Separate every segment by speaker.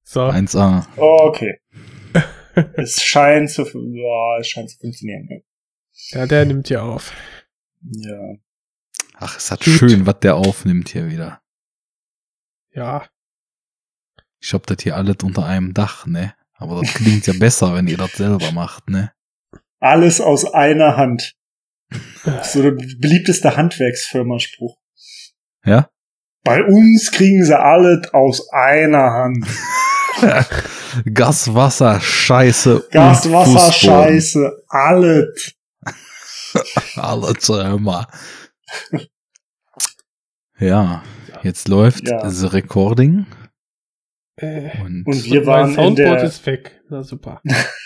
Speaker 1: So.
Speaker 2: 1A.
Speaker 3: Oh, okay. Es scheint zu funktionieren.
Speaker 1: Ja, der nimmt ja auf.
Speaker 3: Ja.
Speaker 2: Ach, ist das schön, was der aufnimmt hier wieder.
Speaker 1: Ja.
Speaker 2: Ich hab das hier alles unter einem Dach, ne? Aber das klingt ja besser, wenn ihr das selber macht, ne?
Speaker 3: Alles aus einer Hand. So der beliebteste Handwerksfirma-Spruch.
Speaker 2: Ja?
Speaker 3: Bei uns kriegen sie alles aus einer Hand.
Speaker 2: Gas, Wasser, Scheiße.
Speaker 3: Gas,
Speaker 2: und
Speaker 3: Wasser,
Speaker 2: Fußboden.
Speaker 3: Scheiße, alles.
Speaker 2: Alles immer. Ja, jetzt läuft the Recording. Und
Speaker 3: wir waren
Speaker 1: mein Soundboard
Speaker 3: in
Speaker 1: ist weg. Na super.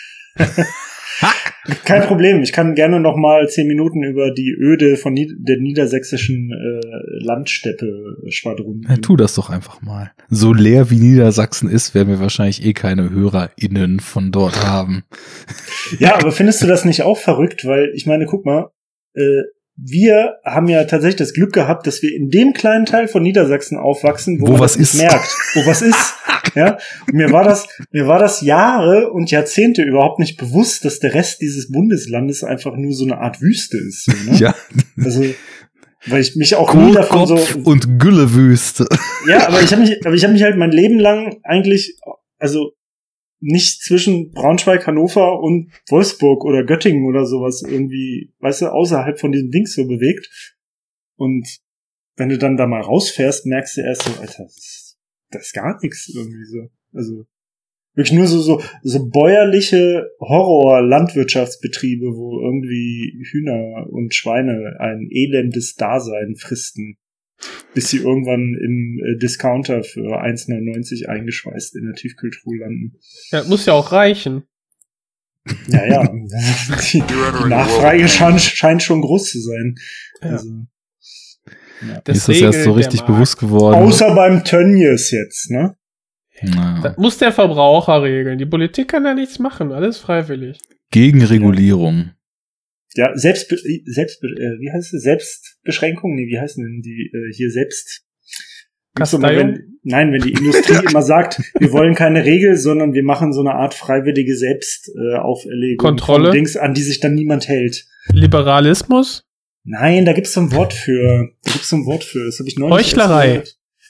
Speaker 3: Kein Problem, ich kann gerne noch mal 10 Minuten über die Öde von der niedersächsischen Landsteppe schwadronieren.
Speaker 2: Ja, tu das doch einfach mal. So leer wie Niedersachsen ist, werden wir wahrscheinlich keine HörerInnen von dort haben.
Speaker 3: Ja, aber findest du das nicht auch verrückt? Weil, ich meine, guck mal, wir haben ja tatsächlich das Glück gehabt, dass wir in dem kleinen Teil von Niedersachsen aufwachsen, wo man
Speaker 2: was
Speaker 3: das nicht
Speaker 2: ist.
Speaker 3: merkt, wo was ist. Ja, und mir war das Jahre und Jahrzehnte überhaupt nicht bewusst, dass der Rest dieses Bundeslandes einfach nur so eine Art Wüste ist. So, ne?
Speaker 2: Ja.
Speaker 3: Also, weil ich mich auch nie davon so
Speaker 2: und Güllewüste.
Speaker 3: Ja, aber ich habe mich halt mein Leben lang eigentlich, also nicht zwischen Braunschweig, Hannover und Wolfsburg oder Göttingen oder sowas irgendwie, weißt du, außerhalb von diesem Ding so bewegt. Und wenn du dann da mal rausfährst, merkst du erst so, Alter, das ist gar nichts irgendwie so. Also wirklich nur so bäuerliche Horror-Landwirtschaftsbetriebe, wo irgendwie Hühner und Schweine ein elendes Dasein fristen, bis sie irgendwann im Discounter für 1,99 eingeschweißt in der Tiefkühltruhe landen.
Speaker 1: Ja, muss ja auch reichen.
Speaker 3: Ja. Die Nachfrage scheint schon groß zu sein.
Speaker 1: Ja.
Speaker 3: Also, ja.
Speaker 2: Ist das erst so richtig bewusst geworden?
Speaker 3: Außer beim Tönnies jetzt, ne?
Speaker 2: Ja.
Speaker 1: Das muss der Verbraucher regeln. Die Politik kann da nichts machen. Alles freiwillig.
Speaker 2: Gegenregulierung.
Speaker 3: Ja, wie heißt es? Selbstbeschränkung? Nee, wie heißen denn die hier selbst?
Speaker 1: Kasteiung?
Speaker 3: Wenn die Industrie immer sagt, wir wollen keine Regel, sondern wir machen so eine Art freiwillige Selbstauferlegung.
Speaker 1: Kontrolle?
Speaker 3: Von Dings, an die sich dann niemand hält.
Speaker 1: Liberalismus?
Speaker 3: Nein, da gibt's so ein Wort für. Das habe ich neulich
Speaker 1: Heuchlerei.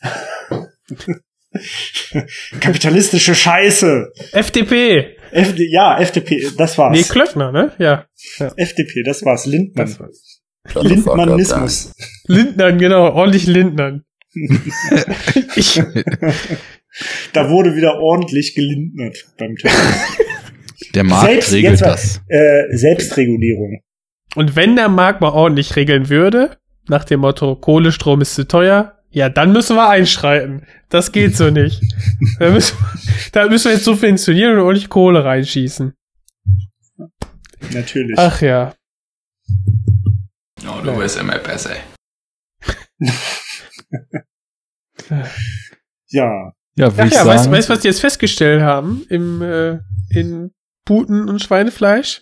Speaker 3: Kapitalistische Scheiße.
Speaker 1: FDP.
Speaker 3: FDP, das war's.
Speaker 1: Nee, Klöckner, ne? Ja.
Speaker 3: FDP, das war's. Lindmann.
Speaker 1: Das war's.
Speaker 3: Lindmannismus.
Speaker 1: Lindnern, genau. Ordentlich Lindnern.
Speaker 3: Da wurde wieder ordentlich gelindnert beim Tönnies.
Speaker 2: Der Markt regelt das.
Speaker 3: Selbstregulierung.
Speaker 1: Und wenn der Markt mal ordentlich regeln würde, nach dem Motto, Kohle, Strom ist zu teuer, ja, dann müssen wir einschreiten. Das geht so nicht. Da müssen wir jetzt subventionieren und ordentlich Kohle reinschießen.
Speaker 3: Natürlich.
Speaker 1: Ach ja.
Speaker 4: No, du bist immer besser.
Speaker 3: Ja.
Speaker 2: Ja,
Speaker 1: Ach ja, weißt du, was die jetzt festgestellt haben in Puten- und Schweinefleisch?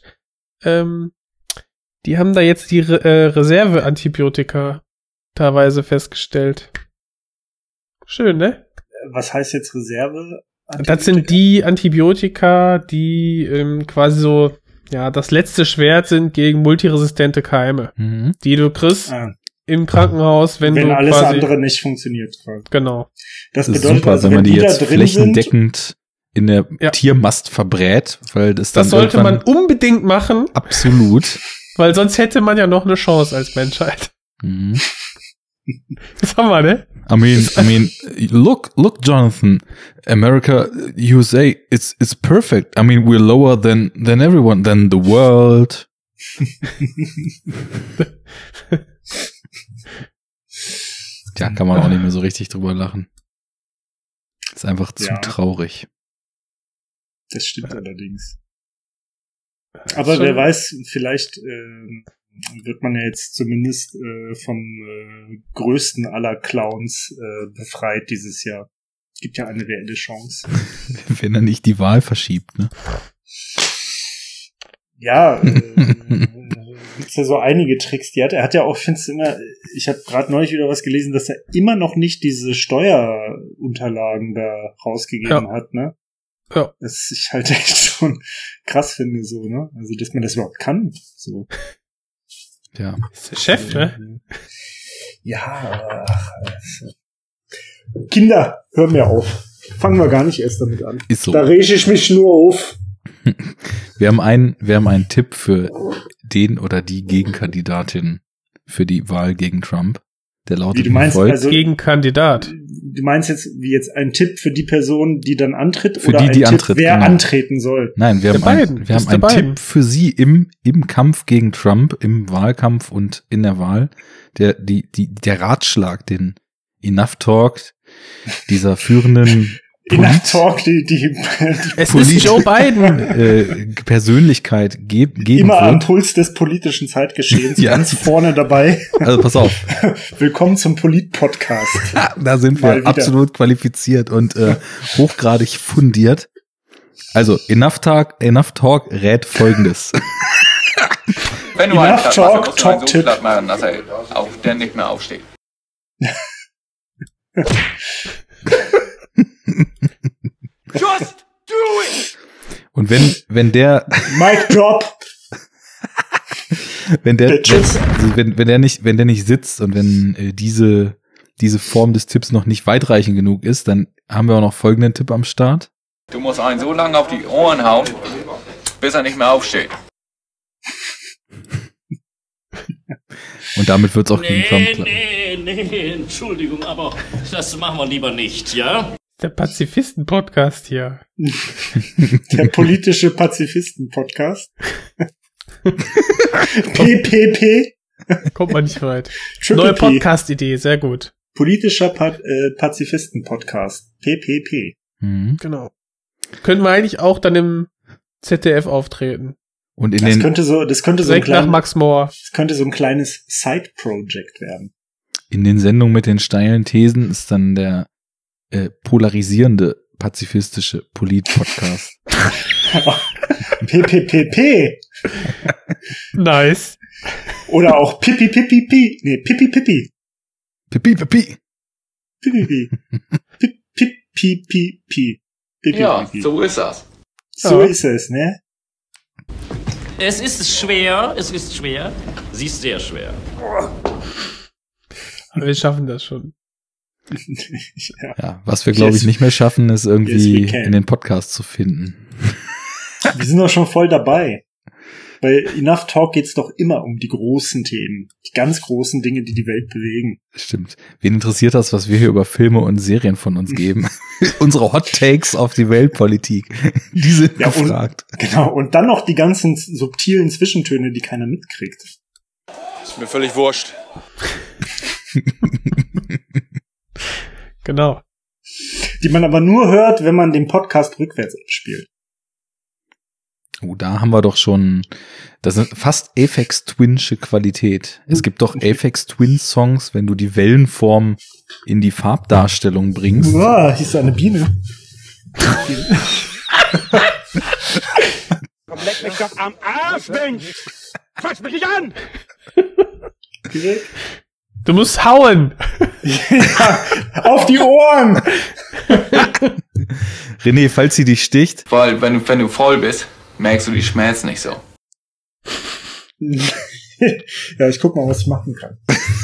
Speaker 1: Die haben da jetzt die Reserveantibiotika teilweise festgestellt. Schön, ne?
Speaker 3: Was heißt jetzt Reserve?
Speaker 1: Das sind die Antibiotika, die quasi so, ja, das letzte Schwert sind gegen multiresistente Keime, die du kriegst im Krankenhaus, wenn du
Speaker 3: alles
Speaker 1: quasi
Speaker 3: andere nicht funktioniert.
Speaker 1: Genau.
Speaker 2: Das ist bedeutet, super, also, wenn man die jetzt flächendeckend in der Tiermast verbrät, weil das dann
Speaker 1: sollte man unbedingt machen.
Speaker 2: Absolut.
Speaker 1: Weil sonst hätte man ja noch eine Chance als Menschheit.
Speaker 2: Mhm.
Speaker 1: Das haben wir, ne?
Speaker 2: I mean, look, Jonathan, America, USA, it's perfect. I mean, we're lower than everyone, than the world. Tja, kann man auch nicht mehr so richtig drüber lachen. Ist einfach zu traurig.
Speaker 3: Das stimmt allerdings. Aber wer weiß, vielleicht wird man ja jetzt zumindest vom größten aller Clowns befreit dieses Jahr. Es gibt ja eine reelle Chance.
Speaker 2: Wenn er nicht die Wahl verschiebt, ne?
Speaker 3: Ja, gibt's ja so einige Tricks, die hat. Er hat ja auch, ich habe gerade neulich wieder was gelesen, dass er immer noch nicht diese Steuerunterlagen da rausgegeben hat, ne?
Speaker 1: Ja.
Speaker 3: Das ich halt echt schon krass finde, so, ne? Also, dass man das überhaupt kann, so.
Speaker 2: Ja.
Speaker 1: Ist der Chef, ne?
Speaker 3: Ja. Kinder, hör mir auf. Fangen wir gar nicht erst damit an.
Speaker 2: Ist so.
Speaker 3: Da rege ich mich nur auf.
Speaker 2: Wir haben einen Tipp für den oder die Gegenkandidatin für die Wahl gegen Trump. Der lautet
Speaker 3: Wie du meinst,
Speaker 2: wie folgt.
Speaker 3: also,
Speaker 1: Gegenkandidat.
Speaker 3: Du meinst jetzt ein Tipp für die Person, die dann antritt,
Speaker 2: Für
Speaker 3: oder
Speaker 2: die
Speaker 3: ein Tipp,
Speaker 2: antritt,
Speaker 3: wer
Speaker 2: genau.
Speaker 3: antreten soll?
Speaker 2: Nein, wir
Speaker 1: Der
Speaker 2: haben
Speaker 1: beiden.
Speaker 2: einen Tipp für Sie im Kampf gegen Trump, im Wahlkampf und in der Wahl. Der Ratschlag, den Enough Talk dieser führenden
Speaker 3: Enough Talk, die
Speaker 1: Es ist Joe Biden.
Speaker 2: Persönlichkeit geben
Speaker 3: immer am
Speaker 2: wird.
Speaker 3: Puls des politischen Zeitgeschehens,
Speaker 2: Ja.
Speaker 3: ganz vorne dabei.
Speaker 2: Also pass auf,
Speaker 3: Willkommen zum Polit-Podcast.
Speaker 2: da sind
Speaker 3: Mal
Speaker 2: wir
Speaker 3: wieder.
Speaker 2: absolut qualifiziert und hochgradig fundiert. Also Enough Talk rät Folgendes.
Speaker 4: Wenn du
Speaker 3: Enough
Speaker 4: einen Platt
Speaker 3: Talk,
Speaker 4: machst, musst du einen so
Speaker 3: Top-Tipp.
Speaker 4: platt machen, dass er der nicht mehr aufsteht. Just do it!
Speaker 2: Und wenn der
Speaker 3: Mic drop. Bitches.
Speaker 2: wenn der nicht sitzt und wenn diese Form des Tipps noch nicht weitreichend genug ist, dann haben wir auch noch folgenden Tipp am Start.
Speaker 4: Du musst einen so lange auf die Ohren hauen, bis er nicht mehr aufsteht.
Speaker 2: Und damit wird's auch gegen Trump klappen.
Speaker 5: Nee, Entschuldigung, aber das machen wir lieber nicht, ja?
Speaker 1: Der Pazifisten-Podcast hier.
Speaker 3: Der politische Pazifisten-Podcast. PPP.
Speaker 1: Kommt man nicht weit.
Speaker 3: Triple
Speaker 1: Neue
Speaker 3: P.
Speaker 1: Podcast-Idee, sehr gut.
Speaker 3: Politischer Pazifisten-Podcast. PPP.
Speaker 2: Mhm.
Speaker 1: Genau. Können wir eigentlich auch dann im ZDF auftreten.
Speaker 2: Und
Speaker 3: Das könnte so ein
Speaker 1: Direkt nach Max Mohr.
Speaker 3: kleines Side-Project werden.
Speaker 2: in den Sendungen mit den steilen Thesen ist dann der polarisierende pazifistische Polit-Podcast.
Speaker 3: PPPP.
Speaker 1: Nice.
Speaker 3: Oder auch Pipi Pipi Pi. Nee, Pipi Pipi.
Speaker 2: Pipi, pipi.
Speaker 3: Pipi Pipi. Pipi Pipi. Pipi
Speaker 4: Ja,
Speaker 3: Pipi.
Speaker 4: so ist das.
Speaker 3: So
Speaker 1: Ja.
Speaker 3: ist es, ne?
Speaker 5: Es ist schwer. Sie ist sehr schwer.
Speaker 1: Aber wir schaffen das schon.
Speaker 3: Ja.
Speaker 2: Ja, was wir, glaube ich,
Speaker 3: Yes.
Speaker 2: nicht mehr schaffen, ist irgendwie
Speaker 3: Yes, we can.
Speaker 2: in den Podcast zu finden.
Speaker 3: Wir sind doch schon voll dabei. Bei Enough Talk geht's doch immer um die großen Themen. Die ganz großen Dinge, die die Welt bewegen.
Speaker 2: Stimmt. Wen interessiert das, was wir hier über Filme und Serien von uns geben? Unsere Hot Takes auf die Weltpolitik. Die sind
Speaker 3: Ja, und-
Speaker 2: gefragt.
Speaker 3: Genau. Und dann noch die ganzen subtilen Zwischentöne, die keiner mitkriegt.
Speaker 6: Ist mir völlig wurscht.
Speaker 1: Genau.
Speaker 3: Die man aber nur hört, wenn man den Podcast rückwärts abspielt.
Speaker 2: Oh, da haben wir doch schon, das ist fast Aphex Twinsche Qualität. Es gibt doch Aphex Twin Songs, wenn du die Wellenform in die Farbdarstellung bringst.
Speaker 3: Uah, hier ist eine Biene.
Speaker 7: Komm, leck mich doch am Arsch, Mensch! Fass mich nicht an!
Speaker 1: Du musst hauen.
Speaker 3: Ja, auf die Ohren!
Speaker 2: René, falls sie dich sticht,
Speaker 4: Weil, wenn du voll bist, merkst du die Schmerzen nicht so.
Speaker 3: Ja, ich guck mal, was ich machen kann.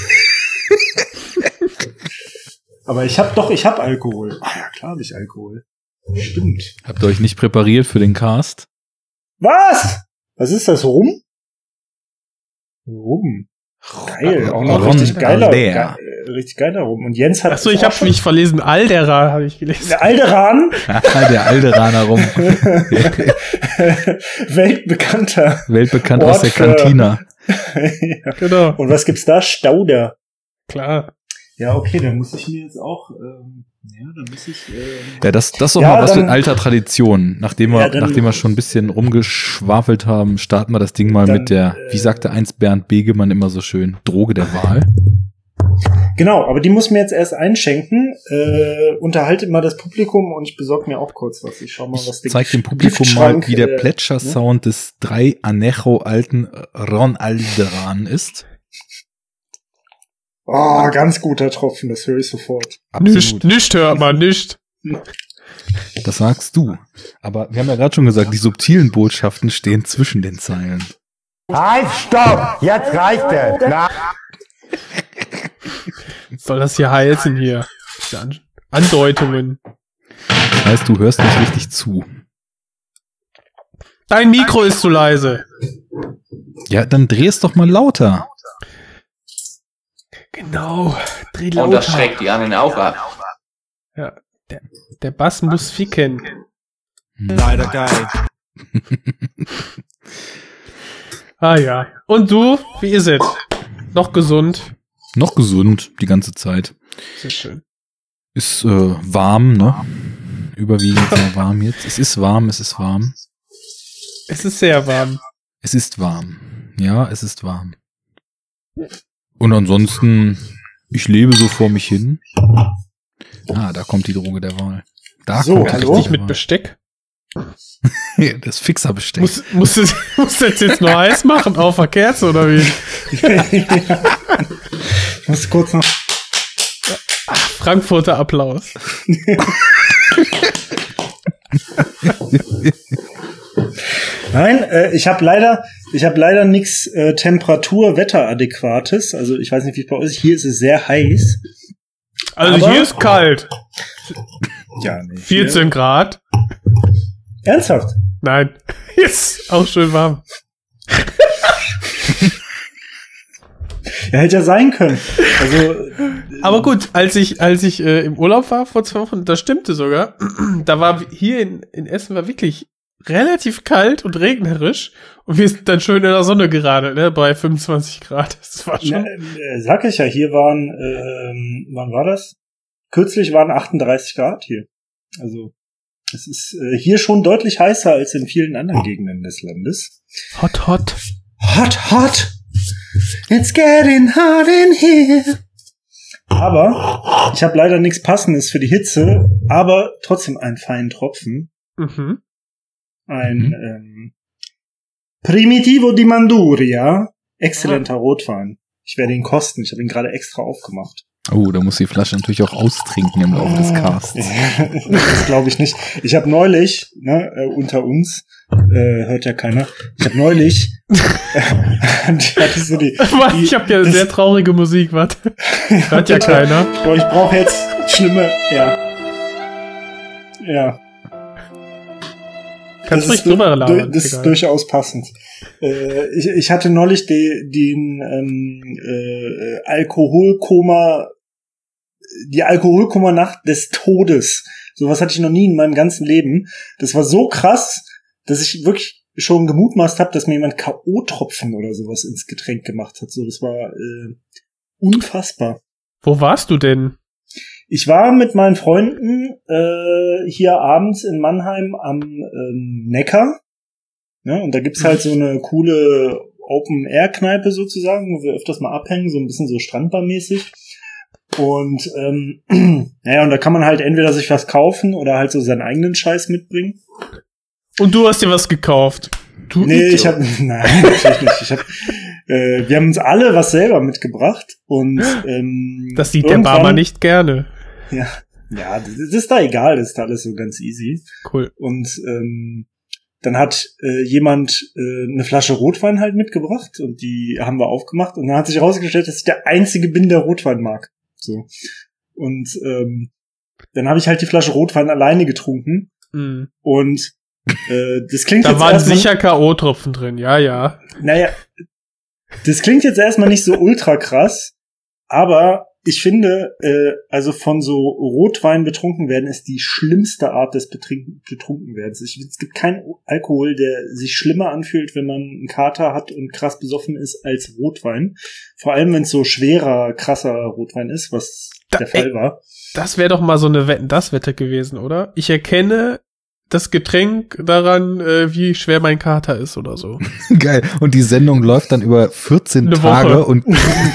Speaker 3: Aber ich hab Alkohol. Ah ja, klar habe ich Alkohol. Stimmt.
Speaker 2: habt ihr euch nicht präpariert für den Cast?
Speaker 3: Was? Was ist das? Rum? Rum. Geil. Auch noch
Speaker 2: Ron
Speaker 3: richtig geiler.
Speaker 2: Alder.
Speaker 3: Richtig geiler Rum. Und Jens hat...
Speaker 1: Achso, ich habe mich verlesen. Aldera habe ich gelesen.
Speaker 3: Der Alderan.
Speaker 2: Der Alderaner rum.
Speaker 3: Weltbekannter.
Speaker 2: Weltbekannt
Speaker 3: Ort
Speaker 2: aus der
Speaker 3: für-
Speaker 2: Kantina.
Speaker 3: Ja.
Speaker 1: Genau.
Speaker 3: Und was gibt's da? Stauder.
Speaker 1: Klar.
Speaker 3: Ja, okay, dann muss ich mir jetzt auch...
Speaker 2: Ja, das ist doch
Speaker 3: Ja,
Speaker 2: mal was
Speaker 3: dann-
Speaker 2: mit alter Tradition. Nachdem
Speaker 3: Ja, dann-
Speaker 2: wir schon ein bisschen rumgeschwafelt haben, starten wir das Ding mal
Speaker 3: Dann,
Speaker 2: mit der, wie sagte einst Bernd Begemann immer so schön, Droge der Wahl.
Speaker 3: Genau, aber die muss mir jetzt erst einschenken. Unterhaltet mal das Publikum und ich besorge mir auch kurz was. Ich schau mal, was
Speaker 2: Zeig dem Publikum mal, wie der Plätscher-Sound des 3 Anejo alten Ron Alderan ist.
Speaker 3: Oh, ganz guter Tropfen, das höre ich sofort.
Speaker 1: Nicht hört man, nicht.
Speaker 2: Das sagst du. Aber wir haben ja gerade schon gesagt, die subtilen Botschaften stehen zwischen den Zeilen.
Speaker 7: Halt, stopp! Jetzt reicht es! Na?
Speaker 1: Soll das hier heißen hier? Andeutungen.
Speaker 2: Das heißt, du hörst nicht richtig zu.
Speaker 1: Dein Mikro ist zu leise.
Speaker 2: Ja, dann dreh es doch mal lauter.
Speaker 1: Genau, dreh lauter.
Speaker 4: Und das schreckt die anderen auch ab.
Speaker 1: Ja, der Bass muss ficken.
Speaker 8: Leider geil.
Speaker 1: Ah ja. Und du, wie ist es? Noch gesund?
Speaker 2: Noch gesund, die ganze Zeit.
Speaker 1: Sehr schön.
Speaker 2: Ist warm, ne? Überwiegend sehr warm jetzt. Es ist warm, es ist warm.
Speaker 1: Es ist sehr warm.
Speaker 2: Es ist warm. Ja, es ist warm. Und ansonsten, ich lebe so vor mich hin. Ah, da kommt die Droge der Wahl. Da
Speaker 3: So,
Speaker 2: kommt die
Speaker 3: hallo?
Speaker 2: Droge
Speaker 1: Richtig
Speaker 2: der
Speaker 1: mit
Speaker 2: Wahl.
Speaker 1: Besteck.
Speaker 2: Das Fixerbesteck.
Speaker 1: Muss jetzt nur heiß machen auf der Kerze oder wie?
Speaker 3: Ich muss kurz noch...
Speaker 1: Frankfurter Applaus.
Speaker 3: Nein, ich habe leider nix Temperatur-Wetter-Adäquates. Also ich weiß nicht, wie es bei euch ist. Hier ist es sehr heiß.
Speaker 1: Also
Speaker 3: Aber-
Speaker 1: hier ist kalt.
Speaker 3: Ja, nee.
Speaker 1: 14 Grad.
Speaker 3: Ernsthaft?
Speaker 1: Nein. Ist auch schön warm.
Speaker 3: Ja, hätte ja sein können. Also,
Speaker 1: Aber gut, als ich im Urlaub war vor 2 Wochen, das stimmte sogar, da war hier in Essen war wirklich relativ kalt und regnerisch und wir sind dann schön in der Sonne geradelt, ne, bei 25 Grad. Das war schon.
Speaker 3: sag ich ja, hier waren, wann war das? Kürzlich waren 38 Grad hier. Also, es ist hier schon deutlich heißer als in vielen anderen Gegenden des Landes.
Speaker 1: Hot, hot.
Speaker 3: Hot, hot. It's getting hot in here. Aber ich habe leider nichts Passendes für die Hitze, aber trotzdem einen feinen Tropfen.
Speaker 1: Mhm.
Speaker 3: Ein Primitivo di Manduria. Exzellenter Rotwein. Ich werde ihn kosten. Ich habe ihn gerade extra aufgemacht.
Speaker 2: Oh, da muss die Flasche natürlich auch austrinken im Laufe des Casts.
Speaker 3: Das glaube ich nicht. Ich habe neulich, unter uns, hört ja keiner, ich habe neulich, hatte so
Speaker 1: Ich habe ja sehr traurige Musik, warte. Hört ja keiner.
Speaker 3: Ich brauche jetzt schlimme, ja.
Speaker 1: Kannst ruhig drüber labern.
Speaker 3: Das ist durchaus passend. Ich hatte neulich den die Alkoholkoma-Nacht des Todes. Sowas hatte ich noch nie in meinem ganzen Leben. Das war so krass, dass ich wirklich schon gemutmaßt habe, dass mir jemand K.O.-Tropfen oder sowas ins Getränk gemacht hat. So, das war unfassbar.
Speaker 1: Wo warst du denn?
Speaker 3: Ich war mit meinen Freunden hier abends in Mannheim am Neckar. Ja, und da gibt's halt so eine coole Open-Air-Kneipe sozusagen, wo wir öfters mal abhängen, so ein bisschen so Strandbar-mäßig. Und und da kann man halt entweder sich was kaufen oder halt so seinen eigenen Scheiß mitbringen.
Speaker 1: Und du hast dir was gekauft?
Speaker 3: Nein, natürlich nicht. Wir haben uns alle was selber mitgebracht und
Speaker 1: das sieht der Barmann nicht gerne.
Speaker 3: Ja, das ist da egal, das ist da alles so ganz easy.
Speaker 1: Cool.
Speaker 3: Und dann hat jemand eine Flasche Rotwein halt mitgebracht und die haben wir aufgemacht und dann hat sich herausgestellt, dass ich der Einzige bin, der Rotwein mag. So. Und dann habe ich halt die Flasche Rotwein alleine getrunken und das klingt
Speaker 1: da
Speaker 3: jetzt
Speaker 1: waren
Speaker 3: erstmal,
Speaker 1: sicher K.O.-Tropfen drin, ja.
Speaker 3: Naja, das klingt jetzt erstmal nicht so ultra krass, aber ich finde, also von so Rotwein betrunken werden ist die schlimmste Art des Betrunkenwerdens. Es gibt keinen Alkohol, der sich schlimmer anfühlt, wenn man einen Kater hat und krass besoffen ist, als Rotwein. Vor allem, wenn es so schwerer, krasser Rotwein ist, was der Fall war.
Speaker 1: Das wäre doch mal so eine Wetten-das-Wette gewesen, oder? Ich erkenne das Getränk daran, wie schwer mein Kater ist oder so.
Speaker 2: Geil. Und die Sendung läuft dann über 14
Speaker 1: Eine
Speaker 2: Tage
Speaker 1: Woche.
Speaker 2: und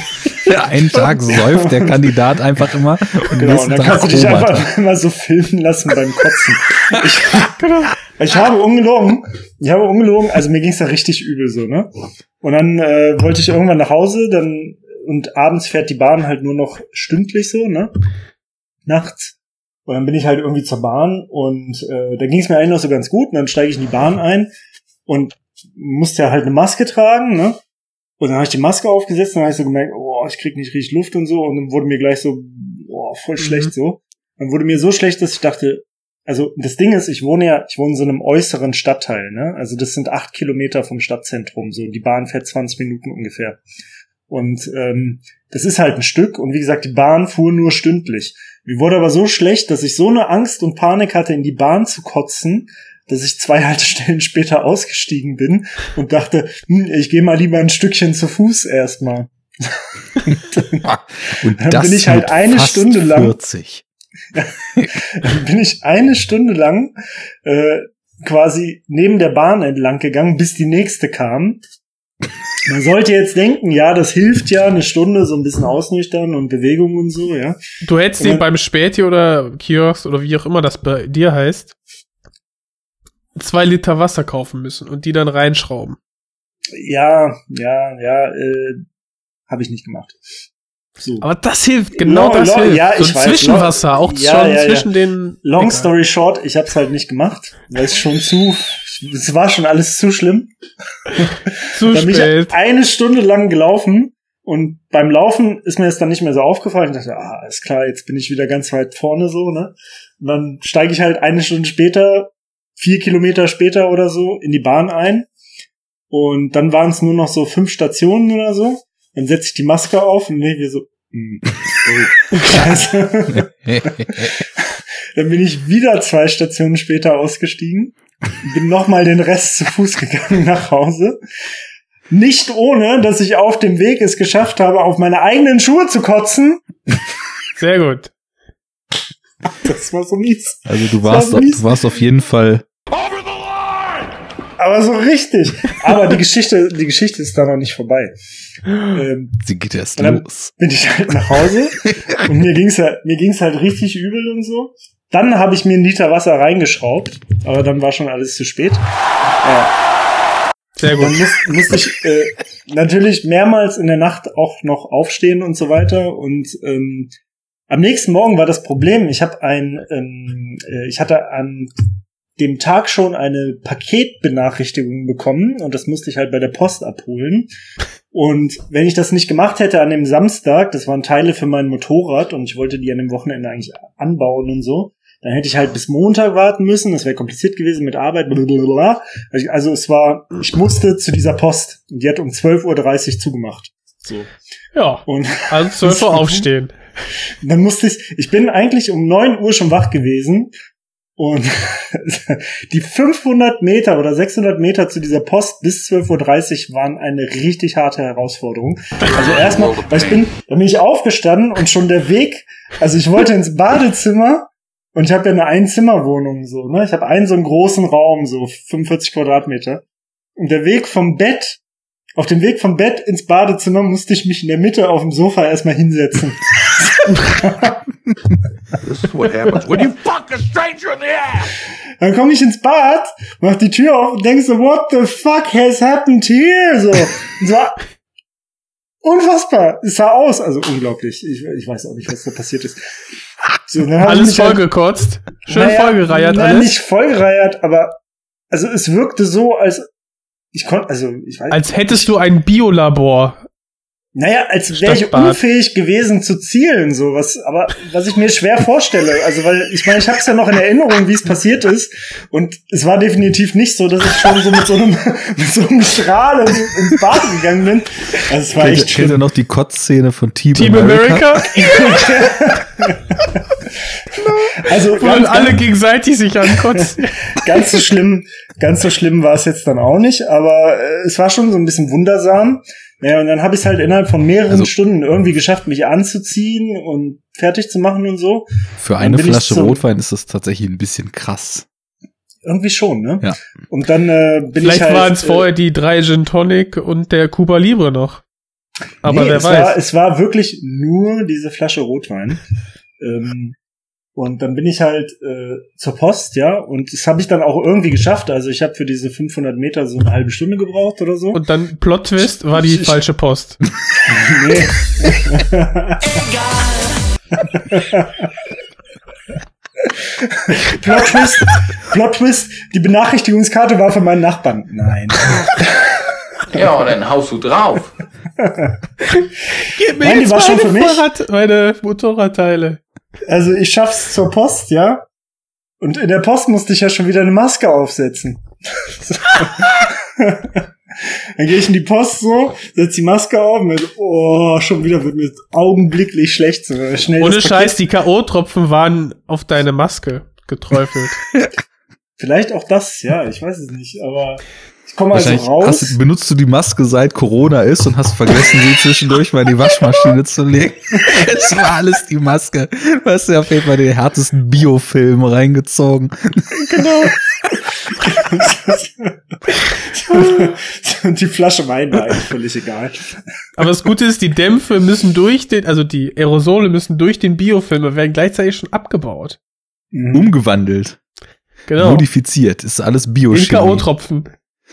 Speaker 2: Einen Tag säuft der Kandidat einfach immer. Und
Speaker 3: Genau, und dann kannst du dich
Speaker 2: Koma.
Speaker 3: einfach immer so filmen lassen beim Kotzen. Ich habe ungelogen, also mir ging's da richtig übel so, ne? Und dann wollte ich irgendwann nach Hause, und abends fährt die Bahn halt nur noch stündlich so, ne? Nachts. Und dann bin ich halt irgendwie zur Bahn und da ging's mir eigentlich noch so ganz gut. Und dann steige ich in die Bahn ein und musste ja halt eine Maske tragen, ne? Und dann habe ich die Maske aufgesetzt und dann habe ich so gemerkt, oh, ich krieg nicht richtig Luft und so. Und dann wurde mir gleich so, oh, voll schlecht so. Dann wurde mir so schlecht, dass ich dachte, also das Ding ist, ich wohne in so einem äußeren Stadtteil, ne? Also das sind 8 Kilometer vom Stadtzentrum, so die Bahn fährt 20 Minuten ungefähr. Und das ist halt ein Stück und wie gesagt, die Bahn fuhr nur stündlich. Mir wurde aber so schlecht, dass ich so eine Angst und Panik hatte, in die Bahn zu kotzen, dass ich 2 Haltestellen später ausgestiegen bin und dachte, ich gehe mal lieber ein Stückchen zu Fuß erstmal.
Speaker 2: Und
Speaker 3: dann
Speaker 2: das
Speaker 3: bin ich halt
Speaker 2: mit
Speaker 3: eine
Speaker 2: fast
Speaker 3: Stunde lang
Speaker 2: 40.
Speaker 3: Dann bin ich eine Stunde lang quasi neben der Bahn entlang gegangen, bis die nächste kam. Man sollte jetzt denken, ja, das hilft ja, eine Stunde so ein bisschen ausnüchtern und Bewegung und so, ja.
Speaker 1: Du hättest ihn beim Späti oder Kiosk oder wie auch immer das bei dir heißt, 2 Liter Wasser kaufen müssen und die dann reinschrauben.
Speaker 3: Ja, habe ich nicht gemacht. So.
Speaker 1: Aber das hilft, genau das hilft.
Speaker 3: Ja,
Speaker 1: so
Speaker 3: ich
Speaker 1: ein
Speaker 3: weiß,
Speaker 1: Zwischenwasser, auch schon zwischen den...
Speaker 3: Long story short, ich hab's halt nicht gemacht, weil es war schon alles zu schlimm.
Speaker 1: Zu
Speaker 3: Dann bin
Speaker 1: spät.
Speaker 3: ich eine Stunde lang gelaufen und beim Laufen ist mir das dann nicht mehr so aufgefallen. Ich dachte, alles klar, jetzt bin ich wieder ganz weit vorne so, ne? Und dann steige ich halt eine Stunde später, 4 Kilometer später oder so, in die Bahn ein. Und dann waren es nur noch so 5 Stationen oder so. Dann setze ich die Maske auf und denke mir so, Scheiße. Dann bin ich wieder 2 Stationen später ausgestiegen, bin nochmal den Rest zu Fuß gegangen nach Hause. Nicht ohne, dass ich auf dem Weg es geschafft habe, auf meine eigenen Schuhe zu kotzen.
Speaker 1: Sehr gut.
Speaker 3: Das war so mies.
Speaker 2: Also du warst auf jeden Fall...
Speaker 3: Aber so richtig. Aber die Geschichte ist da noch nicht vorbei.
Speaker 2: Sie geht erst
Speaker 3: dann
Speaker 2: los.
Speaker 3: Bin ich halt nach Hause und mir ging's halt richtig übel und so. Dann habe ich mir 1 Liter Wasser reingeschraubt, aber dann war schon alles zu spät.
Speaker 1: Sehr gut.
Speaker 3: Dann musste ich natürlich mehrmals in der Nacht auch noch aufstehen und so weiter. Und am nächsten Morgen war das Problem, ich hatte an dem Tag schon eine Paketbenachrichtigung bekommen und das musste ich halt bei der Post abholen. Und wenn ich das nicht gemacht hätte an dem Samstag, das waren Teile für mein Motorrad und ich wollte die an dem Wochenende eigentlich anbauen und so, dann hätte ich halt bis Montag warten müssen, das wäre kompliziert gewesen mit Arbeit, blablabla. Also ich musste zu dieser Post und die hat um 12:30 Uhr zugemacht. So.
Speaker 1: Ja, und also 12 Uhr aufstehen.
Speaker 3: Dann musste ich bin eigentlich um 9 Uhr schon wach gewesen. Und die 500 Meter oder 600 Meter zu dieser Post bis 12:30 Uhr waren eine richtig harte Herausforderung. Also erstmal, dann bin ich aufgestanden und schon der Weg, also ich wollte ins Badezimmer und ich habe ja eine Einzimmerwohnung so, ne? Ich habe so einen großen Raum, so 45 Quadratmeter. Und auf dem Weg vom Bett ins Badezimmer musste ich mich in der Mitte auf dem Sofa erstmal hinsetzen.
Speaker 7: This is what happens when you fuck a stranger in the ass.
Speaker 3: Dann komme ich ins Bad, mach die Tür auf und denk so, what the fuck has happened here? So, es war unfassbar. Es sah aus, also unglaublich. Ich weiß auch nicht, was da passiert ist. So, dann
Speaker 1: alles vollgekotzt. Schön vollgereiert alles.
Speaker 3: Nicht vollgereiert, aber also es wirkte so, als
Speaker 1: hättest du ein Biolabor.
Speaker 3: Naja, als wäre ich unfähig gewesen zu zielen, so was ich mir schwer vorstelle. Also, weil, ich meine, ich habe es ja noch in Erinnerung, wie es passiert ist. Und es war definitiv nicht so, dass ich schon so mit so einem Strahl ins Bad gegangen bin. Also, es war echt schlimm.
Speaker 2: Kennt ihr noch die Kotzszene von Team
Speaker 1: America?
Speaker 3: Also,
Speaker 1: wo alle gegenseitig sich ankotzen.
Speaker 3: Ganz so schlimm war es jetzt dann auch nicht, aber es war schon so ein bisschen wundersam. Ja, und dann habe ich es halt innerhalb von mehreren Stunden irgendwie geschafft, mich anzuziehen und fertig zu machen und so.
Speaker 2: Für eine Flasche Rotwein ist das tatsächlich ein bisschen krass.
Speaker 3: Irgendwie schon, ne?
Speaker 2: Ja.
Speaker 3: Und dann bin
Speaker 1: Vielleicht
Speaker 3: ich halt...
Speaker 1: waren es vorher die 3 Gin Tonic und der Cuba Libre noch. Aber
Speaker 3: Nee,
Speaker 1: wer weiß.
Speaker 3: Es war wirklich nur diese Flasche Rotwein. Und dann bin ich halt zur Post, ja, und das habe ich dann auch irgendwie geschafft. Also ich habe für diese 500 Meter so eine halbe Stunde gebraucht oder so.
Speaker 1: Und dann Plot-Twist war die falsche Post.
Speaker 3: Nee. Plot Twist, die Benachrichtigungskarte war für meinen Nachbarn. Nein.
Speaker 4: Ja, dann haust du drauf.
Speaker 1: Gib mir
Speaker 3: Nein, die
Speaker 1: jetzt
Speaker 3: war schon für mich.
Speaker 1: meine Motorradteile.
Speaker 3: Also ich schaff's zur Post, ja. Und in der Post musste ich ja schon wieder eine Maske aufsetzen. Dann gehe ich in die Post so, setz die Maske auf und so, schon wieder wird mir augenblicklich schlecht. So schnell
Speaker 1: Ohne Scheiß, die K.O.-Tropfen waren auf deine Maske geträufelt.
Speaker 3: Vielleicht auch das, ja, ich weiß es nicht, aber ich komme also raus.
Speaker 2: Benutzt du die Maske seit Corona ist und hast vergessen, sie zwischendurch mal in die Waschmaschine zu legen. Es war alles die Maske. Du hast ja auf jeden Fall den härtesten Biofilm reingezogen.
Speaker 3: Genau. Und die Flasche Wein war eigentlich völlig egal.
Speaker 1: Aber das Gute ist, die Dämpfe müssen die Aerosole müssen durch den Biofilm, aber werden gleichzeitig schon abgebaut.
Speaker 2: Umgewandelt.
Speaker 1: Genau.
Speaker 2: Modifiziert. Ist alles Biochemie.
Speaker 1: In K.O.-Tropfen.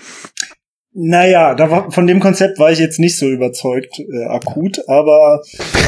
Speaker 3: Naja, von dem Konzept war ich jetzt nicht so überzeugt, akut, aber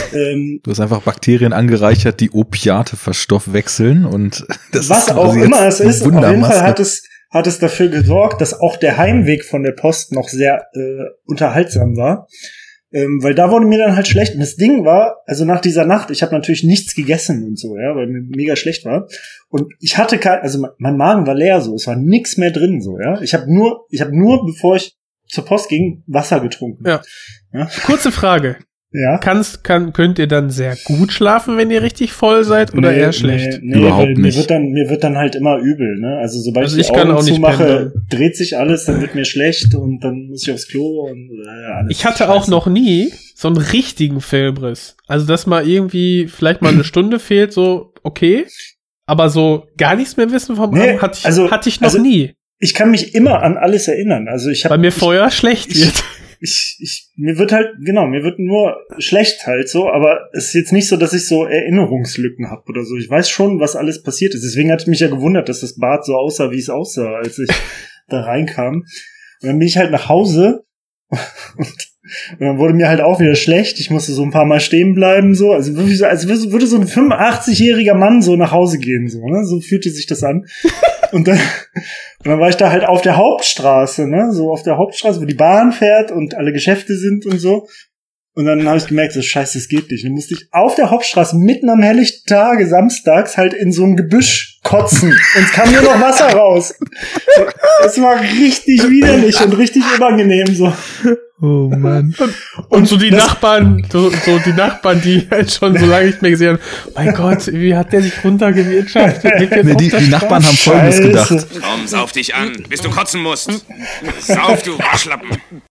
Speaker 2: du hast einfach Bakterien angereichert, die Opiate verstoffwechseln und das
Speaker 3: was
Speaker 2: ist
Speaker 3: auch immer es ist, auf jeden Fall hat es dafür gesorgt, dass auch der Heimweg von der Post noch sehr unterhaltsam war. Weil da wurde mir dann halt schlecht. Und das Ding war, also nach dieser Nacht, ich habe natürlich nichts gegessen und so, ja, weil mir mega schlecht war. Und ich hatte mein Magen war leer so, es war nix mehr drin so, ja. Ich habe nur, bevor ich zur Post ging, Wasser getrunken.
Speaker 1: Ja. Kurze Frage.
Speaker 3: Ja.
Speaker 1: Könnt ihr dann sehr gut schlafen, wenn ihr richtig voll seid, oder eher schlecht?
Speaker 3: Nee,
Speaker 2: überhaupt nicht.
Speaker 3: Mir wird dann halt immer übel, ne? Also sobald ich die
Speaker 1: kann
Speaker 3: Augen
Speaker 1: auch nicht
Speaker 3: zumache,
Speaker 1: pendeln.
Speaker 3: dreht sich alles, dann wird mir schlecht und dann muss ich aufs Klo und alles.
Speaker 1: Ich hatte auch noch nie so einen richtigen Filmriss. Also, dass mal irgendwie vielleicht mal eine Stunde fehlt, so, okay. Aber so gar nichts mehr wissen vom Abend hatte ich noch nie.
Speaker 3: Ich kann mich immer an alles erinnern. Also
Speaker 1: weil mir vorher schlecht wird.
Speaker 3: Mir wird nur schlecht halt so, aber es ist jetzt nicht so, dass ich so Erinnerungslücken habe oder so. Ich weiß schon, was alles passiert ist. Deswegen hat mich ja gewundert, dass das Bad so aussah, wie es aussah, als ich da reinkam. Und dann bin ich halt nach Hause und dann wurde mir halt auch wieder schlecht. Ich musste so ein paar Mal stehen bleiben, so. Also wirklich so, als würde so ein 85-jähriger Mann so nach Hause gehen, so, ne? So fühlte sich das an. Und dann war ich da halt auf der Hauptstraße, ne? So auf der Hauptstraße, wo die Bahn fährt und alle Geschäfte sind und so. Und dann habe ich gemerkt, so scheiße, das geht nicht. Dann musste ich auf der Hauptstraße mitten am helllichten Tage samstags halt in so ein Gebüsch kotzen. Und es kam nur noch Wasser raus. Das war richtig widerlich und richtig unangenehm, so.
Speaker 2: Oh Mann.
Speaker 1: Und so die Nachbarn, so die Nachbarn, die halt schon so lange nicht mehr gesehen haben, mein Gott, wie hat der sich runtergewirtschaftet?
Speaker 2: Die Nachbarn haben Folgendes gedacht.
Speaker 7: Komm, sauf dich an, bis du kotzen musst. Sauf, du Waschlappen.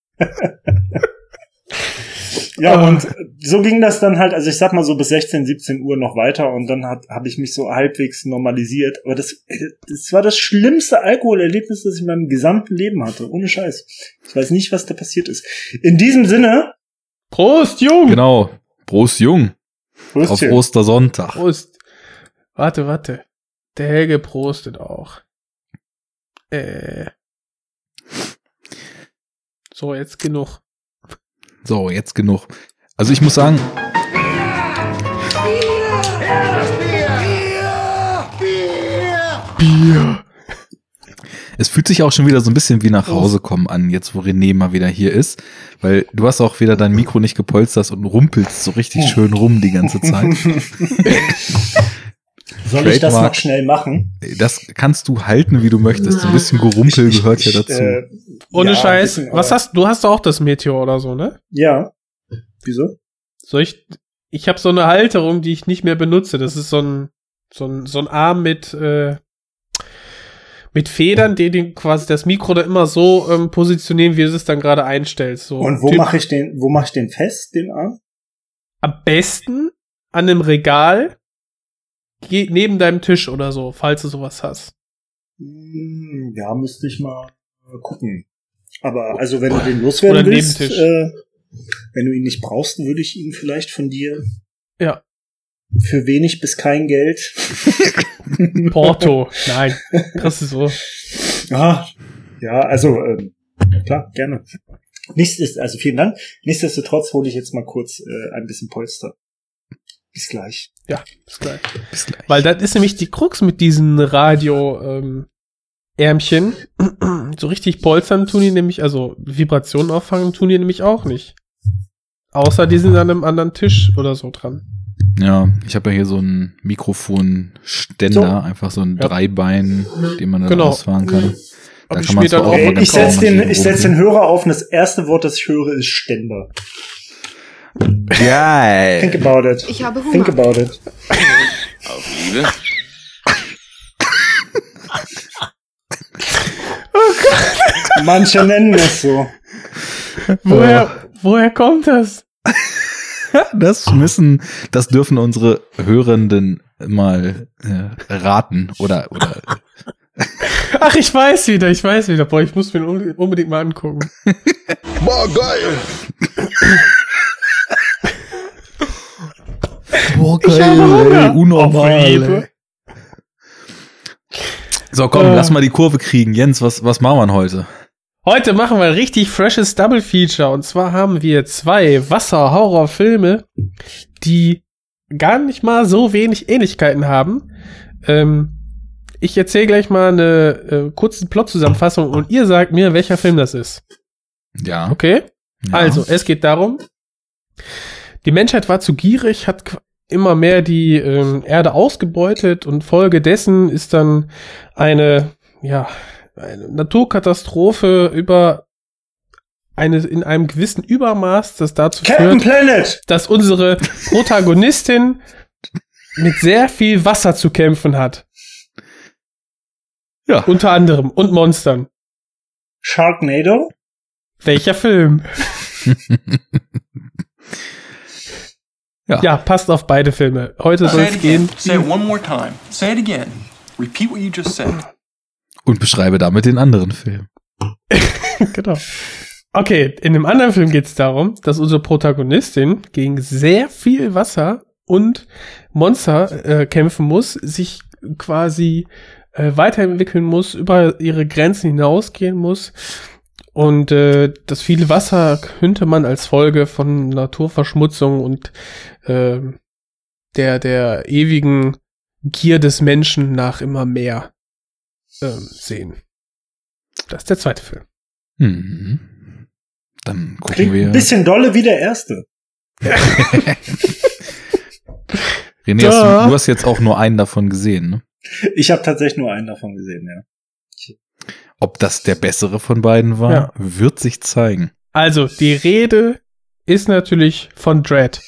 Speaker 3: Ja, und so ging das dann halt, also ich sag mal so bis 16, 17 Uhr noch weiter und dann habe ich mich so halbwegs normalisiert. Aber das war das schlimmste Alkoholerlebnis, das ich in meinem gesamten Leben hatte. Ohne Scheiß. Ich weiß nicht, was da passiert ist. In diesem Sinne.
Speaker 1: Prost, Jung!
Speaker 2: Genau. Prost, Jung. Auf Ostersonntag.
Speaker 1: Prost. Warte. Der Helge prostet auch. So, jetzt genug.
Speaker 2: Also ich muss sagen, Bier. Es fühlt sich auch schon wieder so ein bisschen wie nach Hause kommen an, jetzt wo René mal wieder hier ist, weil du hast auch wieder dein Mikro nicht gepolstert und rumpelst so richtig schön rum die ganze Zeit.
Speaker 3: Soll ich das noch schnell machen?
Speaker 2: Das kannst du halten, wie du möchtest. So ein bisschen Gerumpel gehört ja dazu.
Speaker 1: Ohne Scheiß. Du hast auch das Meteor oder so, ne?
Speaker 3: Ja. Wieso?
Speaker 1: Ich habe so eine Halterung, die ich nicht mehr benutze. Das ist so ein Arm mit Federn, die quasi das Mikro da immer so positionieren, wie du es dann gerade einstellst. So.
Speaker 3: Und wo mache ich den fest, den Arm?
Speaker 1: Am besten an einem Regal neben deinem Tisch oder so, falls du sowas hast.
Speaker 3: Ja, müsste ich mal gucken. Aber also wenn du den loswerden willst, Wenn du ihn nicht brauchst, würde ich ihn vielleicht von dir
Speaker 1: für
Speaker 3: wenig bis kein Geld.
Speaker 1: Porto. Nein, das ist so.
Speaker 3: Ja, also klar, gerne. Also vielen Dank. Nichtsdestotrotz hole ich jetzt mal kurz ein bisschen Polster. Bis gleich.
Speaker 1: Ja, bis gleich. Weil das ist nämlich die Krux mit diesen Ärmchen. So richtig polstern tun die nämlich, also Vibrationen auffangen tun die nämlich auch nicht. Außer die sind an einem anderen Tisch oder so dran.
Speaker 2: Ja, ich habe ja hier so einen Mikrofonständer, einfach so ein Dreibein, den man dann ausfahren kann. Da kann man auch mal
Speaker 3: ich setz den Hörer auf und das erste Wort, das ich höre, ist Ständer.
Speaker 2: Geil.
Speaker 3: Think about it.
Speaker 9: Ich habe Hunger.
Speaker 3: Think about it.
Speaker 4: Auf Liebe.
Speaker 1: Oh Gott.
Speaker 3: Manche nennen es so.
Speaker 1: Woher kommt das?
Speaker 2: Das dürfen unsere Hörenden mal raten oder.
Speaker 1: Ach, ich weiß wieder. Boah, ich muss mir unbedingt mal angucken.
Speaker 7: Boah, geil.
Speaker 2: Boah,
Speaker 1: Ich habe Hunger.
Speaker 2: Unnormal. So, komm, lass mal die Kurve kriegen. Jens, was machen wir denn heute?
Speaker 1: Heute machen wir ein richtig freshes Double Feature. Und zwar haben wir 2 Wasser-Horror-Filme, die gar nicht mal so wenig Ähnlichkeiten haben. Ich erzähle gleich mal eine kurze Plot-Zusammenfassung und ihr sagt mir, welcher Film das ist.
Speaker 2: Ja.
Speaker 1: Okay?
Speaker 2: Ja.
Speaker 1: Also, es geht darum, die Menschheit war zu gierig, hat immer mehr die Erde ausgebeutet und Folge dessen ist dann eine Naturkatastrophe in einem gewissen Übermaß, das dazu
Speaker 3: Captain
Speaker 1: führt,
Speaker 3: Planet!
Speaker 1: dass unsere Protagonistin mit sehr viel Wasser zu kämpfen hat.
Speaker 2: Ja.
Speaker 1: Unter anderem. Und Monstern.
Speaker 3: Sharknado?
Speaker 1: Welcher Film? Ja, passt auf beide Filme. Heute soll es gehen.
Speaker 10: Say it one more time. Say it again. Repeat what you just said.
Speaker 2: Und beschreibe damit den anderen Film.
Speaker 1: Genau. Okay, in dem anderen Film geht es darum, dass unsere Protagonistin gegen sehr viel Wasser und Monster kämpfen muss, sich quasi weiterentwickeln muss, über ihre Grenzen hinausgehen muss. Und das viele Wasser könnte man als Folge von Naturverschmutzung und der ewigen Gier des Menschen nach immer mehr sehen. Das ist der zweite Film.
Speaker 2: Mhm. Dann gucken
Speaker 3: Klingt
Speaker 2: wir.
Speaker 3: ein bisschen dolle wie der erste.
Speaker 2: René, du hast jetzt auch nur einen davon gesehen, ne?
Speaker 3: Ich habe tatsächlich nur einen davon gesehen, ja.
Speaker 2: Ob das der bessere von beiden war, wird sich zeigen.
Speaker 1: Also, die Rede ist natürlich von Dread.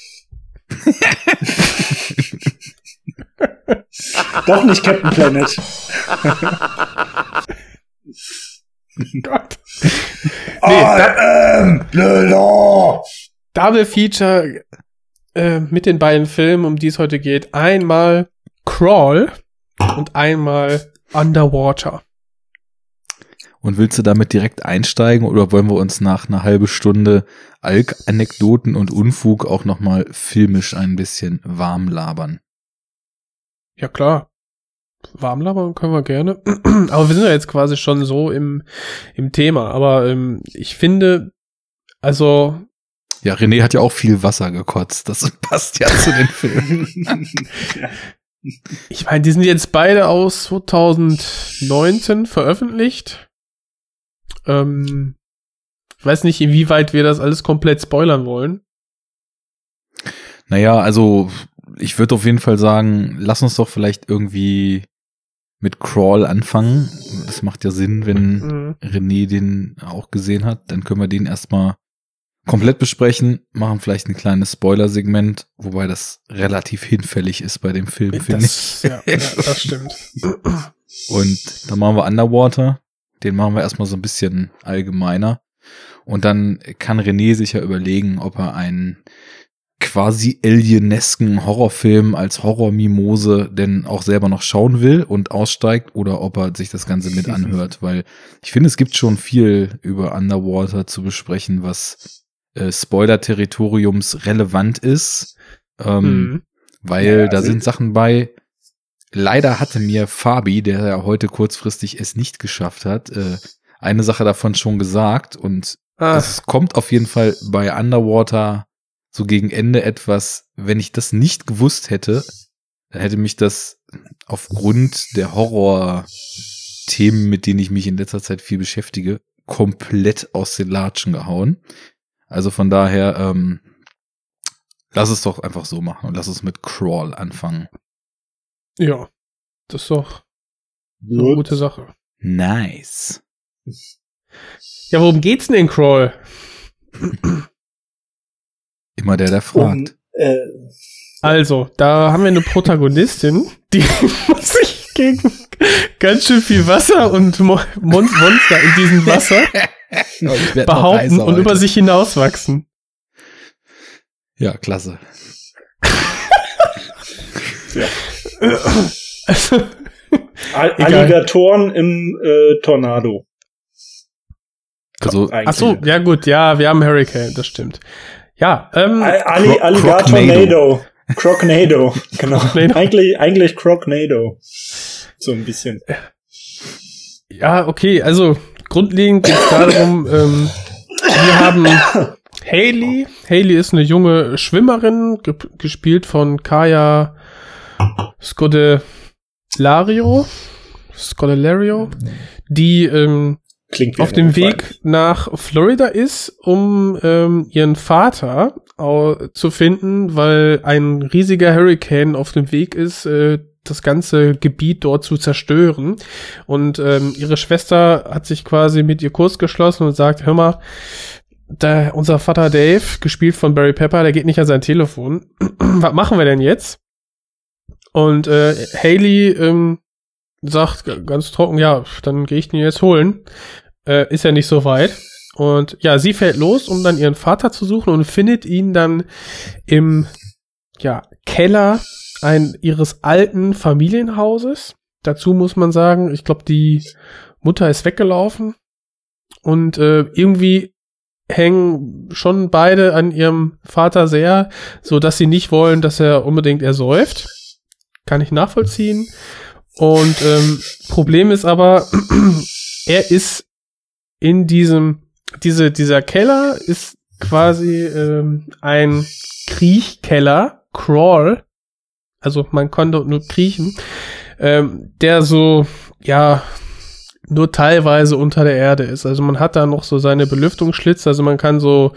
Speaker 3: Doch nicht Captain Planet.
Speaker 1: Gott. Double Feature mit den beiden Filmen, um die es heute geht. Einmal Crawl und einmal Underwater.
Speaker 2: Und willst du damit direkt einsteigen oder wollen wir uns nach einer halben Stunde Anekdoten und Unfug auch nochmal filmisch ein bisschen warm labern?
Speaker 1: Ja, klar. Warm labern können wir gerne. Aber wir sind ja jetzt quasi schon so im Thema. Aber ich finde, also...
Speaker 2: Ja, René hat ja auch viel Wasser gekotzt. Das passt ja zu den Filmen.
Speaker 1: Ich meine, die sind jetzt beide aus 2019 veröffentlicht. Ich weiß nicht, inwieweit wir das alles komplett spoilern wollen.
Speaker 2: Naja, also ich würde auf jeden Fall sagen, lass uns doch vielleicht irgendwie mit Crawl anfangen. Das macht ja Sinn, wenn René den auch gesehen hat. Dann können wir den erstmal komplett besprechen, machen vielleicht ein kleines Spoiler-Segment, wobei das relativ hinfällig ist bei dem Film, finde ich.
Speaker 1: Ja, das stimmt.
Speaker 2: Und dann machen wir Underwater. Den machen wir erstmal so ein bisschen allgemeiner. Und dann kann René sich ja überlegen, ob er einen quasi alienesken Horrorfilm als Horrormimose denn auch selber noch schauen will und aussteigt oder ob er sich das Ganze mit anhört. Weil ich finde, es gibt schon viel über Underwater zu besprechen, was Spoiler-Territoriums relevant ist, weil da sind Sachen bei. Leider hatte mir Fabi, der ja heute kurzfristig es nicht geschafft hat, eine Sache davon schon gesagt und es kommt auf jeden Fall bei Underwater so gegen Ende etwas, wenn ich das nicht gewusst hätte, dann hätte mich das aufgrund der Horror-Themen, mit denen ich mich in letzter Zeit viel beschäftige, komplett aus den Latschen gehauen. Also von daher, lass es doch einfach so machen und lass es mit Crawl anfangen.
Speaker 1: Ja, das ist doch eine gute Sache.
Speaker 2: Nice.
Speaker 1: Ja, worum geht's denn in Crawl?
Speaker 2: Immer der fragt.
Speaker 1: Also, da haben wir eine Protagonistin, die muss sich gegen ganz schön viel Wasser und Monster in diesem Wasser behaupten und über sich hinauswachsen.
Speaker 2: Ja, klasse.
Speaker 1: Also,
Speaker 3: Alligatoren im Tornado.
Speaker 2: Also,
Speaker 1: ach so, ja gut, ja, wir haben Hurricane, das stimmt. Ja,
Speaker 3: Alligatornado. Crocnado, genau. Eigentlich Crocnado. So ein bisschen.
Speaker 1: Ja, okay, also grundlegend geht es darum, wir haben Hayley. Hayley ist eine junge Schwimmerin, gespielt von Kaya Scodelario, die auf dem Weg nach Florida ist, um ihren Vater zu finden, weil ein riesiger Hurricane auf dem Weg ist, das ganze Gebiet dort zu zerstören. Und ihre Schwester hat sich quasi mit ihr Kurs geschlossen und sagt, hör mal, unser Vater Dave, gespielt von Barry Pepper, der geht nicht an sein Telefon. Was machen wir denn jetzt? Und Hayley sagt ganz trocken, ja, dann gehe ich den jetzt holen. Ist ja nicht so weit. Und ja, sie fährt los, um dann ihren Vater zu suchen und findet ihn dann im Keller ihres alten Familienhauses. Dazu muss man sagen, ich glaube, die Mutter ist weggelaufen und irgendwie hängen schon beide an ihrem Vater sehr, so dass sie nicht wollen, dass er unbedingt ersäuft. Kann ich nachvollziehen. Und Problem ist aber, er ist in dieser Keller ist quasi ein Kriechkeller, Crawl, also man konnte nur kriechen, der so, nur teilweise unter der Erde ist. Also man hat da noch so seine Belüftungsschlitze, also man kann so,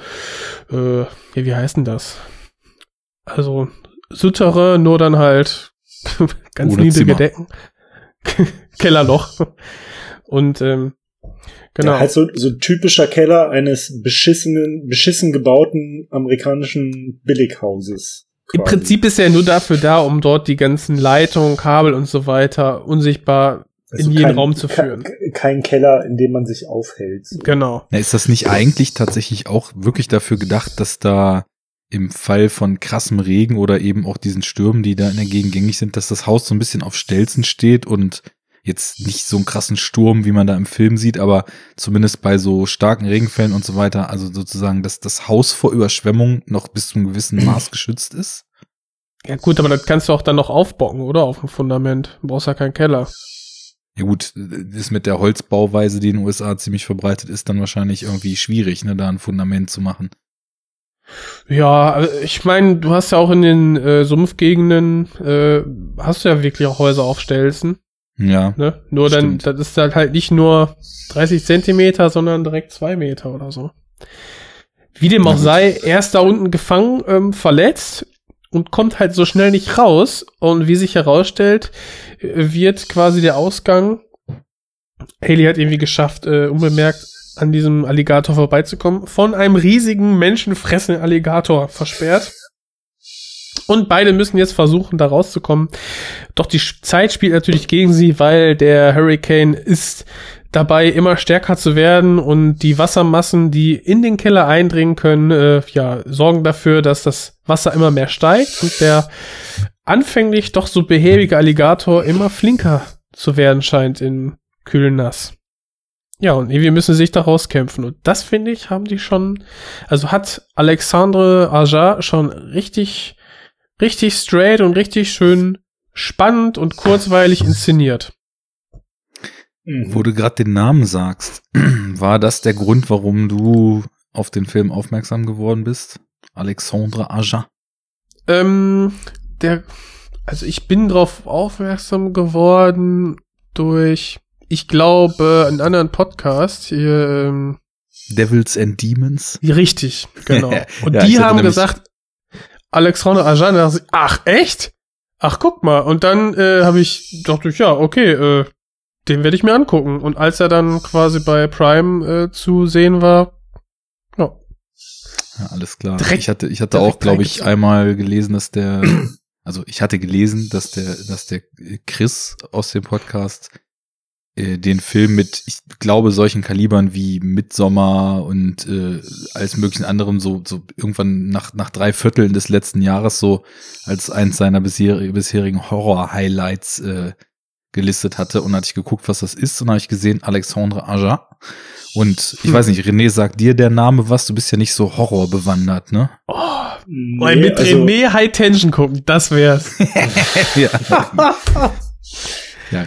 Speaker 1: wie heißt denn das? Also Souterrain, nur dann halt ganz niedrige Decken. Kellerloch. Und genau.
Speaker 3: Ja, halt so typischer Keller eines beschissen gebauten amerikanischen Billighauses. Quasi.
Speaker 1: Im Prinzip ist er nur dafür da, um dort die ganzen Leitungen, Kabel und so weiter unsichtbar in jeden Raum zu führen.
Speaker 3: Kein Keller, in dem man sich aufhält. So.
Speaker 1: Genau.
Speaker 2: Na, ist das nicht eigentlich tatsächlich auch wirklich dafür gedacht, dass da im Fall von krassem Regen oder eben auch diesen Stürmen, die da in der Gegend gängig sind, dass das Haus so ein bisschen auf Stelzen steht und jetzt nicht so einen krassen Sturm, wie man da im Film sieht, aber zumindest bei so starken Regenfällen und so weiter, also sozusagen, dass das Haus vor Überschwemmung noch bis zu einem gewissen Maß geschützt ist?
Speaker 1: Ja gut, aber das kannst du auch dann noch aufbocken, oder? Auf dem Fundament. Du brauchst ja keinen Keller.
Speaker 2: Ja gut, das mit der Holzbauweise, die in den USA ziemlich verbreitet ist, dann wahrscheinlich irgendwie schwierig, ne, da ein Fundament zu machen.
Speaker 1: Ja, ich meine, du hast ja auch in den Sumpfgegenden, hast du ja wirklich auch Häuser auf Stelzen.
Speaker 2: Ja.
Speaker 1: Ne? Nur
Speaker 2: stimmt.
Speaker 1: dann, das ist halt nicht nur 30 Zentimeter, sondern direkt 2 Meter oder so. Wie dem auch sei, er ist da unten gefangen, verletzt und kommt halt so schnell nicht raus. Und wie sich herausstellt, wird quasi der Ausgang, Hayley hat irgendwie geschafft, unbemerkt an diesem Alligator vorbeizukommen, von einem riesigen, menschenfressenden Alligator versperrt. Und beide müssen jetzt versuchen, da rauszukommen. Doch die Zeit spielt natürlich gegen sie, weil der Hurricane ist dabei, immer stärker zu werden und die Wassermassen, die in den Keller eindringen können, sorgen dafür, dass das Wasser immer mehr steigt und der anfänglich doch so behäbige Alligator immer flinker zu werden scheint in kühlen Nass. Ja, und irgendwie müssen sie sich da rauskämpfen. Und das, finde ich, haben die schon, also hat Alexandre Aja schon richtig straight und richtig schön spannend und kurzweilig inszeniert.
Speaker 2: Wo du gerade den Namen sagst, war das der Grund, warum du auf den Film aufmerksam geworden bist? Alexandre Aja?
Speaker 1: Also ich bin drauf aufmerksam geworden durch, ich glaube, einen anderen Podcast hier.
Speaker 2: Devils and Demons?
Speaker 1: Richtig, genau. Und
Speaker 2: ja,
Speaker 1: die haben gesagt, Alexandre Aja, dachte ich, ach echt? Ach, guck mal. Und dann dachte ich, ja, okay, den werde ich mir angucken. Und als er dann quasi bei Prime zu sehen war, ja.
Speaker 2: Ja, alles klar. Ich hatte auch, glaube ich, einmal gelesen, dass der Chris aus dem Podcast den Film mit, ich glaube, solchen Kalibern wie Midsommar und alles möglichen anderem so irgendwann nach 3/4 des letzten Jahres so als eins seiner bisherigen Horror-Highlights gelistet hatte. Und hatte ich geguckt, was das ist, und habe ich gesehen, Alexandre Aja. Und ich weiß nicht, René, sagt dir der Name was? Du bist ja nicht so Horror bewandert, ne?
Speaker 1: Nee, mit René High Tension gucken, das wär's.
Speaker 2: Ja.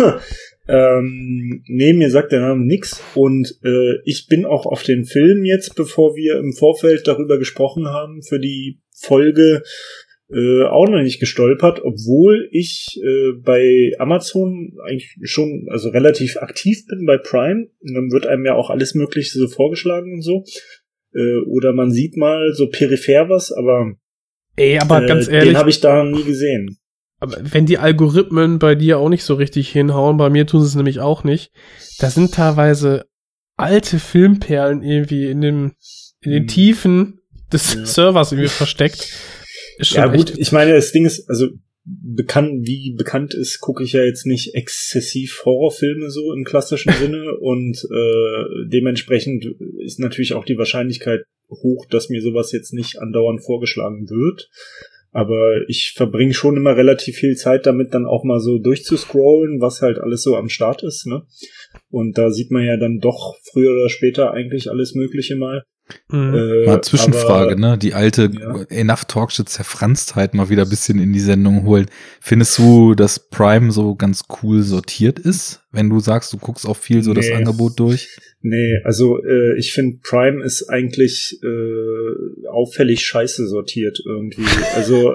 Speaker 3: Nee, mir sagt der Name nix. Und ich bin auch auf den Film jetzt, bevor wir im Vorfeld darüber gesprochen haben, für die Folge auch noch nicht gestolpert, obwohl ich bei Amazon eigentlich schon also relativ aktiv bin bei Prime. Und dann wird einem ja auch alles Mögliche so vorgeschlagen und so. Oder man sieht mal so peripher was, aber
Speaker 1: ganz ehrlich,
Speaker 3: den habe ich da nie gesehen.
Speaker 1: Aber wenn die Algorithmen bei dir auch nicht so richtig hinhauen, bei mir tun sie es nämlich auch nicht, da sind teilweise alte Filmperlen irgendwie in den Tiefen des Servers irgendwie versteckt.
Speaker 3: Ja gut, ich meine, das Ding ist, also wie bekannt ist, gucke ich ja jetzt nicht exzessiv Horrorfilme so im klassischen Sinne, und dementsprechend ist natürlich auch die Wahrscheinlichkeit hoch, dass mir sowas jetzt nicht andauernd vorgeschlagen wird. Aber ich verbringe schon immer relativ viel Zeit damit, dann auch mal so durchzuscrollen, was halt alles so am Start ist, ne? Und da sieht man ja dann doch früher oder später eigentlich alles Mögliche mal.
Speaker 2: Mal Zwischenfrage, ne? Die alte Enough Talkshit Zerfranstheit mal wieder ein bisschen in die Sendung holen. Findest du, dass Prime so ganz cool sortiert ist? Wenn du sagst, du guckst auch viel so das Angebot durch? Nee,
Speaker 3: also ich finde, Prime ist eigentlich auffällig scheiße sortiert irgendwie. Also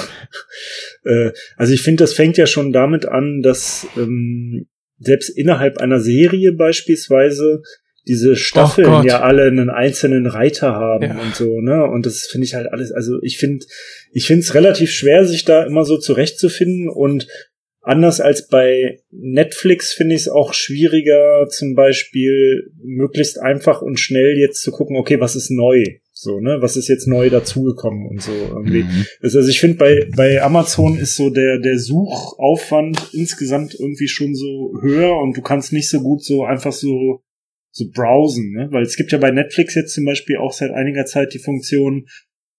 Speaker 3: also ich finde, das fängt ja schon damit an, dass selbst innerhalb einer Serie beispielsweise diese Staffeln ja alle einen einzelnen Reiter haben und so, ne? Und das finde ich halt alles, also ich finde es relativ schwer, sich da immer so zurechtzufinden, und anders als bei Netflix finde ich es auch schwieriger, zum Beispiel möglichst einfach und schnell jetzt zu gucken, okay, was ist neu? So, ne? Was ist jetzt neu dazugekommen und so irgendwie. Also ich finde, bei Amazon ist so der Suchaufwand insgesamt irgendwie schon so höher, und du kannst nicht so gut so einfach so browsen, ne? Weil es gibt ja bei Netflix jetzt zum Beispiel auch seit einiger Zeit die Funktion,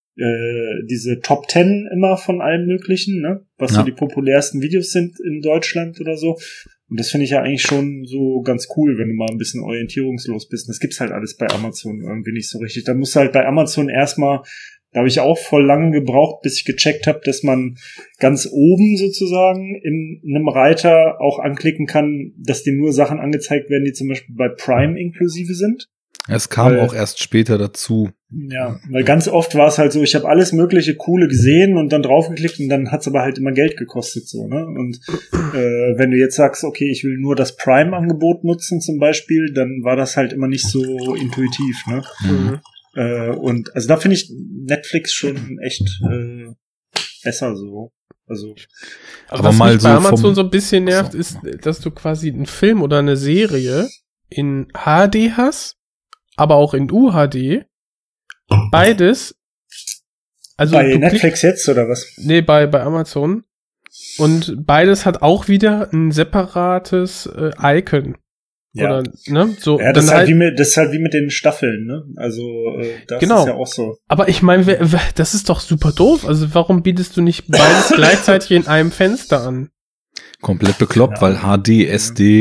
Speaker 3: diese Top 10 immer von allem Möglichen, ne? Was so die populärsten Videos sind in Deutschland oder so. Und das finde ich ja eigentlich schon so ganz cool, wenn du mal ein bisschen orientierungslos bist. Und das gibt's halt alles bei Amazon irgendwie nicht so richtig. Da musst du halt bei Amazon erstmal, da habe ich auch voll lange gebraucht, bis ich gecheckt habe, dass man ganz oben sozusagen in einem Reiter auch anklicken kann, dass dir nur Sachen angezeigt werden, die zum Beispiel bei Prime inklusive sind.
Speaker 2: Es kam auch erst später dazu.
Speaker 3: Ja, weil ganz oft war es halt so, ich habe alles mögliche Coole gesehen und dann draufgeklickt, und dann hat's aber halt immer Geld gekostet, so, ne? Und wenn du jetzt sagst, okay, ich will nur das Prime-Angebot nutzen zum Beispiel, dann war das halt immer nicht so intuitiv, ne? Und also da finde ich Netflix schon echt besser so. Also,
Speaker 1: aber was mich bei Amazon so ein bisschen nervt, ist, dass du quasi einen Film oder eine Serie in HD hast, aber auch in UHD. Beides. Also
Speaker 3: bei Netflix jetzt oder was?
Speaker 1: Nee, bei Amazon. Und beides hat auch wieder ein separates Icon.
Speaker 3: Ja.
Speaker 1: Oder, ne? So,
Speaker 3: ja, das ist halt wie mit den Staffeln, ne? Also, das ist ja auch so.
Speaker 1: Aber ich meine, das ist doch super doof. Also, warum bietest du nicht beides gleichzeitig in einem Fenster an?
Speaker 2: Komplett bekloppt, weil HD, SD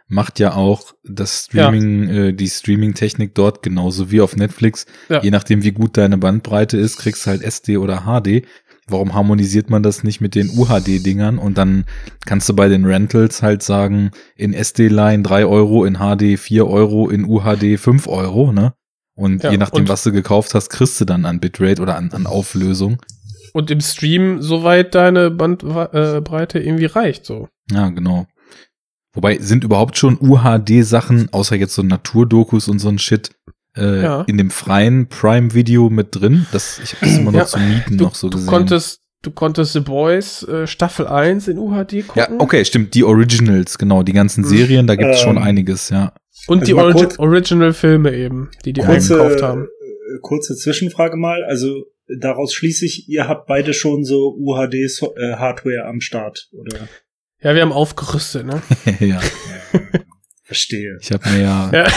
Speaker 2: macht ja auch das Streaming, die Streaming-Technik dort genauso wie auf Netflix.
Speaker 1: Ja.
Speaker 2: Je nachdem, wie gut deine Bandbreite ist, kriegst du halt SD oder HD. Warum harmonisiert man das nicht mit den UHD-Dingern? Und dann kannst du bei den Rentals halt sagen, in SD-Line 3 Euro, in HD 4 Euro, in UHD 5 Euro, ne? Und je nachdem, was du gekauft hast, kriegst du dann an Bitrate oder an Auflösung.
Speaker 1: Und im Stream, soweit deine Bandbreite irgendwie reicht, so.
Speaker 2: Ja, genau. Wobei, sind überhaupt schon UHD-Sachen, außer jetzt so Naturdokus und so ein Shit, in dem freien Prime-Video mit drin? Ich habe das immer noch zu mieten noch so gesehen.
Speaker 1: Du konntest The Boys Staffel 1 in UHD gucken.
Speaker 2: Ja, okay, stimmt, die Originals, genau, die ganzen Serien, da gibt's schon einiges, ja.
Speaker 1: Und
Speaker 3: also
Speaker 1: die Original-Filme eben, die eingekauft haben.
Speaker 3: Kurze Zwischenfrage mal, also daraus schließe ich, ihr habt beide schon so UHD-Hardware am Start, oder?
Speaker 1: Ja, wir haben aufgerüstet, ne?
Speaker 2: Ja.
Speaker 3: Verstehe.
Speaker 2: Ich habe mir ja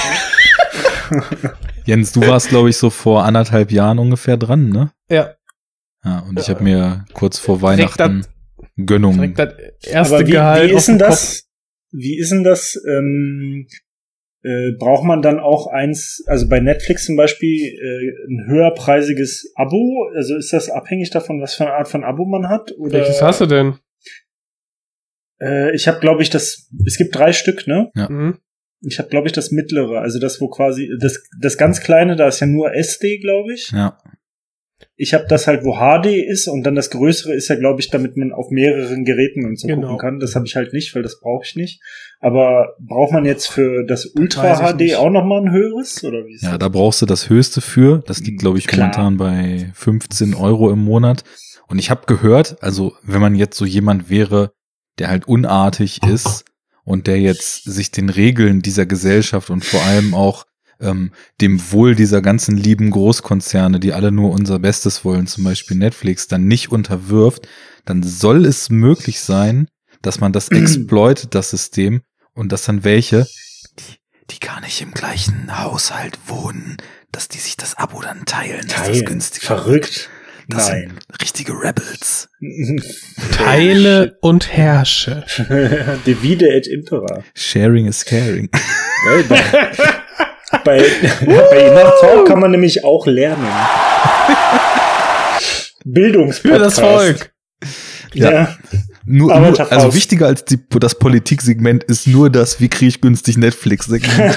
Speaker 2: Jens, du warst, glaube ich, so vor 1,5 Jahren ungefähr dran, ne?
Speaker 1: Ja.
Speaker 2: Ja, und ich habe mir kurz vor Weihnachten Gönnung.
Speaker 1: Das erste
Speaker 3: Aber
Speaker 1: Gehalt
Speaker 3: wie ist denn das? Wie ist denn das? Braucht man dann auch also bei Netflix zum Beispiel, ein höherpreisiges Abo? Also ist das abhängig davon, was für eine Art von Abo man hat? Oder?
Speaker 1: Welches hast du denn?
Speaker 3: Ich habe, glaube ich, es gibt 3 Stück, ne?
Speaker 2: Ja.
Speaker 1: Mhm.
Speaker 3: Ich habe, glaube ich, das mittlere, also das, wo quasi, das ganz kleine, da ist ja nur SD, glaube ich.
Speaker 2: Ja.
Speaker 3: Ich habe das halt, wo HD ist, und dann das größere ist ja, glaube ich, damit man auf mehreren Geräten und so gucken kann. Das habe ich halt nicht, weil das brauche ich nicht. Aber braucht man jetzt für das Ultra HD auch nochmal ein höheres? Oder wie ist das?
Speaker 2: Da brauchst du das höchste für. Das liegt, glaube ich, momentan bei 15 Euro im Monat. Und ich habe gehört, also wenn man jetzt so jemand wäre, der halt unartig ist und der jetzt sich den Regeln dieser Gesellschaft und vor allem auch dem Wohl dieser ganzen lieben Großkonzerne, die alle nur unser Bestes wollen, zum Beispiel Netflix, dann nicht unterwirft, dann soll es möglich sein, dass man das exploitet, das System, und dass dann welche, die gar nicht im gleichen Haushalt wohnen, dass die sich das Abo dann teilen. Dass das günstiger
Speaker 3: verrückt.
Speaker 2: Das sind richtige Rebels.
Speaker 1: Teile und herrsche.
Speaker 3: Divide et impera.
Speaker 2: Sharing is caring.
Speaker 3: Bei Enough Talk kann man nämlich auch lernen. Bildungspodcast.
Speaker 1: Für das Volk.
Speaker 3: Ja.
Speaker 2: Also wichtiger als das Politiksegment ist nur das, wie kriege ich günstig Netflix-Segment.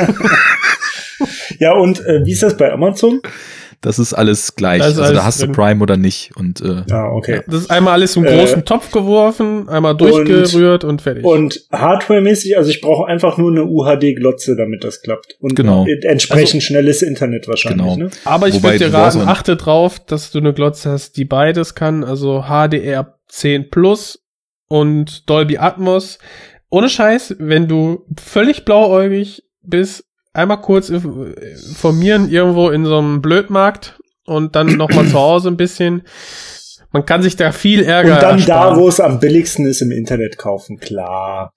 Speaker 3: Ja, und wie ist das bei Amazon?
Speaker 2: Das ist alles gleich. Also da hast du Prime oder nicht. Und
Speaker 3: okay.
Speaker 1: Das ist einmal alles im großen Topf geworfen, einmal durchgerührt und fertig.
Speaker 3: Und hardwaremäßig, also ich brauche einfach nur eine UHD-Glotze, damit das klappt. Und entsprechend schnelles Internet wahrscheinlich.
Speaker 2: Genau.
Speaker 3: Ne?
Speaker 1: Aber ich würde dir raten, achte drauf, dass du eine Glotze hast, die beides kann. Also HDR10 Plus und Dolby Atmos. Ohne Scheiß, wenn du völlig blauäugig bist, einmal kurz informieren irgendwo in so einem Blödmarkt und dann nochmal zu Hause ein bisschen. Man kann sich da viel Ärger
Speaker 3: und dann
Speaker 1: ersparen.
Speaker 3: Da, wo es am billigsten ist, im Internet kaufen, klar.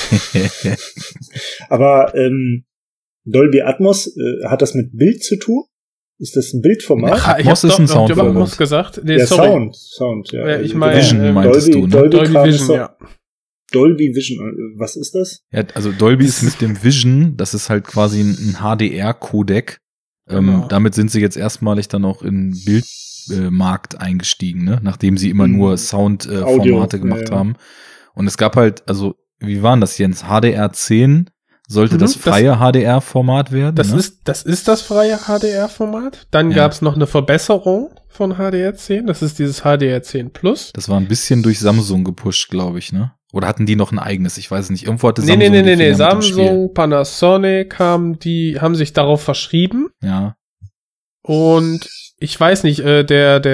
Speaker 3: Aber Dolby Atmos, hat das mit Bild zu tun? Ist das ein Bildformat?
Speaker 1: Ja, ich habe ein Soundformat gesagt. Nee,
Speaker 3: ja,
Speaker 1: sorry.
Speaker 3: Sound, ja.
Speaker 1: Ja, ich meine
Speaker 2: Vision meintest du, ne?
Speaker 1: Dolby Vision, ja.
Speaker 3: Dolby Vision, was ist das?
Speaker 2: Ja, also Dolby ist mit dem Vision, das ist halt quasi ein HDR-Codec.
Speaker 1: Genau.
Speaker 2: Damit sind sie jetzt erstmalig dann auch in Bildmarkt eingestiegen, ne? Nachdem sie immer nur Soundformate gemacht haben. Und es gab halt, also wie waren das, Jens? HDR10 sollte das freie HDR-Format werden?
Speaker 1: Das ist das freie HDR-Format. Dann gab's noch eine Verbesserung von HDR10. Das ist dieses HDR10 Plus.
Speaker 2: Das war ein bisschen durch Samsung gepusht, glaube ich, ne? Oder hatten die noch ein eigenes? Ich weiß nicht. Irgendwo hatte Samsung.
Speaker 1: Nee. Samsung, Panasonic haben sich darauf verschrieben.
Speaker 2: Ja.
Speaker 1: Und ich weiß nicht, ich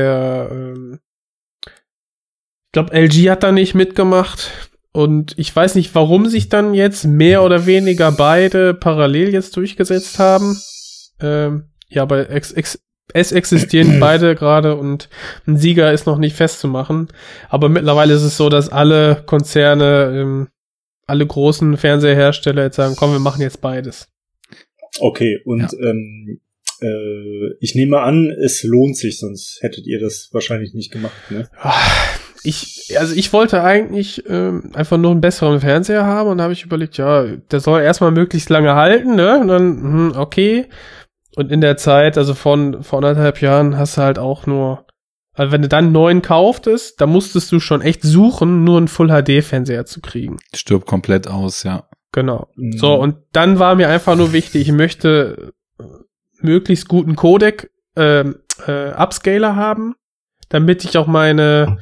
Speaker 1: glaube, LG hat da nicht mitgemacht. Und ich weiß nicht, warum sich dann jetzt mehr oder weniger beide parallel jetzt durchgesetzt haben. Aber es existieren beide gerade und ein Sieger ist noch nicht festzumachen. Aber mittlerweile ist es so, dass alle Konzerne, alle großen Fernseherhersteller jetzt sagen, komm, wir machen jetzt beides.
Speaker 3: Okay, und ich nehme an, es lohnt sich, sonst hättet ihr das wahrscheinlich nicht gemacht, ne?
Speaker 1: ich wollte eigentlich einfach nur einen besseren Fernseher haben und da habe ich überlegt, ja, der soll erstmal möglichst lange halten, ne? Und dann, okay. Und in der Zeit, also vor 1,5 Jahren, hast du halt auch nur, also wenn du dann einen neuen kauftest, da musstest du schon echt suchen, nur einen Full-HD-Fernseher zu kriegen.
Speaker 2: Stirbt komplett aus, ja.
Speaker 1: Genau. So, und dann war mir einfach nur wichtig, ich möchte möglichst guten Codec Upscaler haben, damit ich auch meine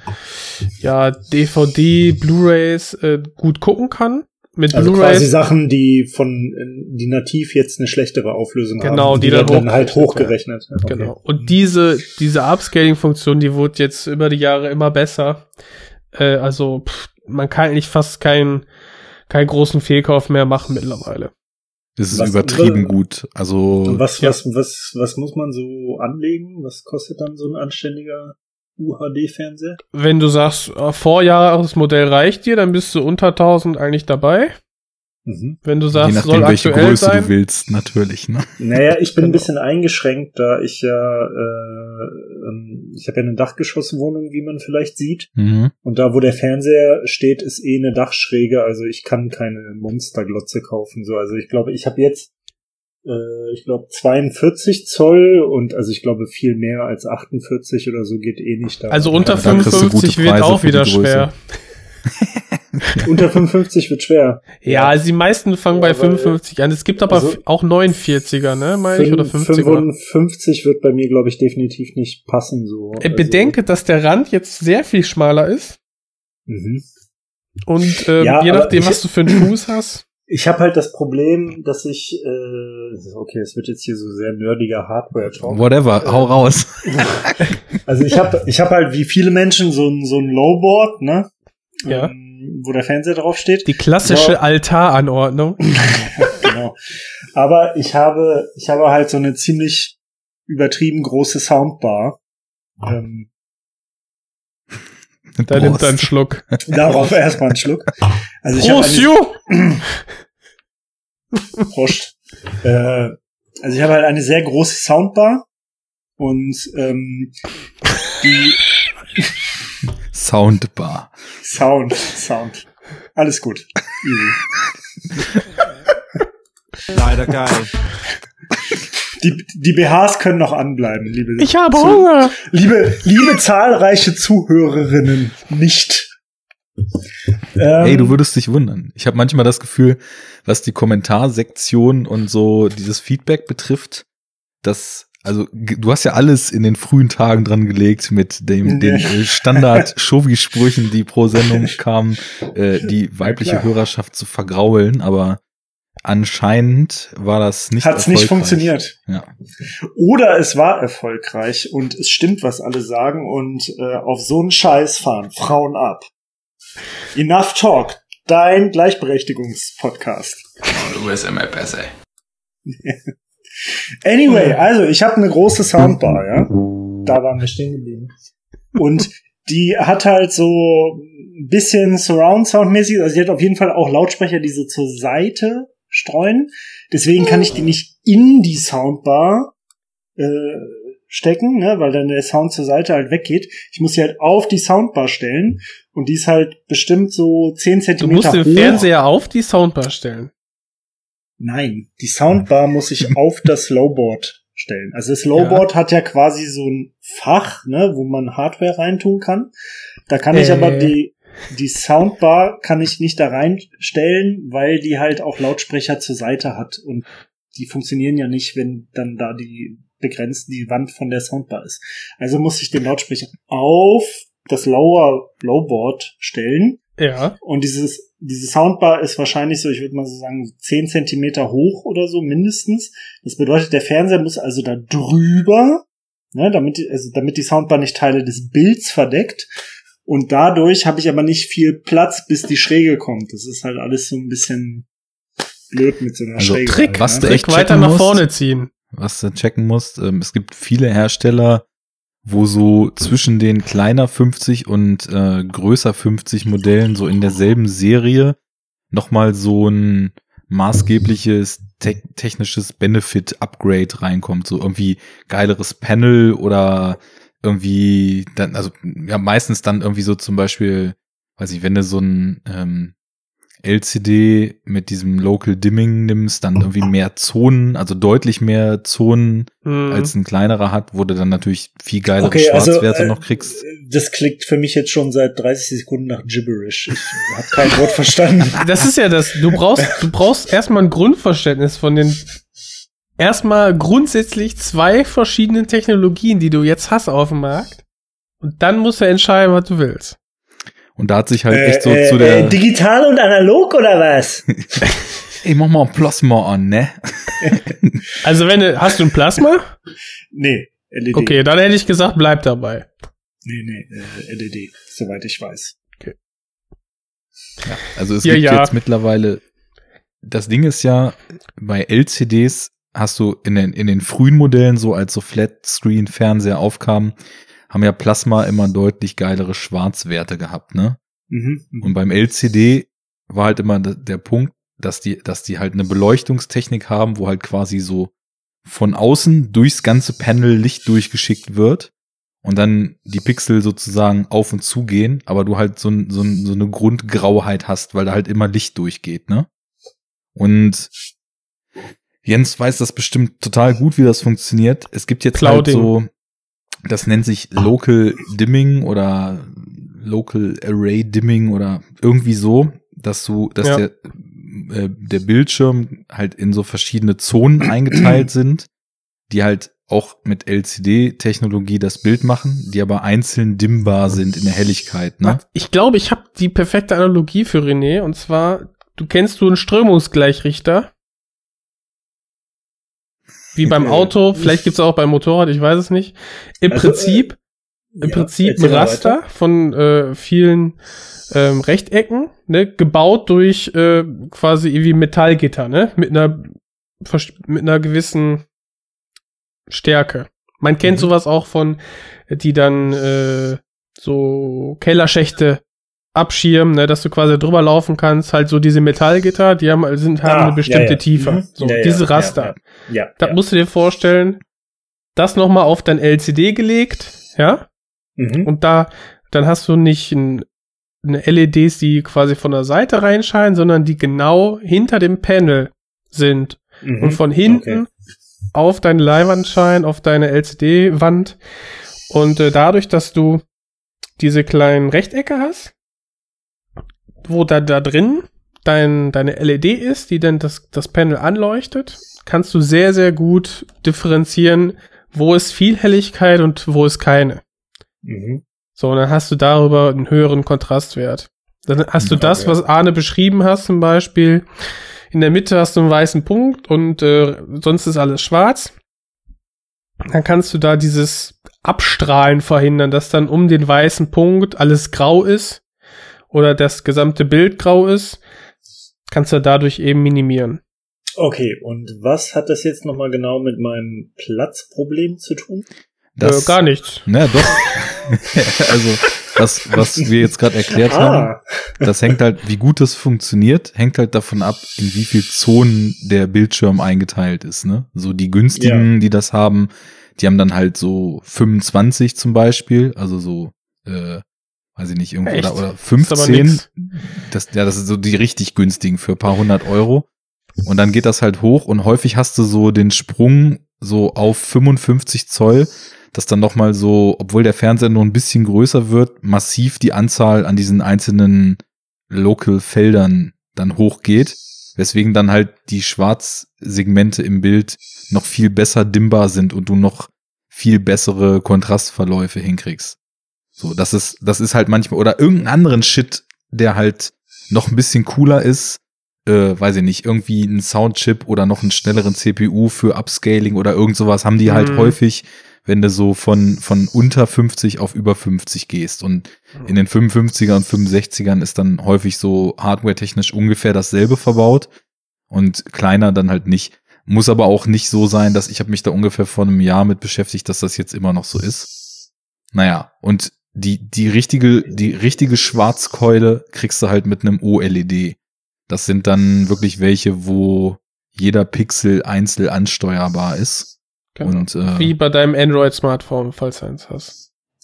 Speaker 1: DVD, Blu-rays gut gucken kann. Mit
Speaker 3: also
Speaker 1: Blu-rays
Speaker 3: quasi Sachen, die nativ jetzt eine schlechtere Auflösung
Speaker 1: genau,
Speaker 3: haben.
Speaker 1: Die dann
Speaker 3: halt hochgerechnet. Okay.
Speaker 1: Genau. Und diese Upscaling-Funktion, die wurde jetzt über die Jahre immer besser. Also man kann eigentlich fast keinen großen Fehlkauf mehr machen mittlerweile.
Speaker 2: Das ist übertrieben gut. Also
Speaker 3: was muss man so anlegen? Was kostet dann so ein anständiger UHD-Fernseher?
Speaker 1: Wenn du sagst, Vorjahresmodell reicht dir, dann bist du unter 1000 eigentlich dabei. Mhm. Wenn du sagst,
Speaker 2: je nachdem,
Speaker 1: soll
Speaker 2: welche
Speaker 1: aktuell
Speaker 2: Größe
Speaker 1: sein,
Speaker 2: du willst, natürlich. Ne?
Speaker 3: Naja, ich bin ein bisschen eingeschränkt, da ich ja ich habe ja eine Dachgeschosswohnung, wie man vielleicht sieht. Mhm. Und da, wo der Fernseher steht, ist eine Dachschräge. Also ich kann keine Monsterglotze kaufen. So, also ich glaube, ich habe jetzt 42 Zoll und also ich glaube viel mehr als 48 oder so geht nicht da.
Speaker 1: Also unter 55 wird auch wieder schwer.
Speaker 3: Unter 55 wird schwer.
Speaker 1: Ja, also die meisten fangen bei 55 an. Es gibt aber auch 49er, ne, meine ich, oder 50er.
Speaker 3: 55 wird bei mir, glaube ich, definitiv nicht passen, so.
Speaker 1: Bedenke, dass der Rand jetzt sehr viel schmaler ist. Mhm. Und je nachdem, was du für einen Fuß hast.
Speaker 3: Ich habe halt das Problem, dass ich okay, es wird jetzt hier so sehr nerdiger Hardware-Talk.
Speaker 2: Whatever, hau raus.
Speaker 3: Also ich hab halt wie viele Menschen so ein Lowboard, ne?
Speaker 1: Ja.
Speaker 3: Wo der Fernseher drauf steht.
Speaker 1: Die klassische Altaranordnung.
Speaker 3: Genau. Aber ich habe halt so eine ziemlich übertrieben große Soundbar.
Speaker 1: Da nimmt er einen Schluck.
Speaker 3: Darauf erstmal einen Schluck. Also ich Prost. Also ich habe halt eine sehr große Soundbar und die
Speaker 2: Soundbar.
Speaker 3: Sound. Alles gut. Easy.
Speaker 8: Leider geil.
Speaker 3: Die BHs können noch anbleiben, liebe.
Speaker 1: Ich habe Hunger.
Speaker 3: Liebe zahlreiche Zuhörerinnen, nicht.
Speaker 2: Ey, du würdest dich wundern. Ich habe manchmal das Gefühl, was die Kommentarsektion und so dieses Feedback betrifft, also du hast ja alles in den frühen Tagen dran gelegt mit den Standard-Shovi-Sprüchen, die pro Sendung kamen, die weibliche Hörerschaft zu vergraulen, aber anscheinend war das nicht erfolgreich.
Speaker 3: Hat's nicht funktioniert.
Speaker 2: Ja.
Speaker 3: Oder es war erfolgreich und es stimmt, was alle sagen und auf so einen Scheiß fahren Frauen ab. Enough Talk, dein Gleichberechtigungspodcast.
Speaker 4: Du bist immer besser.
Speaker 3: Anyway, also ich habe eine große Soundbar, ja. Da waren wir stehen geblieben. Und die hat halt so ein bisschen Surround-Sound-mäßig, also die hat auf jeden Fall auch Lautsprecher, die so zur Seite streuen. Deswegen kann ich die nicht in die Soundbar stecken, ne, weil dann der Sound zur Seite halt weggeht. Ich muss sie halt auf die Soundbar stellen und die ist halt bestimmt so 10 Zentimeter hoch.
Speaker 1: Du musst den Fernseher auf die Soundbar stellen.
Speaker 3: Nein, die Soundbar muss ich auf das Lowboard stellen. Also das Lowboard hat ja quasi so ein Fach, ne, wo man Hardware reintun kann. Da kann ich aber die Soundbar kann ich nicht da reinstellen, weil die halt auch Lautsprecher zur Seite hat und die funktionieren ja nicht, wenn dann da die Wand von der Soundbar ist. Also muss ich den Lautsprecher auf das Lowboard stellen.
Speaker 1: Ja. Und
Speaker 3: diese Soundbar ist wahrscheinlich so, ich würde mal so sagen, 10 Zentimeter hoch oder so mindestens. Das bedeutet, der Fernseher muss also da drüber, ne, damit die Soundbar nicht Teile des Bilds verdeckt. Und dadurch habe ich aber nicht viel Platz, bis die Schräge kommt. Das ist halt alles so ein bisschen blöd mit so einer Schräge.
Speaker 1: Trick,
Speaker 2: was
Speaker 1: du echt weiter nach vorne ziehen.
Speaker 2: Was du checken musst, es gibt viele Hersteller, wo so zwischen den kleiner 50 und größer 50 Modellen so in derselben Serie nochmal so ein maßgebliches technisches Benefit-Upgrade reinkommt. So irgendwie geileres Panel oder irgendwie dann, also ja, meistens dann irgendwie so zum Beispiel, weiß ich, wenn du so ein LCD mit diesem Local Dimming nimmst, dann irgendwie mehr Zonen, also deutlich mehr Zonen als ein kleinerer hat, wo du dann natürlich viel geilere Schwarzwerte noch kriegst.
Speaker 3: Das klingt für mich jetzt schon seit 30 Sekunden nach Gibberish. Ich habe kein Wort verstanden.
Speaker 1: Das ist ja das. Du brauchst erstmal ein Grundverständnis von den erstmal grundsätzlich 2 verschiedenen Technologien, die du jetzt hast auf dem Markt. Und dann musst du entscheiden, was du willst.
Speaker 2: Und da hat sich halt echt so zu der...
Speaker 3: digital und analog oder was?
Speaker 2: Ey, mach mal ein Plasma an, ne?
Speaker 1: Also hast du ein Plasma?
Speaker 3: Nee, LED.
Speaker 1: Okay, dann hätte ich gesagt, bleib dabei.
Speaker 3: Nee, LED, soweit ich weiß.
Speaker 1: Okay.
Speaker 2: Ja, also es gibt jetzt mittlerweile... Das Ding ist ja, bei LCDs hast du in den frühen Modellen, so als so Flatscreen-Fernseher aufkamen, haben ja Plasma immer deutlich geilere Schwarzwerte gehabt, ne? Und beim LCD war halt immer der Punkt, dass die halt eine Beleuchtungstechnik haben, wo halt quasi so von außen durchs ganze Panel Licht durchgeschickt wird und dann die Pixel sozusagen auf und zu gehen, aber du halt so eine Grundgrauheit hast, weil da halt immer Licht durchgeht, ne? Und Jens weiß das bestimmt total gut, wie das funktioniert. Es gibt jetzt
Speaker 1: Clouding.
Speaker 2: Halt so, das nennt sich Local Dimming oder Local Array Dimming oder irgendwie so, dass der Bildschirm halt in so verschiedene Zonen eingeteilt sind, die halt auch mit LCD-Technologie das Bild machen, die aber einzeln dimmbar sind in der Helligkeit, ne?
Speaker 1: Ich glaube, ich habe die perfekte Analogie für René, und zwar, kennst du einen Strömungsgleichrichter? Wie beim Auto, vielleicht gibt's auch beim Motorrad, ich weiß es nicht. Im Prinzip ein Raster von vielen Rechtecken, ne, gebaut durch quasi wie Metallgitter, ne, mit einer gewissen Stärke. Man kennt sowas auch von, die dann so Kellerschächte abschirmen, ne, dass du quasi drüber laufen kannst, halt so diese Metallgitter, die haben eine bestimmte Tiefe. So, diese Raster. Das musst du dir vorstellen, das nochmal auf dein LCD gelegt, ja? Und dann hast du nicht eine LEDs, die quasi von der Seite reinscheinen, sondern die genau hinter dem Panel sind. Und von hinten auf deine Leinwand scheinen, auf deine LCD-Wand. Und dadurch, dass du diese kleinen Rechtecke hast, wo da drin deine LED ist, die dann das Panel anleuchtet, kannst du sehr, sehr gut differenzieren, wo ist viel Helligkeit und wo ist keine. So, und dann hast du darüber einen höheren Kontrastwert. Dann hast du das, was Arne beschrieben hast, zum Beispiel. In der Mitte hast du einen weißen Punkt und sonst ist alles schwarz. Dann kannst du da dieses Abstrahlen verhindern, dass dann um den weißen Punkt alles grau ist oder das gesamte Bild grau ist. Kannst du dadurch eben minimieren.
Speaker 3: Okay, und was hat das jetzt nochmal genau mit meinem Platzproblem zu tun?
Speaker 1: Gar nichts.
Speaker 2: Na doch. Also, was wir jetzt gerade erklärt haben, das hängt halt, wie gut das funktioniert, hängt halt davon ab, in wie viel Zonen der Bildschirm eingeteilt ist, ne? So die günstigen, die das haben, die haben dann halt so 25 zum Beispiel, also so, weiß ich nicht, irgendwo, oder 15. Das ist so die richtig günstigen für ein paar 100 Euro. Und dann geht das halt hoch und häufig hast du so den Sprung so auf 55 Zoll, dass dann nochmal so, obwohl der Fernseher nur ein bisschen größer wird, massiv die Anzahl an diesen einzelnen Local-Feldern dann hochgeht, weswegen dann halt die Schwarzsegmente im Bild noch viel besser dimmbar sind und du noch viel bessere Kontrastverläufe hinkriegst. So, das ist halt manchmal, oder irgendeinen anderen Shit, der halt noch ein bisschen cooler ist, weiß ich nicht, irgendwie einen Soundchip oder noch einen schnelleren CPU für Upscaling oder irgend sowas haben die halt häufig, wenn du so von unter 50 auf über 50 gehst. Und in den 55er und 65ern ist dann häufig so hardware-technisch ungefähr dasselbe verbaut und kleiner dann halt nicht. Muss aber auch nicht so sein, dass ich habe mich da ungefähr vor einem Jahr mit beschäftigt, dass das jetzt immer noch so ist. Naja, und die richtige Schwarzkeule kriegst du halt mit einem OLED. Das sind dann wirklich welche, wo jeder Pixel einzeln ansteuerbar ist.
Speaker 1: Genau.
Speaker 2: Und,
Speaker 1: wie bei deinem Android-Smartphone, falls du eins hast.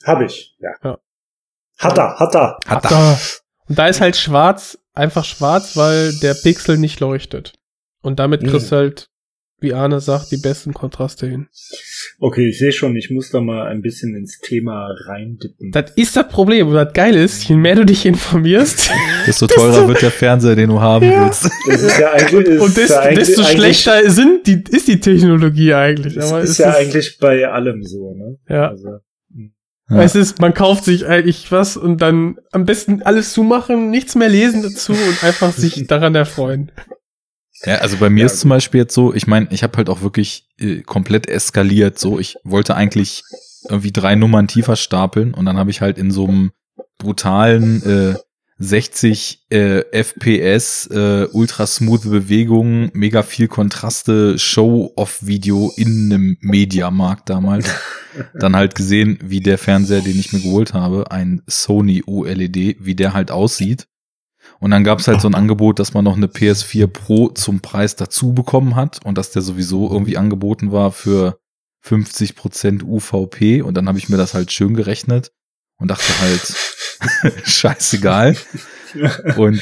Speaker 3: Hab ich, ja.
Speaker 1: Ja.
Speaker 3: Hat er.
Speaker 1: Und da ist halt schwarz, einfach schwarz, weil der Pixel nicht leuchtet. Und damit kriegst du halt, wie Arne sagt, die besten Kontraste hin.
Speaker 3: Okay, ich sehe schon, ich muss da mal ein bisschen ins Thema reindippen.
Speaker 1: Das ist das Problem. Und das Geile ist, je mehr du dich informierst,
Speaker 2: desto teurer wird der Fernseher, den du haben willst.
Speaker 3: Das ist ja eigentlich,
Speaker 1: und desto schlechter ist die Technologie eigentlich.
Speaker 3: Das
Speaker 1: Aber
Speaker 3: ist ja eigentlich bei allem so, ne?
Speaker 1: Ja.
Speaker 3: Also,
Speaker 2: Ja.
Speaker 1: Es ist, man kauft sich eigentlich was und dann am besten alles zumachen, nichts mehr lesen dazu und einfach sich daran erfreuen.
Speaker 2: Ja, also bei mir ist zum Beispiel jetzt so, ich meine, ich habe halt auch wirklich komplett eskaliert. So, ich wollte eigentlich irgendwie 3 Nummern tiefer stapeln und dann habe ich halt in so einem brutalen 60 FPS, ultra smooth Bewegungen, mega viel Kontraste, Show-Off-Video in einem Mediamarkt damals. Dann halt gesehen, wie der Fernseher, den ich mir geholt habe, ein Sony OLED, wie der halt aussieht. Und dann gab's halt so ein Angebot, dass man noch eine PS4 Pro zum Preis dazu bekommen hat und dass der sowieso irgendwie angeboten war für 50% UVP. Und dann habe ich mir das halt schön gerechnet und dachte halt, scheißegal. Und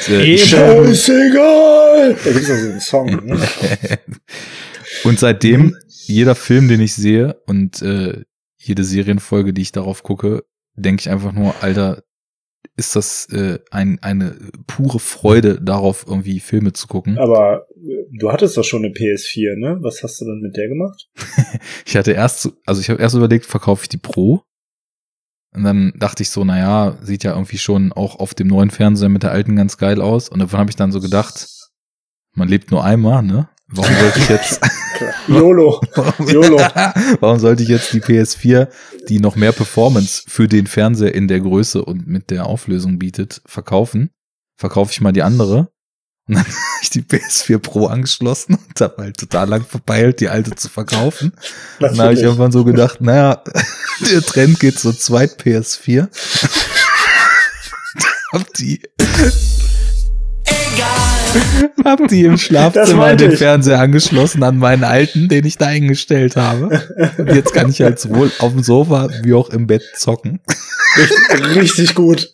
Speaker 3: scheißegal! Da gibt's doch so einen Song, ne?
Speaker 2: Und seitdem, jeder Film, den ich sehe und jede Serienfolge, die ich darauf gucke, denke ich einfach nur, Alter, ist das eine pure Freude, darauf irgendwie Filme zu gucken.
Speaker 3: Aber du hattest doch schon eine PS4, ne? Was hast du dann mit der gemacht?
Speaker 2: Ich habe erst überlegt, verkaufe ich die Pro? Und dann dachte ich so, naja, sieht ja irgendwie schon auch auf dem neuen Fernseher mit der alten ganz geil aus. Und davon habe ich dann so gedacht, man lebt nur einmal, ne? Warum sollte ich jetzt
Speaker 3: YOLO.
Speaker 2: Warum sollte ich jetzt die PS4, die noch mehr Performance für den Fernseher in der Größe und mit der Auflösung bietet, verkaufen? Verkaufe ich mal die andere. Und dann habe ich die PS4 Pro angeschlossen und habe halt total lang verpeilt, die alte zu verkaufen. Und dann habe ich irgendwann so gedacht, naja, der Trend geht zur Zweit PS4. Hab die im Schlafzimmer den Fernseher angeschlossen an meinen alten, den ich da eingestellt habe. Und jetzt kann ich halt sowohl auf dem Sofa wie auch im Bett zocken.
Speaker 3: Richtig gut.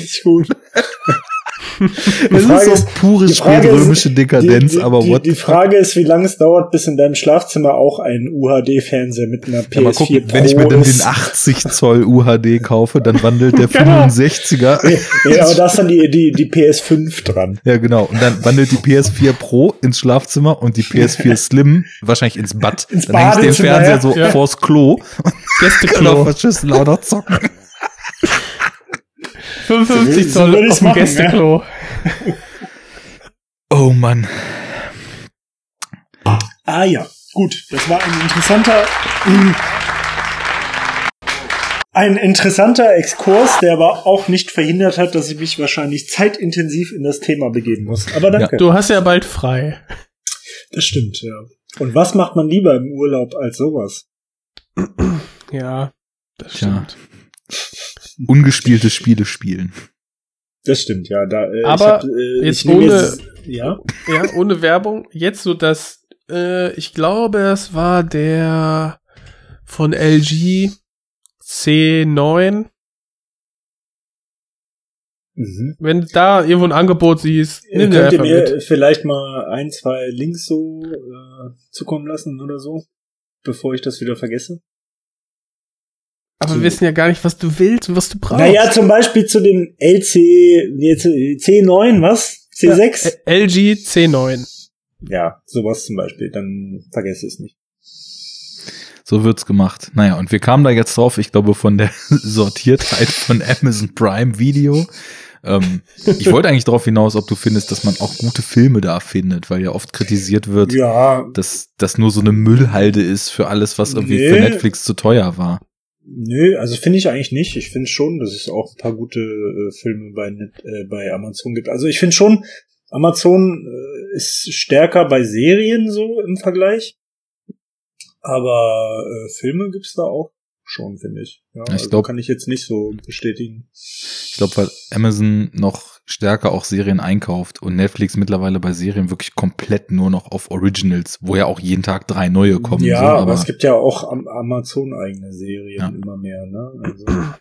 Speaker 2: Das ist so pure spätrömische Dekadenz, aber what?
Speaker 3: Die Frage ist, wie lange es dauert, bis in deinem Schlafzimmer auch ein UHD-Fernseher mit einer PS4
Speaker 2: mal gucken,
Speaker 3: Pro
Speaker 2: wenn ich mir dann
Speaker 3: ist.
Speaker 2: den 80 Zoll UHD kaufe, dann wandelt der 65er.
Speaker 3: Ja, aber da ist dann die PS5 dran.
Speaker 2: Ja, genau. Und dann wandelt die PS4 Pro ins Schlafzimmer und die PS4 Slim wahrscheinlich ins Bad. Dann hänge ich den Fernseher so vors Klo und kann auf der Schüssel auch noch zocken.
Speaker 1: 55 Zoll auf dem Gästeklo.
Speaker 2: Oh Mann.
Speaker 3: Ah ja, gut. Das war ein interessanter Exkurs, der aber auch nicht verhindert hat, dass ich mich wahrscheinlich zeitintensiv in das Thema begeben muss. Aber danke.
Speaker 1: Ja, du hast ja bald frei.
Speaker 3: Das stimmt, ja. Und was macht man lieber im Urlaub als sowas?
Speaker 1: Ja, das stimmt.
Speaker 2: Ungespielte Spiele spielen.
Speaker 3: Das stimmt, ja.
Speaker 1: Aber ohne Werbung, jetzt so das, ich glaube, es war der von LG C9.
Speaker 3: Mhm.
Speaker 1: Wenn du da irgendwo ein Angebot siehst, nimm dir
Speaker 3: könnt ihr
Speaker 1: einfach
Speaker 3: mir
Speaker 1: mit.
Speaker 3: vielleicht mal 1, 2 Links so zukommen lassen oder so, bevor ich das wieder vergesse?
Speaker 1: Aber wir wissen ja gar nicht, was du willst und was du brauchst.
Speaker 3: Naja, zum Beispiel zu dem C9, was? C6?
Speaker 1: Ja, LG C9.
Speaker 3: Ja, sowas zum Beispiel, dann vergesse ich es nicht.
Speaker 2: So wird's gemacht. Naja, und wir kamen da jetzt drauf, ich glaube, von der Sortiertheit von Amazon Prime Video. Ich wollte eigentlich darauf hinaus, ob du findest, dass man auch gute Filme da findet, weil ja oft kritisiert wird, dass das nur so eine Müllhalde ist für alles, was irgendwie für Netflix zu teuer war.
Speaker 3: Nö, also finde ich eigentlich nicht. Ich finde schon, dass es auch ein paar gute Filme bei Amazon gibt. Also ich finde schon, Amazon ist stärker bei Serien so im Vergleich. Aber Filme gibt's da auch schon, finde ich. Ja,
Speaker 2: ich
Speaker 3: also
Speaker 2: glaub,
Speaker 3: kann ich jetzt nicht so bestätigen.
Speaker 2: Ich glaube, weil Amazon noch stärker auch Serien einkauft und Netflix mittlerweile bei Serien wirklich komplett nur noch auf Originals, wo ja auch jeden Tag 3 neue kommen.
Speaker 3: Ja,
Speaker 2: so,
Speaker 3: aber es gibt ja auch Amazon-eigene Serien immer mehr, ne? Also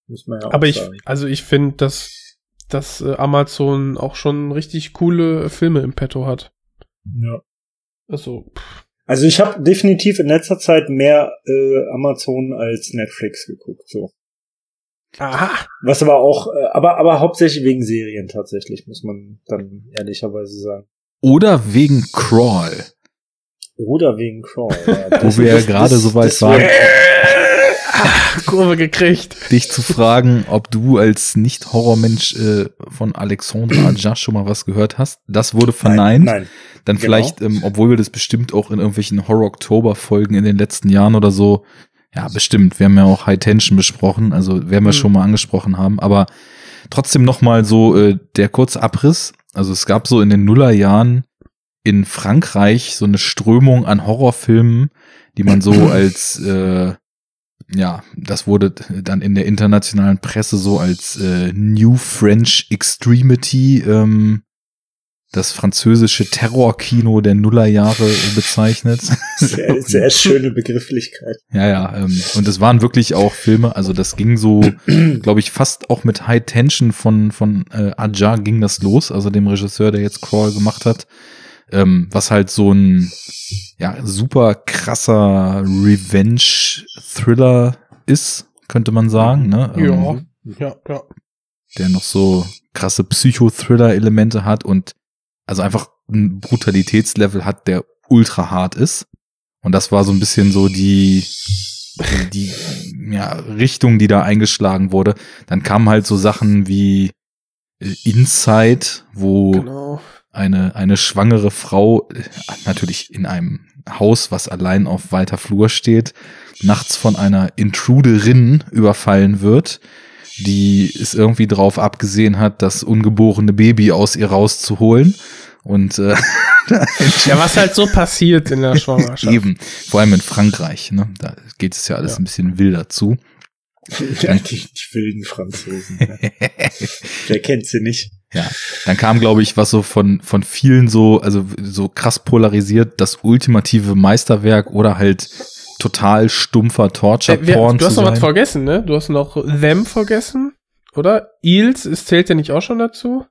Speaker 3: muss man ja auch
Speaker 1: Aber
Speaker 3: sagen.
Speaker 1: ich finde, dass Amazon auch schon richtig coole Filme im Petto hat.
Speaker 3: Ja.
Speaker 1: Also,
Speaker 3: ich habe definitiv in letzter Zeit mehr Amazon als Netflix geguckt, so.
Speaker 1: aha.
Speaker 3: Was aber auch, aber hauptsächlich wegen Serien tatsächlich, muss man dann ehrlicherweise sagen.
Speaker 2: Oder wegen Crawl.
Speaker 3: Oder wegen Crawl. Ja,
Speaker 2: Wo wir ja gerade so weit waren,
Speaker 1: Kurve gekriegt.
Speaker 2: dich zu fragen, ob du als Nicht-Horrormensch von Alexandre Aja schon mal was gehört hast. Das wurde verneint.
Speaker 3: Nein.
Speaker 2: Dann
Speaker 3: Genau.
Speaker 2: vielleicht, obwohl wir das bestimmt auch in irgendwelchen Horror-Oktober-Folgen in den letzten Jahren oder so, ja, bestimmt. Wir haben ja auch High Tension besprochen, also werden wir schon mal angesprochen haben. Aber trotzdem noch mal so der kurze Abriss. Also es gab so in den Nullerjahren in Frankreich so eine Strömung an Horrorfilmen, die man so als ja, das wurde dann in der internationalen Presse so als New French Extremity, das französische Terrorkino der Nullerjahre bezeichnet.
Speaker 3: Sehr schöne Begrifflichkeit.
Speaker 2: Ja, und es waren wirklich auch Filme, also das ging so, glaube ich, fast auch mit High Tension von Aja ging das los, also dem Regisseur, der jetzt Crawl gemacht hat, was halt so ein super krasser Revenge-Thriller ist, könnte man sagen, ne?
Speaker 1: Ja.
Speaker 2: Der noch so krasse Psychothriller-Elemente hat und also einfach ein Brutalitätslevel hat, der ultra hart ist. Und das war so ein bisschen so die Richtung, die da eingeschlagen wurde. Dann kamen halt so Sachen wie Inside, wo eine schwangere Frau, natürlich in einem Haus, was allein auf weiter Flur steht, nachts von einer Intruderin überfallen wird, die es irgendwie drauf abgesehen hat, das ungeborene Baby aus ihr rauszuholen. Und
Speaker 1: ja, was halt so passiert in der Schwangerschaft.
Speaker 2: Eben, vor allem in Frankreich, ne? Da geht es ja alles ein bisschen wilder zu.
Speaker 3: Ja, die wilden Franzosen. Ja. Wer kennt sie nicht?
Speaker 2: Ja, dann kam, glaube ich, was so von vielen so krass polarisiert, das ultimative Meisterwerk oder halt total stumpfer Torture-Porn
Speaker 1: du hast
Speaker 2: zu
Speaker 1: noch
Speaker 2: sein.
Speaker 1: was vergessen, ne? Du hast noch Them vergessen, oder? Eels, es zählt ja nicht auch schon dazu?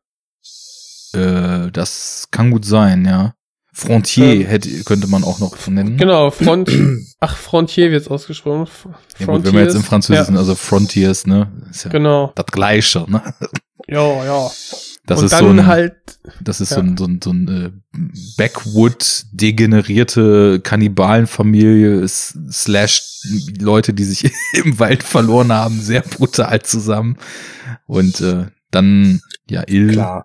Speaker 2: Das kann gut sein, ja. Frontier könnte man auch noch nennen.
Speaker 1: Genau, Frontier wird's ausgesprochen.
Speaker 2: Ja gut, wenn wir jetzt im Französischen, also Frontiers, ne? Ist ja
Speaker 1: genau.
Speaker 2: Das Gleiche, ne?
Speaker 1: Ja.
Speaker 2: Das
Speaker 1: und
Speaker 2: ist
Speaker 1: dann
Speaker 2: so ein,
Speaker 1: halt.
Speaker 2: Das ist so ein Backwood degenerierte Kannibalenfamilie / Leute, die sich im Wald verloren haben, sehr brutal zusammen. Und dann
Speaker 3: Klar.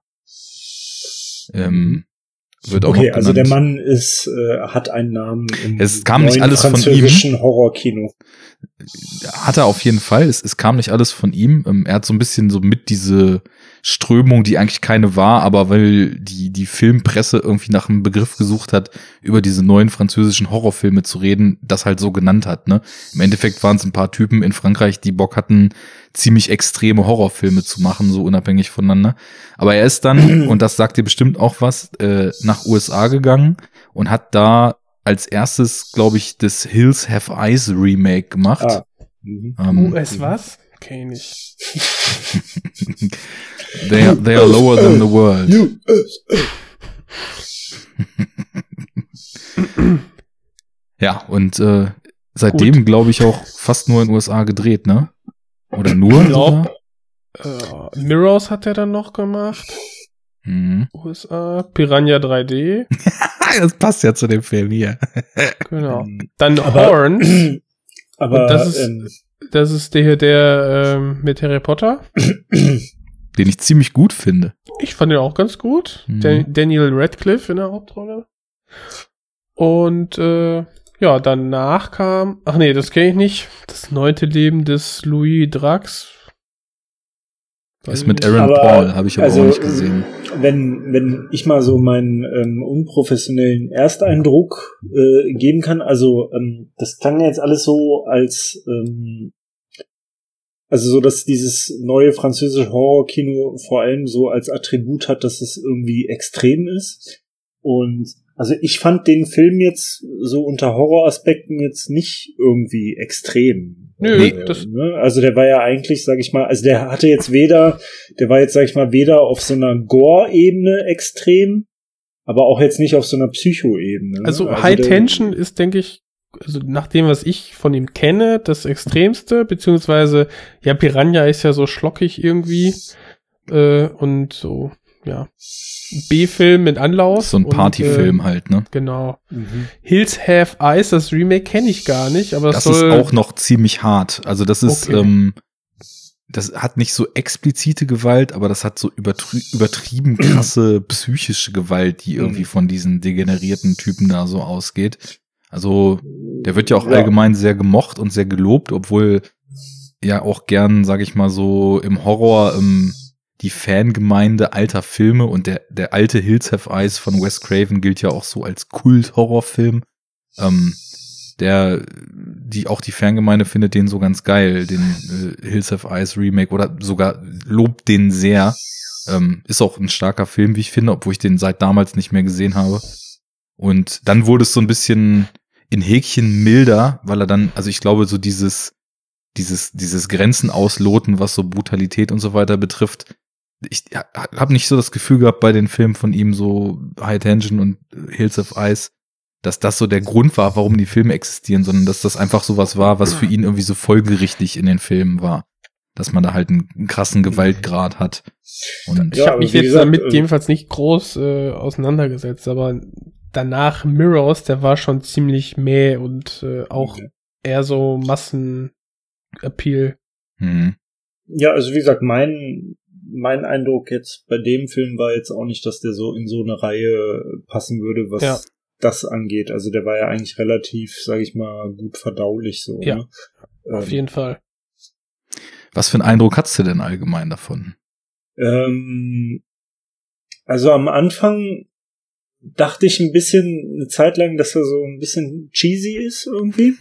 Speaker 2: wird auch
Speaker 3: okay,
Speaker 2: noch
Speaker 3: also
Speaker 2: genannt.
Speaker 3: der Mann hat einen Namen im
Speaker 2: Es kam nicht alles von ihm.
Speaker 3: französischen Horrorkino.
Speaker 2: Hat er auf jeden Fall. Es kam nicht alles von ihm. Er hat so ein bisschen so mit diese Strömung, die eigentlich keine war, aber weil die Filmpresse irgendwie nach einem Begriff gesucht hat, über diese neuen französischen Horrorfilme zu reden, das halt so genannt hat, ne? Im Endeffekt waren es ein paar Typen in Frankreich, die Bock hatten, ziemlich extreme Horrorfilme zu machen, so unabhängig voneinander. Aber er ist dann, und das sagt dir bestimmt auch was, nach USA gegangen und hat da als erstes, glaube ich, das Hills Have Eyes Remake gemacht.
Speaker 1: US was? Okay, nicht.
Speaker 2: They are lower than the world. Ja, und seitdem, glaube ich, auch fast nur in den USA gedreht, ne? Oder nur?
Speaker 1: Ich glaube, Mirrors hat er dann noch gemacht. USA, Piranha 3D.
Speaker 2: Das passt ja zu dem Film hier.
Speaker 1: Genau. Dann Horns.
Speaker 3: Aber
Speaker 1: und das ist der mit Harry Potter.
Speaker 2: Den ich ziemlich gut finde.
Speaker 1: Ich fand den auch ganz gut. Daniel Radcliffe in der Hauptrolle. Und danach kam, ach nee, das kenne ich nicht, das 9. Leben des Louis Drax.
Speaker 2: Ist mit Aaron Paul, habe ich aber auch nicht gesehen.
Speaker 3: Wenn ich mal so meinen unprofessionellen Ersteindruck geben kann, also das klang jetzt alles so als also so, dass dieses neue französische Horrorkino vor allem so als Attribut hat, dass es irgendwie extrem ist. Und also ich fand den Film jetzt so unter Horroraspekten jetzt nicht irgendwie extrem.
Speaker 1: Nö,
Speaker 3: ne? Also der war ja eigentlich, sag ich mal, also der war jetzt, sag ich mal, weder auf so einer Gore-Ebene extrem, aber auch jetzt nicht auf so einer Psycho-Ebene. Ne?
Speaker 1: Also High Tension ist, denke ich, also nach dem, was ich von ihm kenne, das Extremste, beziehungsweise, ja, Piranha ist ja so schlockig irgendwie, und so, ja, B-Film mit Anlauf.
Speaker 2: So ein Partyfilm halt, ne?
Speaker 1: Genau. Hills Have Eyes, das Remake kenne ich gar nicht, aber
Speaker 2: das ist auch noch ziemlich hart. Also das ist, das hat nicht so explizite Gewalt, aber das hat so übertrieben krasse psychische Gewalt, die irgendwie von diesen degenerierten Typen da so ausgeht. Also der wird ja auch allgemein sehr gemocht und sehr gelobt, obwohl ja auch gern, sag ich mal so, im Horror die Fangemeinde alter Filme und der alte Hills Have Eyes von Wes Craven gilt ja auch so als Kult-Horrorfilm. Auch die Fangemeinde findet den so ganz geil, den Hills Have Eyes Remake, oder sogar lobt den sehr. Ist auch ein starker Film, wie ich finde, obwohl ich den seit damals nicht mehr gesehen habe. Und dann wurde es so ein bisschen in Häkchen milder, weil er dann, also ich glaube, so dieses Grenzen ausloten, was so Brutalität und so weiter betrifft. Ich habe nicht so das Gefühl gehabt bei den Filmen von ihm, so High Tension und Hills of Ice, dass das so der Grund war, warum die Filme existieren, sondern dass das einfach sowas war, was für ihn irgendwie so folgerichtig in den Filmen war. Dass man da halt einen krassen Gewaltgrad hat. Und
Speaker 1: ich habe mich jetzt damit jedenfalls nicht groß auseinandergesetzt, aber danach Mirrors, der war schon ziemlich mäh und auch eher so Massenappeal.
Speaker 3: Ja, also wie gesagt, mein Eindruck jetzt bei dem Film war jetzt auch nicht, dass der so in so eine Reihe passen würde, was das angeht. Also der war ja eigentlich relativ, sag ich mal, gut verdaulich so.
Speaker 1: Ja,
Speaker 3: ne?
Speaker 1: Auf jeden Fall.
Speaker 2: Was für einen Eindruck hattest du denn allgemein davon?
Speaker 3: Also am Anfang dachte ich ein bisschen, eine Zeit lang, dass er so ein bisschen cheesy ist irgendwie.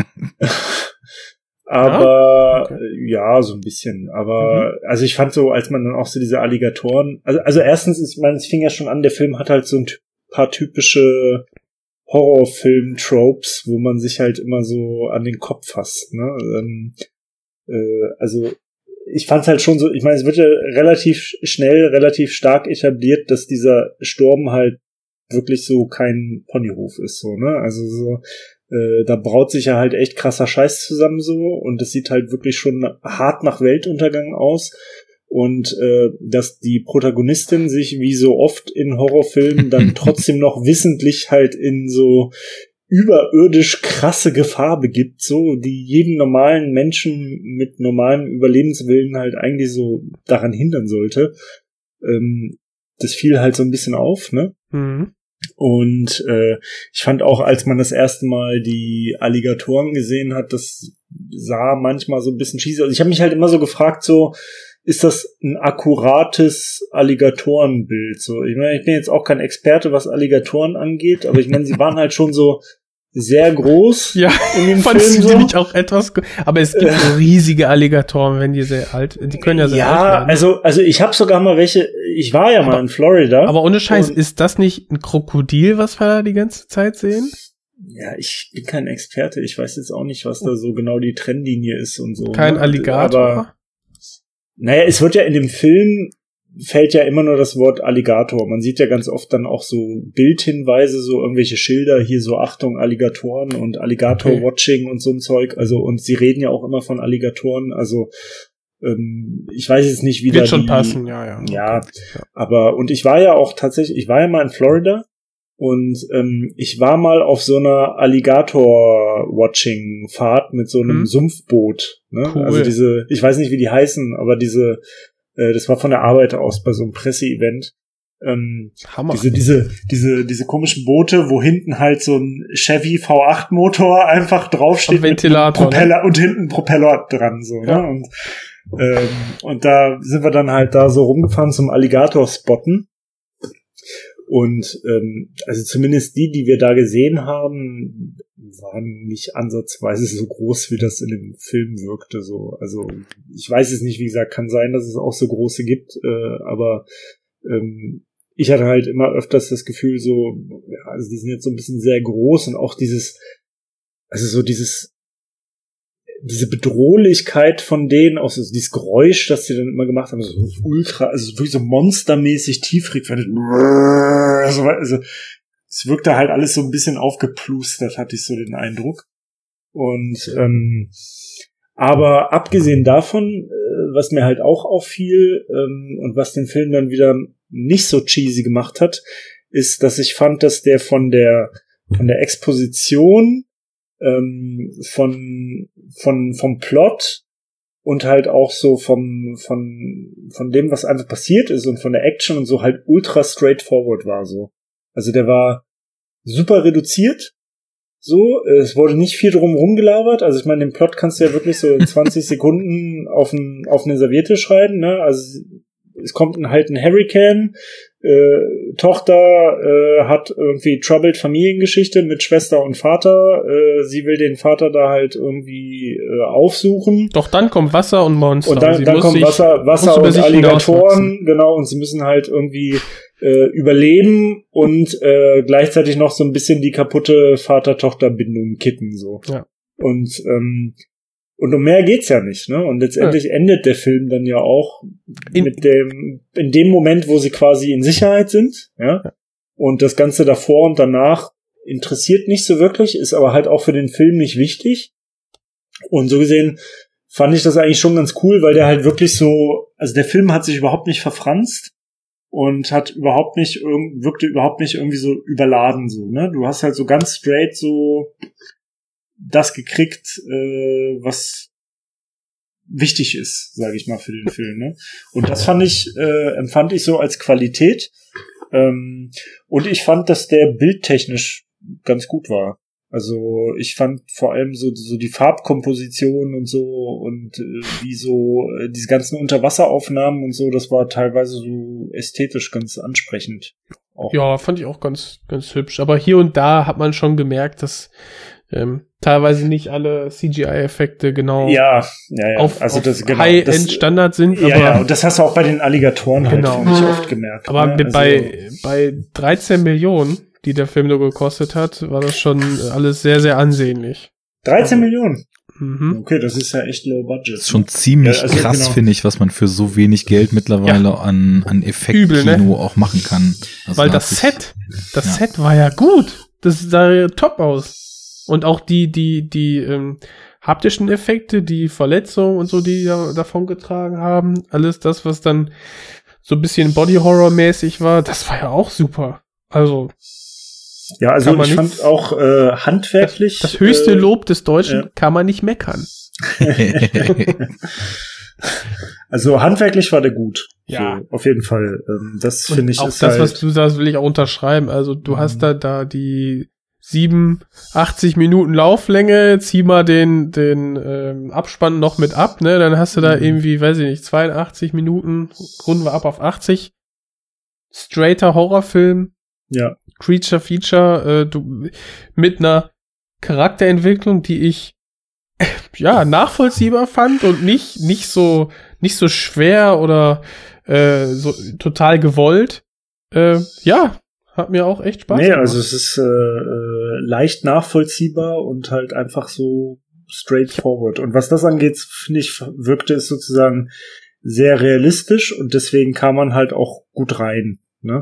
Speaker 3: Aber ja, so ein bisschen. Aber also ich fand so, als man dann auch so diese Alligatoren, also erstens, ich meine, es fing ja schon an, der Film hat halt so ein paar typische Horrorfilm-Tropes, wo man sich halt immer so an den Kopf fasst, ne? Also ich fand's halt schon so, ich meine, es wird ja relativ schnell, relativ stark etabliert, dass dieser Sturm halt wirklich so kein Ponyhof ist, so, ne? Also so, da braut sich ja halt echt krasser Scheiß zusammen so und das sieht halt wirklich schon hart nach Weltuntergang aus und dass die Protagonistin sich wie so oft in Horrorfilmen dann trotzdem noch wissentlich halt in so überirdisch krasse Gefahr begibt, so, die jeden normalen Menschen mit normalem Überlebenswillen halt eigentlich so daran hindern sollte. Das fiel halt so ein bisschen auf, ne? Und ich fand auch, als man das erste Mal die Alligatoren gesehen hat, das sah manchmal so ein bisschen cheesy aus. Ich habe mich halt immer so gefragt, so, ist das ein akkurates Alligatorenbild? So, ich meine, ich bin jetzt auch kein Experte, was Alligatoren angeht, aber ich meine, sie waren halt schon so sehr groß.
Speaker 1: Ja, in dem Film so. Nämlich auch etwas, aber es gibt so riesige Alligatoren, wenn die sehr alt, die können ja sehr alt werden.
Speaker 3: Also ich habe sogar mal welche, ich war ja mal in Florida.
Speaker 1: Aber ohne Scheiß, ist das nicht ein Krokodil, was wir da die ganze Zeit sehen?
Speaker 3: Ja, ich bin kein Experte, ich weiß jetzt auch nicht, was da so genau die Trennlinie ist und so.
Speaker 1: Kein Alligator?
Speaker 3: Aber, naja, es wird ja in dem Film fällt ja immer nur das Wort Alligator. Man sieht ja ganz oft dann auch so Bildhinweise, so irgendwelche Schilder, hier so Achtung, Alligatoren und Alligator-Watching und so ein Zeug. Also, und sie reden ja auch immer von Alligatoren, also ich weiß jetzt nicht, wie
Speaker 1: wird
Speaker 3: da
Speaker 1: schon passen, ja.
Speaker 3: Ja, aber, und ich war ja auch tatsächlich, ich war ja mal in Florida und ich war mal auf so einer Alligator-Watching-Fahrt mit so einem Sumpfboot. Ne?
Speaker 1: Cool.
Speaker 3: Also diese, ich weiß nicht, wie die heißen, aber diese das war von der Arbeit aus bei so einem Presseevent.
Speaker 1: Hammer.
Speaker 3: Diese komischen Boote, wo hinten halt so ein Chevy V8 Motor einfach draufsteht
Speaker 1: und Ventilator,
Speaker 3: mit Propeller, und hinten ein Propeller dran, so,
Speaker 1: ja.
Speaker 3: Ne? Und da sind wir dann halt da so rumgefahren zum Alligator-Spotten. Und also zumindest die wir da gesehen haben, waren nicht ansatzweise so groß, wie das in dem Film wirkte. So, also ich weiß es nicht, wie gesagt, kann sein, dass es auch so große gibt, aber ich hatte halt immer öfters das Gefühl, so, ja, also die sind jetzt so ein bisschen sehr groß und auch dieses diese Bedrohlichkeit von denen, auch so dieses Geräusch, das die dann immer gemacht haben, so ultra, also wirklich so monstermäßig tieffrequent. Also es wirkte halt alles so ein bisschen aufgeplustert, hatte ich so den Eindruck. Und aber abgesehen davon, was mir halt auch auffiel und was den Film dann wieder nicht so cheesy gemacht hat, ist, dass ich fand, dass der von der Exposition, vom Plot und halt auch so von dem, was einfach passiert ist und von der Action und so halt ultra straightforward war so. Also der war super reduziert. So, es wurde nicht viel drum rumgelabert. Also ich meine, den Plot kannst du ja wirklich so in 20 Sekunden auf eine Serviette schreiben, ne? Also es kommt halt ein Hurricane, Tochter hat irgendwie troubled Familiengeschichte mit Schwester und Vater. Sie will den Vater da halt irgendwie aufsuchen.
Speaker 1: Doch dann kommt Wasser und Monster.
Speaker 3: Und dann kommt Wasser und Alligatoren, genau, und sie müssen halt irgendwie überleben und gleichzeitig noch so ein bisschen die kaputte Vater-Tochter-Bindung kitten, so.
Speaker 1: Ja.
Speaker 3: Und um mehr geht's ja nicht, ne? Und letztendlich endet der Film dann ja auch in dem Moment, wo sie quasi in Sicherheit sind, ja? Und das Ganze davor und danach interessiert nicht so wirklich, ist aber halt auch für den Film nicht wichtig. Und so gesehen fand ich das eigentlich schon ganz cool, weil der halt wirklich so, also der Film hat sich überhaupt nicht verfranst und wirkte überhaupt nicht irgendwie so überladen, so, ne? Du hast halt so ganz straight so das gekriegt, was wichtig ist, sage ich mal, für den Film, ne? Und das empfand ich so als Qualität. Und ich fand, dass der bildtechnisch ganz gut war. Also ich fand vor allem so die Farbkomposition und so und wie so diese ganzen Unterwasseraufnahmen und so, das war teilweise so ästhetisch ganz ansprechend. Auch.
Speaker 1: Ja, fand ich auch ganz, ganz hübsch. Aber hier und da hat man schon gemerkt, dass teilweise nicht alle CGI-Effekte genau auf High-End-Standard sind.
Speaker 3: Aber und das hast du auch bei den Alligatoren halt nicht oft gemerkt.
Speaker 1: Aber
Speaker 3: ne?
Speaker 1: bei 13 Millionen, die der Film nur gekostet hat, war das schon alles sehr, sehr ansehnlich.
Speaker 3: 13 Millionen?
Speaker 1: Mhm.
Speaker 3: Okay, das ist ja echt low budget.
Speaker 2: Das ist schon ziemlich krass, finde ich, was man für so wenig Geld mittlerweile an Effektkino auch machen kann. Also
Speaker 1: weil das Set war ja gut. Das sah ja top aus. Und auch die haptischen Effekte, die Verletzungen und so, die davon getragen haben, alles das, was dann so ein bisschen Body-Horror-mäßig war, das war ja auch super. Also
Speaker 3: ja, also ich fand auch handwerklich
Speaker 1: das höchste Lob des Deutschen kann man nicht meckern.
Speaker 3: Also handwerklich war der gut.
Speaker 1: Ja.
Speaker 3: So, auf jeden Fall. Das finde ich
Speaker 1: auch
Speaker 3: ist
Speaker 1: das,
Speaker 3: halt,
Speaker 1: was du sagst, will ich auch unterschreiben. Also du hast da die 87 Minuten Lauflänge, zieh mal den Abspann noch mit ab, ne? Dann hast du da irgendwie, weiß ich nicht, 82 Minuten, runden wir ab auf 80. Straighter Horrorfilm.
Speaker 3: Ja.
Speaker 1: Creature Feature, mit einer Charakterentwicklung, die ich nachvollziehbar fand und nicht so schwer oder so total gewollt. Hat mir auch echt Spaß gemacht.
Speaker 3: Also es ist leicht nachvollziehbar und halt einfach so straightforward. Und was das angeht, finde ich, wirkte es sozusagen sehr realistisch und deswegen kam man halt auch gut rein. Ne?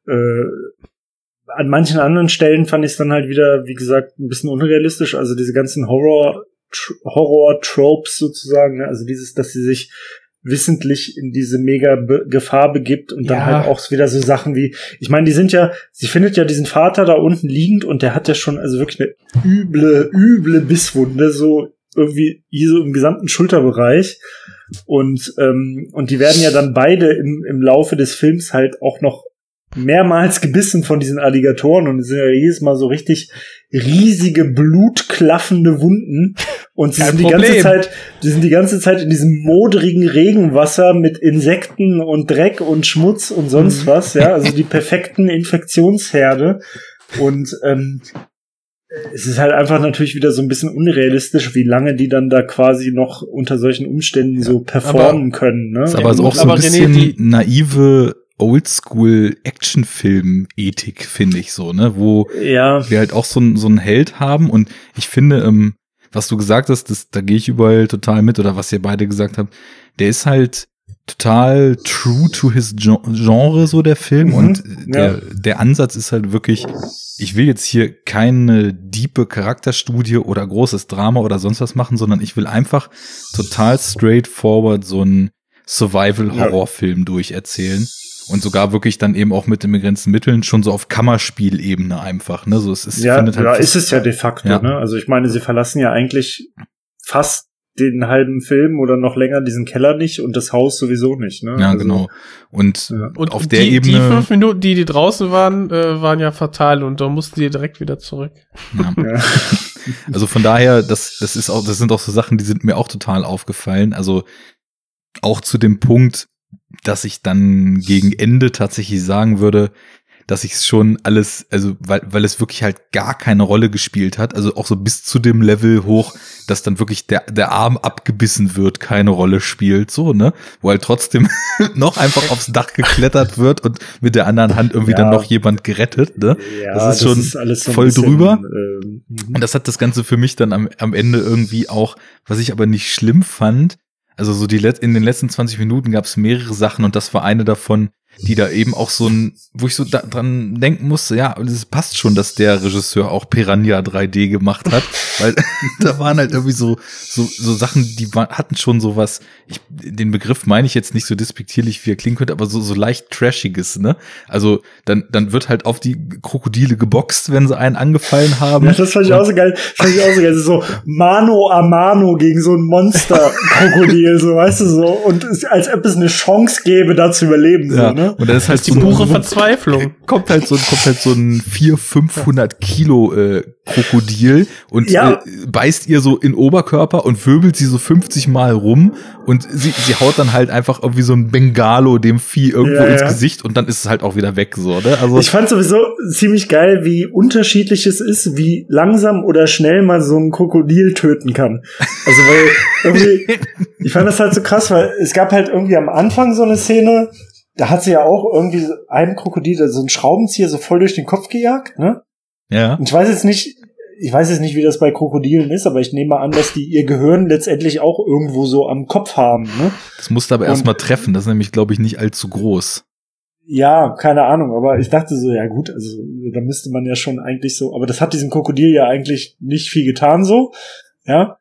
Speaker 3: An manchen anderen Stellen fand ich es dann halt wieder, wie gesagt, ein bisschen unrealistisch. Also diese ganzen Horror-Tropes sozusagen, ne? Also dieses, dass sie sich wissentlich in diese mega Gefahr begibt und dann halt auch wieder so Sachen wie, ich meine, sie findet ja diesen Vater da unten liegend und der hat ja schon also wirklich eine üble Bisswunde, so irgendwie hier so im gesamten Schulterbereich und die werden ja dann beide im Laufe des Films halt auch noch mehrmals gebissen von diesen Alligatoren und es sind ja jedes Mal so richtig riesige, blutklaffende Wunden und sie sind die ganze Zeit in diesem modrigen Regenwasser mit Insekten und Dreck und Schmutz und sonst was, ja, also die perfekten Infektionsherde und es ist halt einfach natürlich wieder so ein bisschen unrealistisch, wie lange die dann da quasi noch unter solchen Umständen so performen können, ne?
Speaker 2: Ist aber auch so ein bisschen naive Oldschool-Actionfilm-Ethik, finde ich so, ne, wo wir halt auch so einen Held haben und ich finde, was du gesagt hast, da gehe ich überall total mit, oder was ihr beide gesagt habt, der ist halt total true to his Genre, so der Film. Und der Ansatz ist halt wirklich, ich will jetzt hier keine diepe Charakterstudie oder großes Drama oder sonst was machen, sondern ich will einfach total straightforward so einen Survival-Horror-Film durcherzählen. Und sogar wirklich dann eben auch mit den begrenzten Mitteln schon so auf Kammerspielebene einfach, ne? So, es ist,
Speaker 3: ist es ja de facto, ne? Also ich meine, sie verlassen ja eigentlich fast den halben Film oder noch länger diesen Keller nicht und das Haus sowieso nicht, ne?
Speaker 2: Ja, also, genau. Und auf der Ebene.
Speaker 1: Die 5 Minuten, die draußen waren ja fatal und da mussten die direkt wieder zurück.
Speaker 2: Ja. Also von daher, das sind auch so Sachen, die sind mir auch total aufgefallen. Also auch zu dem Punkt, dass ich dann gegen Ende tatsächlich sagen würde, dass ich es schon alles, also weil es wirklich halt gar keine Rolle gespielt hat, also auch so bis zu dem Level hoch, dass dann wirklich der Arm abgebissen wird, keine Rolle spielt, so, ne, wo halt trotzdem noch einfach aufs Dach geklettert wird und mit der anderen Hand irgendwie dann noch jemand gerettet, ne, das ist alles so voll drüber. Und das hat das Ganze für mich dann am Ende irgendwie auch, was ich aber nicht schlimm fand, also so in den letzten 20 Minuten gab es mehrere Sachen und das war eine davon, die da eben auch so wo ich so dran denken musste, ja, es passt schon, dass der Regisseur auch Piranha 3D gemacht hat, weil da waren halt irgendwie so Sachen, die hatten schon sowas, den Begriff meine ich jetzt nicht so despektierlich, wie er klingen könnte, aber so leicht Trashiges, ne? Also dann wird halt auf die Krokodile geboxt, wenn sie einen angefallen haben.
Speaker 3: Ja, das fand ich auch so geil. So Mano a Mano gegen so ein Monster-Krokodil, so, weißt du, so, und als ob es eine Chance gäbe, da zu überleben, so, ne?
Speaker 2: Und das ist halt
Speaker 1: die pure Verzweiflung.
Speaker 2: Kommt halt so ein 400-500 Kilo Krokodil und beißt ihr so in Oberkörper und wirbelt sie so 50 Mal rum und sie haut dann halt einfach irgendwie so ein Bengalo dem Vieh irgendwo ins Gesicht und dann ist es halt auch wieder weg, so, ne? Also
Speaker 3: ich fand sowieso ziemlich geil, wie unterschiedlich es ist, wie langsam oder schnell man so ein Krokodil töten kann. Also weil irgendwie, ich fand das halt so krass, weil es gab halt irgendwie am Anfang so eine Szene, da hat sie ja auch irgendwie einem Krokodil so einen Schraubenzieher so voll durch den Kopf gejagt, ne?
Speaker 2: Ja.
Speaker 3: Und ich weiß jetzt nicht, wie das bei Krokodilen ist, aber ich nehme mal an, dass die ihr Gehirn letztendlich auch irgendwo so am Kopf haben, ne?
Speaker 2: Das musste aber erstmal treffen, das ist nämlich, glaube ich, nicht allzu groß.
Speaker 3: Ja, keine Ahnung, aber ich dachte so, ja gut, also da müsste man ja schon eigentlich so, aber das hat diesem Krokodil ja eigentlich nicht viel getan, so, ja.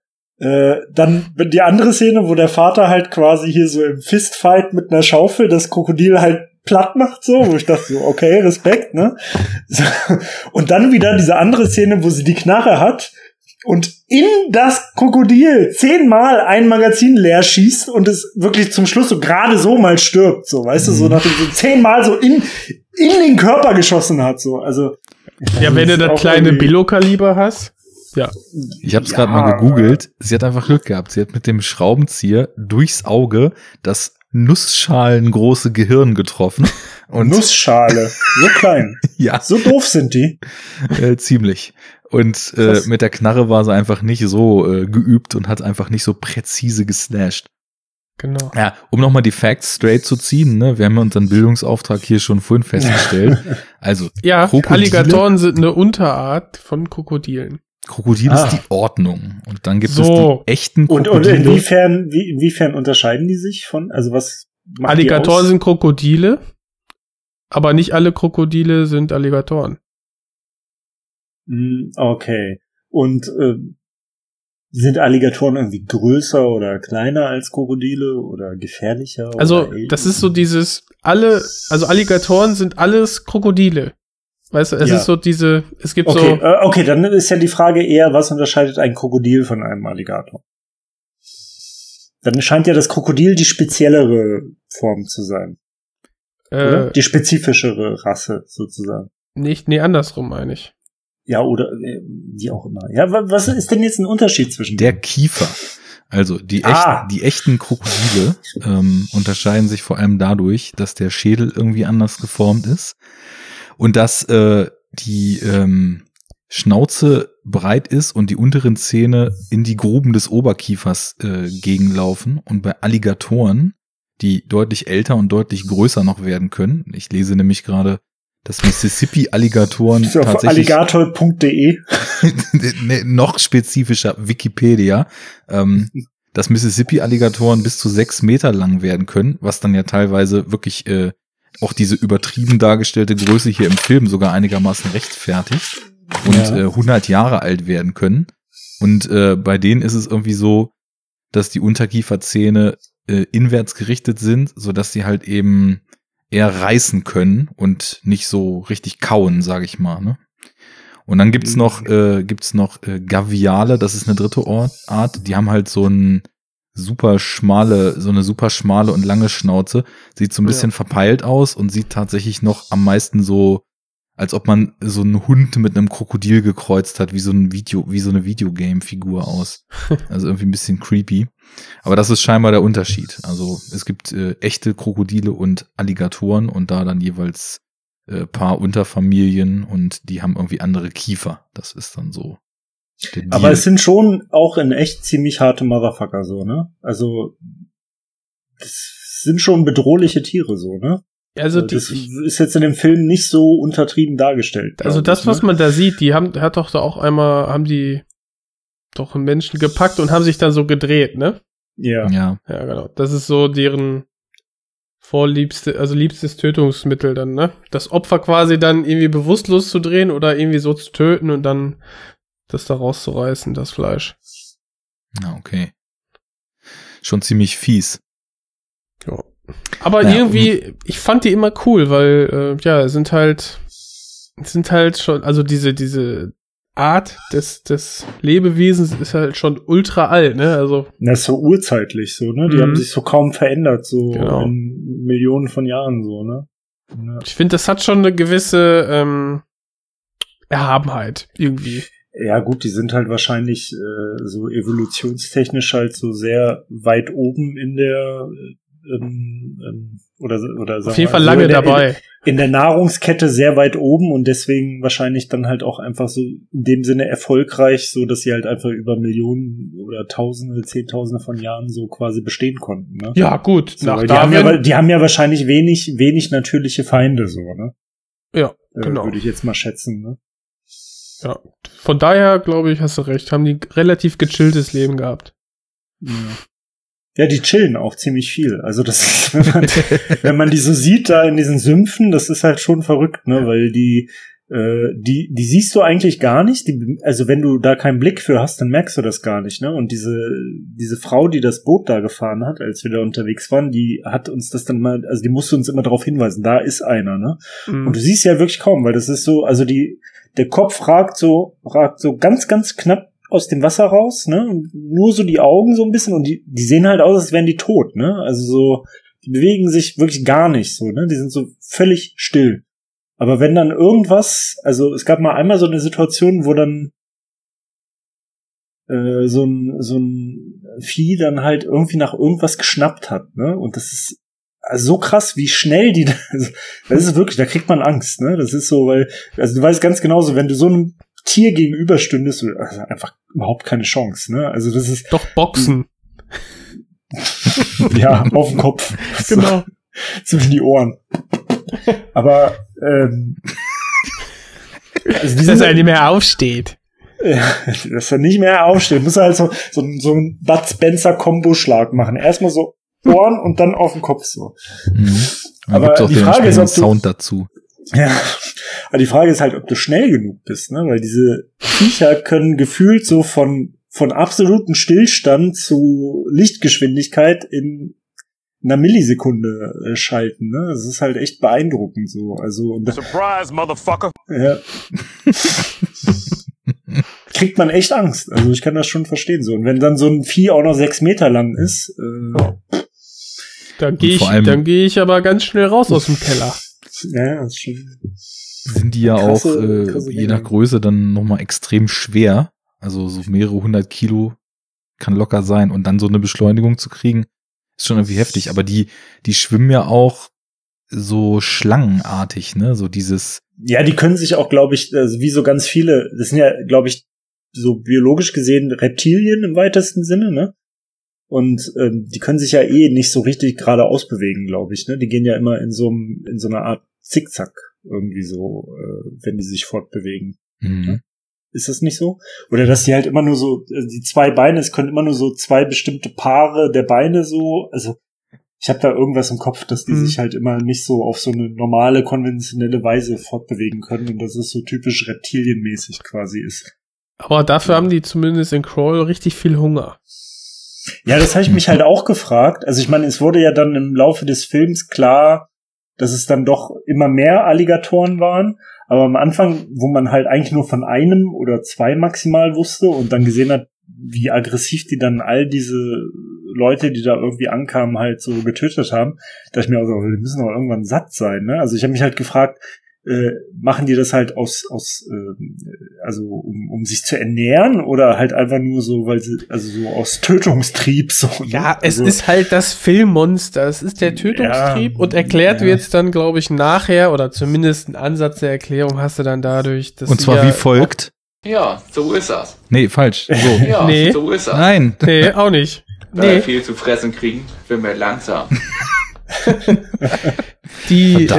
Speaker 3: Dann die andere Szene, wo der Vater halt quasi hier so im Fistfight mit einer Schaufel das Krokodil halt platt macht, so, wo ich dachte so, okay, Respekt, ne? So. Und dann wieder diese andere Szene, wo sie die Knarre hat und in das Krokodil 10-mal ein Magazin leer schießt und es wirklich zum Schluss so gerade so mal stirbt, so, weißt du, so nachdem so 10-mal so in den Körper geschossen hat, so, also.
Speaker 1: Ja, wenn du das kleine Billo-Kaliber hast. Ja.
Speaker 2: Ich habe es gerade mal gegoogelt. Sie hat einfach Glück gehabt. Sie hat mit dem Schraubenzieher durchs Auge das nussschalengroße Gehirn getroffen. Und
Speaker 3: Nussschale, so klein.
Speaker 2: Ja.
Speaker 3: So doof sind die.
Speaker 2: Ziemlich. Und mit der Knarre war sie einfach nicht so geübt und hat einfach nicht so präzise geslasht.
Speaker 1: Genau.
Speaker 2: Ja, um nochmal die Facts straight zu ziehen, ne? Wir haben ja unseren Bildungsauftrag hier schon vorhin festgestellt. Also,
Speaker 1: ja, Alligatoren sind eine Unterart von Krokodilen.
Speaker 2: Krokodil ist die Ordnung. Und dann gibt es die echten Krokodile.
Speaker 3: Und inwiefern unterscheiden die sich von, also was macht
Speaker 1: Alligatoren sind Krokodile, aber nicht alle Krokodile sind Alligatoren.
Speaker 3: Okay. Und sind Alligatoren irgendwie größer oder kleiner als Krokodile oder gefährlicher?
Speaker 1: Also, das ist so Alligatoren sind alles Krokodile. Weißt du, es ist so es gibt so.
Speaker 3: Okay, dann ist ja die Frage eher, was unterscheidet ein Krokodil von einem Alligator? Dann scheint ja das Krokodil die speziellere Form zu sein. Oder? Die spezifischere Rasse, sozusagen.
Speaker 1: Nee, andersrum meine ich.
Speaker 3: Ja, oder wie auch immer. Ja, was ist denn jetzt ein Unterschied zwischen
Speaker 2: der Kiefer? Also die echten Krokodile unterscheiden sich vor allem dadurch, dass der Schädel irgendwie anders geformt ist. Und dass die Schnauze breit ist und die unteren Zähne in die Gruben des Oberkiefers gegenlaufen. Und bei Alligatoren, die deutlich älter und deutlich größer noch werden können, ich lese nämlich gerade dass Mississippi-Alligatoren
Speaker 3: Ist auf
Speaker 2: tatsächlich
Speaker 3: alligator.de.
Speaker 2: nee, noch spezifischer Wikipedia, dass Mississippi-Alligatoren bis zu 6 Meter lang werden können, was dann ja teilweise wirklich auch diese übertrieben dargestellte Größe hier im Film sogar einigermaßen rechtfertigt und 100 Jahre alt werden können. Und bei denen ist es irgendwie so, dass die Unterkieferzähne inwärts gerichtet sind, sodass sie halt eben eher reißen können und nicht so richtig kauen, sage ich mal. Ne? Und dann gibt's noch Gaviale, das ist eine dritte Art. Die haben halt so eine super schmale und lange Schnauze. Sieht so ein bisschen verpeilt aus und sieht tatsächlich noch am meisten so, als ob man so einen Hund mit einem Krokodil gekreuzt hat, wie so eine Videogame-Figur aus. Also irgendwie ein bisschen creepy. Aber das ist scheinbar der Unterschied. Also es gibt echte Krokodile und Alligatoren und da dann jeweils paar Unterfamilien und die haben irgendwie andere Kiefer. Das ist dann so der Deal.
Speaker 3: Aber es sind schon auch in echt ziemlich harte Motherfucker so, ne? Also das sind schon bedrohliche Tiere so, ne?
Speaker 1: Also
Speaker 3: das ist jetzt in dem Film nicht so untertrieben dargestellt.
Speaker 1: Also das, was man da sieht, haben die doch einen Menschen gepackt und haben sich dann so gedreht, ne?
Speaker 3: Ja.
Speaker 1: Ja, genau. Das ist so deren liebstes Tötungsmittel dann, ne? Das Opfer quasi dann irgendwie bewusstlos zu drehen oder irgendwie so zu töten und dann das da rauszureißen, das Fleisch.
Speaker 2: Na, okay. Schon ziemlich fies.
Speaker 1: Ja. Aber irgendwie, ich fand die immer cool, weil, sind halt schon, also diese Art des Lebewesens ist halt schon ultra alt, ne, also.
Speaker 3: Das ist so urzeitlich, so, ne, die haben sich so kaum verändert, so
Speaker 1: genau.
Speaker 3: In Millionen von Jahren, so, ne. Ja.
Speaker 1: Ich finde, das hat schon eine gewisse, Erhabenheit, irgendwie.
Speaker 3: Ja, gut, die sind halt wahrscheinlich, so evolutionstechnisch halt so sehr weit oben in der, oder sagen
Speaker 1: auf jeden Fall lange dabei.
Speaker 3: In der Nahrungskette sehr weit oben und deswegen wahrscheinlich dann halt auch einfach so in dem Sinne erfolgreich, so dass sie halt einfach über Millionen oder Tausende, Zehntausende von Jahren so quasi bestehen konnten. Ne?
Speaker 1: Ja, gut.
Speaker 3: So, die haben ja wahrscheinlich wenig natürliche Feinde, so, ne? Ja, genau. Würde ich jetzt mal schätzen, ne?
Speaker 1: Ja, von daher, glaube ich, hast du recht, haben die relativ gechilltes Leben gehabt.
Speaker 3: Ja. Ja, die chillen auch ziemlich viel. Also das ist, wenn man die so sieht da in diesen Sümpfen, das ist halt schon verrückt, ne, weil die siehst du eigentlich gar nicht. Also wenn du da keinen Blick für hast, dann merkst du das gar nicht, ne? Und diese Frau, die das Boot da gefahren hat, als wir da unterwegs waren, die hat uns das dann mal, also die musste uns immer darauf hinweisen, da ist einer, ne? Mhm. Und du siehst ja wirklich kaum, weil das ist so, also der Kopf ragt so ganz, ganz knapp aus dem Wasser raus, ne? Und nur so die Augen so ein bisschen und die sehen halt aus, als wären die tot, ne? Also so, die bewegen sich wirklich gar nicht so, ne? Die sind so völlig still. Aber wenn dann irgendwas, also es gab mal einmal so eine Situation, wo dann so ein Vieh dann halt irgendwie nach irgendwas geschnappt hat, ne? Und das ist also so krass, wie schnell die, das ist wirklich, da kriegt man Angst, ne? Das ist so, weil, also du weißt ganz genauso, wenn du so einem Tier gegenüberstündest, also einfach überhaupt keine Chance, ne? Also das ist
Speaker 1: doch Boxen.
Speaker 3: Ja, auf dem Kopf.
Speaker 1: Genau.
Speaker 3: Zwischen die Ohren. Aber
Speaker 1: also dass er nicht mehr aufsteht.
Speaker 3: Ja, dass er nicht mehr aufsteht. Muss er halt so einen Bud Spencer-Kombo-Schlag machen. Erstmal so Ohren und dann auf den Kopf so.
Speaker 2: Mhm.
Speaker 3: Aber die Frage ist, ob du
Speaker 2: Sound dazu.
Speaker 3: Ja, aber die Frage ist halt, ob du schnell genug bist, ne? Weil diese Viecher können gefühlt so von absoluten Stillstand zu Lichtgeschwindigkeit in einer Millisekunde schalten, ne? Das ist halt echt beeindruckend so. Also und
Speaker 7: Surprise, Motherfucker!
Speaker 3: Ja. Kriegt man echt Angst. Also ich kann das schon verstehen so. Und wenn dann so ein Vieh auch noch 6 Meter lang ist,
Speaker 1: dann gehe ich aber ganz schnell raus aus dem Keller.
Speaker 3: Ja, das ist schon.
Speaker 2: Sind die ja krasse, auch je nach Größe dann nochmal extrem schwer. Also so mehrere 100 Kilo kann locker sein. Und dann so eine Beschleunigung zu kriegen, ist schon irgendwie heftig. Aber die schwimmen ja auch so schlangenartig, ne? So dieses.
Speaker 3: Ja, die können sich auch, glaube ich, also wie so ganz viele, das sind ja, glaube ich, so biologisch gesehen Reptilien im weitesten Sinne, ne? Und die können sich ja eh nicht so richtig geradeaus bewegen, glaube ich, ne? Die gehen ja immer in so einer Art Zickzack irgendwie so, wenn die sich fortbewegen.
Speaker 2: Mhm.
Speaker 3: Ist das nicht so? Oder dass die halt immer nur so, die zwei Beine, es können immer nur so zwei bestimmte Paare der Beine so, also ich habe da irgendwas im Kopf, dass die sich halt immer nicht so auf so eine normale, konventionelle Weise fortbewegen können und dass es so typisch reptilienmäßig quasi ist.
Speaker 1: Aber dafür haben die zumindest in Crawl richtig viel Hunger.
Speaker 3: Ja, das habe ich mich halt auch gefragt. Also ich meine, es wurde ja dann im Laufe des Films klar, dass es dann doch immer mehr Alligatoren waren. Aber am Anfang, wo man halt eigentlich nur von einem oder zwei maximal wusste und dann gesehen hat, wie aggressiv die dann all diese Leute, die da irgendwie ankamen, halt so getötet haben, dachte ich mir auch so, die müssen doch irgendwann satt sein, ne? Also ich habe mich halt gefragt, machen die das halt also um sich zu ernähren oder halt einfach nur so, weil sie, also so aus Tötungstrieb so. Ne?
Speaker 1: Ja, es ist halt das Filmmonster, es ist der Tötungstrieb und erklärt wird's dann, glaube ich, nachher oder zumindest ein Ansatz der Erklärung hast du dann dadurch, dass
Speaker 2: und zwar wie folgt.
Speaker 4: Ja, so ist das.
Speaker 2: Nee, falsch. So.
Speaker 4: Ja,
Speaker 1: Nee.
Speaker 4: so ist das.
Speaker 2: Nein.
Speaker 1: Nee, auch nicht.
Speaker 4: Wenn wir
Speaker 1: Nee,
Speaker 4: viel zu fressen kriegen, werden wir langsam.
Speaker 1: die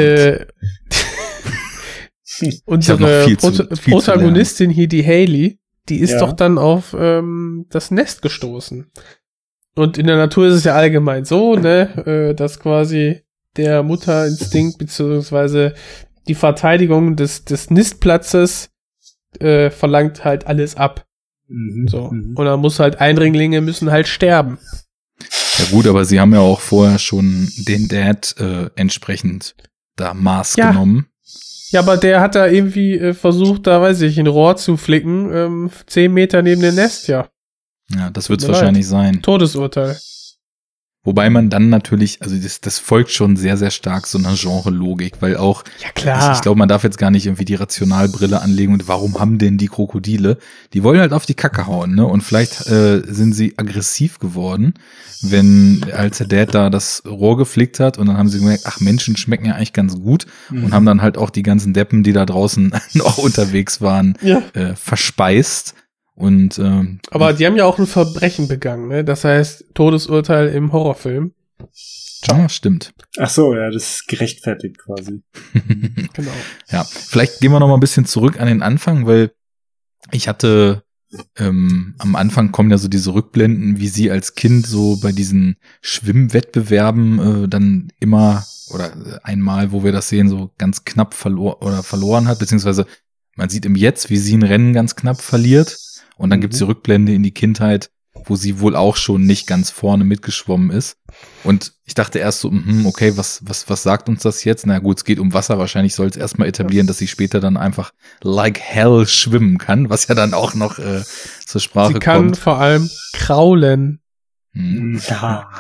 Speaker 2: Ich hab
Speaker 1: unsere
Speaker 2: noch viel zu
Speaker 1: Protagonistin hier, die Hailey, die ist
Speaker 3: Ja.
Speaker 1: doch dann auf das Nest gestoßen. Und in der Natur ist es ja allgemein so, ne, dass quasi der Mutterinstinkt beziehungsweise die Verteidigung des Nistplatzes verlangt halt alles ab. So. Und dann muss halt Eindringlinge müssen halt sterben.
Speaker 2: Ja gut, aber sie haben ja auch vorher schon den Dad entsprechend da Maß genommen.
Speaker 1: Ja, aber der hat da irgendwie versucht, da weiß ich, ein Rohr zu flicken, 10 Meter neben dem Nest, ja.
Speaker 2: Ja, das wird's
Speaker 1: Tut mir
Speaker 2: wahrscheinlich sein.
Speaker 1: Todesurteil.
Speaker 2: Wobei man dann natürlich, also das folgt schon sehr, sehr stark so einer Genre-Logik, weil auch,
Speaker 1: Ja, klar.
Speaker 2: ich glaube, man darf jetzt gar nicht irgendwie die Rationalbrille anlegen und warum haben denn die Krokodile? Die wollen halt auf die Kacke hauen, ne? Und vielleicht sind sie aggressiv geworden, als der Dad da das Rohr geflickt hat und dann haben sie gemerkt, ach, Menschen schmecken ja eigentlich ganz gut und haben dann halt auch die ganzen Deppen, die da draußen noch unterwegs waren, verspeist. Und
Speaker 1: Aber die haben ja auch ein Verbrechen begangen, ne? Das heißt, Todesurteil im Horrorfilm.
Speaker 2: ja, stimmt.
Speaker 3: Ach so, ja, das ist gerechtfertigt quasi.
Speaker 1: Genau.
Speaker 2: Ja, vielleicht gehen wir noch mal ein bisschen zurück an den Anfang, weil ich hatte am Anfang kommen ja so diese Rückblenden, wie sie als Kind so bei diesen Schwimmwettbewerben dann immer oder einmal, wo wir das sehen, so ganz knapp verloren hat, beziehungsweise man sieht im Jetzt, wie sie ein Rennen ganz knapp verliert und dann gibt's die Rückblende in die Kindheit, wo sie wohl auch schon nicht ganz vorne mitgeschwommen ist. Und ich dachte erst so, okay, was sagt uns das jetzt? Na gut, es geht um Wasser, wahrscheinlich soll es erstmal etablieren, dass sie später dann einfach like hell schwimmen kann, was ja dann auch noch zur Sprache kommt.
Speaker 1: Sie kann vor allem kraulen.
Speaker 3: Ja.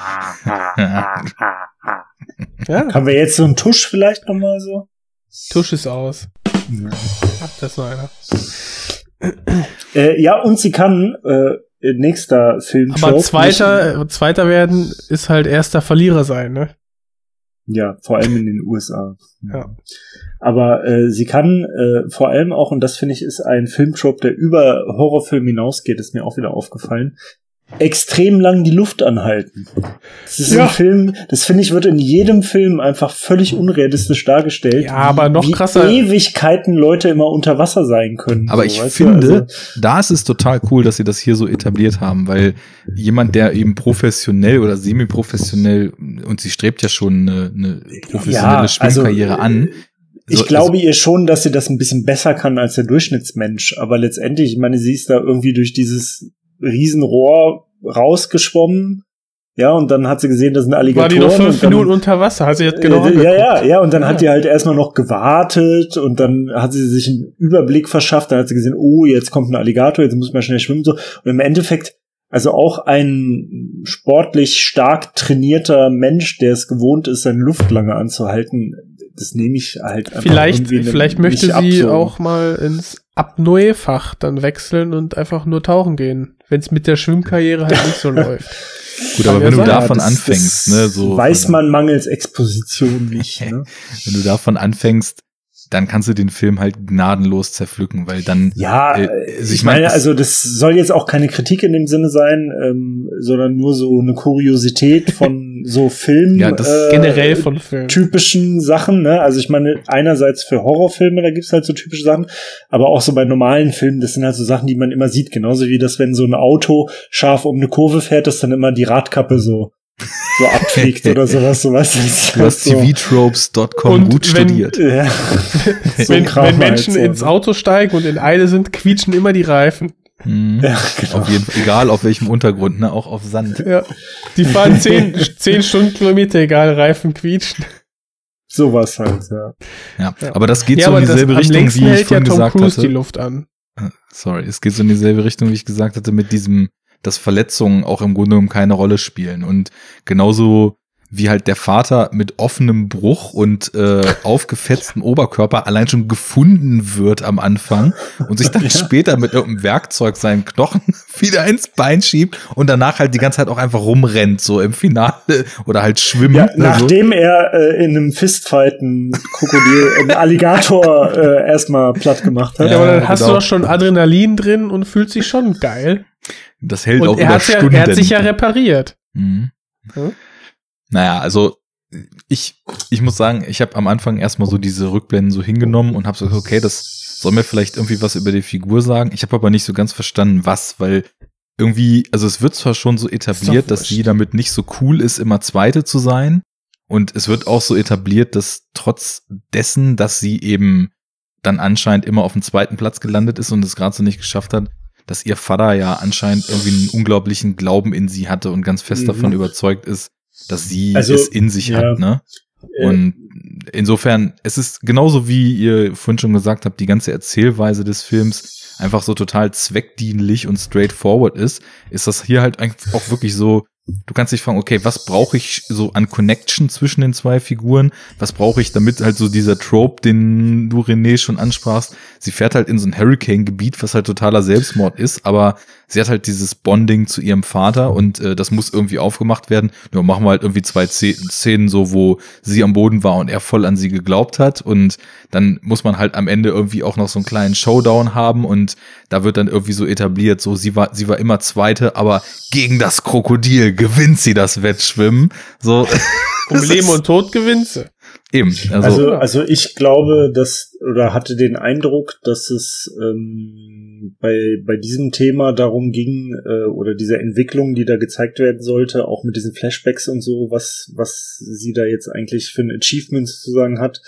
Speaker 1: Ja,
Speaker 3: Haben wir jetzt so einen Tusch vielleicht nochmal so?
Speaker 1: Tusch ist aus. Ach, das ist noch einer.
Speaker 3: Ja, und sie kann, nächster Film.
Speaker 1: Aber Zweiter werden ist halt erster Verlierer sein, ne?
Speaker 3: Ja, vor allem in den USA.
Speaker 1: Ja.
Speaker 3: Aber sie kann vor allem auch, und das finde ich ist ein Filmtrope, der über Horrorfilm hinausgeht, ist mir auch wieder aufgefallen, extrem lang die Luft anhalten. Das ist ein Film, das finde ich, wird in jedem Film einfach völlig unrealistisch dargestellt.
Speaker 1: Ja, aber noch
Speaker 3: wie
Speaker 1: krasser.
Speaker 3: Ewigkeiten Leute immer unter Wasser sein können.
Speaker 2: Aber
Speaker 3: so,
Speaker 2: ich
Speaker 3: weißt du?
Speaker 2: finde,
Speaker 3: Also,
Speaker 2: da ist es total cool, dass sie das hier so etabliert haben, weil jemand, der eben professionell oder semi-professionell, und sie strebt ja schon eine professionelle Schwimmkarriere an.
Speaker 3: Ich glaube ihr schon, dass sie das ein bisschen besser kann als der Durchschnittsmensch. Aber letztendlich, ich meine, sie ist da irgendwie durch dieses Riesenrohr rausgeschwommen. Ja, und dann hat sie gesehen, das sind Alligatoren.
Speaker 1: War die noch 5
Speaker 3: und dann,
Speaker 1: Minuten unter Wasser? Hat sie jetzt genau angeguckt.
Speaker 3: Ja, und dann hat die halt erstmal noch gewartet und dann hat sie sich einen Überblick verschafft. Dann hat sie gesehen, oh, jetzt kommt ein Alligator, jetzt muss man schnell schwimmen. So. Und im Endeffekt, also auch ein sportlich stark trainierter Mensch, der es gewohnt ist, seine Luft lange anzuhalten, das nehme ich halt einfach
Speaker 1: Vielleicht möchte sie auch mal ins Apnoe-Fach dann wechseln und einfach nur tauchen gehen, wenn es mit der Schwimmkarriere halt nicht so läuft.
Speaker 2: Gut, aber wenn du davon anfängst, ne, so
Speaker 3: weiß man mangels Exposition nicht. Ne?
Speaker 2: Wenn du davon anfängst, dann kannst du den Film halt gnadenlos zerpflücken, weil dann
Speaker 3: ich meine, also das soll jetzt auch keine Kritik in dem Sinne sein, sondern nur so eine Kuriosität von so Film,
Speaker 2: Ja, das
Speaker 1: generell von Filmen.
Speaker 3: typischen Sachen, ne? Also ich meine, einerseits für Horrorfilme, da gibt's halt so typische Sachen, aber auch so bei normalen Filmen, das sind halt so Sachen, die man immer sieht, genauso wie das, wenn so ein Auto scharf um eine Kurve fährt, dass dann immer die Radkappe so abfliegt oder sowas, so weißt du.
Speaker 2: Du hast
Speaker 3: so.
Speaker 2: tvtropes.com gut studiert.
Speaker 3: Ja. So
Speaker 1: Wenn
Speaker 3: Kram
Speaker 1: Menschen
Speaker 3: halt so,
Speaker 1: ins Auto steigen und in Eile sind, quietschen immer die Reifen.
Speaker 3: Ja, genau.
Speaker 2: Auf jeden Fall, egal auf welchem Untergrund, ne, auch auf Sand.
Speaker 1: Ja. Die fahren 10 Stundenkilometer, egal, Reifen quietschen.
Speaker 3: Sowas halt, ja.
Speaker 2: Ja, aber das geht
Speaker 1: Ja,
Speaker 2: so
Speaker 1: aber
Speaker 2: in dieselbe
Speaker 1: am
Speaker 2: Richtung,
Speaker 1: längsten
Speaker 2: wie ich
Speaker 1: hält ja
Speaker 2: vorhin
Speaker 1: Tom
Speaker 2: gesagt
Speaker 1: Cruise die
Speaker 2: hatte.
Speaker 1: Luft an.
Speaker 2: Sorry, es geht so in dieselbe Richtung, wie ich gesagt hatte, mit diesem, dass Verletzungen auch im Grunde genommen keine Rolle spielen. Und genauso wie halt der Vater mit offenem Bruch und aufgefetztem Oberkörper allein schon gefunden wird am Anfang und sich dann später mit irgendeinem Werkzeug seinen Knochen wieder ins Bein schiebt und danach halt die ganze Zeit auch einfach rumrennt, so im Finale oder halt schwimmt.
Speaker 3: Ja,
Speaker 2: also.
Speaker 3: nachdem er in einem Fistfight einen Krokodil, einen Alligator erstmal platt gemacht hat.
Speaker 1: Ja, aber dann hast
Speaker 2: genau.
Speaker 1: du doch schon Adrenalin drin und fühlt sich schon geil.
Speaker 2: Das hält
Speaker 1: Und
Speaker 2: auch
Speaker 1: er
Speaker 2: über
Speaker 1: hat sich ja repariert.
Speaker 2: Mhm.
Speaker 1: Hm?
Speaker 2: Naja, also ich muss sagen, ich habe am Anfang erstmal so diese Rückblenden so hingenommen und habe so, okay, das soll mir vielleicht irgendwie was über die Figur sagen. Ich habe aber nicht so ganz verstanden, was, weil irgendwie, also es wird zwar schon so etabliert, dass sie damit nicht so cool ist, immer Zweite zu sein. Und es wird auch so etabliert, dass trotz dessen, dass sie eben dann anscheinend immer auf dem zweiten Platz gelandet ist und es gerade so nicht geschafft hat, dass ihr Vater ja anscheinend irgendwie einen unglaublichen Glauben in sie hatte und ganz fest davon überzeugt ist, dass sie es in sich hat, ne? Und insofern, es ist genauso wie ihr vorhin schon gesagt habt, die ganze Erzählweise des Films einfach so total zweckdienlich und straightforward ist das hier halt eigentlich auch wirklich so, du kannst dich fragen, okay, was brauche ich so an Connection zwischen den zwei Figuren? Was brauche ich, damit halt so dieser Trope, den du René schon ansprachst, sie fährt halt in so ein Hurricane-Gebiet, was halt totaler Selbstmord ist, aber sie hat halt dieses Bonding zu ihrem Vater und das muss irgendwie aufgemacht werden. Ja, machen wir halt irgendwie 2 Szenen so, wo sie am Boden war und er voll an sie geglaubt hat und dann muss man halt am Ende irgendwie auch noch so einen kleinen Showdown haben und da wird dann irgendwie so etabliert, so sie war immer Zweite, aber gegen das Krokodil gewinnt sie das Wettschwimmen. So.
Speaker 1: Um Leben und Tod gewinnt sie.
Speaker 2: Eben.
Speaker 3: Also ich glaube, oder hatte den Eindruck, dass es bei diesem Thema darum ging, oder dieser Entwicklung, die da gezeigt werden sollte, auch mit diesen Flashbacks und so, was sie da jetzt eigentlich für ein Achievement sozusagen hat,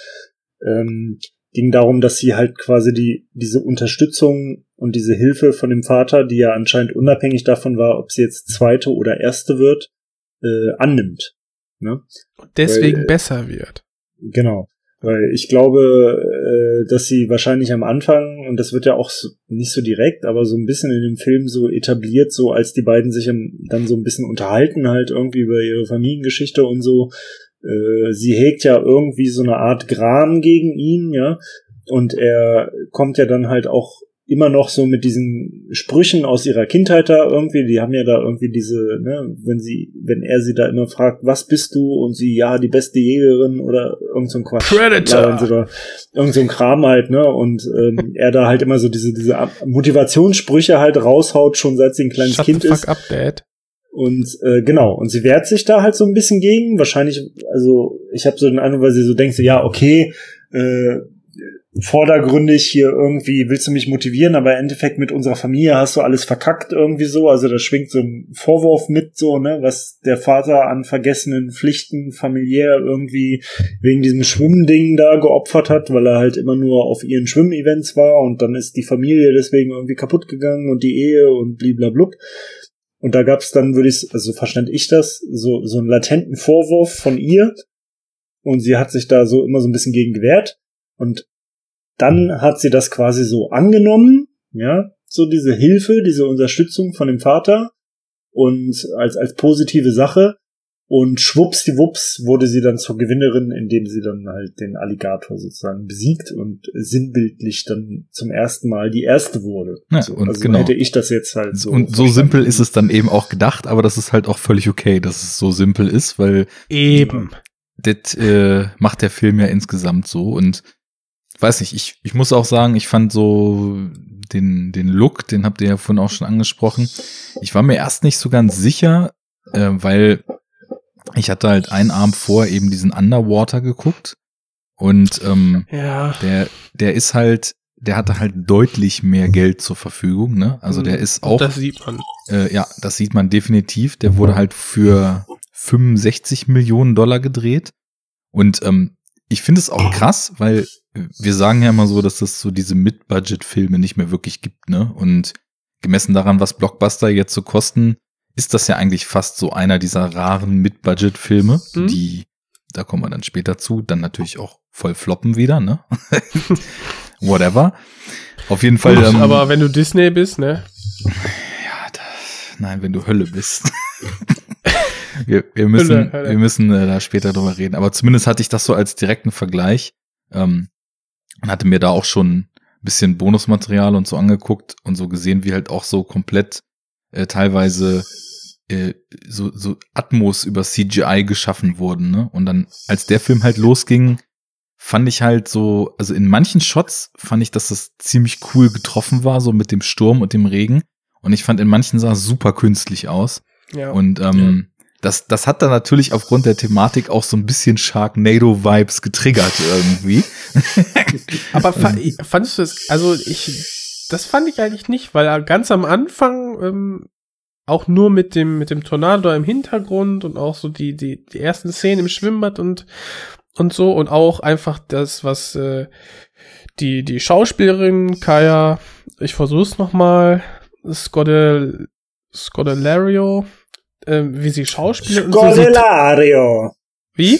Speaker 3: ging darum, dass sie halt quasi diese Unterstützung und diese Hilfe von dem Vater, die ja anscheinend unabhängig davon war, ob sie jetzt Zweite oder Erste wird, annimmt. Ne?
Speaker 1: Deswegen besser wird.
Speaker 3: Genau. Weil ich glaube, dass sie wahrscheinlich am Anfang, und das wird ja auch nicht so direkt, aber so ein bisschen in dem Film so etabliert, so als die beiden sich dann so ein bisschen unterhalten, halt irgendwie über ihre Familiengeschichte und so. Sie hegt ja irgendwie so eine Art Gram gegen ihn, ja. Und er kommt ja dann halt auch immer noch so mit diesen Sprüchen aus ihrer Kindheit da irgendwie, die haben ja da irgendwie diese, ne, wenn er sie da immer fragt, was bist du? Und sie, ja, die beste Jägerin oder irgend so ein Quatsch.
Speaker 1: Predator!
Speaker 3: Oder irgend so ein Kram halt, ne, und er da halt immer so diese Motivationssprüche halt raushaut, schon seit sie ein kleines
Speaker 1: Shut
Speaker 3: Kind
Speaker 1: the fuck
Speaker 3: ist.
Speaker 1: Up, Dad.
Speaker 3: Und genau, und sie wehrt sich da halt so ein bisschen gegen, wahrscheinlich, also ich habe so den Eindruck, weil sie so denkt, so, ja, okay, vordergründig hier irgendwie willst du mich motivieren, aber im Endeffekt mit unserer Familie hast du alles verkackt irgendwie so, also da schwingt so ein Vorwurf mit so, ne, was der Vater an vergessenen Pflichten familiär irgendwie wegen diesem Schwimmding da geopfert hat, weil er halt immer nur auf ihren Schwimmevents war und dann ist die Familie deswegen irgendwie kaputt gegangen und die Ehe und bliblablub. Und da gab's dann, also verstand ich das, so einen latenten Vorwurf von ihr und sie hat sich da so immer so ein bisschen gegen gewehrt und dann hat sie das quasi so angenommen, ja, so diese Hilfe, diese Unterstützung von dem Vater und als positive Sache und schwuppsdiwupps wurde sie dann zur Gewinnerin, indem sie dann halt den Alligator sozusagen besiegt und sinnbildlich dann zum ersten Mal die Erste wurde.
Speaker 2: Ja,
Speaker 3: so,
Speaker 2: und
Speaker 3: also
Speaker 2: genau.
Speaker 3: hätte ich das jetzt halt so.
Speaker 2: Und so simpel ist es dann eben auch gedacht, aber das ist halt auch völlig okay, dass es so simpel ist, weil
Speaker 1: Eben.
Speaker 2: Das macht der Film ja insgesamt so und weiß nicht, ich muss auch sagen, ich fand so den Look, den habt ihr ja vorhin auch schon angesprochen. Ich war mir erst nicht so ganz sicher, weil Ich hatte halt einen Abend vor eben diesen Underwater geguckt und der ist halt, der hatte halt deutlich mehr Geld zur Verfügung, ne? Also der ist auch.
Speaker 1: Das sieht man.
Speaker 2: Ja, das sieht man definitiv. Der wurde halt für 65 Millionen Dollar gedreht. Und ich finde es auch krass, weil wir sagen ja immer so, dass es so diese Mid-Budget-Filme nicht mehr wirklich gibt, ne? Und gemessen daran, was Blockbuster jetzt so kosten, ist das ja eigentlich fast so einer dieser raren Mid-Budget-Filme, die, da kommen wir dann später zu, dann natürlich auch voll floppen wieder, ne? Whatever. Auf jeden Fall.
Speaker 1: Gut, aber wenn du Disney bist, ne?
Speaker 2: Ja, nein, wenn du Hölle bist. wir müssen da später drüber reden. Aber zumindest hatte ich das so als direkten Vergleich und hatte mir da auch schon ein bisschen Bonusmaterial und so angeguckt und so gesehen, wie halt auch so komplett teilweise so Atmos über CGI geschaffen wurden, ne? Und dann, als der Film halt losging, fand ich halt so, also in manchen Shots fand ich, dass das ziemlich cool getroffen war, so mit dem Sturm und dem Regen. Und ich fand, in manchen sah es super künstlich aus. Ja. Und das hat dann natürlich aufgrund der Thematik auch so ein bisschen Sharknado-Vibes getriggert irgendwie.
Speaker 1: Aber fandest du das, also das fand ich eigentlich nicht, weil ganz am Anfang auch nur mit dem Tornado im Hintergrund und auch so die ersten Szenen im Schwimmbad und so und auch einfach das, was die Schauspielerin Kaya, ich versuch's nochmal, Scodelario, wie sie schauspielt.
Speaker 3: Scodelario.
Speaker 1: Wie?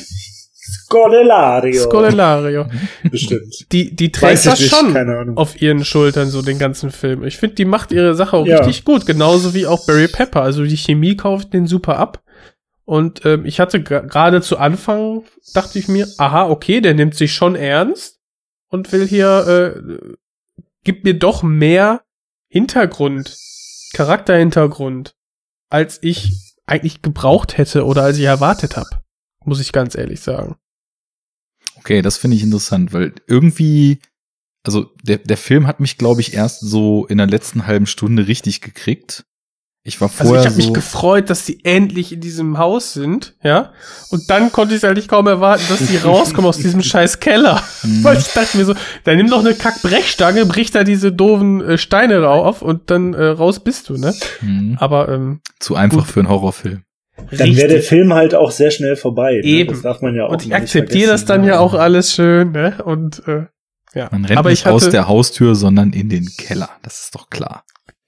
Speaker 1: Scodelario.
Speaker 3: Bestimmt.
Speaker 1: Die trägt das schon auf ihren Schultern so den ganzen Film. Ich finde, die macht ihre Sache auch richtig gut. Genauso wie auch Barry Pepper. Also die Chemie kauft den super ab. Und ich hatte gerade zu Anfang, dachte ich mir, aha, okay, der nimmt sich schon ernst und will hier, gibt mir doch mehr Hintergrund, Charakterhintergrund, als ich eigentlich gebraucht hätte oder als ich erwartet habe. Muss ich ganz ehrlich sagen.
Speaker 2: Okay, das finde ich interessant, weil irgendwie, also der Film hat mich, glaube ich, erst so in der letzten halben Stunde richtig gekriegt. Ich war vorher
Speaker 1: ich habe mich gefreut, dass die endlich in diesem Haus sind, ja. Und dann konnte ich es eigentlich kaum erwarten, dass die rauskommen aus diesem scheiß Keller. Weil ich dachte mir so, dann nimm doch eine Kackbrechstange, brich da diese doofen Steine auf und dann raus bist du, ne? Aber
Speaker 2: zu einfach für einen Horrorfilm.
Speaker 3: Dann wäre der Film halt auch sehr schnell vorbei.
Speaker 1: Eben.
Speaker 3: Ne? Das darf man ja auch
Speaker 1: und ich akzeptiere das dann ja auch alles schön, ne? Und ja.
Speaker 2: Man rennt nicht aus der Haustür, sondern in den Keller. Das ist doch klar.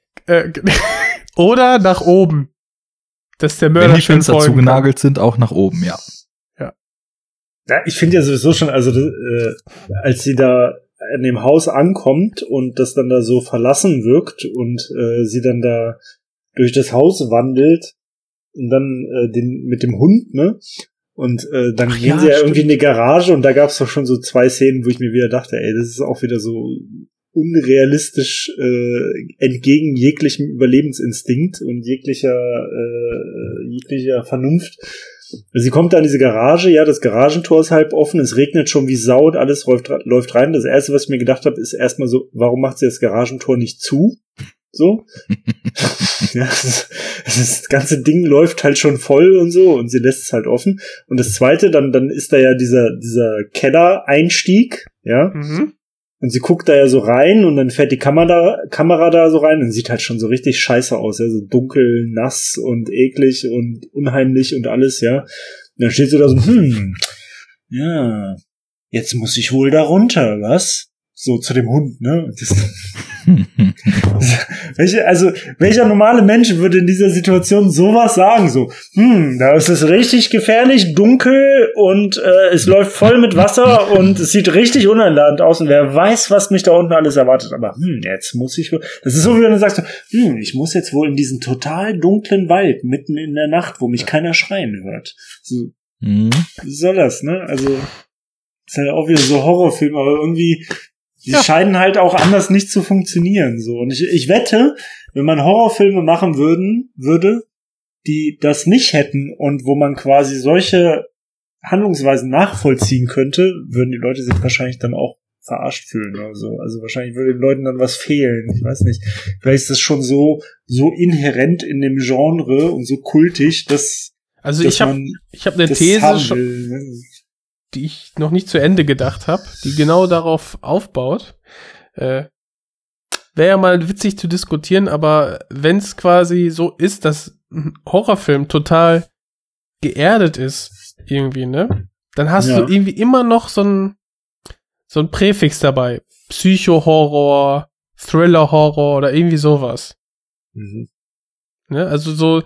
Speaker 1: Oder nach oben. Dass der Mörder
Speaker 2: wenn die Fenster zugenagelt sind, auch nach oben, ja.
Speaker 3: Ja, ich finde ja sowieso schon, also als sie da in dem Haus ankommt und das dann da so verlassen wirkt und sie dann da durch das Haus wandelt und dann mit dem Hund, ne? Und dann gehen sie ja irgendwie in die Garage und da gab's doch schon so 2 Szenen, wo ich mir wieder dachte, ey, das ist auch wieder so unrealistisch entgegen jeglichem Überlebensinstinkt und jeglicher Vernunft. Sie kommt da in diese Garage, ja, das Garagentor ist halb offen, es regnet schon wie Sau und alles läuft rein. Das Erste, was ich mir gedacht habe, ist erstmal so, warum macht sie das Garagentor nicht zu? So. Ja, das ganze Ding läuft halt schon voll und so und sie lässt es halt offen. Und das Zweite, dann ist da ja dieser Keller-Einstieg, ja. Und sie guckt da ja so rein und dann fährt die Kamera da so rein und sieht halt schon so richtig scheiße aus, ja, so dunkel, nass und eklig und unheimlich und alles, ja. Und dann steht sie da so, ja, jetzt muss ich wohl da runter, was? So zu dem Hund, ne? Welcher normale Mensch würde in dieser Situation sowas sagen? So, da ist es richtig gefährlich, dunkel und es läuft voll mit Wasser und es sieht richtig uneinladend aus und wer weiß, was mich da unten alles erwartet. Aber jetzt muss ich wohl. Das ist so, wie wenn du sagst, ich muss jetzt wohl in diesen total dunklen Wald mitten in der Nacht, wo mich keiner schreien hört. So, wie soll das, ne? Also ist halt auch wieder so Horrorfilm, aber irgendwie die scheinen halt auch anders nicht zu funktionieren, so. Und ich wette, wenn man Horrorfilme machen würde, die das nicht hätten und wo man quasi solche Handlungsweisen nachvollziehen könnte, würden die Leute sich wahrscheinlich dann auch verarscht fühlen oder so. Also wahrscheinlich würde den Leuten dann was fehlen. Ich weiß nicht. Vielleicht ist das schon so inhärent in dem Genre und so kultig, dass
Speaker 1: Also ich hab eine These, die ich noch nicht zu Ende gedacht habe, die genau darauf aufbaut. Wäre ja mal witzig zu diskutieren, aber wenn es quasi so ist, dass ein Horrorfilm total geerdet ist, irgendwie, ne? Dann hast du irgendwie immer noch so ein Präfix dabei. Psycho-Horror, Thriller-Horror oder irgendwie sowas. Mhm. Ne? Also so,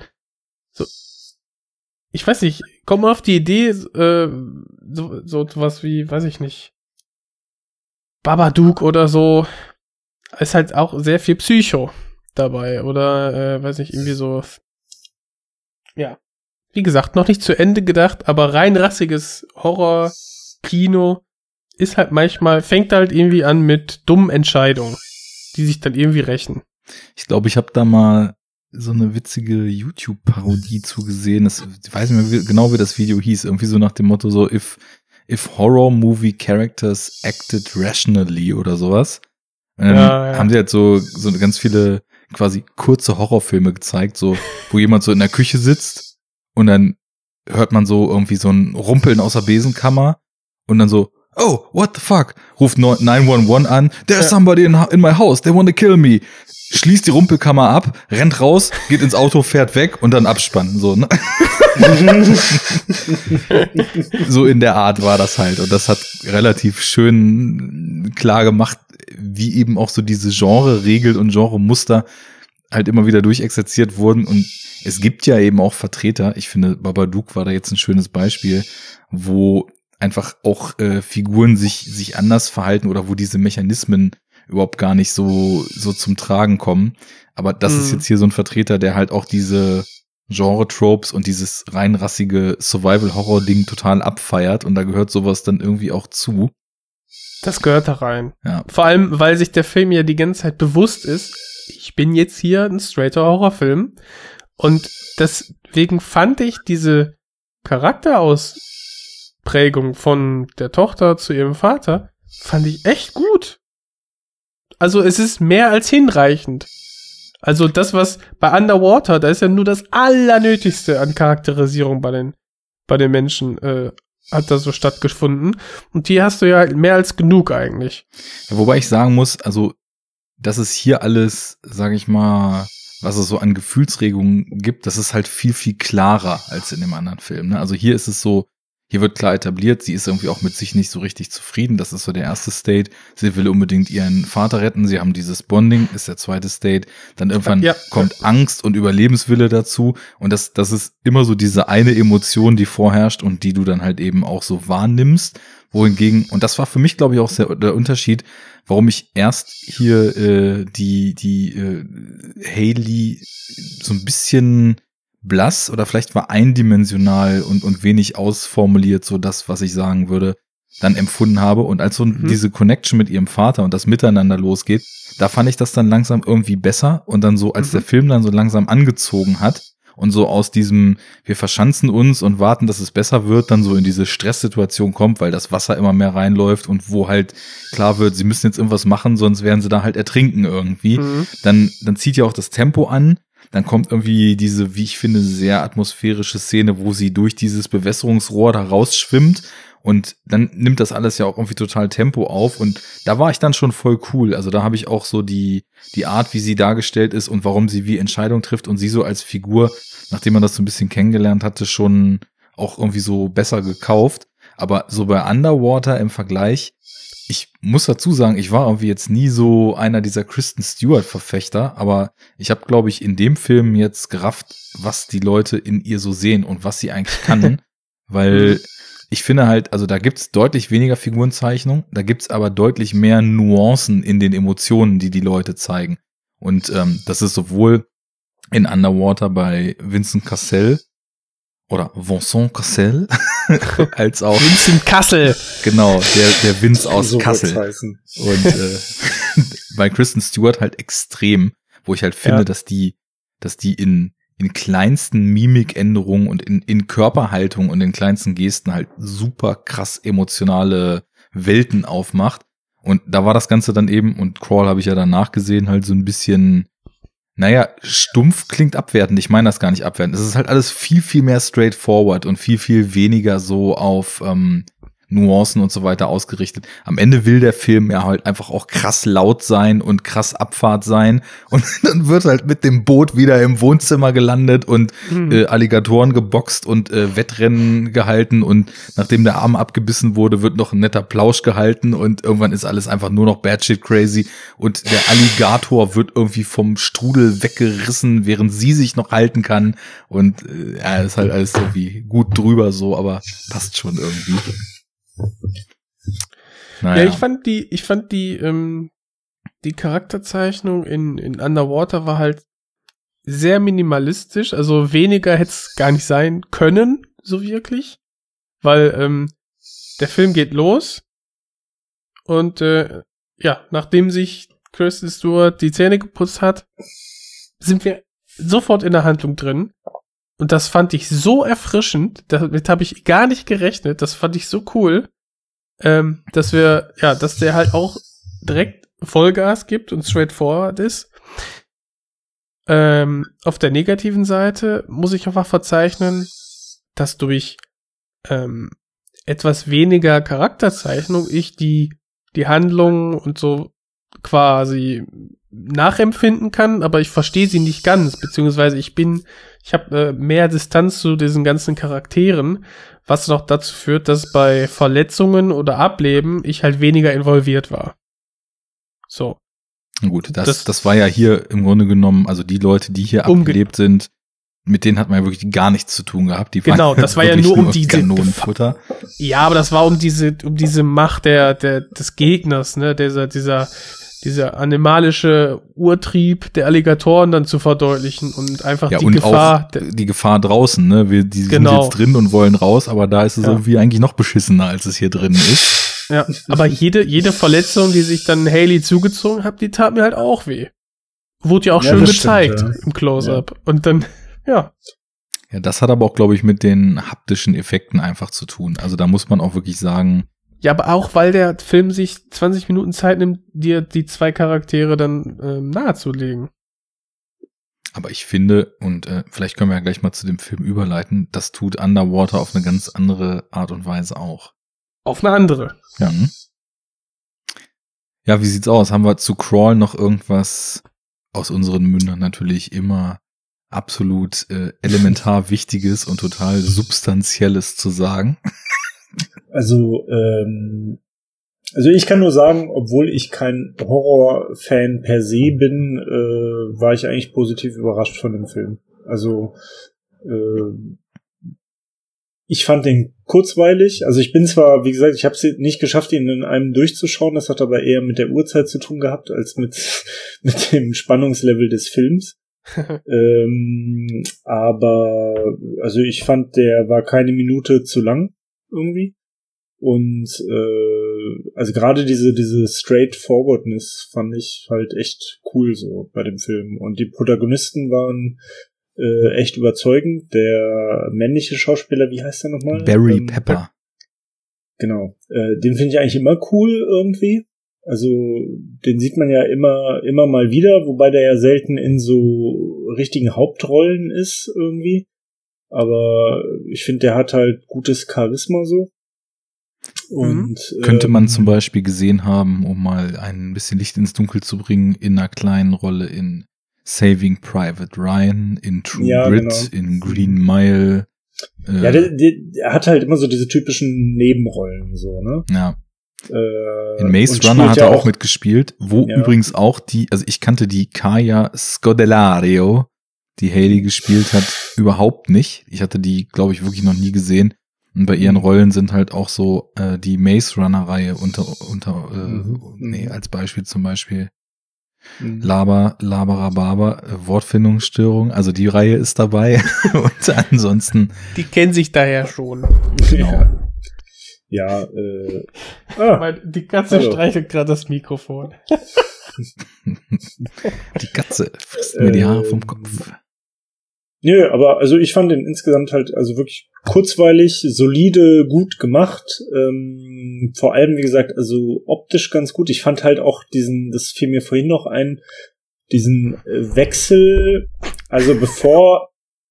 Speaker 1: ich weiß nicht, komm mal auf die Idee, so was wie, weiß ich nicht, Babadook oder so, ist halt auch sehr viel Psycho dabei. Oder, weiß nicht, irgendwie so, ja. Wie gesagt, noch nicht zu Ende gedacht, aber rein rassiges Horror-Kino ist halt manchmal, fängt halt irgendwie an mit dummen Entscheidungen, die sich dann irgendwie rächen.
Speaker 2: Ich glaube, ich habe da mal so eine witzige YouTube-Parodie zugesehen. Ich weiß nicht mehr genau, wie das Video hieß. Irgendwie so nach dem Motto so, if horror movie characters acted rationally oder sowas. Und dann haben sie halt so ganz viele quasi kurze Horrorfilme gezeigt, so, wo jemand so in der Küche sitzt und dann hört man so irgendwie so ein Rumpeln aus der Besenkammer und dann so, oh, what the fuck? Ruft 911 an, there's somebody in my house, they want to kill me. Schließt die Rumpelkammer ab, rennt raus, geht ins Auto, fährt weg und dann abspannen, so, ne? So in der Art war das halt und das hat relativ schön klar gemacht, wie eben auch so diese Genre-Regeln und Genre-Muster halt immer wieder durchexerziert wurden und es gibt ja eben auch Vertreter, ich finde Babadook war da jetzt ein schönes Beispiel, wo einfach auch Figuren sich anders verhalten oder wo diese Mechanismen überhaupt gar nicht so zum Tragen kommen. Aber das ist jetzt hier so ein Vertreter, der halt auch diese Genre-Tropes und dieses rein rassige Survival-Horror-Ding total abfeiert und da gehört sowas dann irgendwie auch zu.
Speaker 1: Das gehört da rein.
Speaker 2: Ja.
Speaker 1: Vor allem, weil sich der Film ja die ganze Zeit bewusst ist, ich bin jetzt hier ein straighter Horrorfilm und deswegen fand ich diese Charakterausprägung von der Tochter zu ihrem Vater, fand ich echt gut. Also es ist mehr als hinreichend. Also das, was bei Underwater, da ist ja nur das Allernötigste an Charakterisierung bei den Menschen, hat da so stattgefunden. Und hier hast du ja mehr als genug eigentlich.
Speaker 2: Ja, wobei ich sagen muss, also dass es hier alles, sage ich mal, was es so an Gefühlsregungen gibt, das ist halt viel, viel klarer als in dem anderen Film. Ne? Also hier ist es so, hier wird klar etabliert, sie ist irgendwie auch mit sich nicht so richtig zufrieden. Das ist so der erste State. Sie will unbedingt ihren Vater retten. Sie haben dieses Bonding, ist der zweite State. Dann irgendwann kommt Angst und Überlebenswille dazu. Und das ist immer so diese eine Emotion, die vorherrscht und die du dann halt eben auch so wahrnimmst. Wohingegen, und das war für mich, glaube ich, auch der Unterschied, warum ich erst hier die Hayley so ein bisschen blass oder vielleicht war eindimensional und wenig ausformuliert, so das, was ich sagen würde, dann empfunden habe. Und als so diese Connection mit ihrem Vater und das Miteinander losgeht, da fand ich das dann langsam irgendwie besser. Und dann so, als der Film dann so langsam angezogen hat und so aus diesem, wir verschanzen uns und warten, dass es besser wird, dann so in diese Stresssituation kommt, weil das Wasser immer mehr reinläuft und wo halt klar wird, sie müssen jetzt irgendwas machen, sonst werden sie da halt ertrinken irgendwie. Dann zieht ja auch das Tempo an. Dann kommt irgendwie diese, wie ich finde, sehr atmosphärische Szene, wo sie durch dieses Bewässerungsrohr da rausschwimmt und dann nimmt das alles ja auch irgendwie total Tempo auf und da war ich dann schon voll cool. Also da habe ich auch so die Art, wie sie dargestellt ist und warum sie wie Entscheidungen trifft und sie so als Figur, nachdem man das so ein bisschen kennengelernt hatte, schon auch irgendwie so besser gekauft. Aber so bei Underwater im Vergleich, ich muss dazu sagen, ich war irgendwie jetzt nie so einer dieser Kristen Stewart-Verfechter, aber ich habe, glaube ich, in dem Film jetzt gerafft, was die Leute in ihr so sehen und was sie eigentlich kann, weil ich finde halt, also da gibt's deutlich weniger Figurenzeichnung, da gibt's aber deutlich mehr Nuancen in den Emotionen, die Leute zeigen. Und das ist sowohl in Underwater bei Vincent Cassel oder Vincent Cassel als auch
Speaker 1: Vincent Cassel.
Speaker 2: Genau, der Vince aus
Speaker 3: so
Speaker 2: Kassel. Und bei Kristen Stewart halt extrem, wo ich halt finde, dass die in kleinsten Mimikänderungen und in Körperhaltung und in kleinsten Gesten halt super krass emotionale Welten aufmacht. Und da war das Ganze dann eben, und Crawl habe ich ja danach gesehen, halt so ein bisschen Naja, stumpf klingt abwertend. Ich meine das gar nicht abwertend. Es ist halt alles viel, viel mehr straightforward und viel, viel weniger so auf Nuancen und so weiter ausgerichtet. Am Ende will der Film ja halt einfach auch krass laut sein und krass Abfahrt sein. Und dann wird halt mit dem Boot wieder im Wohnzimmer gelandet und Alligatoren geboxt und Wettrennen gehalten. Und nachdem der Arm abgebissen wurde, wird noch ein netter Plausch gehalten. Und irgendwann ist alles einfach nur noch batshit crazy. Und der Alligator wird irgendwie vom Strudel weggerissen, während sie sich noch halten kann. Und ja, ist halt alles irgendwie gut drüber so, aber passt schon irgendwie. Naja.
Speaker 1: Ja, ich fand die Charakterzeichnung in Underwater war halt sehr minimalistisch, also weniger hätte es gar nicht sein können, so wirklich, weil der Film geht los und ja, nachdem sich Kristen Stewart die Zähne geputzt hat, sind wir sofort in der Handlung drin. Und das fand ich so erfrischend, damit habe ich gar nicht gerechnet, das fand ich so cool, dass der halt auch direkt Vollgas gibt und straightforward ist. Auf der negativen Seite muss ich einfach verzeichnen, dass durch etwas weniger Charakterzeichnung ich die Handlungen und so quasi nachempfinden kann, aber ich verstehe sie nicht ganz, beziehungsweise ich habe mehr Distanz zu diesen ganzen Charakteren, was noch dazu führt, dass bei Verletzungen oder Ableben ich halt weniger involviert war. So.
Speaker 2: Gut, das war ja hier im Grunde genommen, also die Leute, die hier abgelebt sind, mit denen hat man ja wirklich gar nichts zu tun gehabt. Die
Speaker 1: genau, das war ja nur um diese
Speaker 2: Kanonenfutter.
Speaker 1: Ja, aber das war um diese Macht des Gegners, ne, dieser animalische Urtrieb der Alligatoren dann zu verdeutlichen und einfach
Speaker 2: ja,
Speaker 1: die
Speaker 2: und
Speaker 1: Gefahr.
Speaker 2: Auch die Gefahr draußen, ne? Die sind jetzt drin und wollen raus, aber da ist es irgendwie eigentlich noch beschissener, als es hier drin ist.
Speaker 1: Ja, aber jede Verletzung, die sich dann Haley zugezogen hat, die tat mir halt auch weh. Wurde ja auch schön gezeigt im Close-Up. Ja. Und dann, ja.
Speaker 2: Ja, das hat aber auch, glaube ich, mit den haptischen Effekten einfach zu tun. Also da muss man auch wirklich sagen.
Speaker 1: Ja, aber auch, weil der Film sich 20 Minuten Zeit nimmt, dir die zwei Charaktere dann nahezulegen.
Speaker 2: Aber ich finde, und vielleicht können wir ja gleich mal zu dem Film überleiten, das tut Underwater auf eine ganz andere Art und Weise auch.
Speaker 1: Auf eine andere.
Speaker 2: Ja. Ja, wie sieht's aus? Haben wir zu Crawl noch irgendwas aus unseren Mündern natürlich immer absolut elementar Wichtiges und total Substanzielles zu sagen?
Speaker 3: Also ich kann nur sagen, obwohl ich kein Horror-Fan per se bin, war ich eigentlich positiv überrascht von dem Film. Also ich fand den kurzweilig. Also ich bin zwar, wie gesagt, ich habe es nicht geschafft, ihn in einem durchzuschauen. Das hat aber eher mit der Uhrzeit zu tun gehabt, als mit dem Spannungslevel des Films. Aber also ich fand, der war keine Minute zu lang irgendwie. Und also gerade diese Straightforwardness fand ich halt echt cool so bei dem Film. Und die Protagonisten waren echt überzeugend. Der männliche Schauspieler, wie heißt der nochmal?
Speaker 2: Barry Pepper.
Speaker 3: Genau. Den finde ich eigentlich immer cool irgendwie. Also den sieht man ja immer mal wieder, wobei der ja selten in so richtigen Hauptrollen ist irgendwie. Aber ich finde, der hat halt gutes Charisma so. Und
Speaker 2: könnte man zum Beispiel gesehen haben, um mal ein bisschen Licht ins Dunkel zu bringen, in einer kleinen Rolle in Saving Private Ryan, in True Grit, genau. In Green Mile.
Speaker 3: Ja, der hat halt immer so diese typischen Nebenrollen, so, ne?
Speaker 2: Ja. In Maze Runner hat er auch mitgespielt, wo übrigens auch also ich kannte die Kaya Scodelario, die Haley gespielt hat, überhaupt nicht. Ich hatte die, glaube ich, wirklich noch nie gesehen. Und bei ihren Rollen sind halt auch so die Maze Runner-Reihe als Beispiel zum Beispiel Laberababa, Wortfindungsstörung, also die Reihe ist dabei. Und ansonsten.
Speaker 1: Die kennen sich daher schon.
Speaker 2: Genau.
Speaker 3: Ja,
Speaker 1: die Katze streichelt gerade das Mikrofon.
Speaker 2: Die Katze frisst mir die Haare vom Kopf.
Speaker 3: Nö, aber also ich fand den insgesamt halt also wirklich kurzweilig, solide, gut gemacht. Vor allem, wie gesagt, also optisch ganz gut. Ich fand halt auch das fiel mir vorhin noch ein, Wechsel, also bevor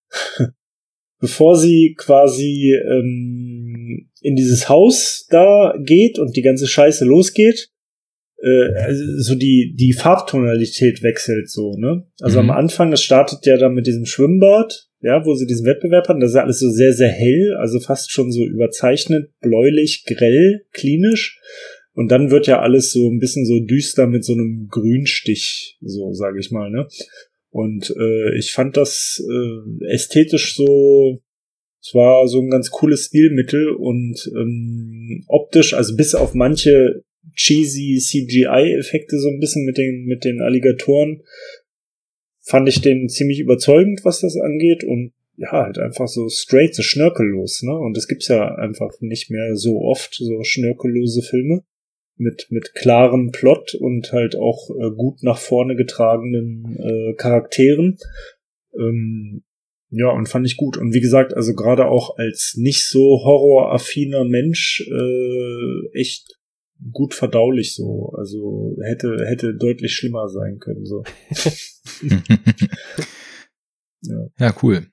Speaker 3: sie quasi in dieses Haus da geht und die ganze Scheiße losgeht, also so die Farbtonalität wechselt so, ne? Also am Anfang, das startet ja dann mit diesem Schwimmbad, ja, wo sie diesen Wettbewerb hatten, das ist ja alles so sehr, sehr hell, also fast schon so überzeichnet, bläulich, grell, klinisch. Und dann wird ja alles so ein bisschen so düster mit so einem Grünstich, so sage ich mal, ne? Und ich fand das ästhetisch so, es war so ein ganz cooles Stilmittel und optisch, also bis auf manche cheesy CGI-Effekte so ein bisschen mit den Alligatoren, fand ich den ziemlich überzeugend, was das angeht und ja, halt einfach so straight, so schnörkellos, ne? Und das gibt's ja einfach nicht mehr so oft, so schnörkellose Filme mit klarem Plot und halt auch gut nach vorne getragenen Charakteren. Ja, und fand ich gut. Und wie gesagt, also gerade auch als nicht so horroraffiner Mensch echt gut verdaulich so. Also hätte deutlich schlimmer sein können so.
Speaker 2: Ja, cool.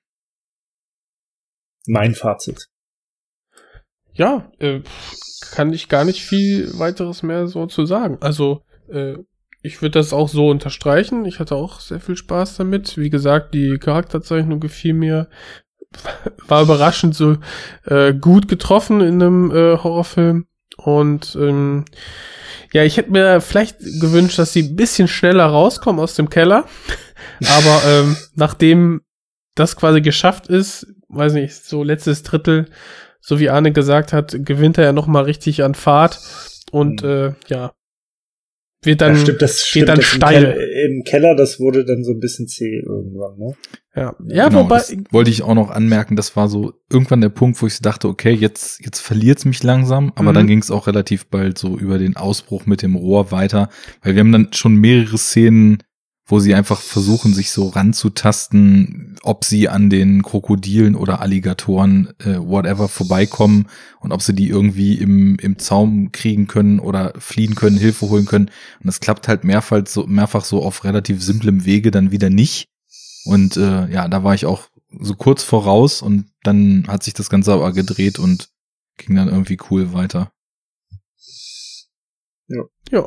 Speaker 3: Mein Fazit.
Speaker 1: Ja, kann ich gar nicht viel weiteres mehr so zu sagen. Also, ich würde das auch so unterstreichen. Ich hatte auch sehr viel Spaß damit. Wie gesagt, die Charakterzeichnung gefiel mir. War überraschend so gut getroffen in einem Horrorfilm. Und ja, ich hätte mir vielleicht gewünscht, dass sie ein bisschen schneller rauskommen aus dem Keller. Aber nachdem das quasi geschafft ist, weiß nicht, so letztes Drittel, so wie Arne gesagt hat, gewinnt er ja noch mal richtig an Fahrt und ja, wird dann,
Speaker 3: ja,
Speaker 1: geht dann steil.
Speaker 3: Im Keller, das wurde dann so ein bisschen zäh irgendwann, ne?
Speaker 1: Ja,
Speaker 2: genau,
Speaker 1: wobei,
Speaker 2: das wollte ich auch noch anmerken, das war so irgendwann der Punkt, wo ich dachte, okay, jetzt verliert's mich langsam, aber dann ging es auch relativ bald so über den Ausbruch mit dem Rohr weiter, weil wir haben dann schon mehrere Szenen, wo sie einfach versuchen, sich so ranzutasten, ob sie an den Krokodilen oder Alligatoren, whatever, vorbeikommen und ob sie die irgendwie im Zaum kriegen können oder fliehen können, Hilfe holen können. Und das klappt halt mehrfach so auf relativ simplem Wege dann wieder nicht. Und ja, da war ich auch so kurz voraus und dann hat sich das Ganze aber gedreht und ging dann irgendwie cool weiter.
Speaker 1: Ja.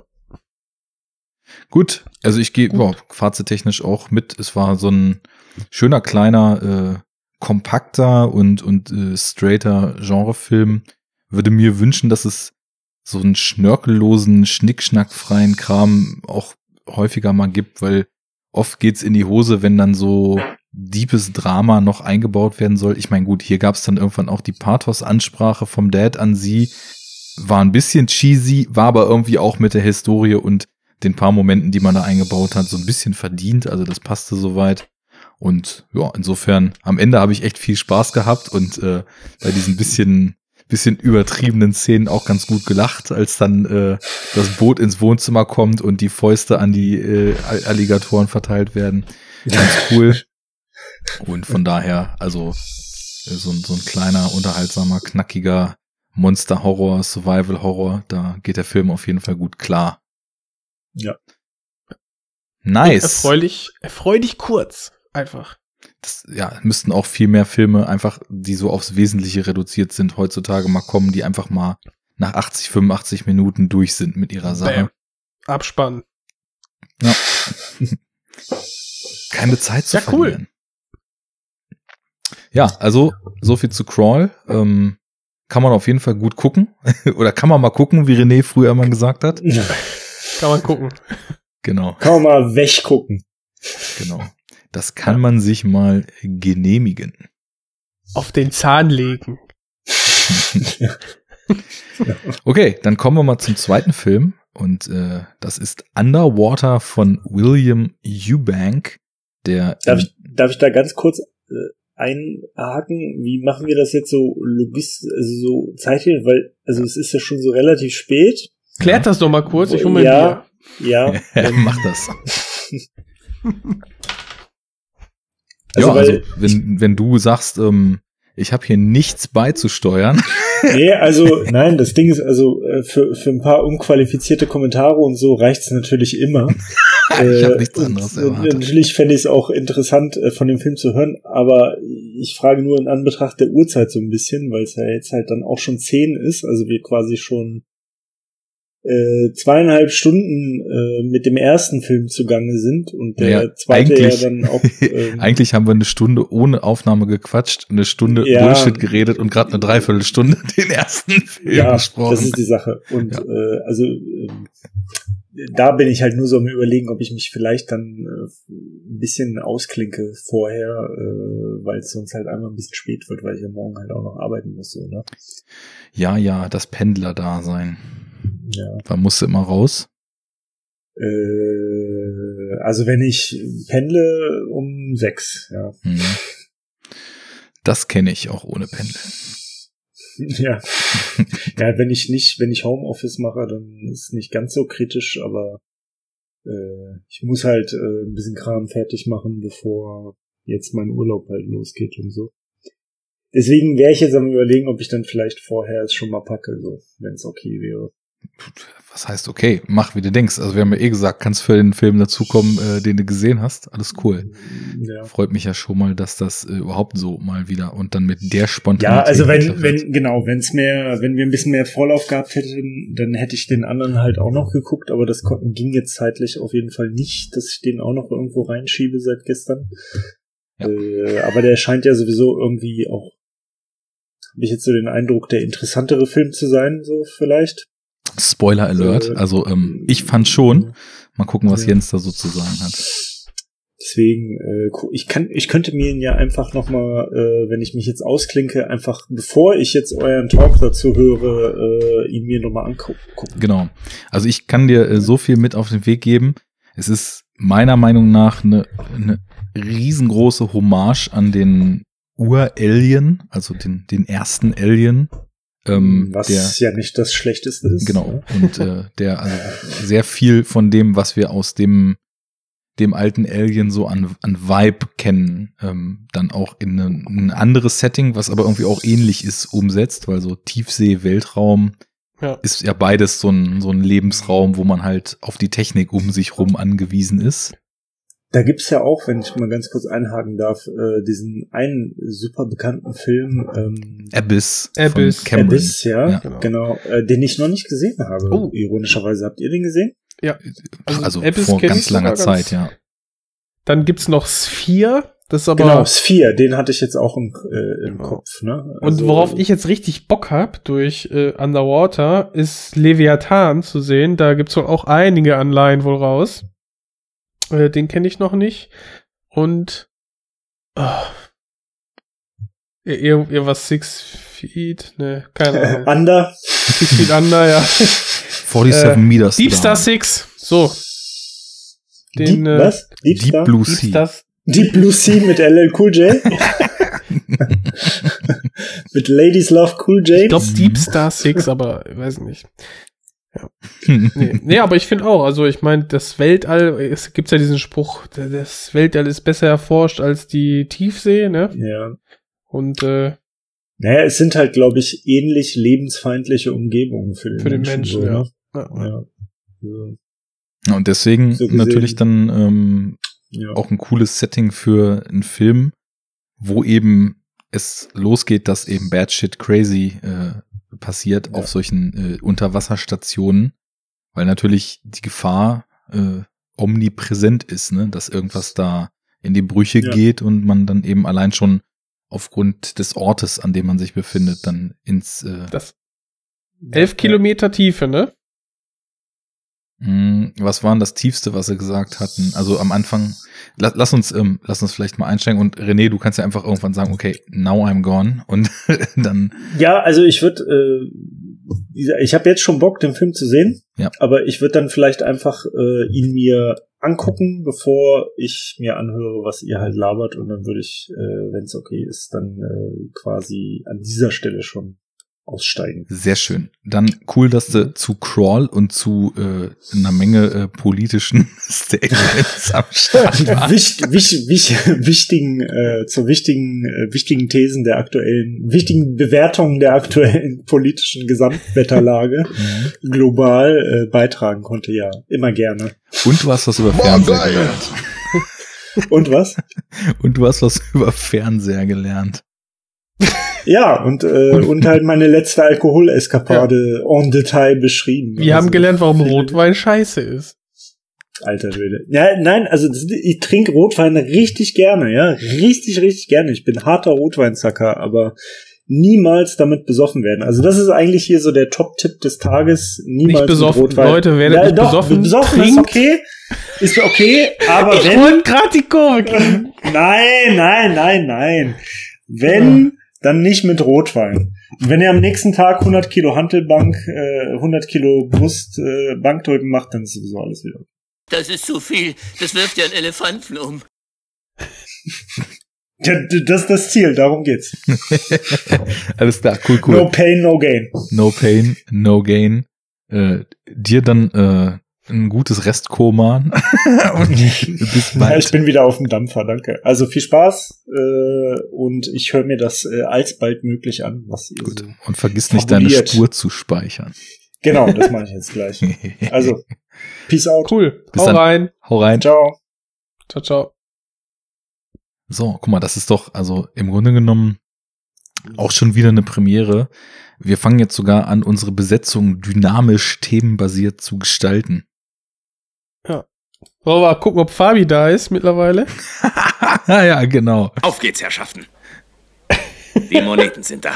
Speaker 2: Gut, also ich gehe fazittechnisch auch mit. Es war so ein schöner, kleiner, kompakter und straighter Genrefilm. Würde mir wünschen, dass es so einen schnörkellosen, schnickschnackfreien Kram auch häufiger mal gibt, weil oft geht's in die Hose, wenn dann so deepes Drama noch eingebaut werden soll. Ich meine, gut, hier gab's dann irgendwann auch die Pathos-Ansprache vom Dad an sie. War ein bisschen cheesy, war aber irgendwie auch mit der Historie und den paar Momenten, die man da eingebaut hat, so ein bisschen verdient. Also das passte soweit. Und ja, insofern, am Ende habe ich echt viel Spaß gehabt und bei diesen bisschen übertriebenen Szenen auch ganz gut gelacht, als dann das Boot ins Wohnzimmer kommt und die Fäuste an die Alligatoren verteilt werden. Ganz cool. Und von daher, also so ein kleiner, unterhaltsamer, knackiger Monster-Horror, Survival-Horror, da geht der Film auf jeden Fall gut klar.
Speaker 3: Ja.
Speaker 2: Nice.
Speaker 1: Erfreulich kurz, einfach.
Speaker 2: Das, ja, müssten auch viel mehr Filme einfach, die so aufs Wesentliche reduziert sind, heutzutage mal kommen, die einfach mal nach 80, 85 Minuten durch sind mit ihrer Sache.
Speaker 1: Bam. Abspann.
Speaker 2: Ja. Keine Zeit zu verlieren. Cool. Ja, also so viel zu Crawl. Kann man auf jeden Fall gut gucken. Oder kann man mal gucken, wie René früher immer gesagt hat.
Speaker 1: Kann man gucken.
Speaker 2: Genau.
Speaker 3: Kann man mal weggucken.
Speaker 2: Genau. Das kann man sich mal genehmigen.
Speaker 1: Auf den Zahn legen.
Speaker 2: Okay, dann kommen wir mal zum zweiten Film. Und das ist Underwater von William Eubank.
Speaker 3: Darf ich da ganz kurz einhaken? Wie machen wir das jetzt so so zeitlich? Weil, also es ist ja schon so relativ spät.
Speaker 1: Klärt das doch mal kurz, ich hole mir
Speaker 3: Bier. Ja.
Speaker 2: Mach das.
Speaker 3: Also,
Speaker 2: wenn du sagst, ich habe hier nichts beizusteuern.
Speaker 3: Nee, also nein, das Ding ist, also für ein paar unqualifizierte Kommentare und so reicht's natürlich immer.
Speaker 2: Ich habe nichts anderes erwartet.
Speaker 3: Natürlich fände ich es auch interessant, von dem Film zu hören, aber ich frage nur in Anbetracht der Uhrzeit so ein bisschen, weil es ja jetzt halt dann auch schon 10 ist, also wir quasi schon 2,5 Stunden mit dem ersten Film zugange sind und der zweite ja dann auch
Speaker 2: eigentlich haben wir eine Stunde ohne Aufnahme gequatscht, eine Stunde Bullshit geredet und gerade eine Dreiviertelstunde den ersten Film gesprochen.
Speaker 3: Das ist die Sache. Und da bin ich halt nur so am Überlegen, ob ich mich vielleicht dann ein bisschen ausklinke vorher, weil es sonst halt einmal ein bisschen spät wird, weil ich ja morgen halt auch noch arbeiten muss, so, ne?
Speaker 2: Ja, das Pendler-Dasein.
Speaker 3: Ja.
Speaker 2: Wann musst du immer raus?
Speaker 3: Also wenn ich pendle um 6, ja.
Speaker 2: Das kenne ich auch ohne Pendeln.
Speaker 3: Ja. Ja, wenn ich Homeoffice mache, dann ist es nicht ganz so kritisch, aber ich muss halt ein bisschen Kram fertig machen, bevor jetzt mein Urlaub halt losgeht und so. Deswegen wäre ich jetzt am Überlegen, ob ich dann vielleicht vorher es schon mal packe, so, wenn es okay wäre.
Speaker 2: Was heißt okay? Mach, wie du denkst. Also wir haben ja gesagt, kannst für den Film dazukommen, den du gesehen hast. Alles cool.
Speaker 3: Ja.
Speaker 2: Freut mich ja schon mal, dass das überhaupt so mal wieder und dann mit der Spontanität.
Speaker 3: Ja, also wenn wir ein bisschen mehr Vorlauf gehabt hätten, dann hätte ich den anderen halt auch noch geguckt, aber das ging jetzt zeitlich auf jeden Fall nicht, dass ich den auch noch irgendwo reinschiebe seit gestern. Ja. Aber der scheint ja sowieso irgendwie auch, habe ich jetzt so den Eindruck, der interessantere Film zu sein, so vielleicht.
Speaker 2: Spoiler Alert, also ich fand schon. Mal gucken, was Jens da so zu sagen hat.
Speaker 3: Deswegen, ich könnte mir ihn ja einfach nochmal, wenn ich mich jetzt ausklinke, einfach, bevor ich jetzt euren Talk dazu höre, ihn mir nochmal angucken.
Speaker 2: Genau. Also ich kann dir so viel mit auf den Weg geben. Es ist meiner Meinung nach eine riesengroße Hommage an den Ur-Alien, also den ersten Alien.
Speaker 3: Was ja nicht das Schlechteste ist.
Speaker 2: Genau. Und der also sehr viel von dem, was wir aus dem alten Alien so an Vibe kennen, dann auch in ein anderes Setting, was aber irgendwie auch ähnlich ist, umsetzt, weil so Tiefsee, Weltraum ist ja beides so ein Lebensraum, wo man halt auf die Technik um sich rum angewiesen ist.
Speaker 3: Da gibt's ja auch, wenn ich mal ganz kurz einhaken darf, diesen einen super bekannten Film
Speaker 2: Abyss von Cameron.
Speaker 3: Abyss, ja. Genau. Den ich noch nicht gesehen habe. Oh. Ironischerweise, habt ihr den gesehen?
Speaker 1: Ja.
Speaker 2: Also vor ganz langer Zeit, ja.
Speaker 1: Dann gibt's noch Sphere. Das ist aber
Speaker 3: genau, Sphere, den hatte ich jetzt auch im Kopf. Ne?
Speaker 1: Also, und worauf ich jetzt richtig Bock hab durch Underwater, ist Leviathan zu sehen. Da gibt's wohl auch einige Anleihen wohl raus. Den kenne ich noch nicht. Und irgendwas 6 Feet, ne, keine Ahnung.
Speaker 3: Under?
Speaker 1: 6 Feet Under, ja.
Speaker 2: 47 Meters.
Speaker 1: Deep Star 6, so. Den,
Speaker 3: was?
Speaker 2: Deep Blue Sea.
Speaker 3: Deep Blue Sea mit LL Cool J? Mit Ladies Love Cool J?
Speaker 1: Ich glaube Deep Star 6, aber ich weiß nicht. Ja. Nee, aber ich finde auch, also ich meine, das Weltall, es gibt ja diesen Spruch, das Weltall ist besser erforscht als die Tiefsee, ne?
Speaker 3: Ja.
Speaker 1: Und
Speaker 3: naja, es sind halt, glaube ich, ähnlich lebensfeindliche Umgebungen für den Menschen. So,
Speaker 1: ja.
Speaker 3: Ne? Ja. So.
Speaker 2: Ja, und deswegen so natürlich dann auch ein cooles Setting für einen Film, wo eben es losgeht, dass eben Bad Shit Crazy passiert auf solchen Unterwasserstationen, weil natürlich die Gefahr omnipräsent ist, ne, dass irgendwas da in die Brüche geht und man dann eben allein schon aufgrund des Ortes, an dem man sich befindet, dann ins
Speaker 1: das 11 Kilometer Tiefe, ne?
Speaker 2: Was war denn das Tiefste, was sie gesagt hatten? Also am Anfang, lass uns vielleicht mal einsteigen und René, du kannst ja einfach irgendwann sagen, okay, now I'm gone und dann.
Speaker 3: Ja, also ich würde, ich habe jetzt schon Bock, den Film zu sehen, aber ich würde dann vielleicht einfach ihn mir angucken, bevor ich mir anhöre, was ihr halt labert und dann würde ich, wenn es okay ist, dann quasi an dieser Stelle schon aussteigen.
Speaker 2: Sehr schön. Dann cool, dass du zu Crawl und zu einer Menge politischen Statements am Start warst.
Speaker 3: wichtigen Thesen der wichtigen Bewertungen der aktuellen politischen Gesamtwetterlage global beitragen konnte, ja. Immer gerne.
Speaker 2: Und du hast was über Fernseher gelernt.
Speaker 3: Und was?
Speaker 2: Und du hast was über Fernseher gelernt.
Speaker 3: Ja, und halt meine letzte Alkoholeskapade en Detail beschrieben.
Speaker 1: Wir haben gelernt, warum Rotwein scheiße ist.
Speaker 3: Alter Schwede. Ja, nein, also ich trinke Rotwein richtig gerne, ja. Richtig, richtig gerne. Ich bin harter Rotweinzacker, aber niemals damit besoffen werden. Also das ist eigentlich hier so der Top-Tipp des Tages. Niemals
Speaker 1: nicht besoffen,
Speaker 3: mit Rotwein.
Speaker 1: Leute, werdet nicht besoffen.
Speaker 3: Besoffen ist okay. Ist okay, aber
Speaker 1: ich wollte gerade die Kurve kriegen.
Speaker 3: Nein. Wenn, dann nicht mit Rotwein. Und wenn ihr am nächsten Tag 100 Kilo Hantelbank, 100 Kilo Brust, Bankdrücken macht, dann ist sowieso alles wieder.
Speaker 9: Das ist zu viel. Das wirft ja einen Elefanten um.
Speaker 3: Ja, das ist das Ziel, darum geht's.
Speaker 2: Alles klar, cool.
Speaker 3: No pain, no gain.
Speaker 2: No pain, no gain. Dir dann ein gutes Restkoma. Und bis bald.
Speaker 3: Ja, ich bin wieder auf dem Dampfer, danke. Also viel Spaß und ich höre mir das alsbald möglich an. Was ihr
Speaker 2: gut.
Speaker 3: So
Speaker 2: und vergiss nicht, deine Spur zu speichern.
Speaker 3: Genau, das mache ich jetzt gleich. Also, peace out.
Speaker 1: Cool.
Speaker 2: Bis dann. Hau rein.
Speaker 3: Ciao.
Speaker 1: Ciao.
Speaker 2: So, guck mal, das ist doch, also im Grunde genommen auch schon wieder eine Premiere. Wir fangen jetzt sogar an, unsere Besetzung dynamisch themenbasiert zu gestalten.
Speaker 1: Ja. Wollen wir mal gucken, ob Fabi da ist mittlerweile?
Speaker 2: Ja, genau.
Speaker 9: Auf geht's, Herrschaften. Die Moneten sind da.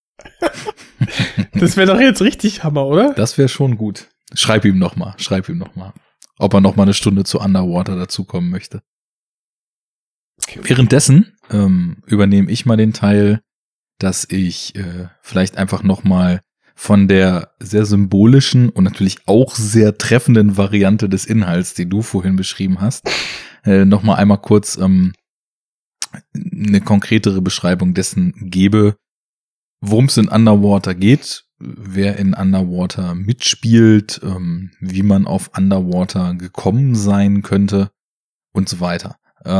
Speaker 1: Das wäre doch jetzt richtig Hammer, oder?
Speaker 2: Das wäre schon gut. Schreib ihm noch mal. Ob er noch mal eine Stunde zu Underwater dazukommen möchte. Okay. Währenddessen übernehme ich mal den Teil, dass ich vielleicht einfach noch mal von der sehr symbolischen und natürlich auch sehr treffenden Variante des Inhalts, die du vorhin beschrieben hast, noch mal einmal kurz eine konkretere Beschreibung dessen gebe, worum es in Underwater geht, wer in Underwater mitspielt, wie man auf Underwater gekommen sein könnte und so weiter.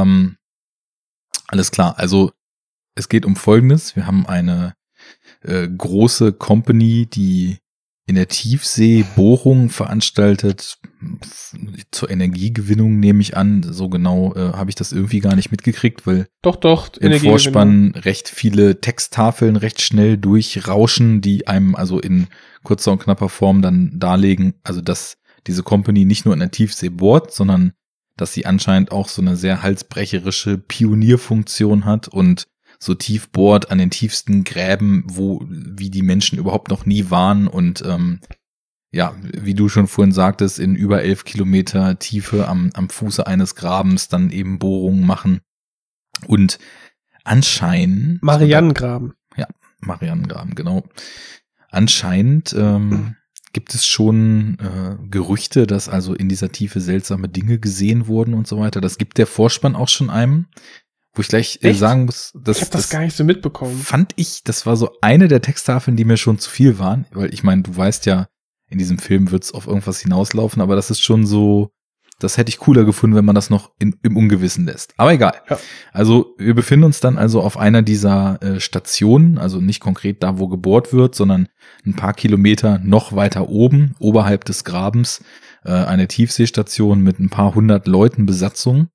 Speaker 2: Alles klar, also es geht um Folgendes. Wir haben eine große Company, die in der Tiefsee Bohrungen veranstaltet, zur Energiegewinnung nehme ich an. So genau habe ich das irgendwie gar nicht mitgekriegt, weil
Speaker 1: doch
Speaker 2: im Vorspann recht viele Texttafeln recht schnell durchrauschen, die einem also in kurzer und knapper Form dann darlegen, also dass diese Company nicht nur in der Tiefsee bohrt, sondern dass sie anscheinend auch so eine sehr halsbrecherische Pionierfunktion hat und so tief bohrt an den tiefsten Gräben, wie die Menschen überhaupt noch nie waren und ja, wie du schon vorhin sagtest, in über 11 Kilometer Tiefe am Fuße eines Grabens dann eben Bohrungen machen und anscheinend
Speaker 1: Marianengraben.
Speaker 2: Ja, Marianengraben, genau. Anscheinend gibt es schon Gerüchte, dass also in dieser Tiefe seltsame Dinge gesehen wurden und so weiter. Das gibt der Vorspann auch schon einem. Wo ich gleich sagen muss,
Speaker 1: ich habe das gar nicht so mitbekommen.
Speaker 2: Das war so eine der Texttafeln, die mir schon zu viel waren, weil ich meine, du weißt ja, in diesem Film wird's auf irgendwas hinauslaufen, aber das ist schon so, das hätte ich cooler gefunden, wenn man das noch im Ungewissen lässt. Aber egal. Ja. Also wir befinden uns dann also auf einer dieser Stationen, also nicht konkret da, wo gebohrt wird, sondern ein paar Kilometer noch weiter oben, oberhalb des Grabens, eine Tiefseestation mit ein paar 100 Leuten Besatzung.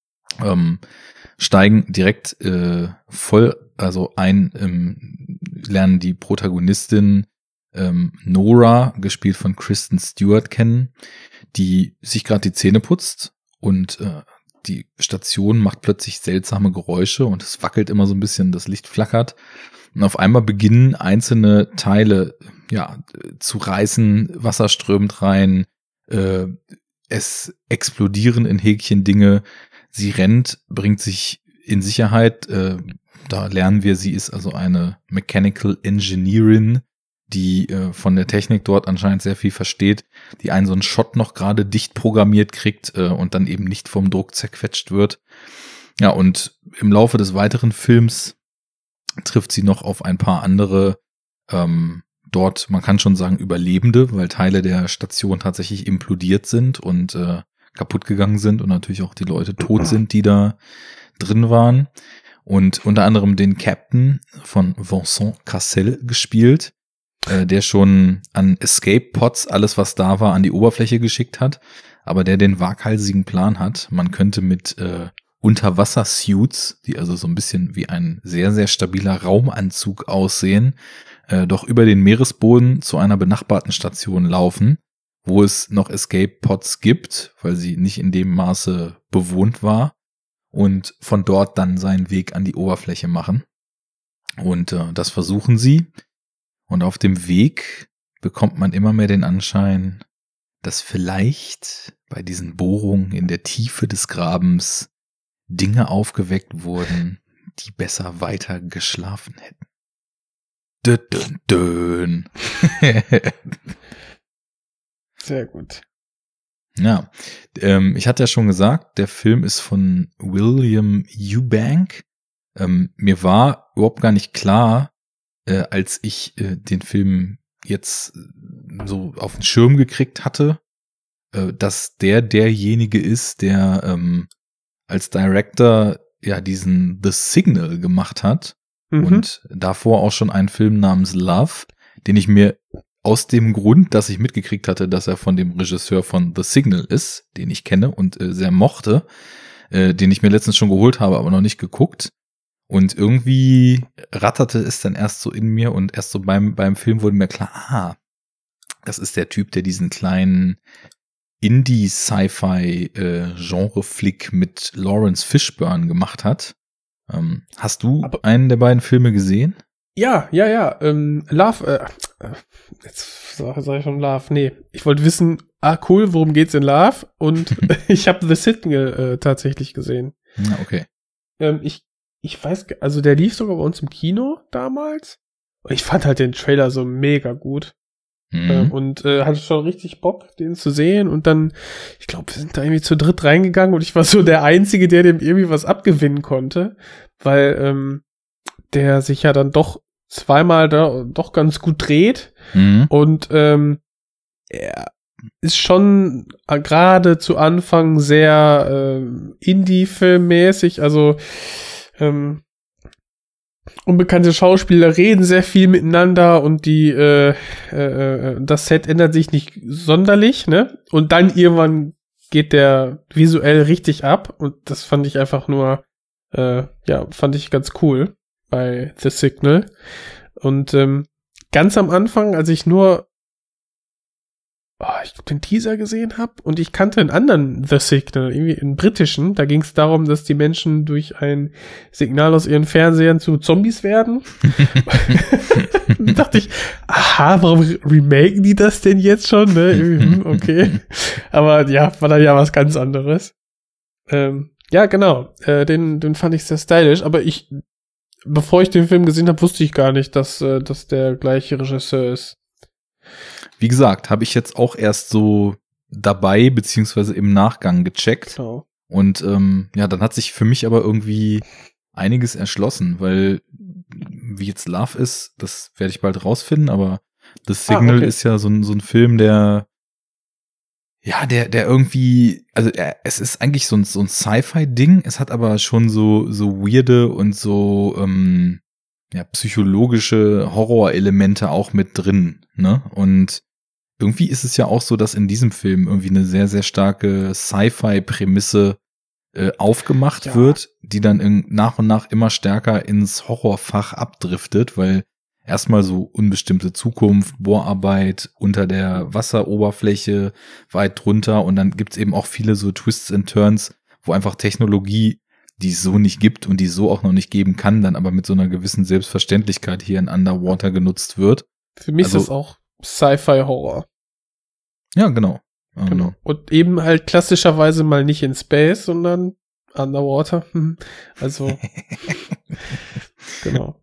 Speaker 2: Steigen direkt voll, also lernen die Protagonistin Nora, gespielt von Kristen Stewart, kennen, die sich gerade die Zähne putzt und die Station macht plötzlich seltsame Geräusche und es wackelt immer so ein bisschen, das Licht flackert und auf einmal beginnen einzelne Teile zu reißen, Wasser strömt rein, es explodieren in Häkchen Dinge. Sie rennt, bringt sich in Sicherheit, da lernen wir, sie ist also eine Mechanical Engineerin, die von der Technik dort anscheinend sehr viel versteht, die einen so einen Shot noch gerade dicht programmiert kriegt und dann eben nicht vom Druck zerquetscht wird. Ja, und im Laufe des weiteren Films trifft sie noch auf ein paar andere Dort, man kann schon sagen, Überlebende, weil Teile der Station tatsächlich implodiert sind und kaputt gegangen sind und natürlich auch die Leute tot sind, die da drin waren. Und unter anderem den Captain von Vincent Cassel gespielt, der schon an Escape-Pods alles, was da war, an die Oberfläche geschickt hat, aber der den waghalsigen Plan hat, man könnte mit Unterwasser-Suits, die also so ein bisschen wie ein sehr, sehr stabiler Raumanzug aussehen, doch über den Meeresboden zu einer benachbarten Station laufen, wo es noch Escape-Pods gibt, weil sie nicht in dem Maße bewohnt war, und von dort dann seinen Weg an die Oberfläche machen. Und das versuchen sie. Und auf dem Weg bekommt man immer mehr den Anschein, dass vielleicht bei diesen Bohrungen in der Tiefe des Grabens Dinge aufgeweckt wurden, die besser weiter geschlafen hätten. Dün, dün, dün.
Speaker 1: Sehr gut.
Speaker 2: Ja, ich hatte ja schon gesagt, der Film ist von William Eubank. Mir war überhaupt gar nicht klar, als ich den Film jetzt so auf den Schirm gekriegt hatte, dass derjenige ist, der als Director ja diesen The Signal gemacht hat und davor auch schon einen Film namens Love, den ich mir aus dem Grund, dass ich mitgekriegt hatte, dass er von dem Regisseur von The Signal ist, den ich kenne und sehr mochte, den ich mir letztens schon geholt habe, aber noch nicht geguckt. Und irgendwie ratterte es dann erst so in mir und erst so beim Film wurde mir klar, das ist der Typ, der diesen kleinen Indie-Sci-Fi-Genre-Flick mit Lawrence Fishburne gemacht hat. Hast du einen der beiden Filme gesehen?
Speaker 1: Ja. Love, jetzt sag ich schon Love. Nee, ich wollte wissen, cool, worum geht's in Love? Und ich habe The Signal tatsächlich gesehen.
Speaker 2: Ja, okay.
Speaker 1: Ich weiß, also der lief sogar bei uns im Kino damals. Und ich fand halt den Trailer so mega gut. Und hatte schon richtig Bock, den zu sehen. Und dann, ich glaube, wir sind da irgendwie zu dritt reingegangen und ich war so der Einzige, der dem irgendwie was abgewinnen konnte. Weil der sich ja dann doch zweimal da doch ganz gut dreht. Und er ist schon gerade zu Anfang sehr Indie-Film-mäßig, also unbekannte Schauspieler reden sehr viel miteinander und das Set ändert sich nicht sonderlich, ne? Und dann irgendwann geht der visuell richtig ab und das fand ich einfach nur, fand ich ganz cool bei The Signal. Und ganz am Anfang, als ich nur den Teaser gesehen habe und ich kannte einen anderen The Signal, irgendwie einen britischen, da ging es darum, dass die Menschen durch ein Signal aus ihren Fernsehern zu Zombies werden. Da dachte ich, warum remaken die das denn jetzt schon? Ne? Okay. Aber ja, war dann ja was ganz anderes. Ja, genau. Den fand ich sehr stylisch, aber bevor ich den Film gesehen habe, wusste ich gar nicht, dass der gleiche Regisseur ist.
Speaker 2: Wie gesagt, habe ich jetzt auch erst so dabei beziehungsweise im Nachgang gecheckt.
Speaker 1: Genau.
Speaker 2: Und dann hat sich für mich aber irgendwie einiges erschlossen, weil wie jetzt Love ist, das werde ich bald rausfinden, aber The Signal ist ja so ein Film, der irgendwie, also es ist eigentlich so ein Sci-Fi-Ding, es hat aber schon so weirde und so psychologische Horrorelemente auch mit drin, ne? Und irgendwie ist es ja auch so, dass in diesem Film irgendwie eine sehr, sehr starke Sci-Fi-Prämisse aufgemacht wird, die dann nach und nach immer stärker ins Horrorfach abdriftet, weil erstmal so unbestimmte Zukunft, Bohrarbeit unter der Wasseroberfläche, weit drunter, und dann gibt's eben auch viele so Twists and Turns, wo einfach Technologie, die es so nicht gibt und die es so auch noch nicht geben kann, dann aber mit so einer gewissen Selbstverständlichkeit hier in Underwater genutzt wird.
Speaker 1: Für mich ist es auch Sci-Fi-Horror.
Speaker 2: Ja, genau.
Speaker 1: Genau. Und eben halt klassischerweise mal nicht in Space, sondern Underwater. Also, genau.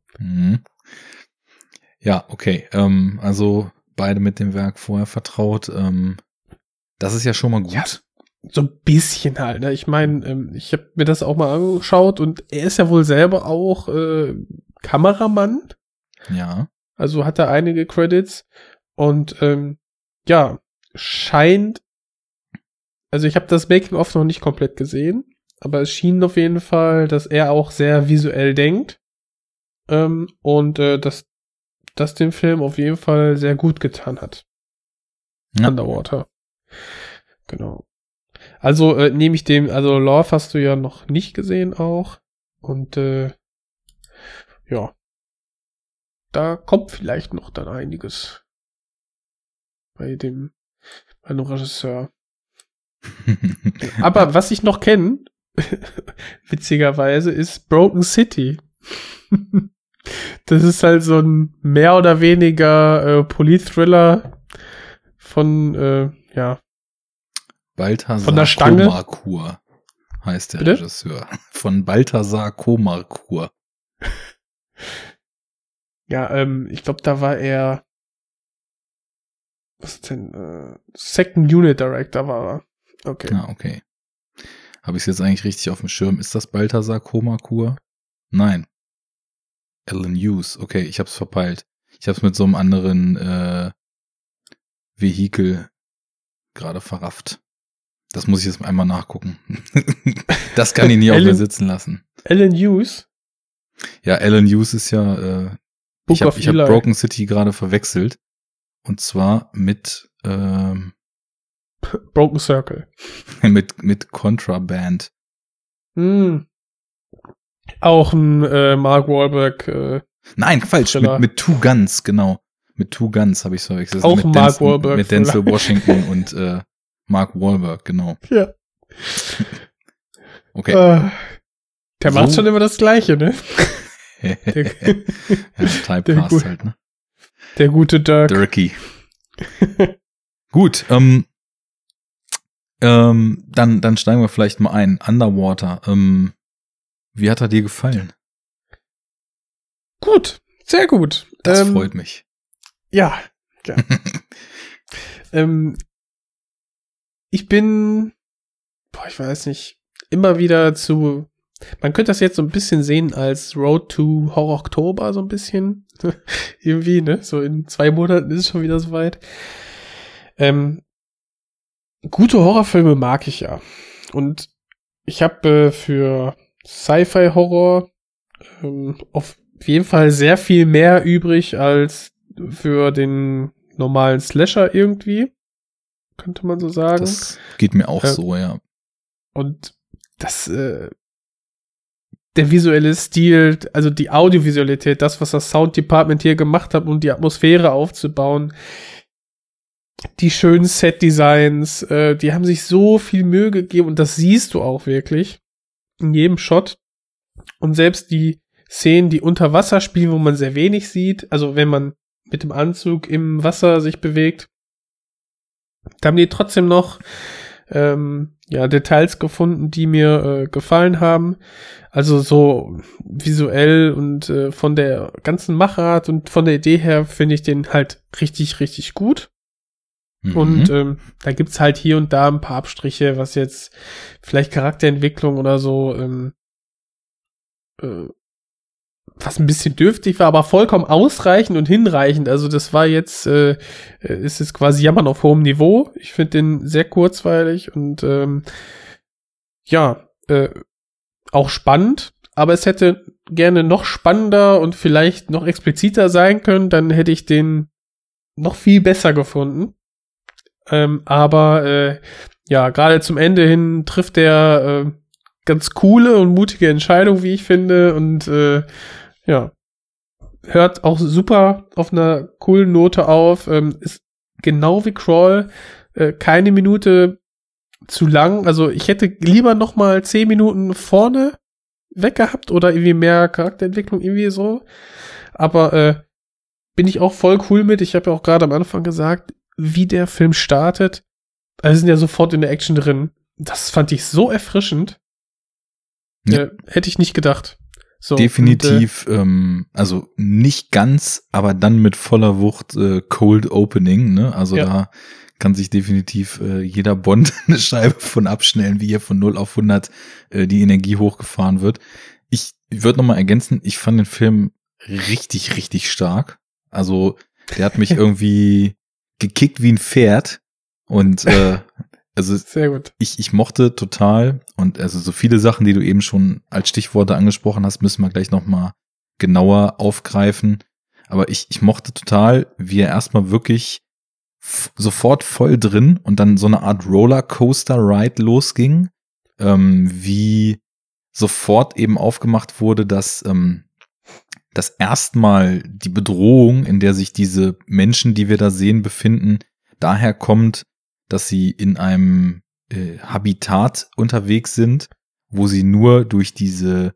Speaker 2: Ja, okay. Also beide mit dem Werk vorher vertraut. Das ist ja schon mal gut. Ja,
Speaker 1: so ein bisschen halt. Ne? Ich meine, ich habe mir das auch mal angeschaut und er ist ja wohl selber auch Kameramann.
Speaker 2: Ja.
Speaker 1: Also hat er einige Credits und ja, scheint, also ich habe das Making-of noch nicht komplett gesehen, aber es schien auf jeden Fall, dass er auch sehr visuell denkt und dass das dem Film auf jeden Fall sehr gut getan hat. Ja. Underwater. Genau. Also nehme ich also Love hast du ja noch nicht gesehen auch und ja, da kommt vielleicht noch dann einiges bei dem Regisseur. Aber was ich noch kenne, witzigerweise, ist Broken City. Das ist halt so ein mehr oder weniger Polit-Thriller von, ja,
Speaker 2: Balthasar
Speaker 1: von der Stange.
Speaker 2: Komarkur heißt der Regisseur. Von Balthasar Komarkur.
Speaker 1: Ja, ich glaube, da war er was denn? Second Unit Director war er. Okay.
Speaker 2: Ah, okay. Habe ich es jetzt eigentlich richtig auf dem Schirm? Ist das Balthasar Komarkur? Nein. Alan Hughes. Okay, ich hab's verpeilt. Ich hab's mit so einem anderen Vehikel gerade verrafft. Das muss ich jetzt einmal nachgucken. Das kann ich nie auf mir sitzen lassen.
Speaker 1: Alan Hughes?
Speaker 2: Ja, Alan Hughes ist ja ich hab Broken City gerade verwechselt. Und zwar mit
Speaker 1: Broken Circle.
Speaker 2: mit Contraband.
Speaker 1: Auch ein Mark Wahlberg.
Speaker 2: Nein, falsch. Mit Two Guns, genau. Mit Two Guns habe ich es verwechselt.
Speaker 1: Auch mit Mark Wahlberg.
Speaker 2: Mit Denzel Washington und Mark Wahlberg, genau.
Speaker 1: Ja.
Speaker 2: Okay.
Speaker 1: Der macht schon immer das Gleiche, ne?
Speaker 2: Ja, Typecast halt, ne?
Speaker 1: Der gute Dirk.
Speaker 2: Dirky. Gut, dann steigen wir vielleicht mal ein. Underwater. Wie hat er dir gefallen?
Speaker 1: Gut, sehr gut.
Speaker 2: Das freut mich.
Speaker 1: Ja. Ich bin, ich weiß nicht, immer wieder man könnte das jetzt so ein bisschen sehen als Road to Horror Oktober, so ein bisschen. Irgendwie, ne? So in 2 Monaten ist es schon wieder soweit. Gute Horrorfilme mag ich ja. Und ich habe für Sci-Fi-Horror auf jeden Fall sehr viel mehr übrig als für den normalen Slasher irgendwie. Könnte man so sagen.
Speaker 2: Das geht mir auch so, ja.
Speaker 1: Und das der visuelle Stil, also die Audiovisualität, das, was das Sound Department hier gemacht hat, um die Atmosphäre aufzubauen, die schönen Set-Designs, die haben sich so viel Mühe gegeben und das siehst du auch wirklich in jedem Shot. Und selbst die Szenen, die unter Wasser spielen, wo man sehr wenig sieht, also wenn man mit dem Anzug im Wasser sich bewegt, da haben die trotzdem noch Details gefunden, die mir gefallen haben. Also so visuell und von der ganzen Machart und von der Idee her finde ich den halt richtig, richtig gut. Mhm. Und da gibt's halt hier und da ein paar Abstriche, was jetzt vielleicht Charakterentwicklung oder so was ein bisschen dürftig war, aber vollkommen ausreichend und hinreichend. Also das war jetzt, ist jetzt quasi Jammern auf hohem Niveau. Ich finde den sehr kurzweilig und auch spannend, aber es hätte gerne noch spannender und vielleicht noch expliziter sein können, dann hätte ich den noch viel besser gefunden. Aber gerade zum Ende hin trifft der ganz coole und mutige Entscheidung, wie ich finde, und hört auch super auf einer coolen Note auf, ist genau wie Crawl keine Minute zu lang, also ich hätte lieber noch mal 10 Minuten vorne weg gehabt oder irgendwie mehr Charakterentwicklung irgendwie so, aber bin ich auch voll cool mit. Ich habe ja auch gerade am Anfang gesagt, wie der Film startet, also sind ja sofort in der Action drin, das fand ich so erfrischend. Ja. Hätte ich nicht gedacht. So,
Speaker 2: definitiv, also nicht ganz, aber dann mit voller Wucht Cold Opening, ne? Also da kann sich definitiv jeder Bond eine Scheibe von abschnellen, wie hier von 0 auf 100 die Energie hochgefahren wird. Ich würde nochmal ergänzen, ich fand den Film richtig, richtig stark. Also der hat mich irgendwie gekickt wie ein Pferd und also
Speaker 1: sehr gut.
Speaker 2: Ich mochte total und also so viele Sachen, die du eben schon als Stichworte angesprochen hast, müssen wir gleich nochmal genauer aufgreifen. Aber ich mochte total, wie er erstmal wirklich sofort voll drin und dann so eine Art Rollercoaster-Ride losging, wie sofort eben aufgemacht wurde, dass erstmal die Bedrohung, in der sich diese Menschen, die wir da sehen, befinden, daher kommt, dass sie in einem Habitat unterwegs sind, wo sie nur durch diese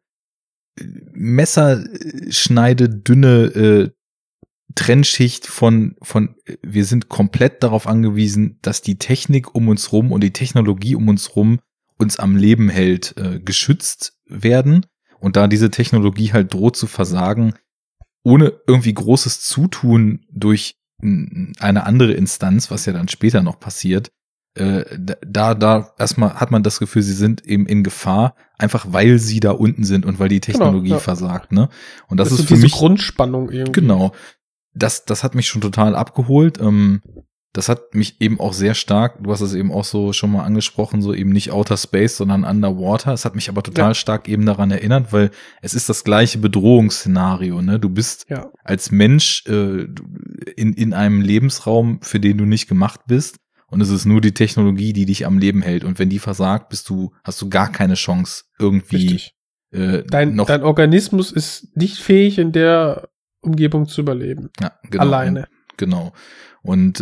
Speaker 2: messerschneidedünne Trennschicht von wir sind komplett darauf angewiesen, dass die Technik um uns rum und die Technologie um uns rum uns am Leben hält, geschützt werden. Und da diese Technologie halt droht zu versagen, ohne irgendwie großes Zutun durch eine andere Instanz, was ja dann später noch passiert, da erstmal hat man das Gefühl, sie sind eben in Gefahr, einfach weil sie da unten sind und weil die Technologie versagt, ne? Und das ist
Speaker 1: so
Speaker 2: für
Speaker 1: diese
Speaker 2: mich
Speaker 1: Grundspannung irgendwie.
Speaker 2: Genau. Das hat mich schon total abgeholt. Das hat mich eben auch sehr stark, du hast es eben auch so schon mal angesprochen, so eben nicht Outer Space, sondern Underwater. Es hat mich aber total stark eben daran erinnert, weil es ist das gleiche Bedrohungsszenario, ne? Du bist als Mensch in einem Lebensraum, für den du nicht gemacht bist. Und es ist nur die Technologie, die dich am Leben hält. Und wenn die versagt, hast du gar keine Chance, irgendwie
Speaker 1: dein Organismus ist nicht fähig, in der Umgebung zu überleben.
Speaker 2: Ja, genau.
Speaker 1: Alleine.
Speaker 2: Genau. Und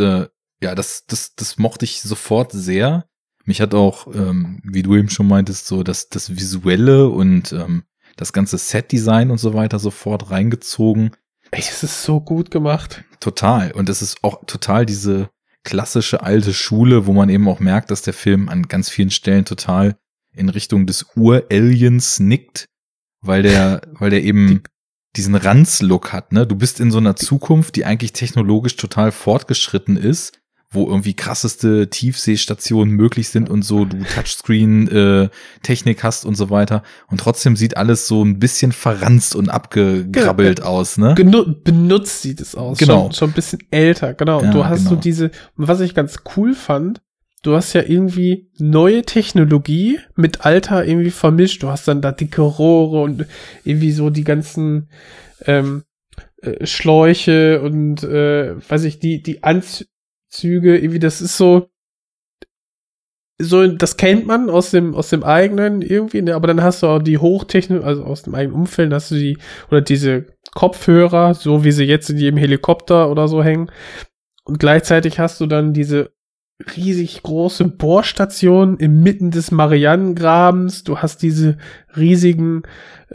Speaker 2: das mochte ich sofort sehr. Mich hat auch, wie du eben schon meintest, so das Visuelle und das ganze Set-Design und so weiter sofort reingezogen.
Speaker 1: Es ist so gut gemacht.
Speaker 2: Total. Und es ist auch total diese klassische alte Schule, wo man eben auch merkt, dass der Film an ganz vielen Stellen total in Richtung des Ur-Aliens nickt, weil der eben diesen Ranz-Look hat, ne? Du bist in so einer Zukunft, die eigentlich technologisch total fortgeschritten ist, wo irgendwie krasseste Tiefseestationen möglich sind und so, du Touchscreen-Technik hast und so weiter. Und trotzdem sieht alles so ein bisschen verranzt und abgegrabbelt aus, ne?
Speaker 1: Benutzt sieht es aus.
Speaker 2: Genau.
Speaker 1: Schon ein bisschen älter, genau.
Speaker 2: Ja,
Speaker 1: du hast so diese, was ich ganz cool fand, du hast ja irgendwie neue Technologie mit Alter irgendwie vermischt. Du hast dann da dicke Rohre und irgendwie so die ganzen Schläuche und die Anzüge, irgendwie, das ist so, das kennt man aus dem eigenen irgendwie, ne? Aber dann hast du auch die Hochtechnologie, also aus dem eigenen Umfeld hast du diese Kopfhörer, so wie sie jetzt in jedem Helikopter oder so hängen. Und gleichzeitig hast du dann diese riesig große Bohrstation inmitten des Marianengrabens. Du hast diese riesigen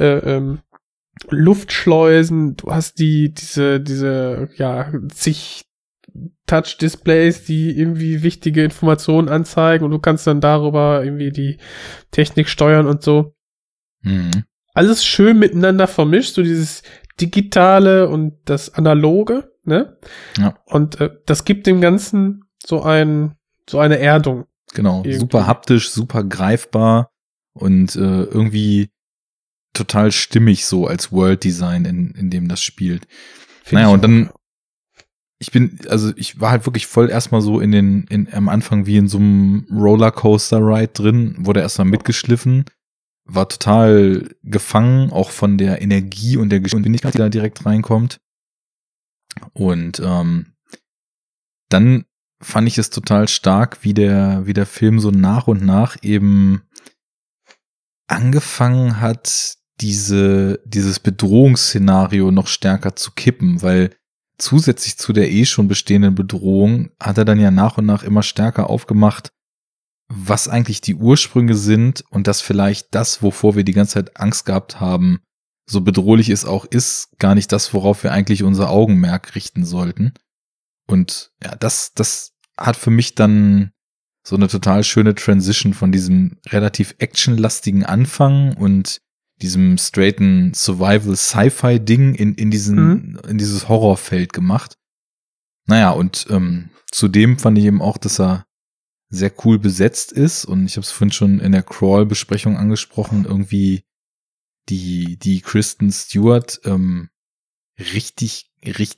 Speaker 1: Luftschleusen. Du hast diese zig Touch-Displays, die irgendwie wichtige Informationen anzeigen und du kannst dann darüber irgendwie die Technik steuern und so.
Speaker 2: Mhm.
Speaker 1: Alles schön miteinander vermischt, so dieses Digitale und das Analoge, ne?
Speaker 2: Ja.
Speaker 1: Und das gibt dem Ganzen so eine Erdung.
Speaker 2: Genau,
Speaker 1: irgendwie.
Speaker 2: super haptisch, super greifbar und irgendwie total stimmig so als World Design, in dem das spielt. Naja, und dann ich war halt wirklich voll erstmal so am Anfang wie in so einem Rollercoaster-Ride drin, wurde erstmal mitgeschliffen, war total gefangen, auch von der Energie und der Geschwindigkeit, die da direkt reinkommt. Und dann fand ich es total stark, wie der Film so nach und nach eben angefangen hat, dieses Bedrohungsszenario noch stärker zu kippen, weil zusätzlich zu der schon bestehenden Bedrohung hat er dann ja nach und nach immer stärker aufgemacht, was eigentlich die Ursprünge sind und dass vielleicht das, wovor wir die ganze Zeit Angst gehabt haben, so bedrohlich es auch ist, gar nicht das, worauf wir eigentlich unser Augenmerk richten sollten. Und ja, das hat für mich dann so eine total schöne Transition von diesem relativ actionlastigen Anfang und diesem straighten Survival-Sci-Fi-Ding in dieses Horrorfeld gemacht. Naja, und zudem fand ich eben auch, dass er sehr cool besetzt ist und ich habe es vorhin schon in der Crawl-Besprechung angesprochen, irgendwie die Kristen Stewart richtig, richtig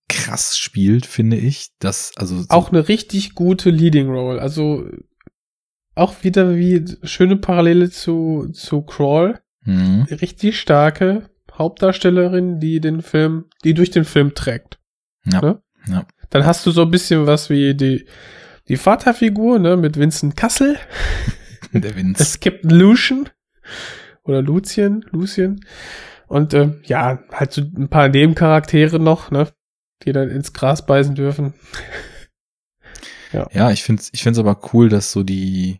Speaker 2: krass spielt, finde ich.
Speaker 1: Auch eine richtig gute Leading Role. Also auch wieder wie schöne Parallele zu Crawl. Richtig starke Hauptdarstellerin, die durch den Film trägt.
Speaker 2: Ja.
Speaker 1: Ne?
Speaker 2: Ja.
Speaker 1: Dann hast du so ein bisschen was wie die Vaterfigur, ne, mit Vincent Cassel.
Speaker 2: Der Vince.
Speaker 1: Es gibt Lucien. Oder Lucien. Und halt so ein paar Nebencharaktere noch, ne, die dann ins Gras beißen dürfen.
Speaker 2: Ja, ich find's aber cool, dass so die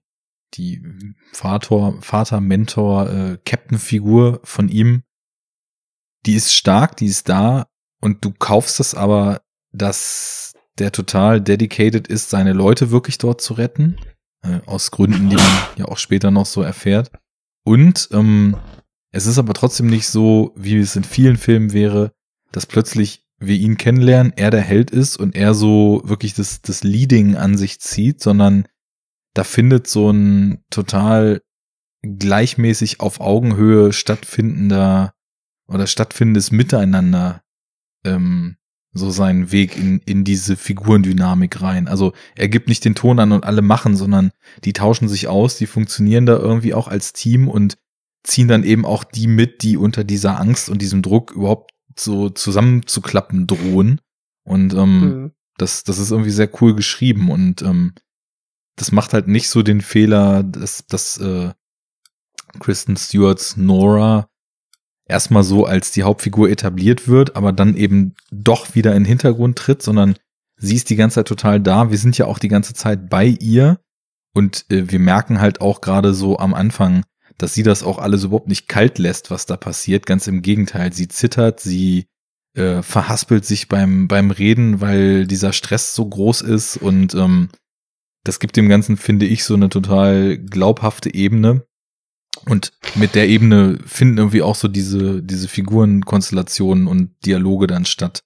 Speaker 2: Vater, Mentor, Captain-Figur von ihm, die ist stark, die ist da und du kaufst es aber, dass der total dedicated ist, seine Leute wirklich dort zu retten. Aus Gründen, die man ja auch später noch so erfährt. Und es ist aber trotzdem nicht so, wie es in vielen Filmen wäre, dass plötzlich wir ihn kennenlernen, er der Held ist und er so wirklich das Leading an sich zieht, sondern da findet so ein total gleichmäßig auf Augenhöhe stattfindendes Miteinander so seinen Weg in diese Figurendynamik rein. Also er gibt nicht den Ton an und alle machen, sondern die tauschen sich aus, die funktionieren da irgendwie auch als Team und ziehen dann eben auch die mit, die unter dieser Angst und diesem Druck überhaupt so zusammenzuklappen drohen. Und das ist irgendwie sehr cool geschrieben und das macht halt nicht so den Fehler, dass Kristen Stewarts Nora erstmal so als die Hauptfigur etabliert wird, aber dann eben doch wieder in den Hintergrund tritt, sondern sie ist die ganze Zeit total da. Wir sind ja auch die ganze Zeit bei ihr und wir merken halt auch gerade so am Anfang, dass sie das auch alles überhaupt nicht kalt lässt, was da passiert. Ganz im Gegenteil, sie zittert, sie verhaspelt sich beim Reden, weil dieser Stress so groß ist und das gibt dem Ganzen, finde ich, so eine total glaubhafte Ebene. Und mit der Ebene finden irgendwie auch so diese Figurenkonstellationen und Dialoge dann statt.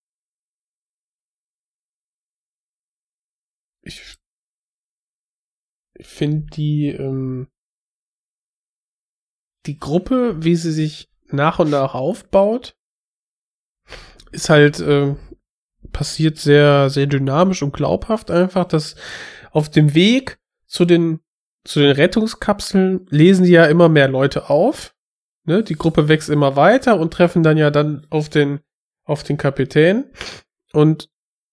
Speaker 1: Ich finde die Gruppe, wie sie sich nach und nach aufbaut, ist halt passiert sehr, sehr dynamisch und glaubhaft einfach, dass auf dem Weg zu den Rettungskapseln lesen die ja immer mehr Leute auf. Ne? Die Gruppe wächst immer weiter und treffen dann auf den Kapitän. Und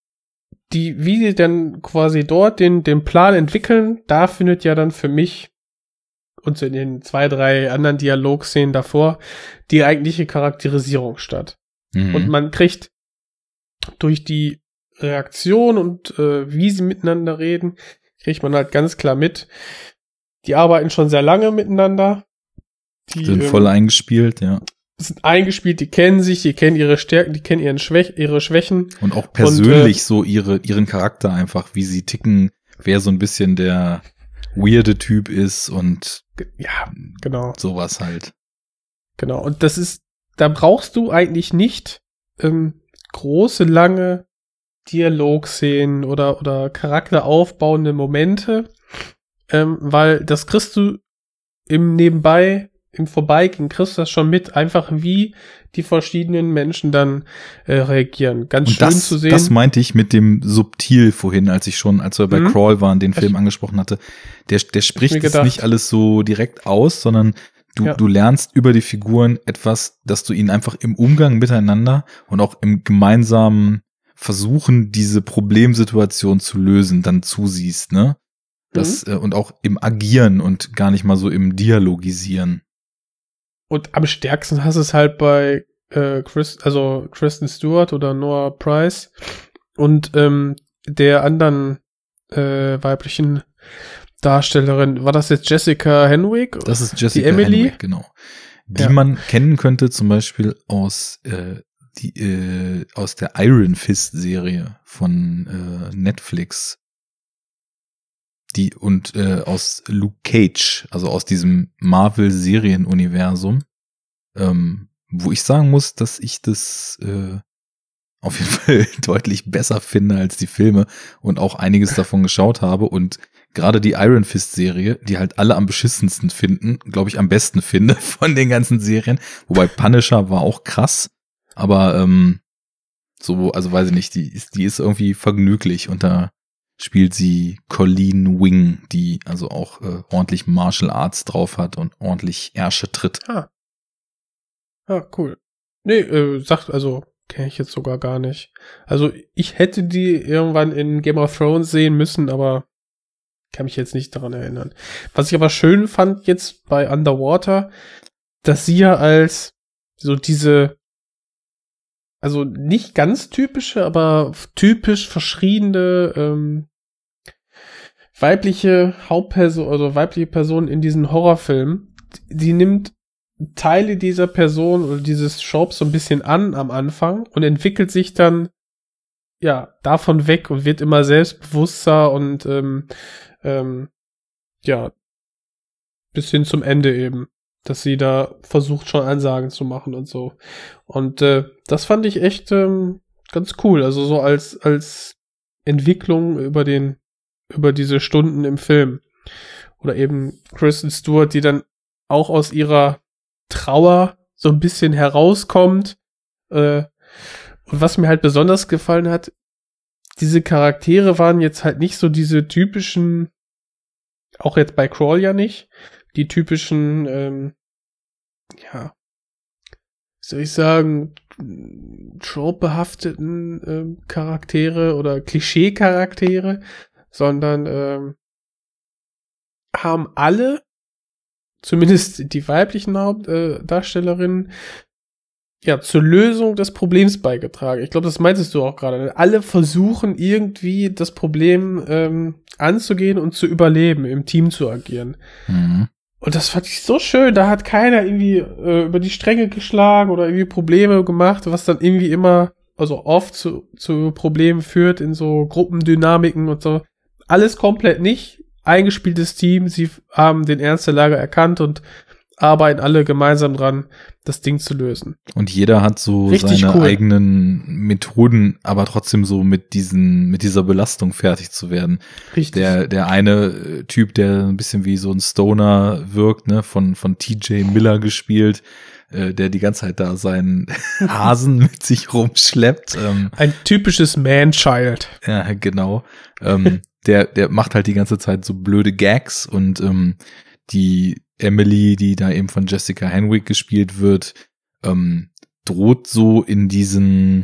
Speaker 1: wie die dann quasi dort den Plan entwickeln, da findet ja dann für mich und so in den 2, 3 anderen Dialogszenen davor die eigentliche Charakterisierung statt. Und man kriegt durch die Reaktion und wie sie miteinander reden, kriegt man halt ganz klar mit, die arbeiten schon sehr lange miteinander. Die
Speaker 2: sind voll eingespielt, ja.
Speaker 1: Sind eingespielt, die kennen sich, die kennen ihre Stärken, die kennen ihre Schwächen.
Speaker 2: Und auch persönlich so ihren Charakter einfach, wie sie ticken, wer so ein bisschen der weirde Typ ist und
Speaker 1: ja, genau.
Speaker 2: Sowas halt.
Speaker 1: Genau, und da brauchst du eigentlich nicht große, lange Dialogszenen oder charakteraufbauende Momente, weil das kriegst du im Vorbeigehen kriegst du das schon mit, einfach wie die verschiedenen Menschen dann reagieren. Ganz und schön zu sehen.
Speaker 2: Das meinte ich mit dem Subtil vorhin, als wir bei Crawl waren, den Film angesprochen hatte. Der spricht es nicht alles so direkt aus, sondern du lernst über die Figuren etwas, dass du ihnen einfach im Umgang miteinander und auch im gemeinsamen Versuchen, diese Problemsituation zu lösen, dann zusiehst, ne? Das, und auch im Agieren und gar nicht mal so im Dialogisieren.
Speaker 1: Und am stärksten hast du es halt bei Kristen Stewart oder Noah Price und der anderen weiblichen Darstellerin. War das jetzt Jessica Henwick?
Speaker 2: Das ist Jessica Henwick, genau. Die man kennen könnte zum Beispiel aus der Iron Fist Serie von Netflix. Aus Luke Cage, also aus diesem Marvel-Serienuniversum, wo ich sagen muss, dass ich das auf jeden Fall deutlich besser finde als die Filme und auch einiges davon geschaut habe und gerade die Iron Fist Serie, die halt alle am beschissensten finden, glaube ich am besten finde von den ganzen Serien, wobei Punisher war auch krass, aber So, also weiß ich nicht, die ist irgendwie vergnüglich und da spielt sie Colleen Wing, die also auch ordentlich Martial Arts drauf hat und ordentlich Ärsche tritt.
Speaker 1: Ah, cool. Nee, kenne ich jetzt sogar gar nicht. Also ich hätte die irgendwann in Game of Thrones sehen müssen, aber kann mich jetzt nicht daran erinnern. Was ich aber schön fand jetzt bei Underwater, dass sie ja als so diese, also nicht ganz typische, aber typisch verschriebene weibliche Hauptperson, also weibliche Person in diesen Horrorfilmen, die nimmt Teile dieser Person oder dieses Tropes so ein bisschen an am Anfang und entwickelt sich dann ja davon weg und wird immer selbstbewusster und bis hin zum Ende eben, dass sie da versucht schon Ansagen zu machen und so. Und das fand ich echt ganz cool, also so als Entwicklung über diese Stunden im Film. Oder eben Kristen Stewart, die dann auch aus ihrer Trauer so ein bisschen herauskommt. Und was mir halt besonders gefallen hat, diese Charaktere waren jetzt halt nicht so diese typischen, auch jetzt bei Crawl ja nicht, die typischen, wie soll ich sagen, trope-behafteten Charaktere oder Klischee-Charaktere, sondern haben alle, zumindest die weiblichen Hauptdarstellerinnen, zur Lösung des Problems beigetragen. Ich glaube, das meintest du auch gerade. Alle versuchen irgendwie das Problem anzugehen und zu überleben, im Team zu agieren.
Speaker 2: Mhm.
Speaker 1: Und das fand ich so schön. Da hat keiner irgendwie über die Stränge geschlagen oder irgendwie Probleme gemacht, was dann irgendwie immer, also oft zu Problemen führt in so Gruppendynamiken und so. Alles komplett nicht. Eingespieltes Team. Sie haben den Ernst der Lage erkannt und arbeiten alle gemeinsam dran, das Ding zu lösen.
Speaker 2: Und jeder hat so
Speaker 1: richtig
Speaker 2: seine
Speaker 1: cool.
Speaker 2: eigenen Methoden, aber trotzdem so mit dieser Belastung fertig zu werden.
Speaker 1: Richtig.
Speaker 2: Der eine Typ, der ein bisschen wie so ein Stoner wirkt, ne, von TJ Miller gespielt, der die ganze Zeit da seinen Hasen mit sich rumschleppt.
Speaker 1: Ein typisches Man-Child.
Speaker 2: Ja, genau. Der macht halt die ganze Zeit so blöde Gags und die Emily, die da eben von Jessica Henwick gespielt wird, droht so in diesen,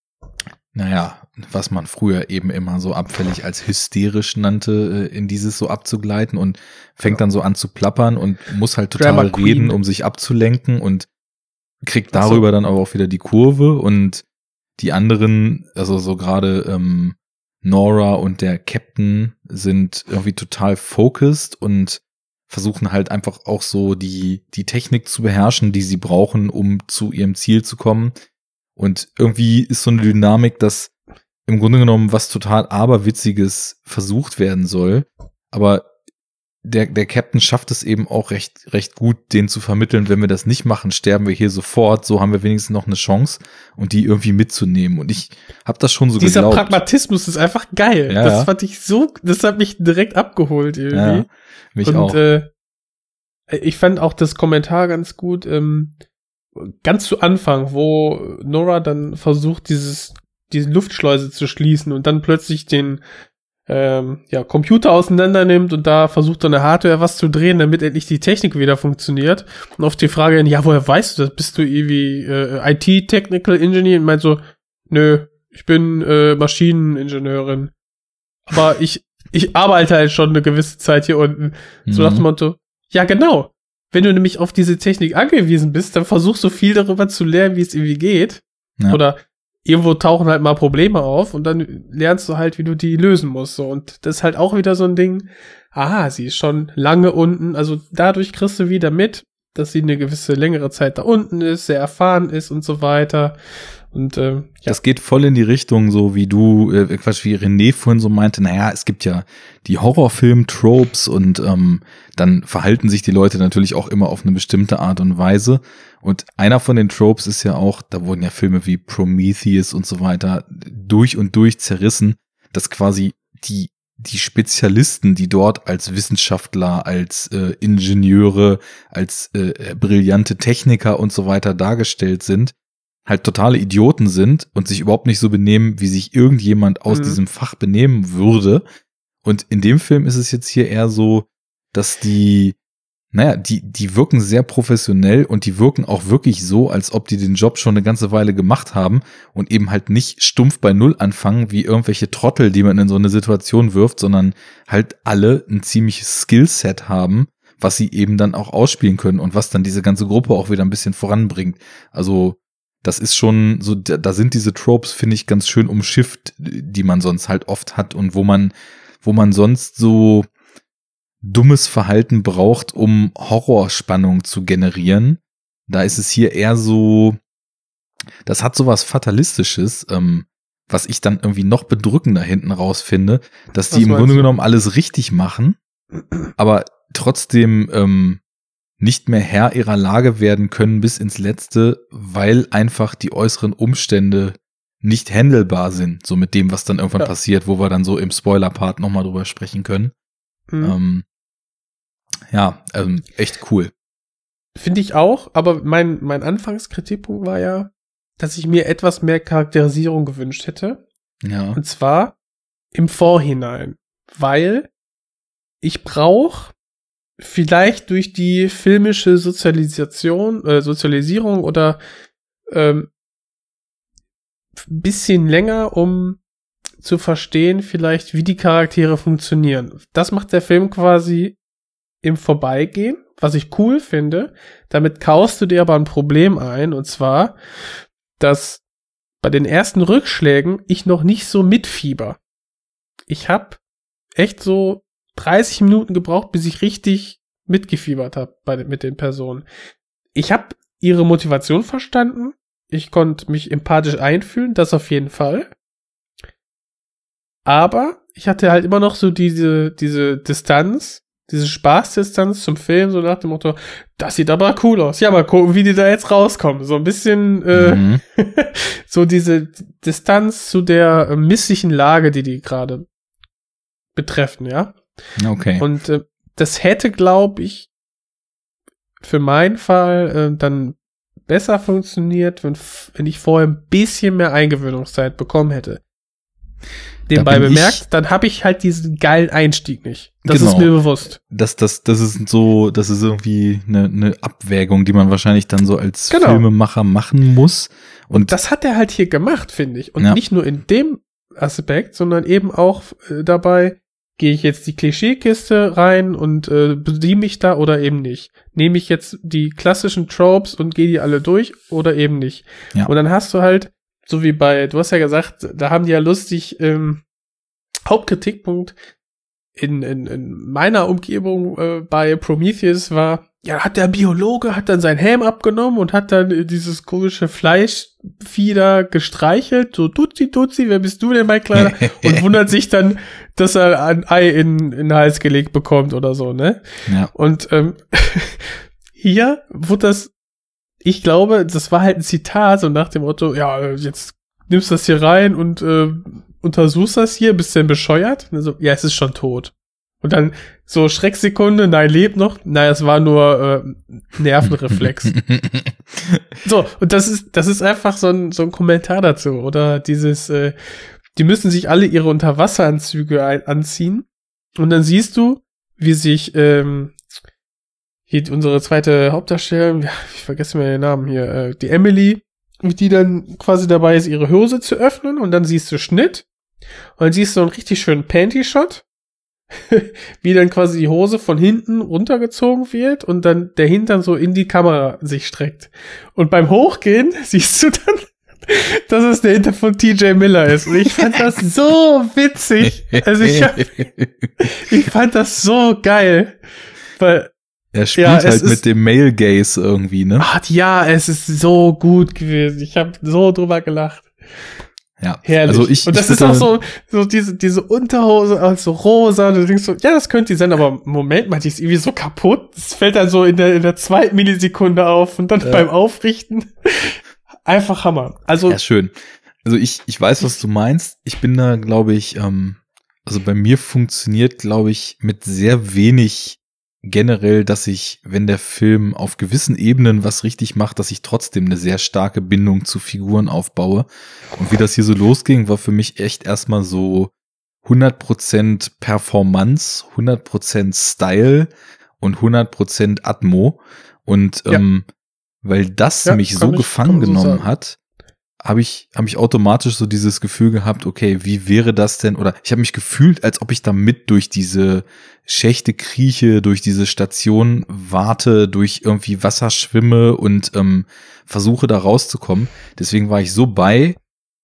Speaker 2: was man früher eben immer so abfällig als hysterisch nannte, in dieses so abzugleiten und fängt dann so an zu plappern und muss halt total reden, um sich abzulenken und kriegt darüber dann aber auch wieder die Kurve und die anderen, also so gerade Nora und der Captain sind irgendwie total focused und versuchen halt einfach auch so die Technik zu beherrschen, die sie brauchen, um zu ihrem Ziel zu kommen. Und irgendwie ist so eine Dynamik, dass im Grunde genommen was total Aberwitziges versucht werden soll. Aber der Captain schafft es eben auch recht gut, den zu vermitteln, wenn wir das nicht machen, sterben wir hier sofort. So haben wir wenigstens noch eine Chance und die irgendwie mitzunehmen. Und ich habe das schon so
Speaker 1: Dieser
Speaker 2: geglaubt.
Speaker 1: Pragmatismus ist einfach geil.
Speaker 2: Ja,
Speaker 1: das fand ich das hat mich direkt abgeholt irgendwie.
Speaker 2: Ja, mich auch.
Speaker 1: Ich fand auch das Kommentar ganz gut, ganz zu Anfang, wo Nora dann versucht, diese Luftschleuse zu schließen und dann plötzlich den Computer auseinander nimmt und da versucht dann eine Hardware was zu drehen, damit endlich die Technik wieder funktioniert. Und auf die Frage, ja, woher weißt du das? Bist du irgendwie IT-Technical Engineer? Und meint so, nö, ich bin Maschineningenieurin. Aber ich arbeite halt schon eine gewisse Zeit hier unten. So nach dem Motto, ja genau, wenn du nämlich auf diese Technik angewiesen bist, dann versuch so viel darüber zu lernen, wie es irgendwie geht. Ja. Oder irgendwo tauchen halt mal Probleme auf und dann lernst du halt, wie du die lösen musst. So. Und das ist halt auch wieder so ein Ding, sie ist schon lange unten, also dadurch kriegst du wieder mit, dass sie eine gewisse längere Zeit da unten ist, sehr erfahren ist und so weiter. Und
Speaker 2: das geht voll in die Richtung, so wie du, wie René vorhin so meinte, es gibt ja die Horrorfilm-Tropes und dann verhalten sich die Leute natürlich auch immer auf eine bestimmte Art und Weise. Und einer von den Tropes ist ja auch, da wurden ja Filme wie Prometheus und so weiter durch und durch zerrissen, dass quasi die Spezialisten, die dort als Wissenschaftler, als Ingenieure, als brillante Techniker und so weiter dargestellt sind, halt totale Idioten sind und sich überhaupt nicht so benehmen, wie sich irgendjemand aus diesem Fach benehmen würde. Und in dem Film ist es jetzt hier eher so, dass die wirken sehr professionell und die wirken auch wirklich so, als ob die den Job schon eine ganze Weile gemacht haben und eben halt nicht stumpf bei Null anfangen, wie irgendwelche Trottel, die man in so eine Situation wirft, sondern halt alle ein ziemliches Skillset haben, was sie eben dann auch ausspielen können und was dann diese ganze Gruppe auch wieder ein bisschen voranbringt. Also das ist schon so, da sind diese Tropes, finde ich, ganz schön umschifft, die man sonst halt oft hat und wo man sonst so dummes Verhalten braucht, um Horrorspannung zu generieren. Da ist es hier eher so, das hat sowas Fatalistisches, was ich dann irgendwie noch bedrückender hinten raus finde, dass die im Grunde genommen alles richtig machen, aber trotzdem nicht mehr Herr ihrer Lage werden können bis ins Letzte, weil einfach die äußeren Umstände nicht handelbar sind, so mit dem, was dann irgendwann passiert, wo wir dann so im Spoiler-Part nochmal drüber sprechen können. Echt cool.
Speaker 1: Finde ich auch, aber mein Anfangskritikpunkt war ja, dass ich mir etwas mehr Charakterisierung gewünscht hätte.
Speaker 2: Ja.
Speaker 1: Und zwar im Vorhinein, weil ich brauche vielleicht durch die filmische Sozialisierung oder ein bisschen länger, um zu verstehen vielleicht, wie die Charaktere funktionieren. Das macht der Film quasi im Vorbeigehen, was ich cool finde. Damit kaust du dir aber ein Problem ein, und zwar, dass bei den ersten Rückschlägen ich noch nicht so mitfieber. Ich habe echt so 30 Minuten gebraucht, bis ich richtig mitgefiebert habe mit den Personen. Ich habe ihre Motivation verstanden. Ich konnte mich empathisch einfühlen, das auf jeden Fall. Aber ich hatte halt immer noch so diese Distanz, diese Spaßdistanz zum Film, so nach dem Motto, das sieht aber cool aus. Ja, mal gucken, wie die da jetzt rauskommen. So ein bisschen so diese Distanz zu der misslichen Lage, die gerade betreffen, ja.
Speaker 2: Okay.
Speaker 1: Und das hätte, glaube ich, für meinen Fall dann besser funktioniert, wenn ich vorher ein bisschen mehr Eingewöhnungszeit bekommen hätte. Nebenbei bemerkt, dann habe ich halt diesen geilen Einstieg nicht. Das ist mir bewusst.
Speaker 2: Das ist irgendwie eine Abwägung, die man wahrscheinlich dann so als Filmemacher machen muss. Und
Speaker 1: das hat er halt hier gemacht, finde ich. Und nicht nur in dem Aspekt, sondern eben auch dabei, gehe ich jetzt die Klischeekiste rein und bediene mich da oder eben nicht? Nehme ich jetzt die klassischen Tropes und gehe die alle durch oder eben nicht? Ja. Und dann hast du halt, so wie du hast ja gesagt, da haben die ja lustig, Hauptkritikpunkt in meiner Umgebung bei Prometheus war, ja, hat der Biologe, hat dann seinen Helm abgenommen und hat dann dieses komische Fleischvieh da gestreichelt, so Tutsi, wer bist du denn, mein Kleiner? Und wundert sich dann, dass er ein Ei in den Hals gelegt bekommt oder so, ne?
Speaker 2: Ja.
Speaker 1: Und hier wurde das, ich glaube, das war halt ein Zitat, so nach dem Motto, ja, jetzt nimmst du das hier rein und untersuchst das hier, bist du denn bescheuert? Und so, ja, es ist schon tot. Und dann so Schrecksekunde, nein, lebt noch. Nein, es war nur Nervenreflex. So, und das ist einfach so ein Kommentar dazu. Oder dieses, die müssen sich alle ihre Unterwasseranzüge anziehen. Und dann siehst du, wie sich hier unsere zweite Hauptdarstellerin, ja, ich vergesse mir den Namen hier, die Emily, die dann quasi dabei ist, ihre Hose zu öffnen, und dann siehst du Schnitt und dann siehst du einen richtig schönen Panty-Shot, wie dann quasi die Hose von hinten runtergezogen wird und dann der Hintern so in die Kamera sich streckt. Und beim Hochgehen siehst du dann, dass es der Hintern von TJ Miller ist. Und ich fand das so witzig. Also ich fand das so geil. Weil
Speaker 2: er spielt halt mit dem Male Gaze irgendwie, ne?
Speaker 1: Ach, ja, es ist so gut gewesen. Ich habe so drüber gelacht.
Speaker 2: Ja,
Speaker 1: herrlich.
Speaker 2: Also
Speaker 1: und das ist auch so diese Unterhose, also rosa, und du denkst so, ja, das könnte die sein, aber Moment mal, die ist irgendwie so kaputt. Das fällt dann so in der zweiten Millisekunde auf und dann beim Aufrichten. Einfach Hammer. Also
Speaker 2: ja, schön. Also ich weiß, was du meinst. Ich bin da, glaube ich, also bei mir funktioniert, glaube ich, mit sehr wenig generell, dass ich, wenn der Film auf gewissen Ebenen was richtig macht, dass ich trotzdem eine sehr starke Bindung zu Figuren aufbaue. Und wie das hier so losging, war für mich echt erstmal so 100% Performance, 100% Style und 100% Atmo. Und weil das mich so gefangen genommen hat, habe ich automatisch so dieses Gefühl gehabt, okay, wie wäre das denn? Oder ich habe mich gefühlt, als ob ich da mit durch diese Schächte krieche, durch diese Station warte, durch irgendwie Wasser schwimme und versuche da rauszukommen. Deswegen war ich so bei,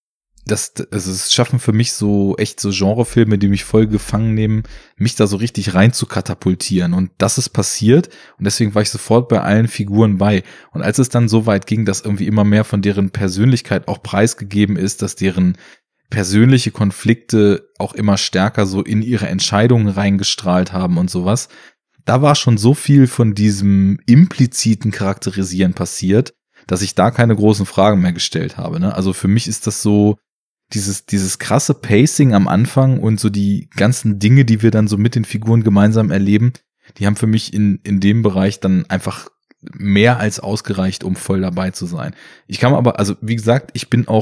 Speaker 2: also es schaffen für mich so echt so Genrefilme, die mich voll gefangen nehmen, mich da so richtig rein zu katapultieren. Und das ist passiert und deswegen war ich sofort bei allen Figuren bei. Und als es dann so weit ging, dass irgendwie immer mehr von deren Persönlichkeit auch preisgegeben ist, dass deren persönliche Konflikte auch immer stärker so in ihre Entscheidungen reingestrahlt haben und sowas, da war schon so viel von diesem impliziten Charakterisieren passiert, dass ich da keine großen Fragen mehr gestellt habe. Ne? Also für mich ist das so dieses krasse Pacing am Anfang und so die ganzen Dinge, die wir dann so mit den Figuren gemeinsam erleben, die haben für mich in dem Bereich dann einfach mehr als ausgereicht, um voll dabei zu sein. Ich kann aber, also wie gesagt, ich bin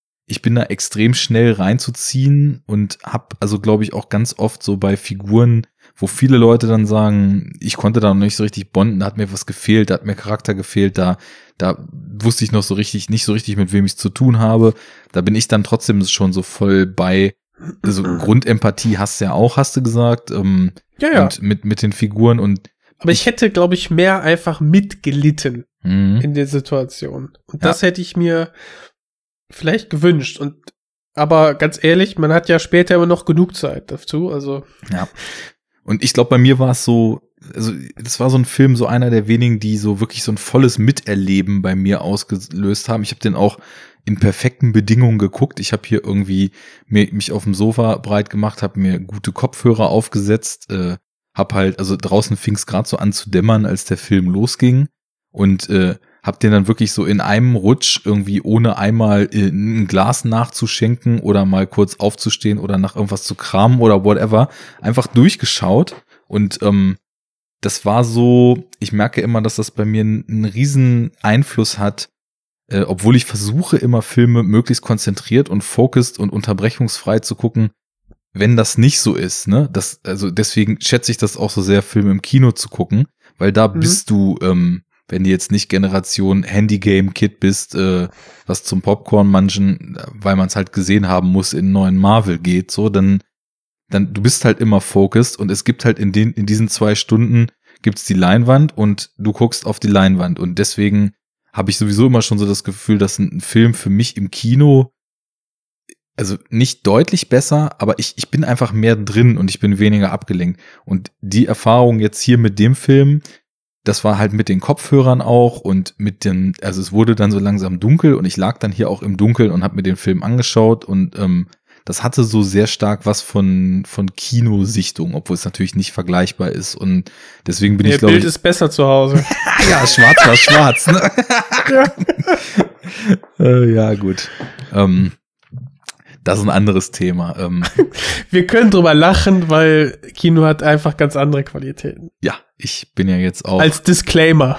Speaker 2: da extrem schnell reinzuziehen und habe also, glaube ich, auch ganz oft so bei Figuren, wo viele Leute dann sagen, ich konnte da noch nicht so richtig bonden, da hat mir was gefehlt, da hat mir Charakter gefehlt, da wusste ich noch nicht so richtig, mit wem ich es zu tun habe. Da bin ich dann trotzdem schon so voll bei, also Grundempathie hast du gesagt,
Speaker 1: ja.
Speaker 2: Und mit den Figuren und
Speaker 1: aber ich hätte, glaube ich, mehr einfach mitgelitten in der Situation. Und das hätte ich mir vielleicht gewünscht. Aber ganz ehrlich, man hat ja später immer noch genug Zeit dazu. Also
Speaker 2: ja. Und ich glaube, bei mir war es so, also das war so ein Film, so einer der wenigen, die so wirklich so ein volles Miterleben bei mir ausgelöst haben. Ich habe den auch in perfekten Bedingungen geguckt. Ich habe hier irgendwie mich auf dem Sofa breit gemacht, habe mir gute Kopfhörer aufgesetzt, also draußen fing es gerade so an zu dämmern, als der Film losging und hab den dann wirklich so in einem Rutsch irgendwie ohne einmal ein Glas nachzuschenken oder mal kurz aufzustehen oder nach irgendwas zu kramen oder whatever, einfach durchgeschaut und das war so, ich merke immer, dass das bei mir einen riesen Einfluss hat, obwohl ich versuche immer Filme möglichst konzentriert und focused und unterbrechungsfrei zu gucken, wenn das nicht so ist, ne? Also deswegen schätze ich das auch so sehr, Filme im Kino zu gucken, weil da bist du, wenn du jetzt nicht Generation Handygame-Kid bist, was zum Popcorn-Manchen, weil man es halt gesehen haben muss, in neuen Marvel geht, so, dann du bist halt immer focused und es gibt halt in diesen 2 Stunden gibt's die Leinwand und du guckst auf die Leinwand und deswegen habe ich sowieso immer schon so das Gefühl, dass ein Film für mich im Kino, also nicht deutlich besser, aber ich bin einfach mehr drin und ich bin weniger abgelenkt. Und die Erfahrung jetzt hier mit dem Film, das war halt mit den Kopfhörern auch und also es wurde dann so langsam dunkel und ich lag dann hier auch im Dunkeln und habe mir den Film angeschaut und das hatte so sehr stark was von Kinosichtung, obwohl es natürlich nicht vergleichbar ist und deswegen bin ich, glaube ich...
Speaker 1: Bild ist besser zu Hause.
Speaker 2: Ja, schwarz war schwarz, ne? Ja, gut. Das ist ein anderes Thema.
Speaker 1: Wir können drüber lachen, weil Kino hat einfach ganz andere Qualitäten.
Speaker 2: Ja, ich bin ja jetzt auch...
Speaker 1: Als Disclaimer.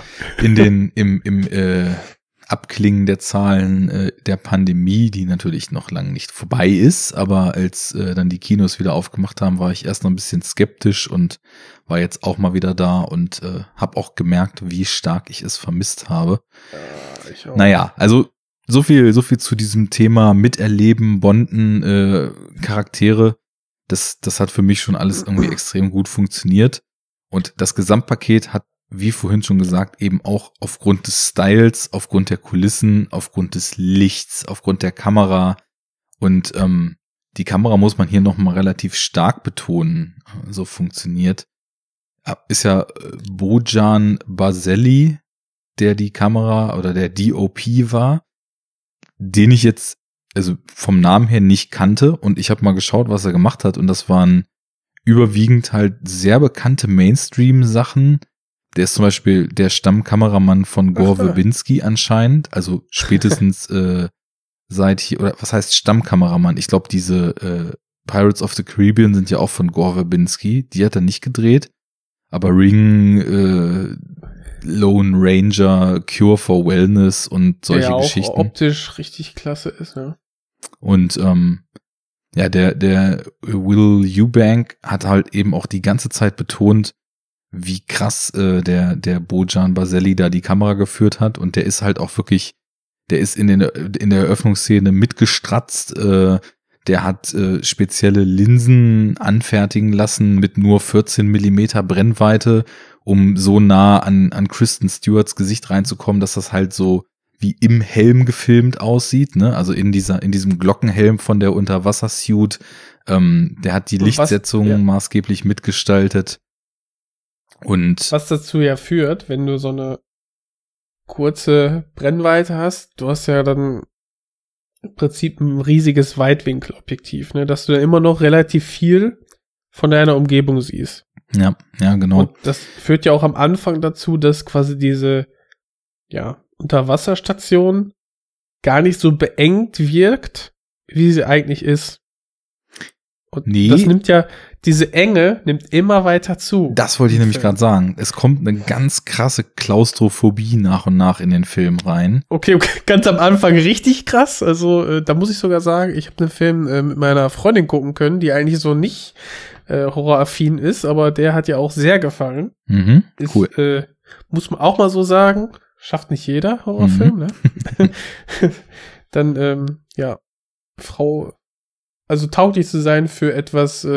Speaker 2: Im Abklingen der Zahlen der Pandemie, die natürlich noch lange nicht vorbei ist, aber als dann die Kinos wieder aufgemacht haben, war ich erst noch ein bisschen skeptisch und war jetzt auch mal wieder da und habe auch gemerkt, wie stark ich es vermisst habe.
Speaker 1: Ja, ich auch.
Speaker 2: Naja, also so viel zu diesem Thema Miterleben, Bonden, Charaktere. Das hat für mich schon alles irgendwie extrem gut funktioniert. Und das Gesamtpaket hat, wie vorhin schon gesagt, eben auch aufgrund des Styles, aufgrund der Kulissen, aufgrund des Lichts, aufgrund der Kamera. Und die Kamera muss man hier nochmal relativ stark betonen, so funktioniert. Ist ja Bojan Baselli, der die Kamera oder der DOP war, den ich jetzt also vom Namen her nicht kannte und ich habe mal geschaut, was er gemacht hat und das waren überwiegend halt sehr bekannte Mainstream-Sachen. Der ist zum Beispiel der Stammkameramann von Gore Verbinski anscheinend, also spätestens seit hier, oder was heißt Stammkameramann? Ich glaube, diese Pirates of the Caribbean sind ja auch von Gore Verbinski, die hat er nicht gedreht. Aber Ring, Lone Ranger, Cure for Wellness und solche
Speaker 1: der
Speaker 2: Geschichten.
Speaker 1: Auch optisch richtig klasse ist, ja.
Speaker 2: Und der Will Eubank hat halt eben auch die ganze Zeit betont, wie krass der Bojan Baselli da die Kamera geführt hat. Und der ist halt auch wirklich, der ist in der Eröffnungsszene mitgestratzt. Der hat spezielle Linsen anfertigen lassen mit nur 14 Millimeter Brennweite, um so nah an Kristen Stewarts Gesicht reinzukommen, dass das halt so wie im Helm gefilmt aussieht, ne? Also in diesem Glockenhelm von der Unterwassersuit. Der hat die Lichtsetzung maßgeblich mitgestaltet. Und
Speaker 1: was dazu ja führt, wenn du so eine kurze Brennweite hast, du hast ja dann im Prinzip ein riesiges Weitwinkelobjektiv, ne? Dass du dann immer noch relativ viel von deiner Umgebung siehst.
Speaker 2: Ja, genau.
Speaker 1: Und das führt ja auch am Anfang dazu, dass quasi diese, Unterwasserstation gar nicht so beengt wirkt, wie sie eigentlich ist. Und das nimmt ja, diese Enge nimmt immer weiter zu.
Speaker 2: Das wollte ich nämlich gerade sagen. Es kommt eine ganz krasse Klaustrophobie nach und nach in den Film rein.
Speaker 1: Okay, ganz am Anfang richtig krass. Also da muss ich sogar sagen, ich habe den Film mit meiner Freundin gucken können, die eigentlich so nicht horroraffin ist, aber der hat ja auch sehr gefallen.
Speaker 2: Mhm, cool.
Speaker 1: Ist, muss man auch mal so sagen. Schafft nicht jeder Horrorfilm, ne? Dann, Frau, also tauglich zu sein für etwas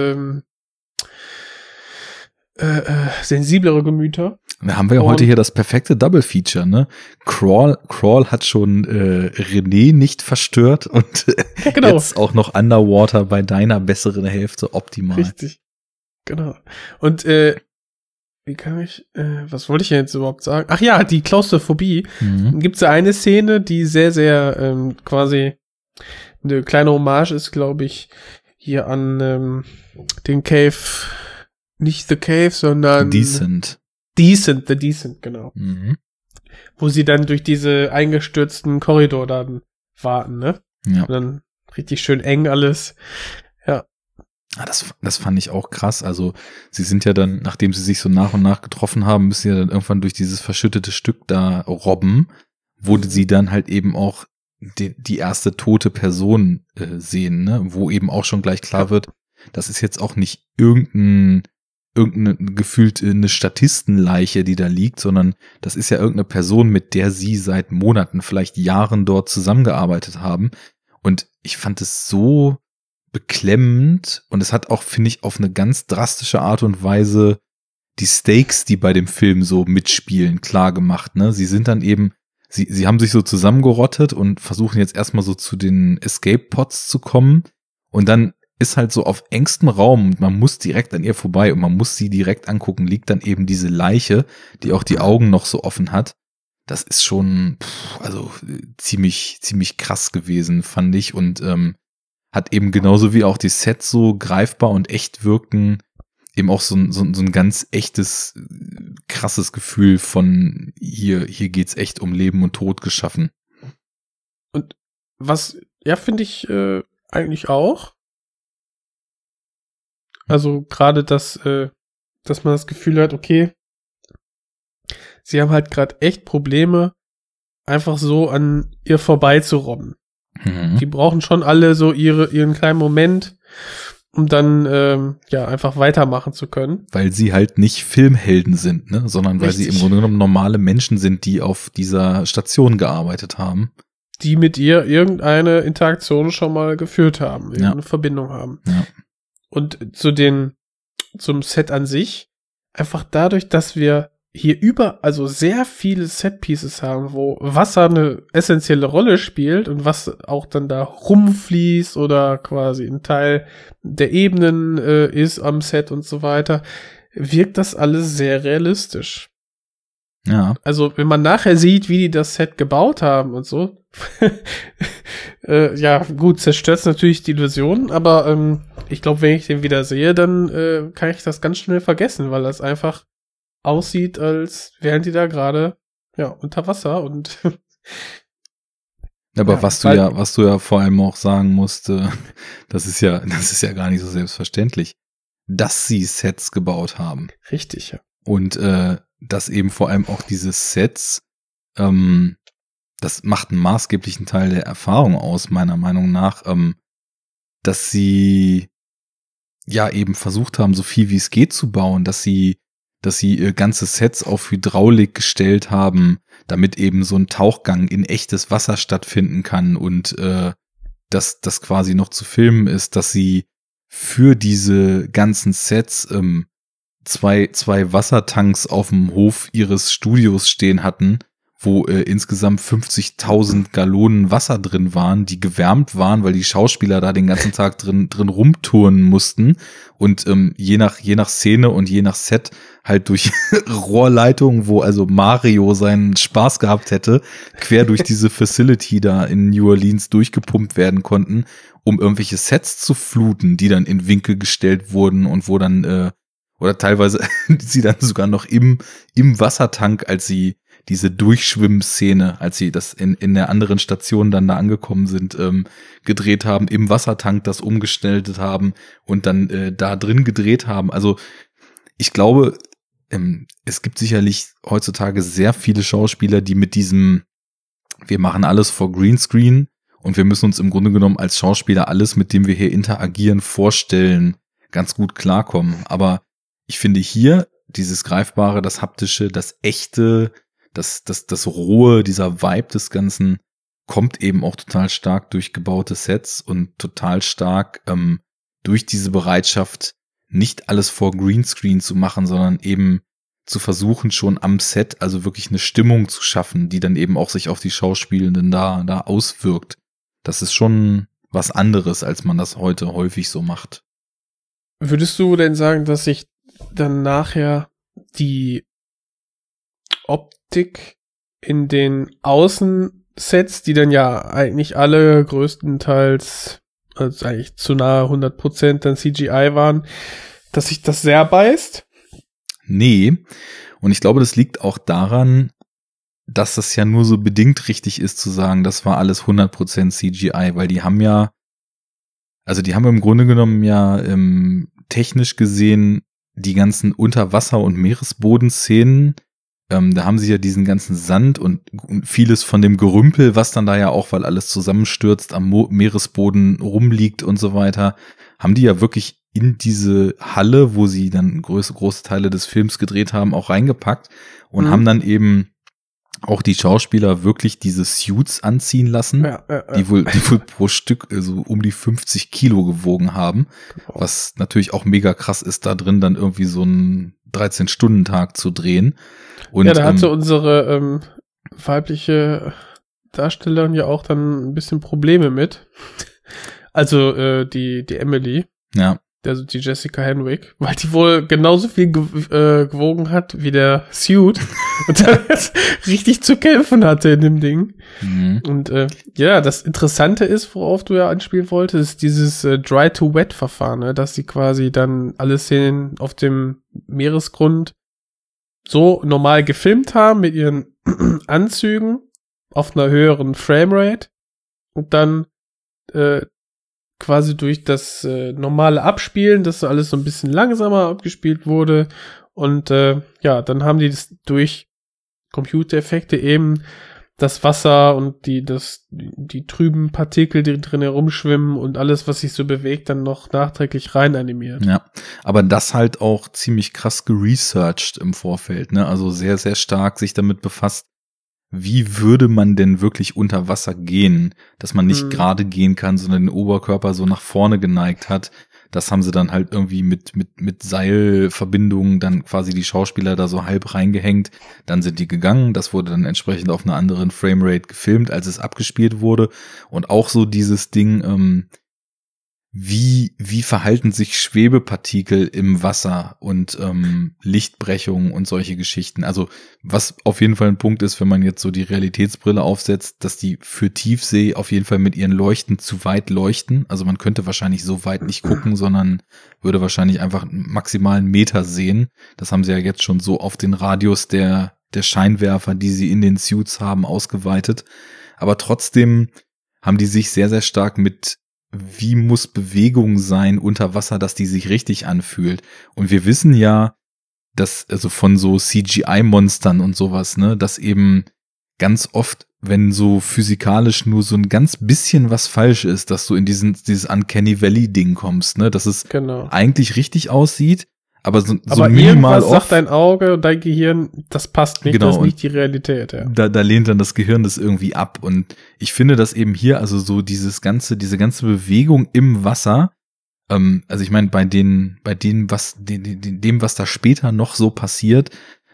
Speaker 1: sensiblere Gemüter.
Speaker 2: Da haben wir ja heute hier das perfekte Double Feature, ne? Crawl hat schon René nicht verstört und jetzt auch noch Underwater bei deiner besseren Hälfte optimal.
Speaker 1: Richtig. Genau. Und wie kann ich, was wollte ich jetzt überhaupt sagen? Ach ja, die Klaustrophobie. Gibt's ja eine Szene, die sehr, sehr quasi eine kleine Hommage ist, glaube ich, hier an den Cave, nicht The Cave, sondern
Speaker 2: Descent,
Speaker 1: genau. Wo sie dann durch diese eingestürzten Korridor dann warten, ne?
Speaker 2: Ja.
Speaker 1: Und dann richtig schön eng alles. Ja.
Speaker 2: Das fand ich auch krass. Also sie sind ja dann, nachdem sie sich so nach und nach getroffen haben, müssen sie ja dann irgendwann durch dieses verschüttete Stück da robben, wo sie dann halt eben auch die erste tote Person sehen, ne? Wo eben auch schon gleich klar wird, das ist jetzt auch nicht irgendeine gefühlt eine Statistenleiche, die da liegt, sondern das ist ja irgendeine Person, mit der sie seit Monaten, vielleicht Jahren dort zusammengearbeitet haben. Und ich fand es so beklemmend und es hat auch, finde ich, auf eine ganz drastische Art und Weise die Stakes, die bei dem Film so mitspielen, klar gemacht, ne? Sie sind dann eben, sie haben sich so zusammengerottet und versuchen jetzt erstmal so zu den Escape-Pods zu kommen und dann ist halt so auf engstem Raum und man muss direkt an ihr vorbei und man muss sie direkt angucken, liegt dann eben diese Leiche, die auch die Augen noch so offen hat. Das ist schon, ziemlich krass gewesen, fand ich, und hat eben genauso wie auch die Sets so greifbar und echt wirken, eben auch so ein ganz echtes, krasses Gefühl von hier geht's echt um Leben und Tod geschaffen.
Speaker 1: Und was, finde ich eigentlich auch. Also gerade dass man das Gefühl hat, okay, sie haben halt gerade echt Probleme, einfach so an ihr vorbeizurobben. Die brauchen schon alle so ihren kleinen Moment, um dann einfach weitermachen zu können.
Speaker 2: Weil sie halt nicht Filmhelden sind, ne, sondern weil sie im Grunde genommen normale Menschen sind, die auf dieser Station gearbeitet haben.
Speaker 1: Die mit ihr irgendeine Interaktion schon mal geführt haben, irgendeine Verbindung haben.
Speaker 2: Ja.
Speaker 1: Und zum Set an sich, einfach dadurch, dass wir hier also sehr viele Setpieces haben, wo Wasser eine essentielle Rolle spielt und was auch dann da rumfließt oder quasi ein Teil der Ebenen ist am Set und so weiter, wirkt das alles sehr realistisch.
Speaker 2: Ja.
Speaker 1: Also, wenn man nachher sieht, wie die das Set gebaut haben und so, gut, zerstört natürlich die Illusion, aber ich glaube, wenn ich den wieder sehe, dann kann ich das ganz schnell vergessen, weil das einfach aussieht, als wären die da gerade unter Wasser und
Speaker 2: aber was du ja vor allem auch sagen musst, das ist ja gar nicht so selbstverständlich, dass sie Sets gebaut haben.
Speaker 1: Richtig, ja.
Speaker 2: Und dass eben vor allem auch diese Sets, das macht einen maßgeblichen Teil der Erfahrung aus, meiner Meinung nach, dass sie ja eben versucht haben, so viel wie es geht zu bauen, dass sie ganze Sets auf Hydraulik gestellt haben, damit eben so ein Tauchgang in echtes Wasser stattfinden kann und dass das quasi noch zu filmen ist, dass sie für diese ganzen Sets zwei Wassertanks auf dem Hof ihres Studios stehen hatten, wo insgesamt 50.000 Gallonen Wasser drin waren, die gewärmt waren, weil die Schauspieler da den ganzen Tag drin rumturnen mussten und je nach Szene und je nach Set halt durch Rohrleitungen, wo also Mario seinen Spaß gehabt hätte, quer durch diese Facility da in New Orleans durchgepumpt werden konnten, um irgendwelche Sets zu fluten, die dann in Winkel gestellt wurden und wo dann oder teilweise sie dann sogar noch im Wassertank, als sie diese Durchschwimmszene, als sie das in der anderen Station dann da angekommen sind, gedreht haben, im Wassertank das umgestaltet haben und dann da drin gedreht haben. Also ich glaube, es gibt sicherlich heutzutage sehr viele Schauspieler, die mit diesem, wir machen alles vor Greenscreen und wir müssen uns im Grunde genommen als Schauspieler alles, mit dem wir hier interagieren, vorstellen, ganz gut klarkommen. Aber ich finde hier dieses Greifbare, das Haptische, das Echte, das Rohe, dieser Vibe des Ganzen kommt eben auch total stark durch gebaute Sets und total stark durch diese Bereitschaft, nicht alles vor Greenscreen zu machen, sondern eben zu versuchen, schon am Set also wirklich eine Stimmung zu schaffen, die dann eben auch sich auf die Schauspielenden da auswirkt. Das ist schon was anderes, als man das heute häufig so macht.
Speaker 1: Würdest du denn sagen, dass sich dann nachher die Optik in den Außensets, die dann ja eigentlich alle größtenteils, also eigentlich zu nahe 100% dann CGI waren, dass sich das sehr beißt?
Speaker 2: Nee, und ich glaube, das liegt auch daran, dass das ja nur so bedingt richtig ist zu sagen, das war alles 100% CGI, weil die haben im Grunde genommen ja technisch gesehen die ganzen Unterwasser- und Meeresbodenszenen, da haben sie ja diesen ganzen Sand und vieles von dem Gerümpel, was dann da ja auch, weil alles zusammenstürzt, am Meeresboden rumliegt und so weiter, haben die ja wirklich in diese Halle, wo sie dann große Teile des Films gedreht haben, auch reingepackt und haben dann eben auch die Schauspieler wirklich diese Suits anziehen lassen, die wohl pro Stück so um die 50 Kilo gewogen haben, was natürlich auch mega krass ist, da drin dann irgendwie so einen 13-Stunden-Tag zu drehen. Und,
Speaker 1: ja, da hatte unsere weibliche Darstellerin ja auch dann ein bisschen Probleme mit. Also die Emily.
Speaker 2: Ja.
Speaker 1: Also die Jessica Henwick, weil die wohl genauso viel gewogen hat wie der Suit und dann richtig zu kämpfen hatte in dem Ding. Mhm. Und ja, das Interessante ist, worauf du ja anspielen wolltest, ist dieses Dry-to-Wet-Verfahren, ne? Dass sie quasi dann alle Szenen auf dem Meeresgrund so normal gefilmt haben mit ihren Anzügen auf einer höheren Framerate und dann quasi durch das normale Abspielen, dass alles so ein bisschen langsamer abgespielt wurde und ja, dann haben die das durch Computereffekte eben das Wasser und die trüben Partikel, die drin herumschwimmen und alles, was sich so bewegt, dann noch nachträglich rein animiert.
Speaker 2: Ja, aber das halt auch ziemlich krass geresearched im Vorfeld, ne? Also sehr, sehr stark sich damit befasst, wie würde man denn wirklich unter Wasser gehen, dass man nicht gerade gehen kann, sondern den Oberkörper so nach vorne geneigt hat. Das haben sie dann halt irgendwie mit Seilverbindungen dann quasi die Schauspieler da so halb reingehängt. Dann sind die gegangen. Das wurde dann entsprechend auf einer anderen Framerate gefilmt, als es abgespielt wurde. Und auch so dieses Ding, wie verhalten sich Schwebepartikel im Wasser und Lichtbrechung und solche Geschichten. Also was auf jeden Fall ein Punkt ist, wenn man jetzt so die Realitätsbrille aufsetzt, dass die für Tiefsee auf jeden Fall mit ihren Leuchten zu weit leuchten. Also man könnte wahrscheinlich so weit nicht gucken, sondern würde wahrscheinlich einfach maximal einen Meter sehen. Das haben sie ja jetzt schon so auf den Radius der Scheinwerfer, die sie in den Suits haben, ausgeweitet. Aber trotzdem haben die sich sehr, sehr stark mit wie muss Bewegung sein unter Wasser, dass die sich richtig anfühlt. Und wir wissen ja, also von so CGI-Monstern und sowas, ne, dass eben ganz oft, wenn so physikalisch nur so ein ganz bisschen was falsch ist, dass du in dieses Uncanny Valley-Ding kommst, ne, dass es eigentlich richtig aussieht, aber so minimal
Speaker 1: irgendwas sagt dein Auge und dein Gehirn, das passt nicht, das ist nicht die Realität. Ja.
Speaker 2: Da lehnt dann das Gehirn das irgendwie ab. Und ich finde, dass eben hier also so diese ganze Bewegung im Wasser, also ich meine, bei dem, was da später noch so passiert,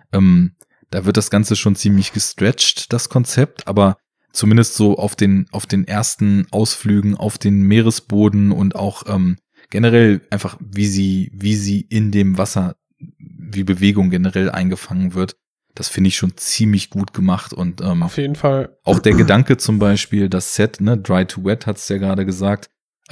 Speaker 2: da wird das Ganze schon ziemlich gestretched, das Konzept, aber zumindest so auf den ersten Ausflügen auf den Meeresboden und auch generell einfach, wie sie in dem Wasser, wie Bewegung generell eingefangen wird, das finde ich schon ziemlich gut gemacht und
Speaker 1: auf jeden Fall.
Speaker 2: Auch der Gedanke zum Beispiel, das Set, ne, Dry to Wet hat's ja gerade gesagt,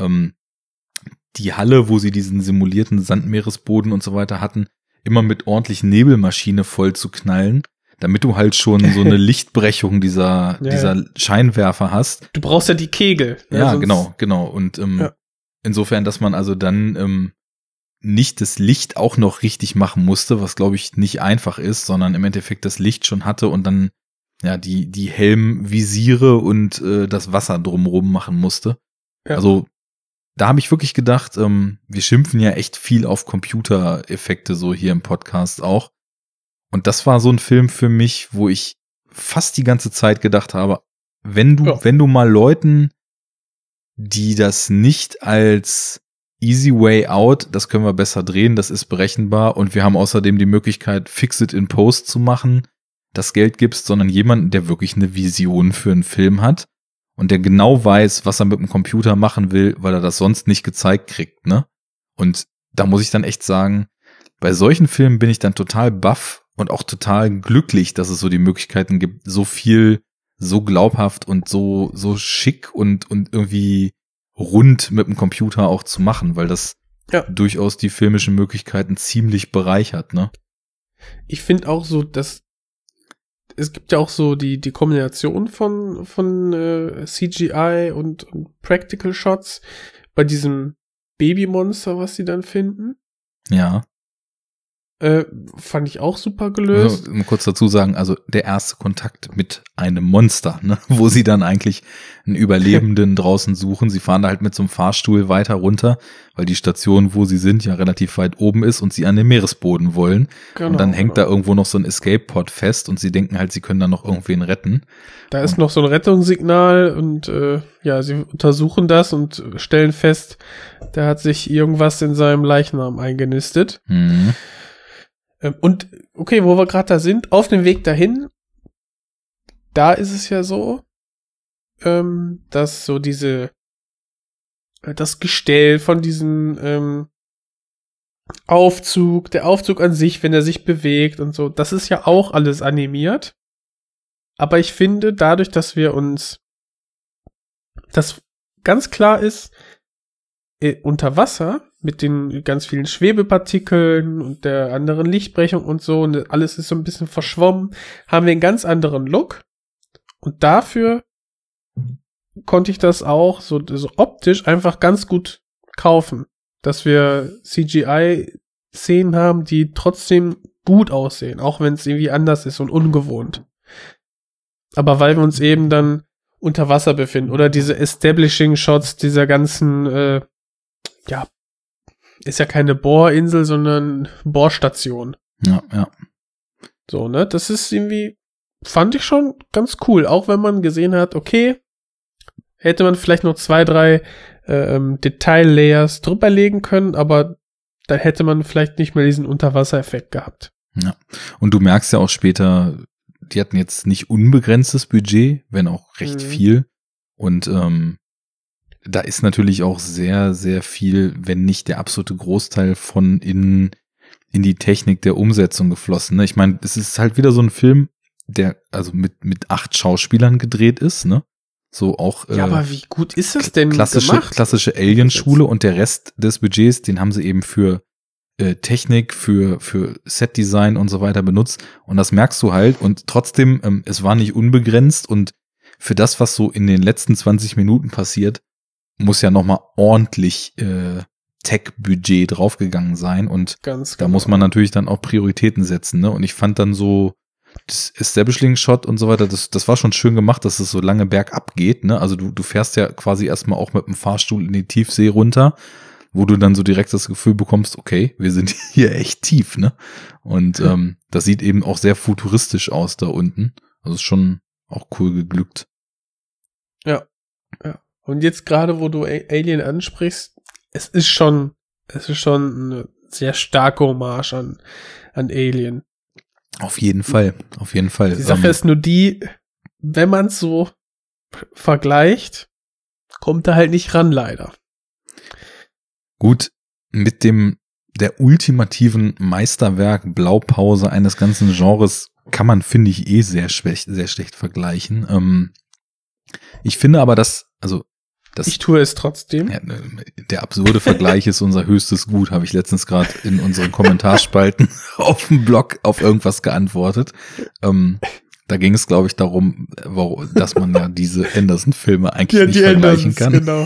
Speaker 2: die Halle, wo sie diesen simulierten Sandmeeresboden und so weiter hatten, immer mit ordentlich Nebelmaschine voll zu knallen, damit du halt schon so eine Lichtbrechung dieser Scheinwerfer hast.
Speaker 1: Du brauchst ja die Kegel.
Speaker 2: Ja, genau. Und insofern, dass man also dann nicht das Licht auch noch richtig machen musste, was glaube ich nicht einfach ist, sondern im Endeffekt das Licht schon hatte und dann ja die Helmvisiere und das Wasser drumrum machen musste. Ja. Also da habe ich wirklich gedacht, wir schimpfen ja echt viel auf Computereffekte so hier im Podcast auch. Und das war so ein Film für mich, wo ich fast die ganze Zeit gedacht habe, wenn du mal Leuten, die das nicht als easy way out, das können wir besser drehen, das ist berechenbar und wir haben außerdem die Möglichkeit, fix it in post zu machen, das Geld gibst, sondern jemanden, der wirklich eine Vision für einen Film hat und der genau weiß, was er mit dem Computer machen will, weil er das sonst nicht gezeigt kriegt, ne? Und da muss ich dann echt sagen, bei solchen Filmen bin ich dann total baff und auch total glücklich, dass es so die Möglichkeiten gibt, so viel, so glaubhaft und so schick und irgendwie rund mit dem Computer auch zu machen, weil das durchaus die filmischen Möglichkeiten ziemlich bereichert, ne?
Speaker 1: Ich finde auch so, dass es gibt ja auch so die Kombination von CGI und Practical Shots bei diesem Babymonster, was sie dann finden.
Speaker 2: Ja.
Speaker 1: Fand ich auch super gelöst.
Speaker 2: Also, kurz dazu sagen, also der erste Kontakt mit einem Monster, ne, wo sie dann eigentlich einen Überlebenden draußen suchen. Sie fahren da halt mit so einem Fahrstuhl weiter runter, weil die Station, wo sie sind, ja relativ weit oben ist und sie an den Meeresboden wollen. Genau, und dann hängt da irgendwo noch so ein Escape-Pod fest und sie denken halt, sie können da noch irgendwen retten.
Speaker 1: Da ist noch so ein Rettungssignal und sie untersuchen das und stellen fest, da hat sich irgendwas in seinem Leichnam eingenistet.
Speaker 2: Mhm.
Speaker 1: Und okay, wo wir gerade da sind, auf dem Weg dahin, da ist es ja so, dass so das Gestell von diesem Aufzug, der Aufzug an sich, wenn er sich bewegt und so, das ist ja auch alles animiert. Aber ich finde, dadurch, dass das ganz klar ist, unter Wasser mit den ganz vielen Schwebepartikeln und der anderen Lichtbrechung und so und alles ist so ein bisschen verschwommen, haben wir einen ganz anderen Look und dafür konnte ich das auch so optisch einfach ganz gut kaufen, dass wir CGI-Szenen haben, die trotzdem gut aussehen, auch wenn es irgendwie anders ist und ungewohnt. Aber weil wir uns eben dann unter Wasser befinden oder diese Establishing-Shots dieser ganzen ist ja keine Bohrinsel, sondern Bohrstation.
Speaker 2: Ja.
Speaker 1: So, ne? Das ist irgendwie, fand ich schon ganz cool. Auch wenn man gesehen hat, okay, hätte man vielleicht noch 2, 3 Detail-Layers drüberlegen können, aber dann hätte man vielleicht nicht mehr diesen Unterwassereffekt gehabt.
Speaker 2: Ja. Und du merkst ja auch später, die hatten jetzt nicht unbegrenztes Budget, wenn auch recht viel. Und da ist natürlich auch sehr, sehr viel, wenn nicht der absolute Großteil von in die Technik der Umsetzung geflossen. Ne? Ich meine, es ist halt wieder so ein Film, der also mit 8 Schauspielern gedreht ist, ne? So auch
Speaker 1: aber wie gut ist das denn
Speaker 2: klassische Alien-Schule und der Rest des Budgets, den haben sie eben für Technik, für Set-Design und so weiter benutzt. Und das merkst du halt. Und trotzdem, es war nicht unbegrenzt und für das, was so in den letzten 20 Minuten passiert, muss ja nochmal ordentlich Tech-Budget draufgegangen sein und
Speaker 1: Ganz
Speaker 2: da
Speaker 1: genau.
Speaker 2: muss man natürlich dann auch Prioritäten setzen, ne? Und ich fand dann so das Establishing-Shot und so weiter, das war schon schön gemacht, dass es so lange bergab geht, ne? Also du fährst ja quasi erstmal auch mit dem Fahrstuhl in die Tiefsee runter, wo du dann so direkt das Gefühl bekommst, okay, wir sind hier echt tief, ne? Und das sieht eben auch sehr futuristisch aus da unten. Also ist schon auch cool geglückt.
Speaker 1: Ja. Und jetzt gerade, wo du Alien ansprichst, es ist schon eine sehr starke Hommage an Alien.
Speaker 2: Auf jeden Fall.
Speaker 1: Die Sache ist nur die, wenn man es so vergleicht, kommt er halt nicht ran, leider.
Speaker 2: Gut, mit der ultimativen Meisterwerk Blaupause eines ganzen Genres kann man, finde ich, sehr schlecht vergleichen. Ich finde aber, ich
Speaker 1: tue es trotzdem.
Speaker 2: Ja, der absurde Vergleich ist unser höchstes Gut, habe ich letztens gerade in unseren Kommentarspalten auf dem Blog auf irgendwas geantwortet. Da ging es, glaube ich, darum, dass man ja diese Anderson-Filme eigentlich nicht vergleichen kann.
Speaker 1: Genau.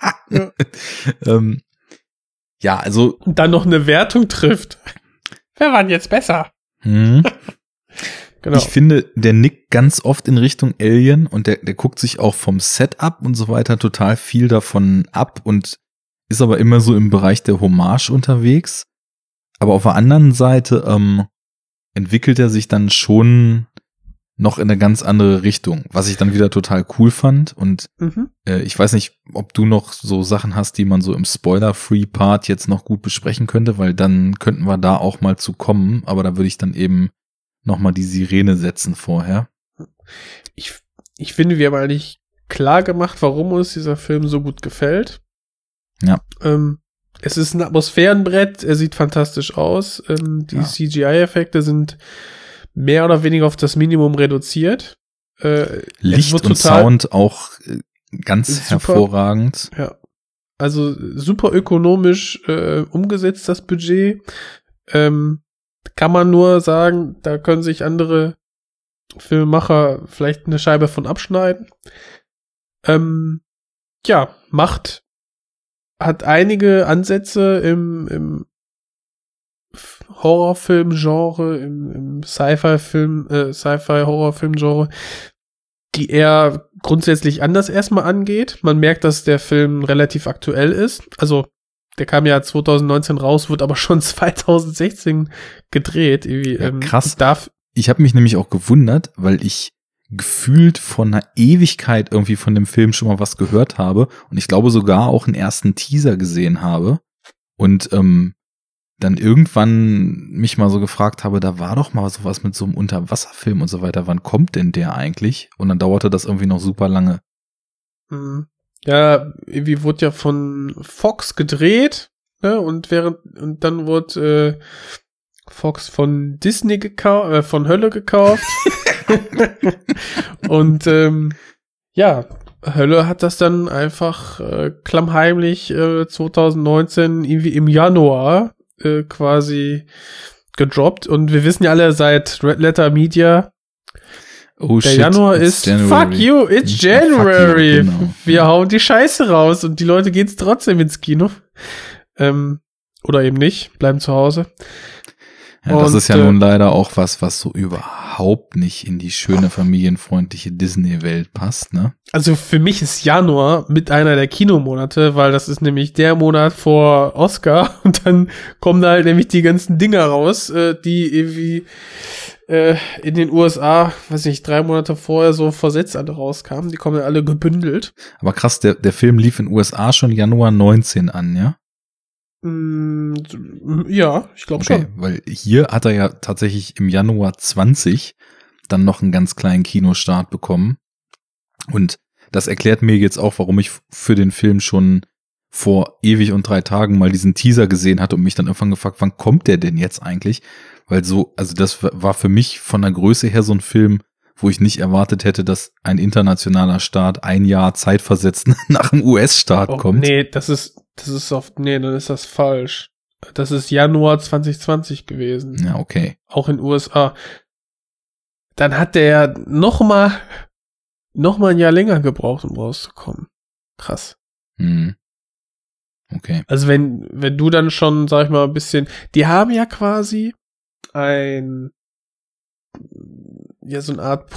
Speaker 2: Ja, also.
Speaker 1: Und dann noch eine Wertung trifft. Wer war denn jetzt besser? Genau.
Speaker 2: Ich finde, der nickt ganz oft in Richtung Alien und der guckt sich auch vom Setup und so weiter total viel davon ab und ist aber immer so im Bereich der Hommage unterwegs. Aber auf der anderen Seite entwickelt er sich dann schon noch in eine ganz andere Richtung, was ich dann wieder total cool fand. Und ich weiß nicht, ob du noch so Sachen hast, die man so im Spoiler-Free-Part jetzt noch gut besprechen könnte, weil dann könnten wir da auch mal zu kommen, aber da würde ich dann eben nochmal die Sirene setzen vorher.
Speaker 1: Ich finde, wir haben eigentlich klar gemacht, warum uns dieser Film so gut gefällt.
Speaker 2: Ja.
Speaker 1: Es ist ein Atmosphärenbrett, er sieht fantastisch aus. Die CGI-Effekte sind mehr oder weniger auf das Minimum reduziert.
Speaker 2: Licht und Sound auch ganz hervorragend.
Speaker 1: Ja. Also super ökonomisch umgesetzt, das Budget. Kann man nur sagen, da können sich andere Filmemacher vielleicht eine Scheibe von abschneiden. Hat einige Ansätze im Horrorfilm-Genre, im Sci-Fi-Horrorfilm-Genre, die er grundsätzlich anders erstmal angeht. Man merkt, dass der Film relativ aktuell ist. Also, der kam ja 2019 raus, wird aber schon 2016 gedreht.
Speaker 2: Krass. Ich habe mich nämlich auch gewundert, weil ich gefühlt von einer Ewigkeit irgendwie von dem Film schon mal was gehört habe und ich glaube sogar auch einen ersten Teaser gesehen habe und dann irgendwann mich mal so gefragt habe, da war doch mal sowas mit so einem Unterwasserfilm und so weiter, wann kommt denn der eigentlich? Und dann dauerte das irgendwie noch super lange.
Speaker 1: Ja, irgendwie wurde ja von Fox gedreht, ne? Und dann wurde Fox von Disney von Hölle gekauft. Und Hölle hat das dann einfach klammheimlich 2019 irgendwie im Januar quasi gedroppt. Und wir wissen ja alle seit Red Letter Media, der Januar ist January. Fuck you, it's January. Fuck you, genau. Wir hauen die Scheiße raus und die Leute gehen trotzdem ins Kino. Oder eben nicht, bleiben zu Hause.
Speaker 2: Ja, das ist ja nun leider auch was so überhaupt nicht in die schöne, familienfreundliche Disney-Welt passt, ne?
Speaker 1: Also für mich ist Januar mit einer der Kinomonate, weil das ist nämlich der Monat vor Oscar und dann kommen da halt nämlich die ganzen Dinger raus, die irgendwie in den USA, weiß nicht, 3 Monate vorher so versetzt alle rauskamen. Die kommen ja alle gebündelt.
Speaker 2: Aber krass, der Film lief in den USA schon Januar 19 an, ja?
Speaker 1: Ja, ich glaube schon.
Speaker 2: Weil hier hat er ja tatsächlich im Januar 20 dann noch einen ganz kleinen Kinostart bekommen. Und das erklärt mir jetzt auch, warum ich für den Film schon vor ewig und 3 Tagen mal diesen Teaser gesehen hatte und mich dann irgendwann gefragt, wann kommt der denn jetzt eigentlich? Weil das war für mich von der Größe her so ein Film, wo ich nicht erwartet hätte, dass ein internationaler Start 1 Jahr zeitversetzt nach dem US-Start kommt.
Speaker 1: Nee, dann ist das falsch. Das ist Januar 2020 gewesen.
Speaker 2: Ja, okay.
Speaker 1: Auch in den USA. Dann hat der noch mal ein Jahr länger gebraucht, um rauszukommen. Krass.
Speaker 2: Okay.
Speaker 1: Also wenn du dann schon, sag ich mal, ein bisschen, die haben ja quasi so eine Art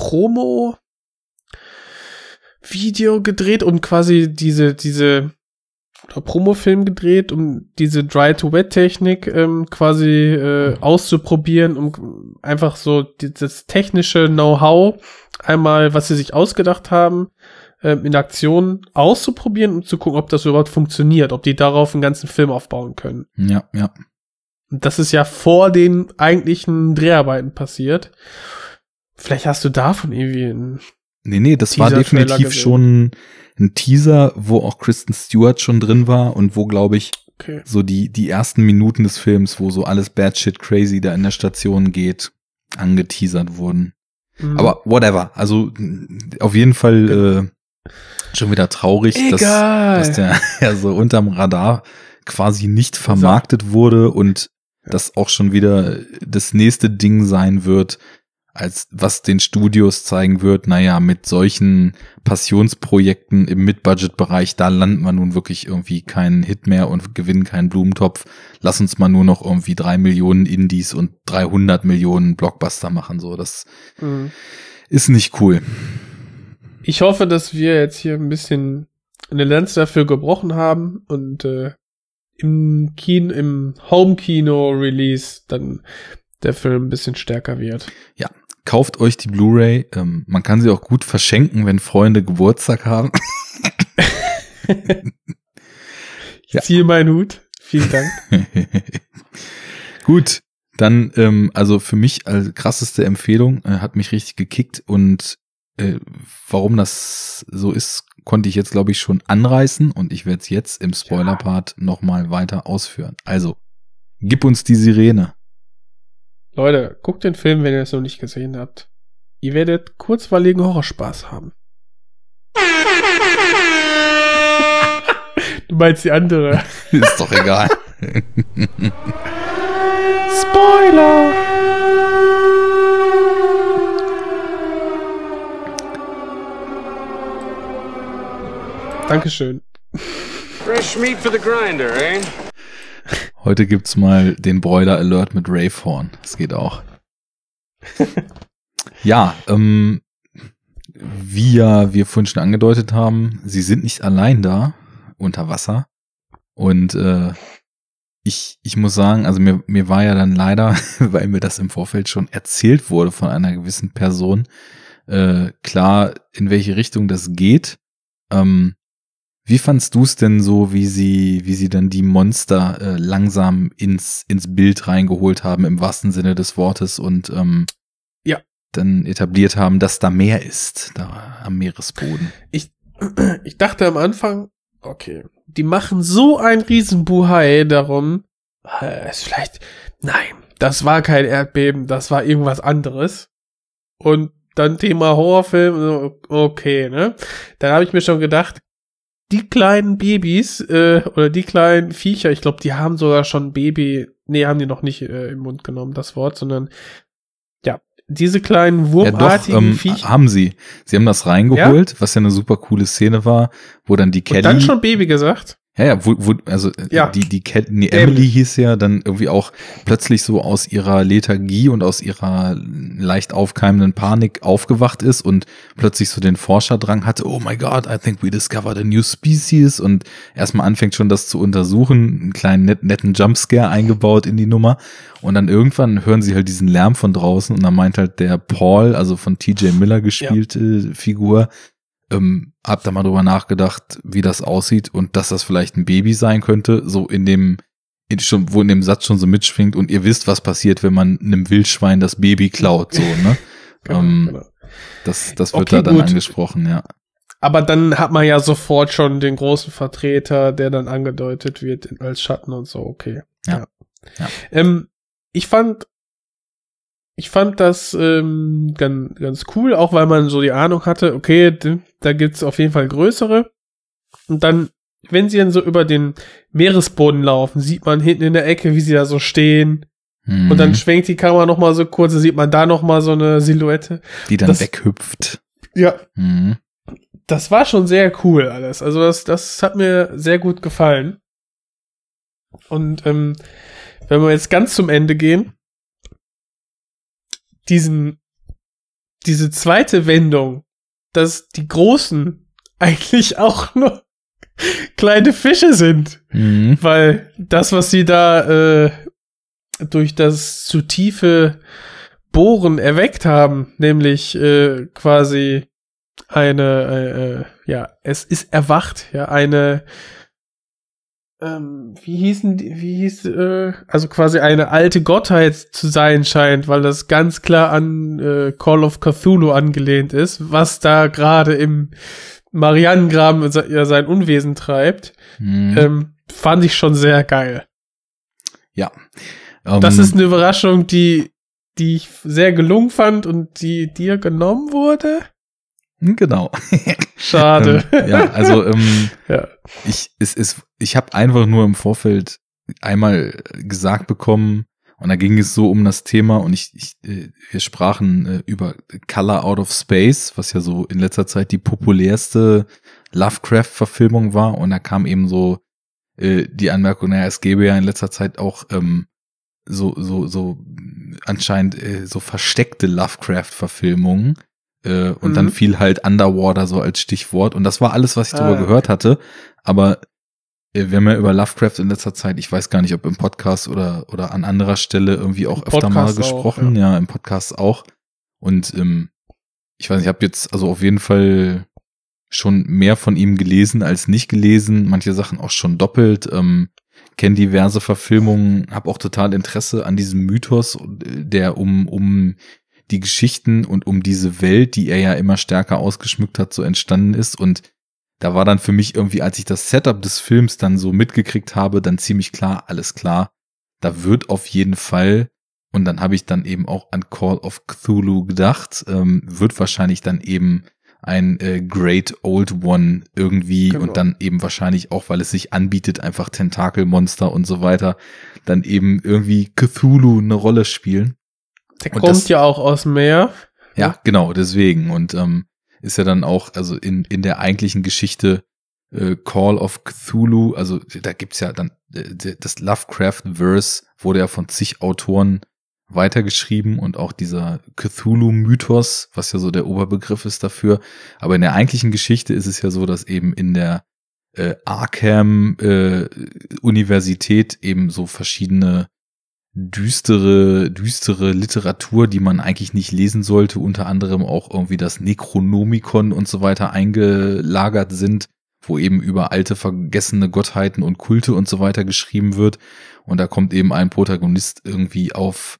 Speaker 1: Promo-Video gedreht und quasi diese Promofilm gedreht, um diese Dry-to-Wet-Technik quasi auszuprobieren, um einfach so das technische Know-how einmal, was sie sich ausgedacht haben, in Aktion auszuprobieren und zu gucken, ob das überhaupt funktioniert, ob die darauf einen ganzen Film aufbauen können.
Speaker 2: Ja.
Speaker 1: Und das ist ja vor den eigentlichen Dreharbeiten passiert. Vielleicht hast du davon irgendwie einen
Speaker 2: Nee, das war definitiv schon ein Teaser, wo auch Kristen Stewart schon drin war und wo, glaube ich, so die ersten Minuten des Films, wo so alles bad shit crazy da in der Station geht, angeteasert wurden. Mhm. Aber whatever, also auf jeden Fall schon wieder traurig, dass der ja so unterm Radar quasi nicht vermarktet wurde und das auch schon wieder das nächste Ding sein wird, als was den Studios zeigen wird, naja, mit solchen Passionsprojekten im Mid-Budget-Bereich, da landen wir nun wirklich irgendwie keinen Hit mehr und gewinnen keinen Blumentopf. Lass uns mal nur noch irgendwie 3 Millionen Indies und 300 Millionen Blockbuster machen. So, das ist nicht cool.
Speaker 1: Ich hoffe, dass wir jetzt hier ein bisschen eine Lanze dafür gebrochen haben und im Home-Kino-Release dann der Film ein bisschen stärker wird.
Speaker 2: Ja, kauft euch die Blu-ray. Man kann sie auch gut verschenken, wenn Freunde Geburtstag haben.
Speaker 1: Ich ziehe meinen Hut. Vielen Dank.
Speaker 2: Gut, dann also für mich als krasseste Empfehlung, hat mich richtig gekickt und warum das so ist, konnte ich jetzt, glaube ich, schon anreißen und ich werde es jetzt im Spoiler-Part nochmal weiter ausführen. Also, gib uns die Sirene.
Speaker 1: Leute, guckt den Film, wenn ihr es noch nicht gesehen habt. Ihr werdet kurzweiligen Horrorspaß haben. Du meinst die andere.
Speaker 2: Ist doch egal.
Speaker 1: Spoiler! Dankeschön.
Speaker 7: Fresh meat for the grinder, eh?
Speaker 2: Heute gibt's mal den Broiler Alert mit Rave Horn. Das geht auch. Ja, wie ja wir vorhin schon angedeutet haben, sie sind nicht allein da unter Wasser. Und ich muss sagen, also mir war ja dann leider, weil mir das im Vorfeld schon erzählt wurde von einer gewissen Person, klar, in welche Richtung das geht. Wie fandst du es denn so, wie sie dann die Monster langsam ins Bild reingeholt haben, im wahrsten Sinne des Wortes und dann etabliert haben, dass da mehr ist, da am Meeresboden?
Speaker 1: Ich dachte am Anfang, okay, die machen so ein Riesenbuhai darum, nein, das war kein Erdbeben, das war irgendwas anderes. Und dann Thema Horrorfilm, okay, ne? Dann habe ich mir schon gedacht, die kleinen Babys oder die kleinen Viecher, ich glaube, die haben sogar schon haben die noch nicht im Mund genommen, das Wort, sondern ja, diese kleinen wurmartigen Viecher.
Speaker 2: Haben sie. Sie haben das reingeholt, was ja eine super coole Szene war, wo dann die Kelly...
Speaker 1: Und dann schon Baby gesagt?
Speaker 2: Ja, die Emily hieß ja dann irgendwie auch plötzlich so aus ihrer Lethargie und aus ihrer leicht aufkeimenden Panik aufgewacht ist und plötzlich so den Forscherdrang hatte, oh my God, I think we discovered a new species, und erstmal anfängt schon das zu untersuchen, einen kleinen netten Jumpscare eingebaut in die Nummer, und dann irgendwann hören sie halt diesen Lärm von draußen und dann meint halt der Paul, also von TJ Miller gespielte Figur, hab da mal drüber nachgedacht, wie das aussieht und dass das vielleicht ein Baby sein könnte, so wo in dem Satz schon so mitschwingt, und ihr wisst, was passiert, wenn man einem Wildschwein das Baby klaut, so, ne? Genau. Das wird okay, da dann angesprochen, ja.
Speaker 1: Aber dann hat man ja sofort schon den großen Vertreter, der dann angedeutet wird als Schatten und so, okay. Ja. Ich fand das ganz cool, auch weil man so die Ahnung hatte, okay, da gibt's auf jeden Fall größere. Und dann, wenn sie dann so über den Meeresboden laufen, sieht man hinten in der Ecke, wie sie da so stehen. Und dann schwenkt die Kamera noch mal so kurz, da sieht man da noch mal so eine Silhouette.
Speaker 2: Die dann weghüpft.
Speaker 1: Ja. Das war schon sehr cool alles. Also das hat mir sehr gut gefallen. Und wenn wir jetzt ganz zum Ende gehen, diese zweite Wendung, dass die Großen eigentlich auch nur kleine Fische sind, weil das, was sie da durch das zu tiefe Bohren erweckt haben, nämlich quasi es ist erwacht, ja, also quasi eine alte Gottheit zu sein scheint, weil das ganz klar an Call of Cthulhu angelehnt ist, was da gerade im Marianengraben sein Unwesen treibt, fand ich schon sehr geil.
Speaker 2: Ja.
Speaker 1: Das ist eine Überraschung, die ich sehr gelungen fand und die dir genommen wurde.
Speaker 2: Genau.
Speaker 1: Schade.
Speaker 2: Ja, also
Speaker 1: ja.
Speaker 2: Ich habe einfach nur im Vorfeld einmal gesagt bekommen, und da ging es so um das Thema, und wir sprachen über Color Out of Space, was ja so in letzter Zeit die populärste Lovecraft-Verfilmung war, und da kam eben so die Anmerkung, naja, es gäbe ja in letzter Zeit auch so anscheinend so versteckte Lovecraft-Verfilmungen. Und dann fiel halt Underwater so als Stichwort. Und das war alles, was ich darüber gehört hatte. Aber wir haben ja über Lovecraft in letzter Zeit, ich weiß gar nicht, ob im Podcast oder an anderer Stelle irgendwie auch öfter mal gesprochen. Auch, ja, im Podcast auch. Und ich weiß nicht, ich habe jetzt also auf jeden Fall schon mehr von ihm gelesen als nicht gelesen. Manche Sachen auch schon doppelt. Kenne diverse Verfilmungen, habe auch total Interesse an diesem Mythos, der um die Geschichten und um diese Welt, die er ja immer stärker ausgeschmückt hat, so entstanden ist. Und da war dann für mich irgendwie, als ich das Setup des Films dann so mitgekriegt habe, dann ziemlich klar, alles klar, da wird auf jeden Fall, und dann habe ich dann eben auch an Call of Cthulhu gedacht, wird wahrscheinlich dann eben ein Great Old One irgendwie, genau. Und dann eben wahrscheinlich auch, weil es sich anbietet, einfach Tentakelmonster und so weiter, dann eben irgendwie Cthulhu eine Rolle spielen.
Speaker 1: Der kommt ja auch aus dem Meer.
Speaker 2: Ja, genau, deswegen. Und ist ja dann auch, also in der eigentlichen Geschichte Call of Cthulhu, also da gibt's ja dann das Lovecraft-Verse wurde ja von zig Autoren weitergeschrieben und auch dieser Cthulhu-Mythos, was ja so der Oberbegriff ist dafür. Aber in der eigentlichen Geschichte ist es ja so, dass eben in der Arkham-Universität eben so verschiedene düstere Literatur, die man eigentlich nicht lesen sollte, unter anderem auch irgendwie das Necronomicon und so weiter eingelagert sind, wo eben über alte vergessene Gottheiten und Kulte und so weiter geschrieben wird. Und da kommt eben ein Protagonist irgendwie auf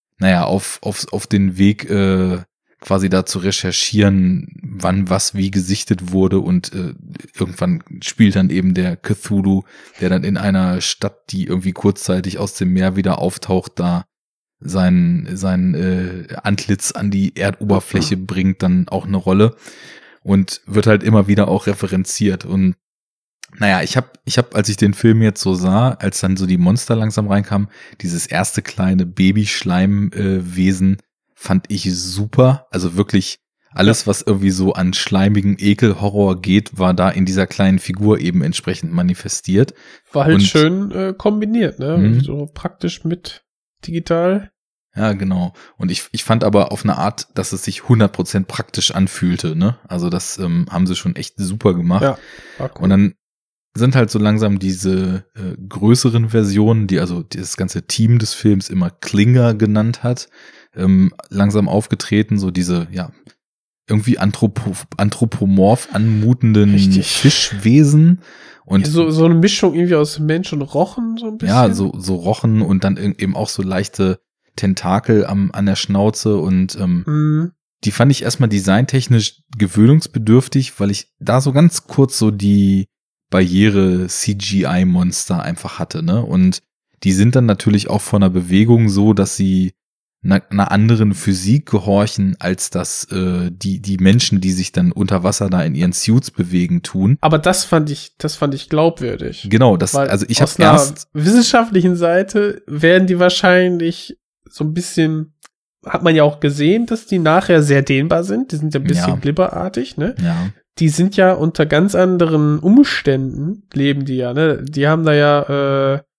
Speaker 2: den Weg, quasi da zu recherchieren, wann was wie gesichtet wurde, und irgendwann spielt dann eben der Cthulhu, der dann in einer Stadt, die irgendwie kurzzeitig aus dem Meer wieder auftaucht, da sein Antlitz an die Erdoberfläche bringt, dann auch eine Rolle und wird halt immer wieder auch referenziert. Und naja, ich hab, als ich den Film jetzt so sah, als dann so die Monster langsam reinkamen, dieses erste kleine Babyschleimwesen fand ich super. Also wirklich alles, was irgendwie so an schleimigem Ekelhorror geht, war da in dieser kleinen Figur eben entsprechend manifestiert.
Speaker 1: War halt schön kombiniert, ne? So praktisch mit digital.
Speaker 2: Ja, genau. Und ich fand aber auf eine Art, dass es sich 100% praktisch anfühlte, ne? Also das haben sie schon echt super gemacht. Ja, war cool. Und dann sind halt so langsam diese größeren Versionen, die also das ganze Team des Films immer Klinger genannt hat, langsam aufgetreten, so diese, ja, irgendwie anthropomorph anmutenden Fischwesen. Und
Speaker 1: so eine Mischung irgendwie aus Mensch und Rochen, so ein bisschen.
Speaker 2: Ja, so Rochen und dann eben auch so leichte Tentakel an der Schnauze, und die fand ich erstmal designtechnisch gewöhnungsbedürftig, weil ich da so ganz kurz so die Barriere CGI-Monster einfach hatte, ne? Und die sind dann natürlich auch von der Bewegung so, dass sie einer anderen Physik gehorchen, als das die Menschen, die sich dann unter Wasser da in ihren Suits bewegen, tun.
Speaker 1: Aber das fand ich glaubwürdig.
Speaker 2: Genau, also ich habe
Speaker 1: erst wissenschaftlichen Seite werden die wahrscheinlich so ein bisschen, hat man ja auch gesehen, dass die nachher sehr dehnbar sind. Die sind ja ein bisschen glibberartig, ne?
Speaker 2: Ja.
Speaker 1: Die sind ja unter ganz anderen Umständen, leben die ja, ne? Die haben da ja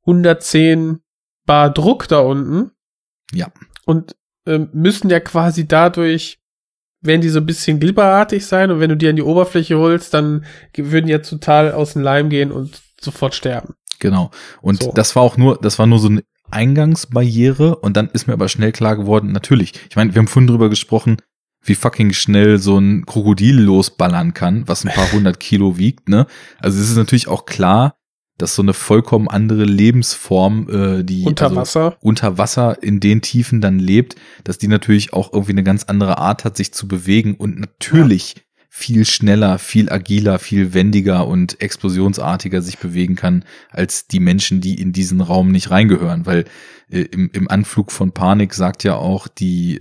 Speaker 1: 110 Bar Druck da unten.
Speaker 2: Ja.
Speaker 1: Und müssen ja quasi dadurch, werden die so ein bisschen glibberartig sein und wenn du die an die Oberfläche holst, dann würden die ja total aus dem Leim gehen und sofort sterben.
Speaker 2: Genau. Und
Speaker 1: So.
Speaker 2: das war nur so eine Eingangsbarriere und dann ist mir aber schnell klar geworden, natürlich, ich meine, wir haben vorhin drüber gesprochen, wie fucking schnell so ein Krokodil losballern kann, was ein paar 100 Kilo wiegt, ne? Also es ist natürlich auch klar, dass so eine vollkommen andere Lebensform, die
Speaker 1: Unter Wasser.
Speaker 2: unter Wasser in den Tiefen dann lebt, dass die natürlich auch irgendwie eine ganz andere Art hat, sich zu bewegen und natürlich viel schneller, viel agiler, viel wendiger und explosionsartiger sich bewegen kann als die Menschen, die in diesen Raum nicht reingehören, weil im Anflug von Panik sagt ja auch die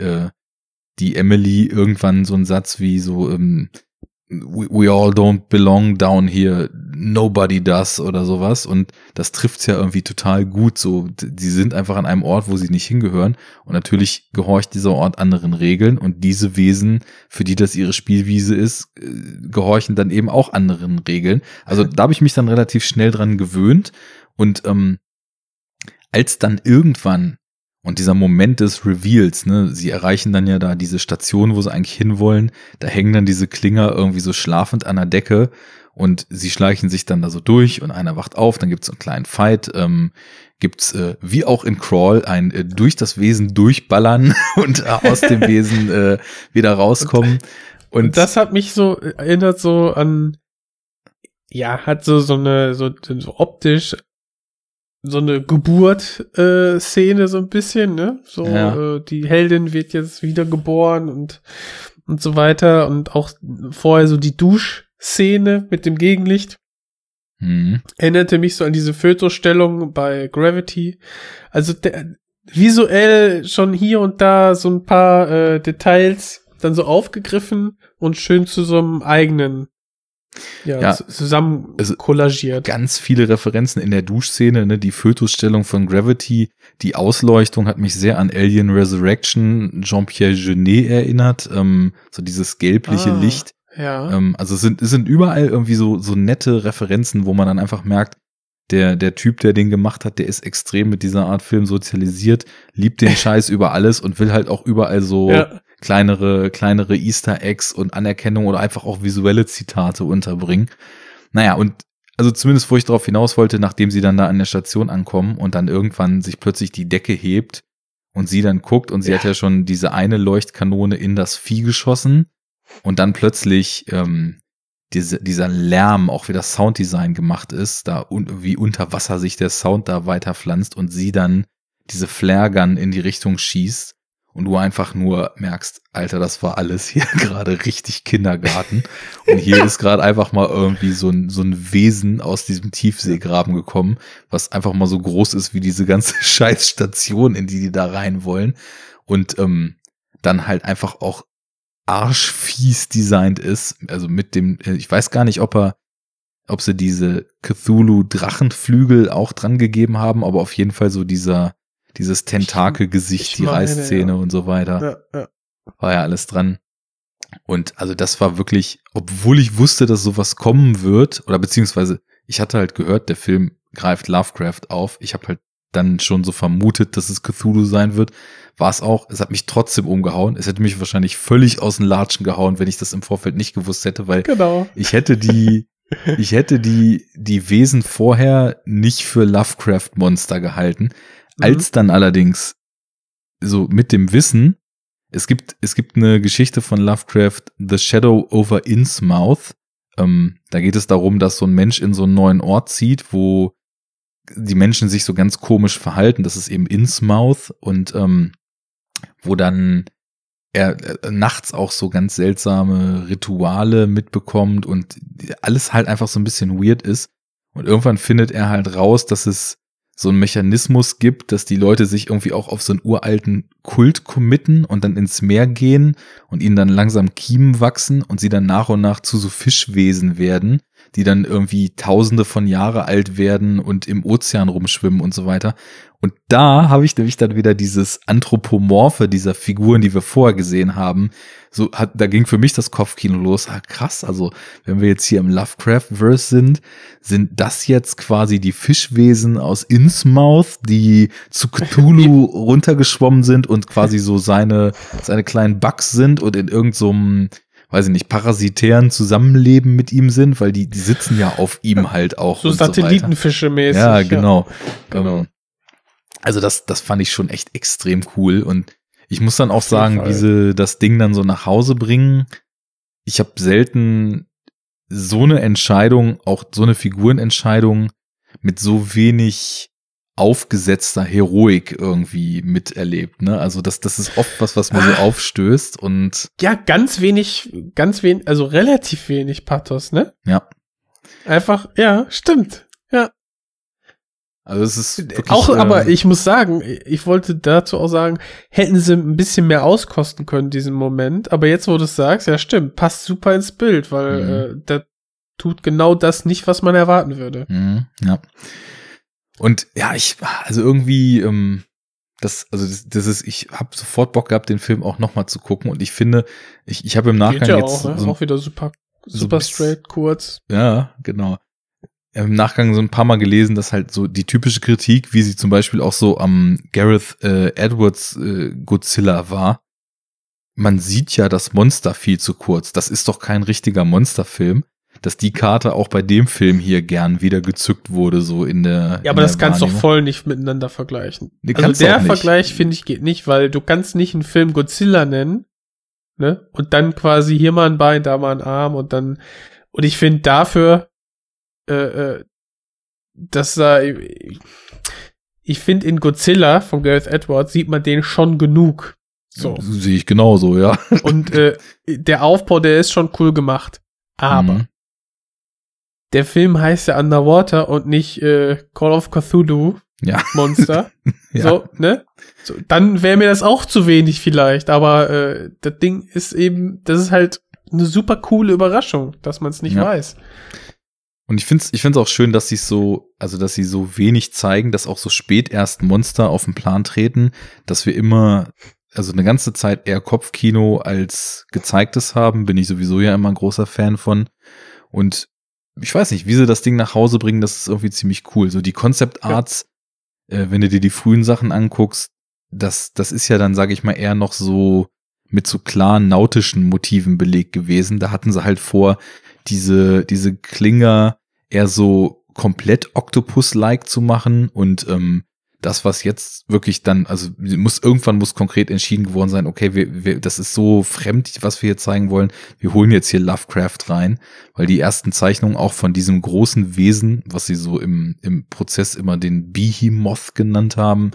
Speaker 2: Emily irgendwann so einen Satz wie so we all don't belong down here, nobody does oder sowas und das trifft's ja irgendwie total gut so, die sind einfach an einem Ort, wo sie nicht hingehören und natürlich gehorcht dieser Ort anderen Regeln und diese Wesen, für die das ihre Spielwiese ist, gehorchen dann eben auch anderen Regeln. Also da habe ich mich dann relativ schnell dran gewöhnt und als dann irgendwann und dieser Moment des Reveals, ne, sie erreichen dann ja da diese Station, wo sie eigentlich hinwollen, da hängen dann diese Klinger irgendwie so schlafend an der Decke und sie schleichen sich dann da so durch und einer wacht auf, dann gibt's so einen kleinen Fight, gibt's wie auch in Crawl ein durch das Wesen durchballern und aus dem Wesen wieder rauskommen. Und
Speaker 1: das hat mich so erinnert so an, ja, hat so optisch so eine Geburt-Szene so ein bisschen, ne? So,
Speaker 2: ja.
Speaker 1: Die Heldin wird jetzt wiedergeboren und so weiter und auch vorher so die Duschszene mit dem Gegenlicht. Erinnerte mich so an diese Fötusstellung bei Gravity. Also visuell schon hier und da so ein paar Details dann so aufgegriffen und schön zu so einem eigenen zusammen kollagiert.
Speaker 2: Ganz viele Referenzen in der Duschszene, ne, die Fötusstellung von Gravity, die Ausleuchtung hat mich sehr an Alien Resurrection, Jean-Pierre Jeunet erinnert, so dieses gelbliche Licht.
Speaker 1: Ja.
Speaker 2: Also es sind überall irgendwie so nette Referenzen, wo man dann einfach merkt, der Typ, der den gemacht hat, der ist extrem mit dieser Art Film sozialisiert, liebt den Scheiß über alles und will halt auch überall so kleinere Easter Eggs und Anerkennung oder einfach auch visuelle Zitate unterbringen. Naja, und also zumindest, wo ich darauf hinaus wollte, nachdem sie dann da an der Station ankommen und dann irgendwann sich plötzlich die Decke hebt und sie dann guckt und sie hat ja schon diese eine Leuchtkanone in das Vieh geschossen und dann plötzlich dieser Lärm, auch wie das Sounddesign gemacht ist, da wie unter Wasser sich der Sound da weiter pflanzt und sie dann diese Flare-Gun in die Richtung schießt und du einfach nur merkst, Alter, das war alles hier gerade richtig Kindergarten und hier ist gerade einfach mal irgendwie so ein Wesen aus diesem Tiefseegraben gekommen, was einfach mal so groß ist wie diese ganze Scheißstation, in die da rein wollen und dann halt einfach auch arschfies designt ist, also mit dem, ich weiß gar nicht, ob sie diese Cthulhu-Drachenflügel auch dran gegeben haben, aber auf jeden Fall so dieses Tentakelgesicht, die Reißzähne und so weiter. Ja. War ja alles dran. Und also das war wirklich, obwohl ich wusste, dass sowas kommen wird, oder beziehungsweise ich hatte halt gehört, der Film greift Lovecraft auf. Ich habe halt dann schon so vermutet, dass es Cthulhu sein wird. War es auch. Es hat mich trotzdem umgehauen. Es hätte mich wahrscheinlich völlig aus den Latschen gehauen, wenn ich das im Vorfeld nicht gewusst hätte, weil ich hätte die Wesen vorher nicht für Lovecraft-Monster gehalten. Als dann allerdings so mit dem Wissen, es gibt eine Geschichte von Lovecraft, The Shadow over Innsmouth. Da geht es darum, dass so ein Mensch in so einen neuen Ort zieht, wo die Menschen sich so ganz komisch verhalten. Das ist eben Innsmouth und wo dann er nachts auch so ganz seltsame Rituale mitbekommt und alles halt einfach so ein bisschen weird ist. Und irgendwann findet er halt raus, dass es so einen Mechanismus gibt, dass die Leute sich irgendwie auch auf so einen uralten Kult committen und dann ins Meer gehen und ihnen dann langsam Kiemen wachsen und sie dann nach und nach zu so Fischwesen werden, die dann irgendwie Tausende von Jahre alt werden und im Ozean rumschwimmen und so weiter. Und da habe ich nämlich dann wieder dieses Anthropomorphe dieser Figuren, die wir vorher gesehen haben. Da ging für mich das Kopfkino los. Krass, also wenn wir jetzt hier im Lovecraft-Verse sind das jetzt quasi die Fischwesen aus Innsmouth, die zu Cthulhu runtergeschwommen sind und quasi so seine kleinen Bugs sind und in irgendeinem, weiß ich nicht, parasitären Zusammenleben mit ihm sind, weil die sitzen ja auf ihm halt auch.
Speaker 1: So Satellitenfische mäßig.
Speaker 2: Ja, genau. Also das fand ich schon echt extrem cool und ich muss dann auch sagen, wie sie das Ding dann so nach Hause bringen. Ich habe selten so eine Entscheidung, auch so eine Figurenentscheidung mit so wenig aufgesetzter Heroik irgendwie miterlebt, ne? Also das ist oft was mir so aufstößt und
Speaker 1: ja, ganz wenig, also relativ wenig Pathos, ne?
Speaker 2: Ja.
Speaker 1: Einfach, ja, stimmt. Ja.
Speaker 2: Also es ist wirklich,
Speaker 1: auch, aber ich muss sagen, ich wollte dazu auch sagen, hätten sie ein bisschen mehr auskosten können, diesen Moment. Aber jetzt, wo du es sagst, ja stimmt, passt super ins Bild, weil da tut genau das nicht, was man erwarten würde.
Speaker 2: Ja. Und ja, also irgendwie, ich habe sofort Bock gehabt, den Film auch nochmal zu gucken. Und ich finde, ich habe im Nachgang
Speaker 1: ja
Speaker 2: jetzt
Speaker 1: auch, auch wieder super straight, kurz.
Speaker 2: Ja, genau. Im Nachgang so ein paar Mal gelesen, dass halt so die typische Kritik, wie sie zum Beispiel auch so am Gareth Edwards Godzilla war. Man sieht ja das Monster viel zu kurz. Das ist doch kein richtiger Monsterfilm. Dass die Karte auch bei dem Film hier gern wieder gezückt wurde, so in der.
Speaker 1: Ja, aber das kannst du doch voll nicht miteinander vergleichen.
Speaker 2: Nee,
Speaker 1: also der Vergleich, finde ich, geht nicht, weil du kannst nicht einen Film Godzilla nennen, ne? Und dann quasi hier mal ein Bein, da mal ein Arm und ich finde dafür, ich finde in Godzilla von Gareth Edwards sieht man den schon genug. So.
Speaker 2: Sehe ich genauso, ja.
Speaker 1: Und der Aufbau, der ist schon cool gemacht. Aber der Film heißt ja Underwater und nicht Call of Cthulhu Monster. Ja. So, ne? So, dann wäre mir das auch zu wenig vielleicht, aber das Ding ist eben, das ist halt eine super coole Überraschung, dass man es nicht weiß.
Speaker 2: Und ich find's auch schön, dass sie so wenig zeigen, dass auch so spät erst Monster auf den Plan treten, dass wir immer, also eine ganze Zeit eher Kopfkino als Gezeigtes haben, bin ich sowieso ja immer ein großer Fan von. Und ich weiß nicht, wie sie das Ding nach Hause bringen, das ist irgendwie ziemlich cool. So die Concept Arts, wenn du dir die frühen Sachen anguckst, das ist ja dann, sage ich mal, eher noch so mit so klaren nautischen Motiven belegt gewesen. Da hatten sie halt vor, diese Klinger eher so komplett Octopus-like zu machen und das, was jetzt wirklich dann, also irgendwann muss konkret entschieden geworden sein, okay, das ist so fremd, was wir hier zeigen wollen, wir holen jetzt hier Lovecraft rein, weil die ersten Zeichnungen auch von diesem großen Wesen, was sie so im Prozess immer den Behemoth genannt haben,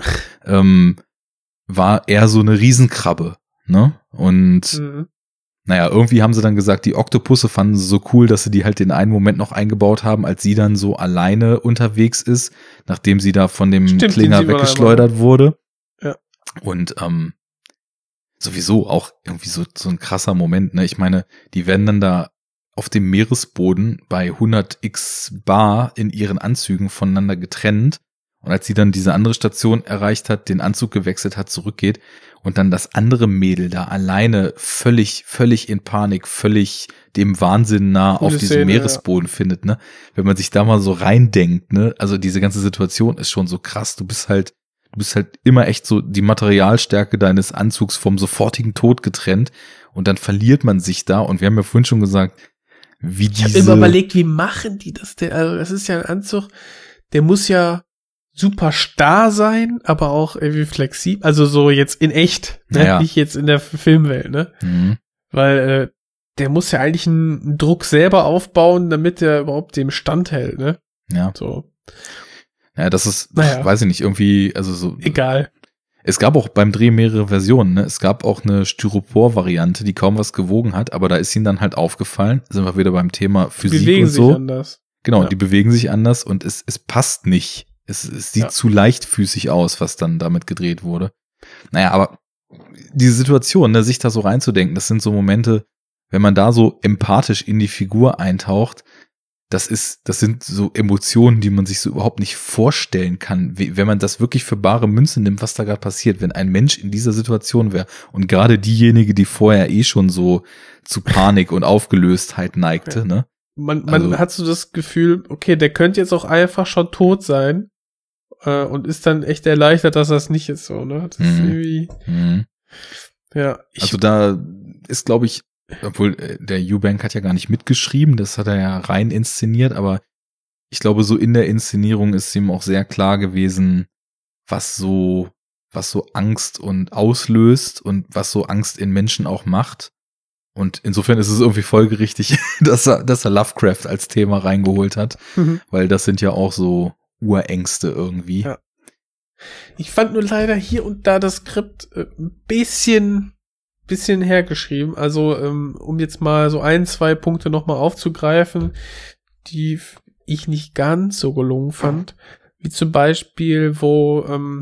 Speaker 2: war eher so eine Riesenkrabbe, ne? Und naja, irgendwie haben sie dann gesagt, die Oktopusse fanden sie so cool, dass sie die halt in einen Moment noch eingebaut haben, als sie dann so alleine unterwegs ist, nachdem sie da von dem Klinger weggeschleudert wurde.
Speaker 1: Ja.
Speaker 2: Und sowieso auch irgendwie so ein krasser Moment, ne? Ich meine, die werden dann da auf dem Meeresboden bei 100x Bar in ihren Anzügen voneinander getrennt. Und als sie dann diese andere Station erreicht hat, den Anzug gewechselt hat, zurückgeht und dann das andere Mädel da alleine völlig in Panik, völlig dem Wahnsinn nah auf diesem Meeresboden findet, ne? Wenn man sich da mal so reindenkt, ne? Also diese ganze Situation ist schon so krass. Du bist halt immer echt so die Materialstärke deines Anzugs vom sofortigen Tod getrennt und dann verliert man sich da und wir haben ja vorhin schon gesagt, wie diese...
Speaker 1: Ich habe immer überlegt, wie machen die das denn? Also das ist ja ein Anzug, der muss ja super starr sein, aber auch irgendwie flexibel, also so jetzt in echt, ne?
Speaker 2: Ja.
Speaker 1: Nicht jetzt in der Filmwelt, ne? Weil der muss ja eigentlich einen Druck selber aufbauen, damit der überhaupt dem standhält, ne?
Speaker 2: Ja.
Speaker 1: So.
Speaker 2: Ja, das ist, weiß ich nicht, irgendwie, also so.
Speaker 1: Egal.
Speaker 2: Es gab auch beim Dreh mehrere Versionen, ne? Es gab auch eine Styropor-Variante, die kaum was gewogen hat, aber da ist ihnen dann halt aufgefallen, sind wir wieder beim Thema Physik
Speaker 1: bewegen
Speaker 2: und so.
Speaker 1: sich anders.
Speaker 2: Genau,
Speaker 1: Ja.
Speaker 2: die bewegen sich anders und es passt nicht. Es sieht zu leichtfüßig aus, was dann damit gedreht wurde. Naja, aber diese Situation, ne, sich da so reinzudenken, das sind so Momente, wenn man da so empathisch in die Figur eintaucht, das sind so Emotionen, die man sich so überhaupt nicht vorstellen kann, wenn man das wirklich für bare Münze nimmt, was da gerade passiert, wenn ein Mensch in dieser Situation wäre und gerade diejenige, die vorher schon so zu Panik und Aufgelöstheit neigte, ne?
Speaker 1: Man hat so das Gefühl, okay, der könnte jetzt auch einfach schon tot sein und ist dann echt erleichtert, dass das nicht ist so, ne? Das ist irgendwie, ja. Also
Speaker 2: da ist, glaube ich, obwohl der Eubank hat ja gar nicht mitgeschrieben, das hat er ja rein inszeniert, aber ich glaube, so in der Inszenierung ist ihm auch sehr klar gewesen, was so Angst und auslöst und was so Angst in Menschen auch macht. Und insofern ist es irgendwie folgerichtig, dass er Lovecraft als Thema reingeholt hat, weil das sind ja auch so Urängste irgendwie.
Speaker 1: Ja. Ich fand nur leider hier und da das Skript ein bisschen hergeschrieben. Also, um jetzt mal so 1-2 Punkte nochmal aufzugreifen, die ich nicht ganz so gelungen fand. Wie zum Beispiel, wo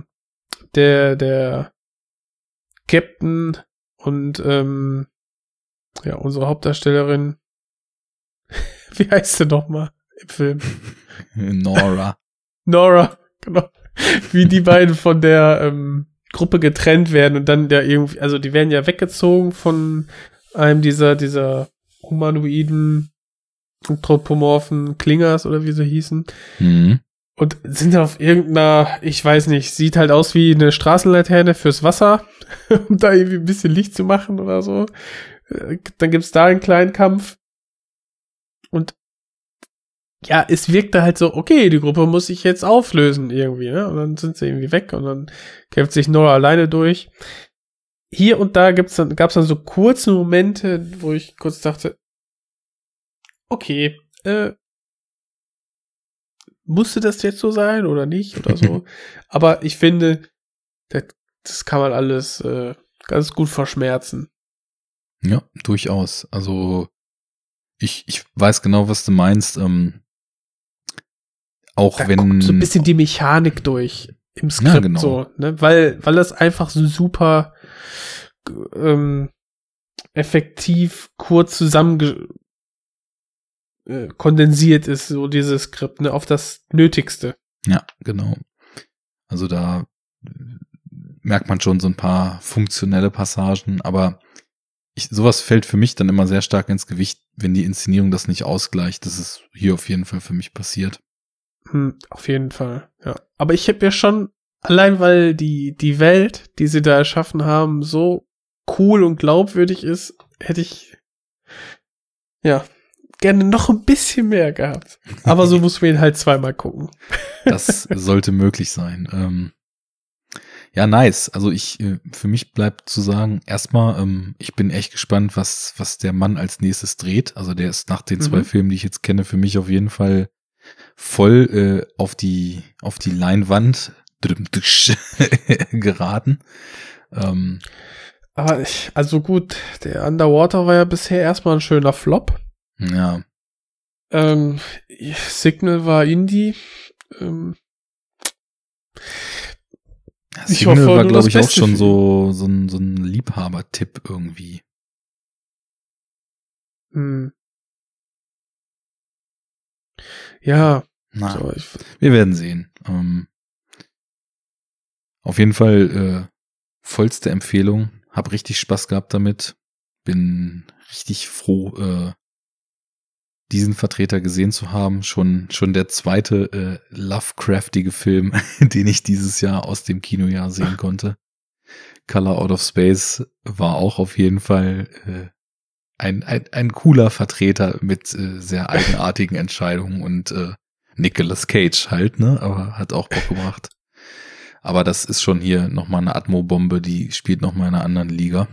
Speaker 1: der Captain und ja, unsere Hauptdarstellerin, wie heißt sie nochmal im Film?
Speaker 2: Nora,
Speaker 1: genau. Wie die beiden von der Gruppe getrennt werden und dann irgendwie, also die werden ja weggezogen von einem dieser humanoiden, anthropomorphen Klingers oder wie sie hießen. Und sind auf irgendeiner, ich weiß nicht, sieht halt aus wie eine Straßenlaterne fürs Wasser, um da irgendwie ein bisschen Licht zu machen oder so. Dann gibt's da einen kleinen Kampf. Und ja, es wirkte halt so, okay, die Gruppe muss sich jetzt auflösen irgendwie, ne? Und dann sind sie irgendwie weg und dann kämpft sich Nora alleine durch. Hier und da gab's dann so kurze Momente, wo ich kurz dachte, okay, musste das jetzt so sein oder nicht oder so? Aber ich finde, das kann man alles ganz gut verschmerzen.
Speaker 2: Ja, durchaus. Also ich weiß genau, was du meinst. Auch
Speaker 1: da
Speaker 2: wenn
Speaker 1: kommt so ein bisschen die Mechanik durch im Skript, ja, genau. So, ne? Weil das einfach so super effektiv kurz kondensiert ist, so dieses Skript, ne, auf das Nötigste.
Speaker 2: Ja, genau. Also da merkt man schon so ein paar funktionelle Passagen, aber sowas fällt für mich dann immer sehr stark ins Gewicht, wenn die Inszenierung das nicht ausgleicht. Das ist hier auf jeden Fall für mich passiert.
Speaker 1: Auf jeden Fall, ja. Aber ich habe ja schon, allein weil die Welt, die sie da erschaffen haben, so cool und glaubwürdig ist, hätte ich ja gerne noch ein bisschen mehr gehabt. Aber so muss man ihn halt zweimal gucken.
Speaker 2: Das sollte möglich sein. Ja, nice. Also für mich bleibt zu sagen, erstmal, ich bin echt gespannt, was der Mann als nächstes dreht. Also der ist nach den 2 Filmen, die ich jetzt kenne, für mich auf jeden Fall voll auf die Leinwand geraten.
Speaker 1: Aber also gut, der Underwater war ja bisher erstmal ein schöner Flop.
Speaker 2: Ja.
Speaker 1: Signal war Indie.
Speaker 2: Ich hoffe, war, glaube ich, auch schon so ein Liebhaber-Tipp irgendwie.
Speaker 1: Ja.
Speaker 2: So, wir werden sehen. Auf jeden Fall vollste Empfehlung. Hab richtig Spaß gehabt damit. Bin richtig froh, diesen Vertreter gesehen zu haben. Schon der zweite Lovecraftige Film, den ich dieses Jahr aus dem Kinojahr sehen konnte. Color Out of Space war auch auf jeden Fall ein cooler Vertreter mit sehr eigenartigen Entscheidungen und Nicolas Cage halt, ne? Aber hat auch Bock gemacht. Aber das ist schon hier nochmal eine Atmo-Bombe, die spielt nochmal in einer anderen Liga.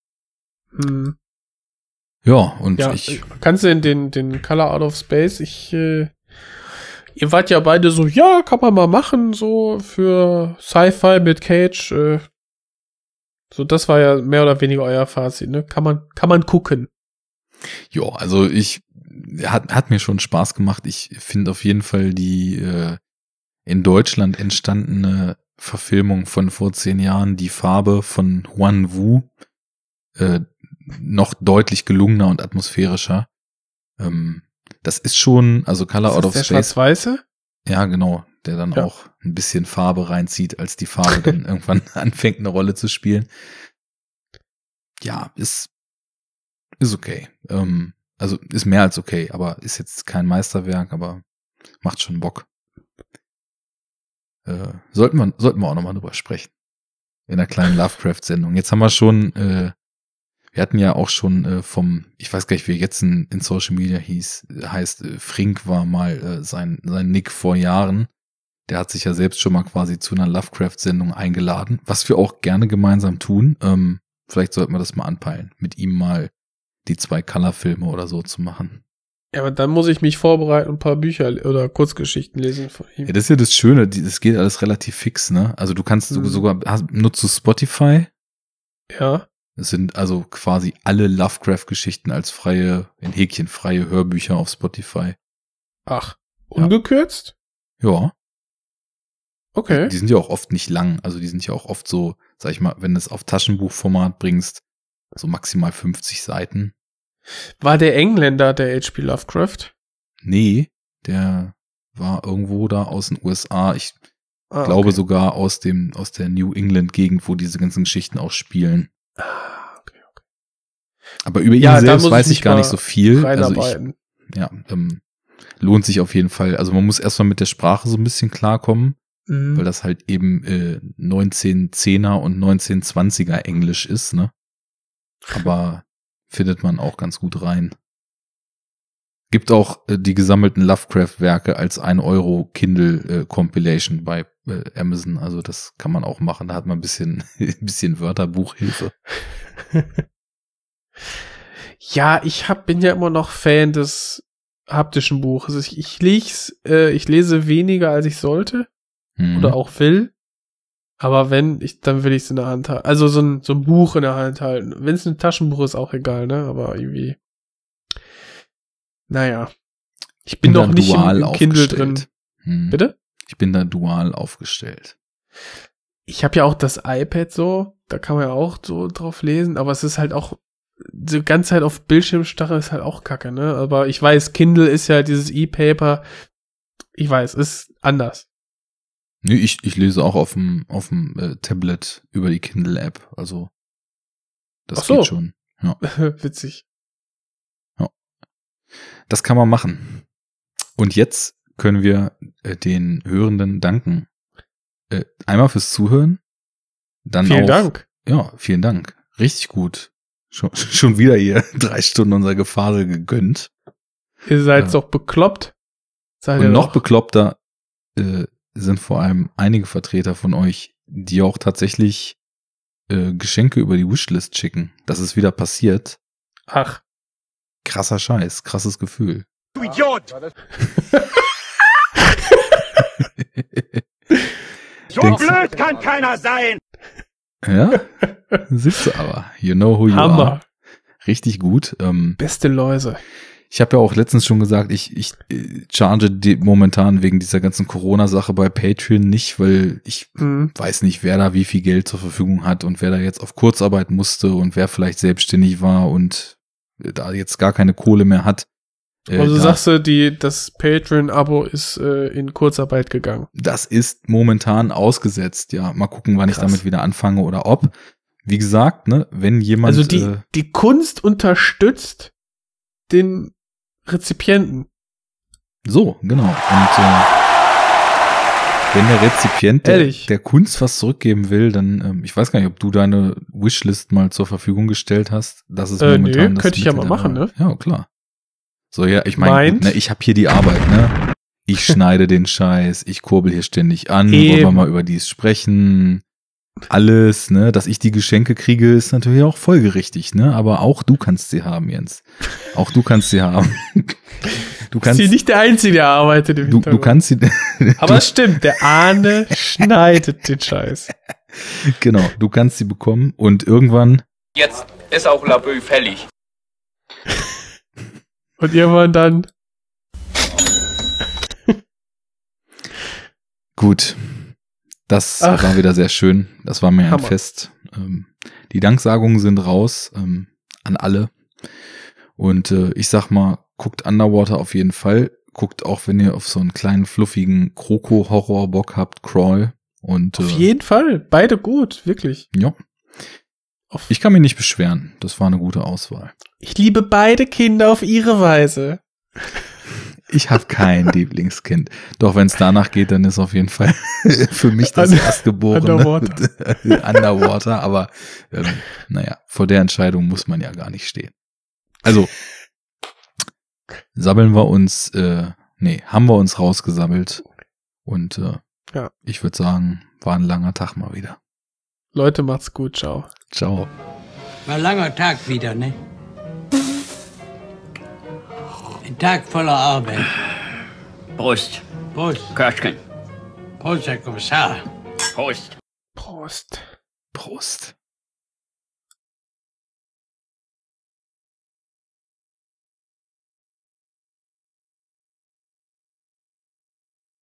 Speaker 2: Ja, und
Speaker 1: ja, kannst du in den Color Out of Space, ihr wart ja beide so, ja, kann man mal machen, so für Sci-Fi mit Cage, so, das war ja mehr oder weniger euer Fazit, ne? Kann man gucken.
Speaker 2: Ja, also hat mir schon Spaß gemacht. Ich finde auf jeden Fall die in Deutschland entstandene Verfilmung von vor 10 Jahren, Die Farbe von Huan Wu, noch deutlich gelungener und atmosphärischer. das ist schon, also Color Out of
Speaker 1: der
Speaker 2: Space.
Speaker 1: Schwarz-Weiße?
Speaker 2: Ja, genau, der dann auch ein bisschen Farbe reinzieht, als die Farbe dann irgendwann anfängt, eine Rolle zu spielen. Ja, ist okay. Also ist mehr als okay, aber ist jetzt kein Meisterwerk, aber macht schon Bock. Sollten wir auch nochmal drüber sprechen. In einer kleinen Lovecraft-Sendung. Jetzt haben wir schon, wir hatten ja auch schon ich weiß gar nicht, wie er jetzt in Social Media heißt, Frink war mal sein Nick vor Jahren. Der hat sich ja selbst schon mal quasi zu einer Lovecraft-Sendung eingeladen, was wir auch gerne gemeinsam tun. Vielleicht sollten wir das mal anpeilen, mit ihm mal die 2 Color-Filme oder so zu machen.
Speaker 1: Ja, aber dann muss ich mich vorbereiten und ein paar Bücher oder Kurzgeschichten lesen von ihm.
Speaker 2: Ja, das ist ja das Schöne, das geht alles relativ fix, ne? Also du kannst nutzt du Spotify?
Speaker 1: Ja.
Speaker 2: Es sind also quasi alle Lovecraft-Geschichten als freie Hörbücher auf Spotify.
Speaker 1: Ach, ungekürzt?
Speaker 2: Ja.
Speaker 1: Okay.
Speaker 2: Die sind ja auch oft nicht lang, also die sind ja auch oft so, sag ich mal, wenn du es auf Taschenbuchformat bringst, so maximal 50 Seiten.
Speaker 1: War der Engländer der H.P. Lovecraft?
Speaker 2: Nee, der war irgendwo da aus den USA. Ich glaube sogar aus der New England-Gegend, wo diese ganzen Geschichten auch spielen.
Speaker 1: Okay.
Speaker 2: Aber über ihn selbst weiß ich gar nicht so viel. Also lohnt sich auf jeden Fall. Also man muss erstmal mit der Sprache so ein bisschen klarkommen, weil das halt eben 1910er und 1920er Englisch ist, ne? Aber findet man auch ganz gut rein. Gibt auch die gesammelten Lovecraft-Werke als 1 € Kindle-Compilation bei Amazon. Also das kann man auch machen. Da hat man ein bisschen Wörterbuchhilfe.
Speaker 1: Ja, bin ja immer noch Fan des haptischen Buches. Ich lese weniger, als ich sollte. Oder auch will. Aber dann will ich es in der Hand halten. Also so ein Buch in der Hand halten. Wenn es ein Taschenbuch ist, auch egal, ne? Aber irgendwie. Naja. Ich bin noch nicht im Kindle drin. Bitte?
Speaker 2: Ich bin da dual aufgestellt.
Speaker 1: Ich habe ja auch das iPad so. Da kann man ja auch so drauf lesen. Aber es ist halt auch die ganze Zeit auf Bildschirm starren ist halt auch kacke, ne? Aber ich weiß, Kindle ist ja dieses E-Paper. Ich weiß, ist anders.
Speaker 2: Nee, ich lese auch auf dem Tablet über die Kindle-App, also das geht schon. Ja.
Speaker 1: Witzig.
Speaker 2: Ja. Das kann man machen. Und jetzt können wir den Hörenden danken. Einmal fürs Zuhören. Dann
Speaker 1: vielen Dank.
Speaker 2: Ja, vielen Dank. Richtig gut. Schon wieder hier 3 Stunden unser Gefasel gegönnt.
Speaker 1: Ihr seid doch bekloppt.
Speaker 2: Und noch bekloppter sind vor allem einige Vertreter von euch, die auch tatsächlich Geschenke über die Wishlist schicken. Das ist wieder passiert.
Speaker 1: Ach.
Speaker 2: Krasser Scheiß, krasses Gefühl.
Speaker 7: Du Idiot! So blöd kann keiner sein!
Speaker 2: Ja, siehst du aber. You know who you are. Richtig gut.
Speaker 1: Beste Läuse.
Speaker 2: Ich habe ja auch letztens schon gesagt, ich charge momentan wegen dieser ganzen Corona-Sache bei Patreon nicht, weil ich weiß nicht, wer da wie viel Geld zur Verfügung hat und wer da jetzt auf Kurzarbeit musste und wer vielleicht selbstständig war und da jetzt gar keine Kohle mehr hat.
Speaker 1: Also sagst du, das Patreon-Abo ist in Kurzarbeit gegangen? Das
Speaker 2: ist momentan ausgesetzt, ja. Mal gucken, wann ich damit wieder anfange oder ob. Wie gesagt, ne, wenn jemand...
Speaker 1: Also die Kunst unterstützt den Rezipienten.
Speaker 2: So, genau. Und wenn der Rezipient der Kunst was zurückgeben will, dann, ich weiß gar nicht, ob du deine Wishlist mal zur Verfügung gestellt hast. Das ist momentan das
Speaker 1: könnte ich ja mal machen, ne?
Speaker 2: Ja, klar. So, ja, ich meine, ne, ich habe hier die Arbeit, ne? Ich schneide den Scheiß, ich kurbel hier ständig an, wollen wir mal über dies sprechen. Alles, ne, dass ich die Geschenke kriege, ist natürlich auch folgerichtig, ne, aber auch du kannst sie haben, Jens. Auch du kannst sie haben. Du kannst
Speaker 1: sie nicht der Einzige, der arbeitet im Hintergrund.
Speaker 2: Du kannst sie.
Speaker 1: Aber es stimmt, der Arne schneidet den Scheiß.
Speaker 2: Genau, du kannst sie bekommen und irgendwann.
Speaker 4: Jetzt ist auch Labö fällig.
Speaker 1: Und irgendwann dann.
Speaker 2: Gut. Das war wieder sehr schön. Das war mir ein Fest. Die Danksagungen sind raus an alle. Und ich sag mal, guckt Underwater auf jeden Fall. Guckt auch, wenn ihr auf so einen kleinen, fluffigen Kroko-Horror Bock habt, Crawl. Und,
Speaker 1: auf jeden Fall. Beide gut, wirklich.
Speaker 2: Ja. Ich kann mich nicht beschweren. Das war eine gute Auswahl.
Speaker 1: Ich liebe beide Kinder auf ihre Weise.
Speaker 2: Ich habe kein Lieblingskind. Doch wenn es danach geht, dann ist auf jeden Fall für mich das Erstgeborene Underwater. Aber naja, vor der Entscheidung muss man ja gar nicht stehen. Also haben wir uns rausgesammelt. Und ich würde sagen, war ein langer Tag mal wieder.
Speaker 1: Leute, macht's gut. Ciao.
Speaker 2: Ciao.
Speaker 11: War ein langer Tag wieder, ne? Ein Tag voller Arbeit.
Speaker 5: Prost.
Speaker 11: Prost.
Speaker 5: Köschken.
Speaker 11: Prost, Herr Kommissar.
Speaker 5: Prost.
Speaker 1: Prost.
Speaker 2: Prost.